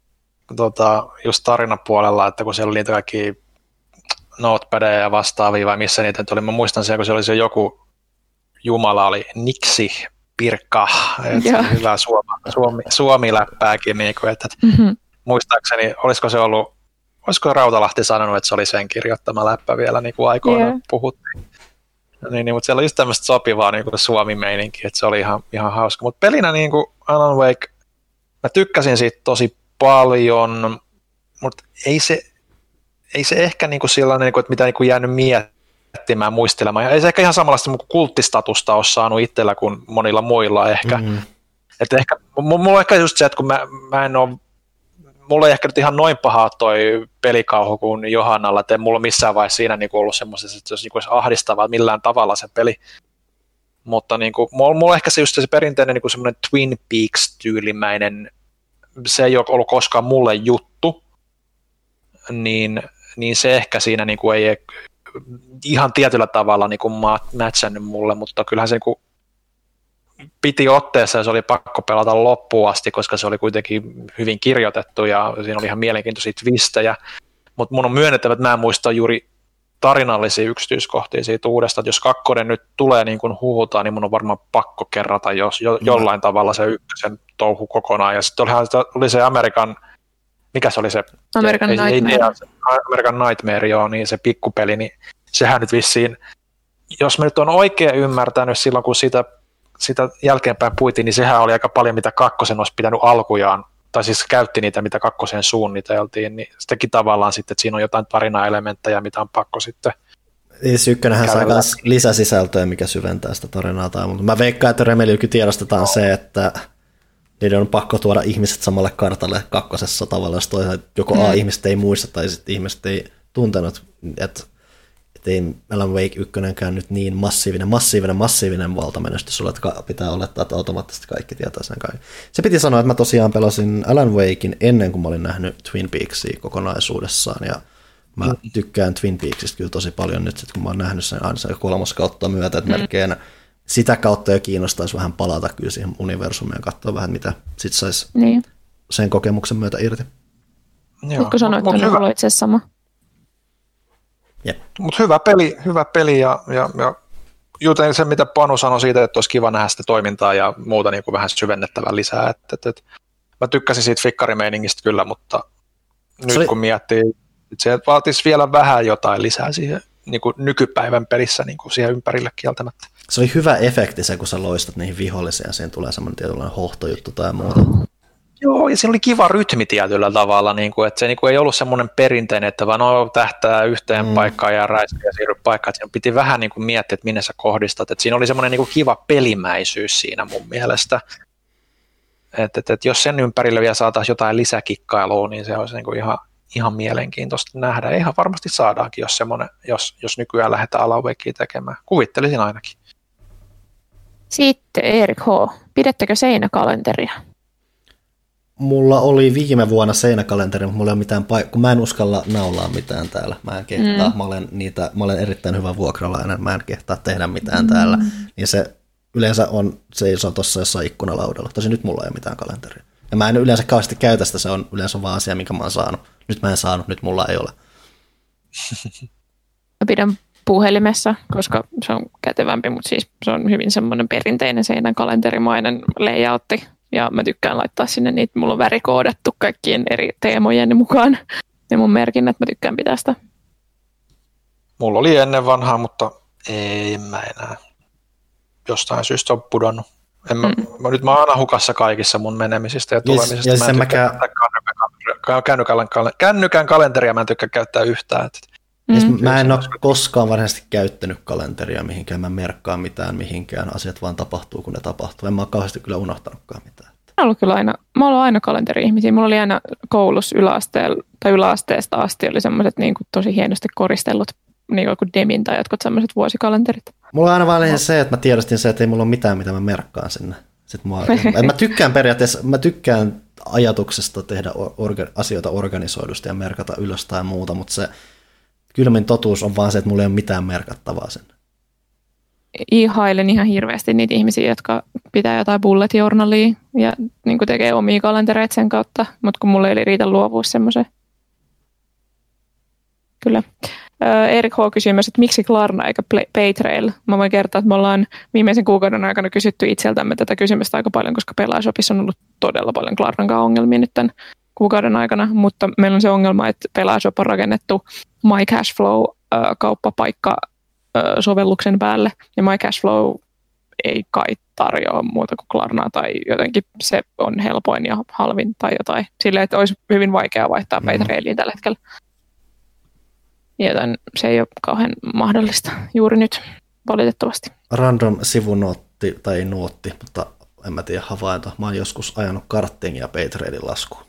just tarinapuolella, että kun siellä oli niitä kaikki notepadeja ja vastaavia vai missä niitä oli. Mä muistan siellä, kun siellä oli se joku jumala, oli Niksi Pirkka, hyvä suomi-läppääkin. Niin kuin, että muistaakseni, olisiko Rautalahti sanonut, että se oli sen kirjoittama läppä vielä niin kuin aikoina puhuttiin. Niin, mutta siellä oli just tämmöistä sopivaa niin kuin suomi-meininkiä, että se oli ihan hauska. Mutta pelinä niin kuin Alan Wake, mä tykkäsin siitä tosi paljon, mutta ei se ehkä niin kuin sellainen, niin kuin, että mitä niin kuin jäänyt miettimään, muistelemaan. Ei se ehkä ihan samanlaista niin kuin kulttistatusta ole saanut itsellä kuin monilla muilla ehkä. Että ehkä mulla on ehkä just se, että kun mä en ole, mulla ei ehkä nyt ihan noin pahaa toi pelikauhu kuin Johannalla, että ei mulla missään vaiheessa siinä niin kuin ollut semmoisessa, että se olisi niin kuin ahdistavaa millään tavalla se peli. Mutta niin kuin, mulla on ehkä se just se perinteinen niin kuin semmoinen Twin Peaks-tyylimäinen, se ei ole ollut koskaan mulle juttu, niin se ehkä siinä niin kuin ei ihan tietyllä tavalla niin kuin matchannut mulle, mutta kyllähän se niin kuin piti otteessa ja se oli pakko pelata loppuun asti, koska se oli kuitenkin hyvin kirjoitettu ja siinä oli ihan mielenkiintoisia twistejä, mutta mun on myönnettävä, että mä en muista juuri tarinallisia yksityiskohtia siitä uudesta, että jos kakkonen nyt tulee niin kuin huhutaan, niin mun on varmaan pakko kerrata jollain tavalla se ykkösen touhu kokonaan. Ja sitten oli se mikä se oli se? American Nightmare. American Nightmare, joo, niin se pikkupeli, niin sehän nyt vissiin, jos mä nyt on oikein ymmärtänyt silloin, kun sitä jälkeenpäin puitiin, niin sehän oli aika paljon, mitä kakkosen olisi pitänyt alkujaan, tai siis käytti niitä, mitä kakkoseen suunniteltiin, niin se teki tavallaan sitten, että siinä on jotain tarinaelementtejä, mitä on pakko sitten. Siis ykkönenhän saa myös lisäsisältöä, mikä syventää sitä tarinaa. Mutta mä veikkaan, että Remediakin tiedostetaan se, että niiden on pakko tuoda ihmiset samalle kartalle kakkosessa tavalla, jos toisaalta joko ihmiset ei muista tai sitten ihmiset ei tuntenut, että ei Alan Wake 1:nkään nyt niin massiivinen valtamenestys sulle, että pitää olettaa, että automaattisesti kaikki tietää sen kaiken. Se piti sanoa, että mä tosiaan pelasin Alan Wakein ennen kuin mä olin nähnyt Twin Peaksia kokonaisuudessaan, ja mä tykkään Twin Peaksista kyllä tosi paljon nyt, kun mä oon nähnyt sen aina sen 3. kautta myötä, että melkein sitä kautta jo kiinnostaisi vähän palata kyllä siihen universumiin ja katsoa vähän, mitä sit saisi sen kokemuksen myötä irti. Voitko sanoa, että on ollut itse asiassa sama? Mutta hyvä peli ja joten se, mitä Panu sanoi siitä, että olisi kiva nähdä sitä toimintaa ja muuta niin kuin vähän syvennettävää lisää. Mä tykkäsin siitä fikkarimeiningistä kyllä, mutta nyt kun miettii, että se vaatisi vielä vähän jotain lisää siihen niin kuin nykypäivän pelissä niin kuin siihen ympärille kieltämättä. Se oli hyvä efekti se, kun sä loistat niihin vihollisiin ja siihen tulee semmoinen tietynlainen hohtojuttu tai muuta. Joo, ja siinä oli kiva rytmi tietyllä tavalla, niin kuin, että se niin kuin ei ollut semmoinen perinteinen, että vaan tähtää yhteen paikkaan ja räiskä ja siirry paikkaan. Siinä piti vähän niin kuin miettiä, että minne sä kohdistat. Että siinä oli semmoinen niin kuin kiva pelimäisyys siinä mun mielestä. Että jos sen ympärille vielä saataisiin jotain lisäkikkailua, niin se olisi niin kuin ihan mielenkiintoista nähdä. Ihan varmasti saadaankin, jos nykyään lähdetään Alan Wakea tekemään. Kuvittelisin ainakin. Sitten Erik H. Pidättekö seinäkalenteria? Mulla oli viime vuonna seinäkalenteri, mutta mulla ei ole mitään kun mä en uskalla naulaa mitään täällä. Mä en kehtaa, mä olen erittäin hyvä vuokralainen, mä en kehtaa tehdä mitään täällä. Niin se yleensä seisoo tuossa jossain ikkunalaudalla. Tosin nyt mulla ei ole mitään kalenteria. Ja mä en yleensä kauheasti käytä sitä, se on yleensä vaan asia, minkä mä oon saanut. Nyt mä en saanut, nyt mulla ei ole. Mä pidän puhelimessa, koska se on kätevämpi, mutta siis se on hyvin semmoinen perinteinen seinän kalenterimainen layoutti. Ja mä tykkään laittaa sinne niitä, mulla on värikoodattu kaikkien eri teemojen mukaan. Ja mun merkinnät, mä tykkään pitää sitä. Mulla oli ennen vanhaa, mutta en mä enää. Jostain syystä on pudonnut. Nyt mä oon aina hukassa kaikissa mun menemisistä ja tulemisista. Ja mä kännykän kalenteria mä en tykkää käyttää yhtään. Mä en ole koskaan varsinaisesti käyttänyt kalenteria mihinkään, mä merkkaan mitään mihinkään, asiat vaan tapahtuu kun ne tapahtuu. En mä ole kauheasti kyllä unohtanutkaan mitään. Mä olen aina kalenteri-ihmisiä. Mulla oli aina koulussa yläasteesta asti oli semmoiset niin kuin tosi hienosti koristellut niin kuin Demin tai jotkut semmoiset vuosikalenterit. Mulla on aina vaan se, että mä tiedostin se, että ei mulla ole mitään, mitä mä merkkaan sinne. Mä tykkään periaatteessa, ajatuksesta tehdä asioita organisoidusti ja merkata ylös tai muuta, mutta se kylmin totuus on vaan se, että mulla ei ole mitään merkattavaa sinne. Ihailen ihan hirveästi niitä ihmisiä, jotka pitää jotain bullet journalia ja niin kuin tekee omia kalentereita sen kautta, mutta kun mulla ei riitä luovuus semmoiseen. Kyllä. Erik H. kysyy myös, että miksi Klarna eikä Paytrail? Mä voin kertoa, että me ollaan viimeisen kuukauden aikana kysytty itseltämme tätä kysymystä aika paljon, koska Pelaajashopissa on ollut todella paljon Klarnan kanssa ongelmia nyt tämän kuukauden aikana, mutta meillä on se ongelma, että Pelaajashop on rakennettu My Cashflow kauppapaikka sovelluksen päälle, ja My Cashflow ei kai tarjoa muuta kuin Klarnaa, tai jotenkin se on helpoin ja halvin tai jotain, silleen, että olisi hyvin vaikea vaihtaa Paytrailiin tällä hetkellä. Joten se ei ole kauhean mahdollista juuri nyt, valitettavasti. Random sivunootti, tai ei nuotti, mutta en mä tiedä havainto. Mä oon joskus ajanut karttingia Paytrailin laskuun.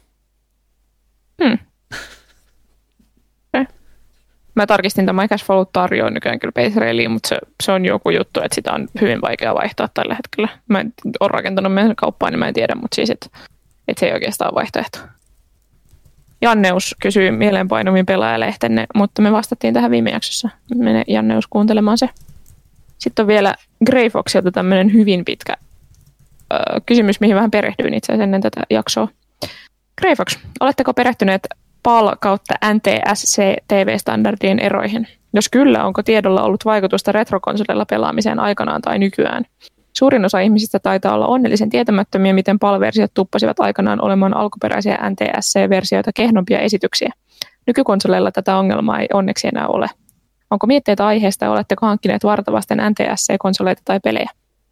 Mä tarkistin, että My Cashflow tarjoaa nykyään kyllä Paytrailiin, mutta se on joku juttu, että sitä on hyvin vaikea vaihtaa tällä hetkellä. Mä en ole rakentanut meidän kauppaan, niin mä en tiedä, mutta siis, että se ei oikeastaan ole vaihtoehto. Janneus kysyy mieleenpainuviin pelaajalehtenne, mutta me vastattiin tähän viime jaksossa. Mene Janneus kuuntelemaan se. Sitten on vielä Greyfoxilta tämmöinen hyvin pitkä kysymys, mihin vähän perehdyin itse asiassa ennen tätä jaksoa. Greyfox, oletteko perehtyneet PAL kautta NTSC-TV-standardien eroihin? Jos kyllä, onko tiedolla ollut vaikutusta retrokonsoleilla pelaamiseen aikanaan tai nykyään? Suurin osa ihmisistä taitaa olla onnellisen tietämättömiä, miten PAL-versiot tuppasivat aikanaan olemaan alkuperäisiä NTSC-versioita kehnompia esityksiä. Nykykonsoleilla tätä ongelmaa ei onneksi enää ole. Onko mietteitä aiheesta ja oletteko hankkineet vartavasten NTSC-konsoleita tai pelejä?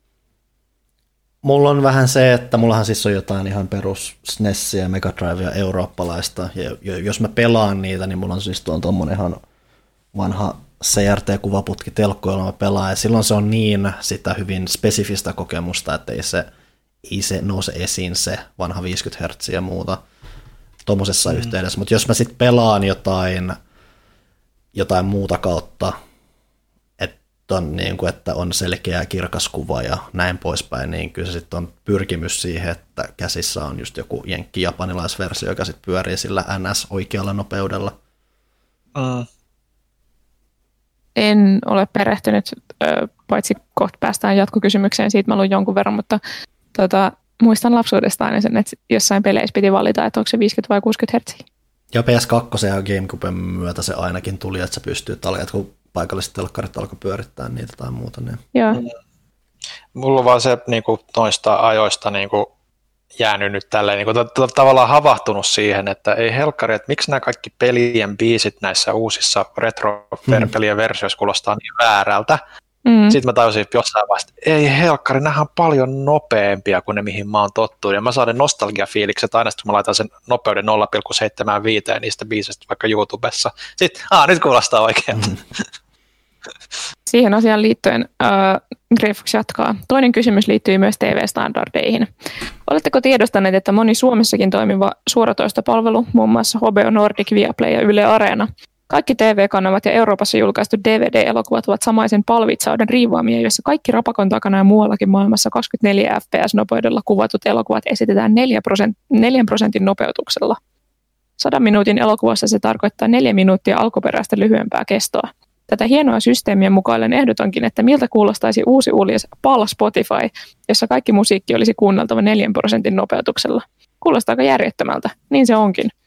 Mulla on vähän se, että mullahan siis on jotain ihan perus SNESiä, Mega Drivea, eurooppalaista, ja jos mä pelaan niitä, niin mulla on siis tuommoinen ihan vanha CRT-kuvaputki telkkoilla mä pelaan, ja silloin se on niin sitä hyvin spesifistä kokemusta, että ei se nouse esiin se vanha 50 Hz ja muuta tuommoisessa yhteydessä, mutta jos mä sitten pelaan jotain muuta kautta, että on selkeä kirkas kuva ja näin poispäin, niin kyllä se sitten on pyrkimys siihen, että käsissä on just joku jenkki-japanilaisversio, joka sitten pyörii sillä NS-oikealla nopeudella. En ole perehtynyt, paitsi kohta päästään jatkokysymykseen, siitä mä luin jonkun verran, mutta muistan lapsuudestaan sen, että jossain peleissä piti valita, että onko se 50 vai 60 Hz. Ja PS2 ja GameCuben myötä se ainakin tuli, että sä pystyt kun paikalliset telkkarit alkoi pyörittää niitä tai muuta. Niin. Joo. Mulla on vaan se noista ajoista jäänyt nyt tälleen, tavallaan havahtunut siihen, että ei helkkari, että miksi nämä kaikki pelien biisit näissä uusissa retro-pelien versioissa kuulostaa niin väärältä. Sitten mä tajusin jossain vaiheessa, että ei helkkari, nämä on paljon nopeampia kuin ne, mihin mä oon tottunut. Ja mä saan ne nostalgiafiilikset aina, kun mä laitan sen nopeuden 0,75 niistä biisistä vaikka YouTubessa. Sitten, nyt kuulostaa oikein. Siihen asiaan liittyen Greyfox jatkaa. Toinen kysymys liittyy myös TV-standardeihin. Oletteko tiedostaneet, että moni Suomessakin toimiva suoratoistopalvelu, muun muassa HBO Nordic, Viaplay ja Yle Areena, kaikki TV-kanavat ja Euroopassa julkaistu DVD-elokuvat ovat samaisen palvitsauden riivaamia, joissa kaikki rapakon takana ja muuallakin maailmassa 24 fps-nopeudella kuvatut elokuvat esitetään 4% nopeutuksella. 100 minuutin elokuvassa se tarkoittaa 4 minuuttia alkuperäistä lyhyempää kestoa. Tätä hienoa systeemiä mukaillen ehdotankin, että miltä kuulostaisi uusi uljas PAL Spotify, jossa kaikki musiikki olisi kuunneltava 4% nopeutuksella. Kuulostaako järjettömältä? Niin se onkin.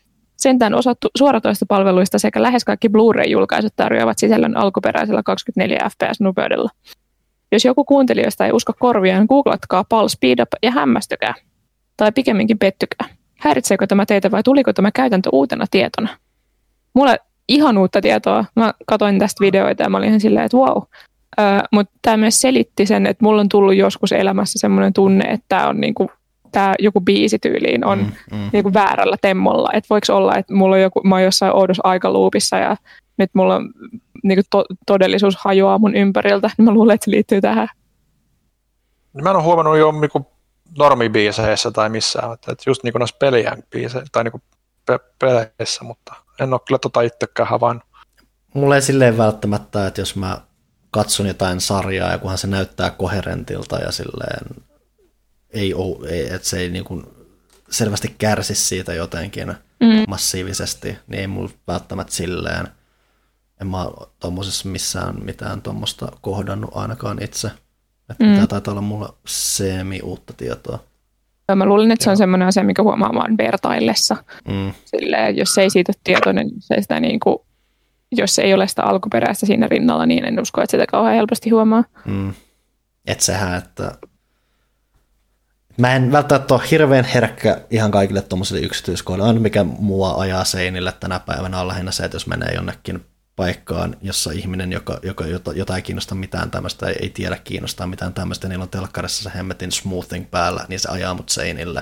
Sentään osa suoratoistopalveluista sekä lähes kaikki Blu-ray-julkaisut tarjoavat sisällön alkuperäisellä 24 fps-nopeudella. Jos joku kuuntelijoista ei usko korviaan, googlatkaa PAL Speedup ja hämmästykää. Tai pikemminkin pettykää. Häiritseekö tämä teitä vai tuliko tämä käytäntö uutena tietona? Mulle ihan uutta tietoa. Mä katsoin tästä videoita ja mä olin ihan silleen, että wow. Mutta tämä myös selitti sen, että mulla on tullut joskus elämässä semmoinen tunne, että tämä on niinku, tää joku biisi tyyliin on niinku väärällä temmolla. Että voiko olla, että mulla on mä oon jossain oudossa aikaluupissa ja nyt mulla on niinku todellisuus hajoaa mun ympäriltä. Niin mä luulen, että se liittyy tähän. Mä en ole huomannut jo niinku normibiiseissä tai missään. Että just niinku noissa biiseissä tai niinku peleissä, mutta en ole kyllä itsekään havainnut. Mulla ei silleen välttämättä, että jos mä katson jotain sarjaa ja kunhan se näyttää koherentilta ja silleen että se ei niin kuin selvästi kärsi siitä jotenkin massiivisesti, niin ei mulla välttämättä silleen, en mä ole tommosessa missään mitään tommosta kohdannut ainakaan itse. Että mitä taitaa olla mulla uutta tietoa. Mä luulin, että se on semmoinen asia, mikä huomaa vaan vertaillessa. Silleen, jos ei siitä ole tietoinen, jos ei ole sitä alkuperäistä siinä rinnalla, niin en usko, että sitä kauhean helposti huomaa. Että sehän, että mä en välttämättä ole hirveän herkkä ihan kaikille tuommoisille yksityiskohdille. Aina mikä mua ajaa seinille tänä päivänä on lähinnä se, että jos menee jonnekin paikkaan, jossa ihminen, jota ei kiinnosta mitään tämmöistä, ei tiedä kiinnostaa mitään tämmöistä, niillä on telkkarissa se hemmetin smoothing päällä, niin se ajaa mut seinille.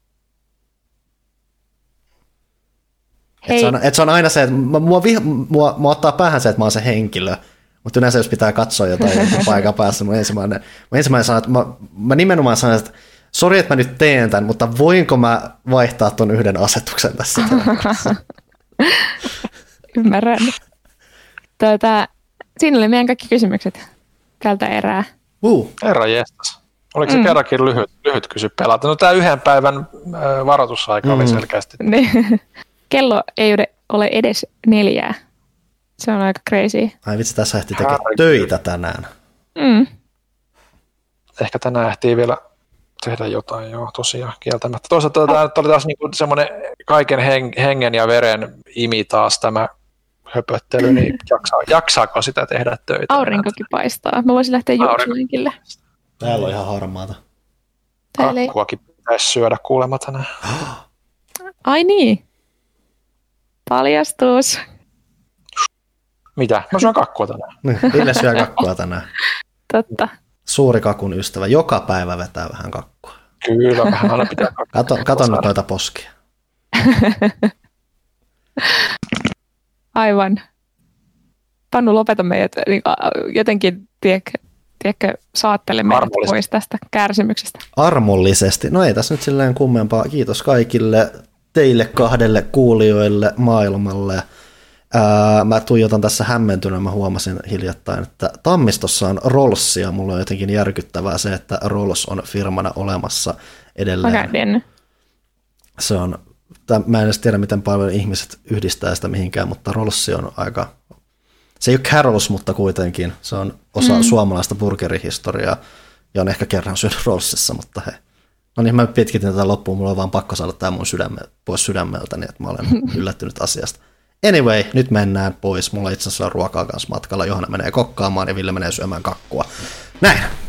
Se on aina se, että mua ottaa päähän se, että mä oon se henkilö, mutta yleensä jos pitää katsoa jotain paikan päässä, mun ensimmäinen sanon, että mä nimenomaan sanon, että sori, että mä nyt teen tämän, mutta voinko mä vaihtaa ton yhden asetuksen tässä? Ymmärrän. Siinä oli meidän kaikki kysymykset tältä erää. Herra jestas. Oliko se kerrankin lyhyt kysy pelata? No tämä yhden päivän varoitusaika oli selkeästi. Kello ei ole edes 4. Se on aika crazy. Ai vitsi, tässä ehtii tekemään töitä tänään. Ehkä tänään ehtii vielä tehdä jotain, joo, tosiaan kieltämättä. Toisaalta tämä oli taas niinku semmoinen kaiken hengen ja veren imi taas tämä höpöttely, niin jaksaako sitä tehdä töitä? Aurinkokin paistaa. Mä voisin lähteä juoksulenkille. Täällä on ihan harmaata. Kakkuakin pitäisi syödä kuulemma tänään. Ai niin. Paljastus. Mitä? Mä syön kakkua tänään. Ville syö kakkua tänään. Totta. Suuri kakun ystävä. Joka päivä vetää vähän kakkua. Kyllä, vähän aina pitää kakkua. Kato nyt noita poskia. Aivan. Pannu, lopeta meidät jotenkin, tiedätkö, saattele meidät pois tästä kärsimyksestä. Armollisesti. No ei tässä nyt silleen kummempaa. Kiitos kaikille teille 2 kuulijoille maailmalle. Mä tuijotan tässä hämmentynä, mä huomasin hiljattain, että Tammistossa on Rollsia. Mulla on jotenkin järkyttävää se, että Rolls on firmana olemassa edelleen. Se on, mä en edes tiedä, miten paljon ihmiset yhdistää sitä mihinkään, mutta Rolls on aika, se ei ole Carols, mutta kuitenkin se on osa suomalaista burgerihistoriaa ja on ehkä kerran syönyt Rollsissa, mutta hei. No niin, mä pitkitin tätä loppuun, mulla on vaan pakko saada tämä mun pois sydämeltäni, että mä olen yllättynyt asiasta. Anyway, nyt mennään pois. Mulla itse asiassa on ruokaa kanssa matkalla. Johanna menee kokkaamaan ja Ville menee syömään kakkua. Näin.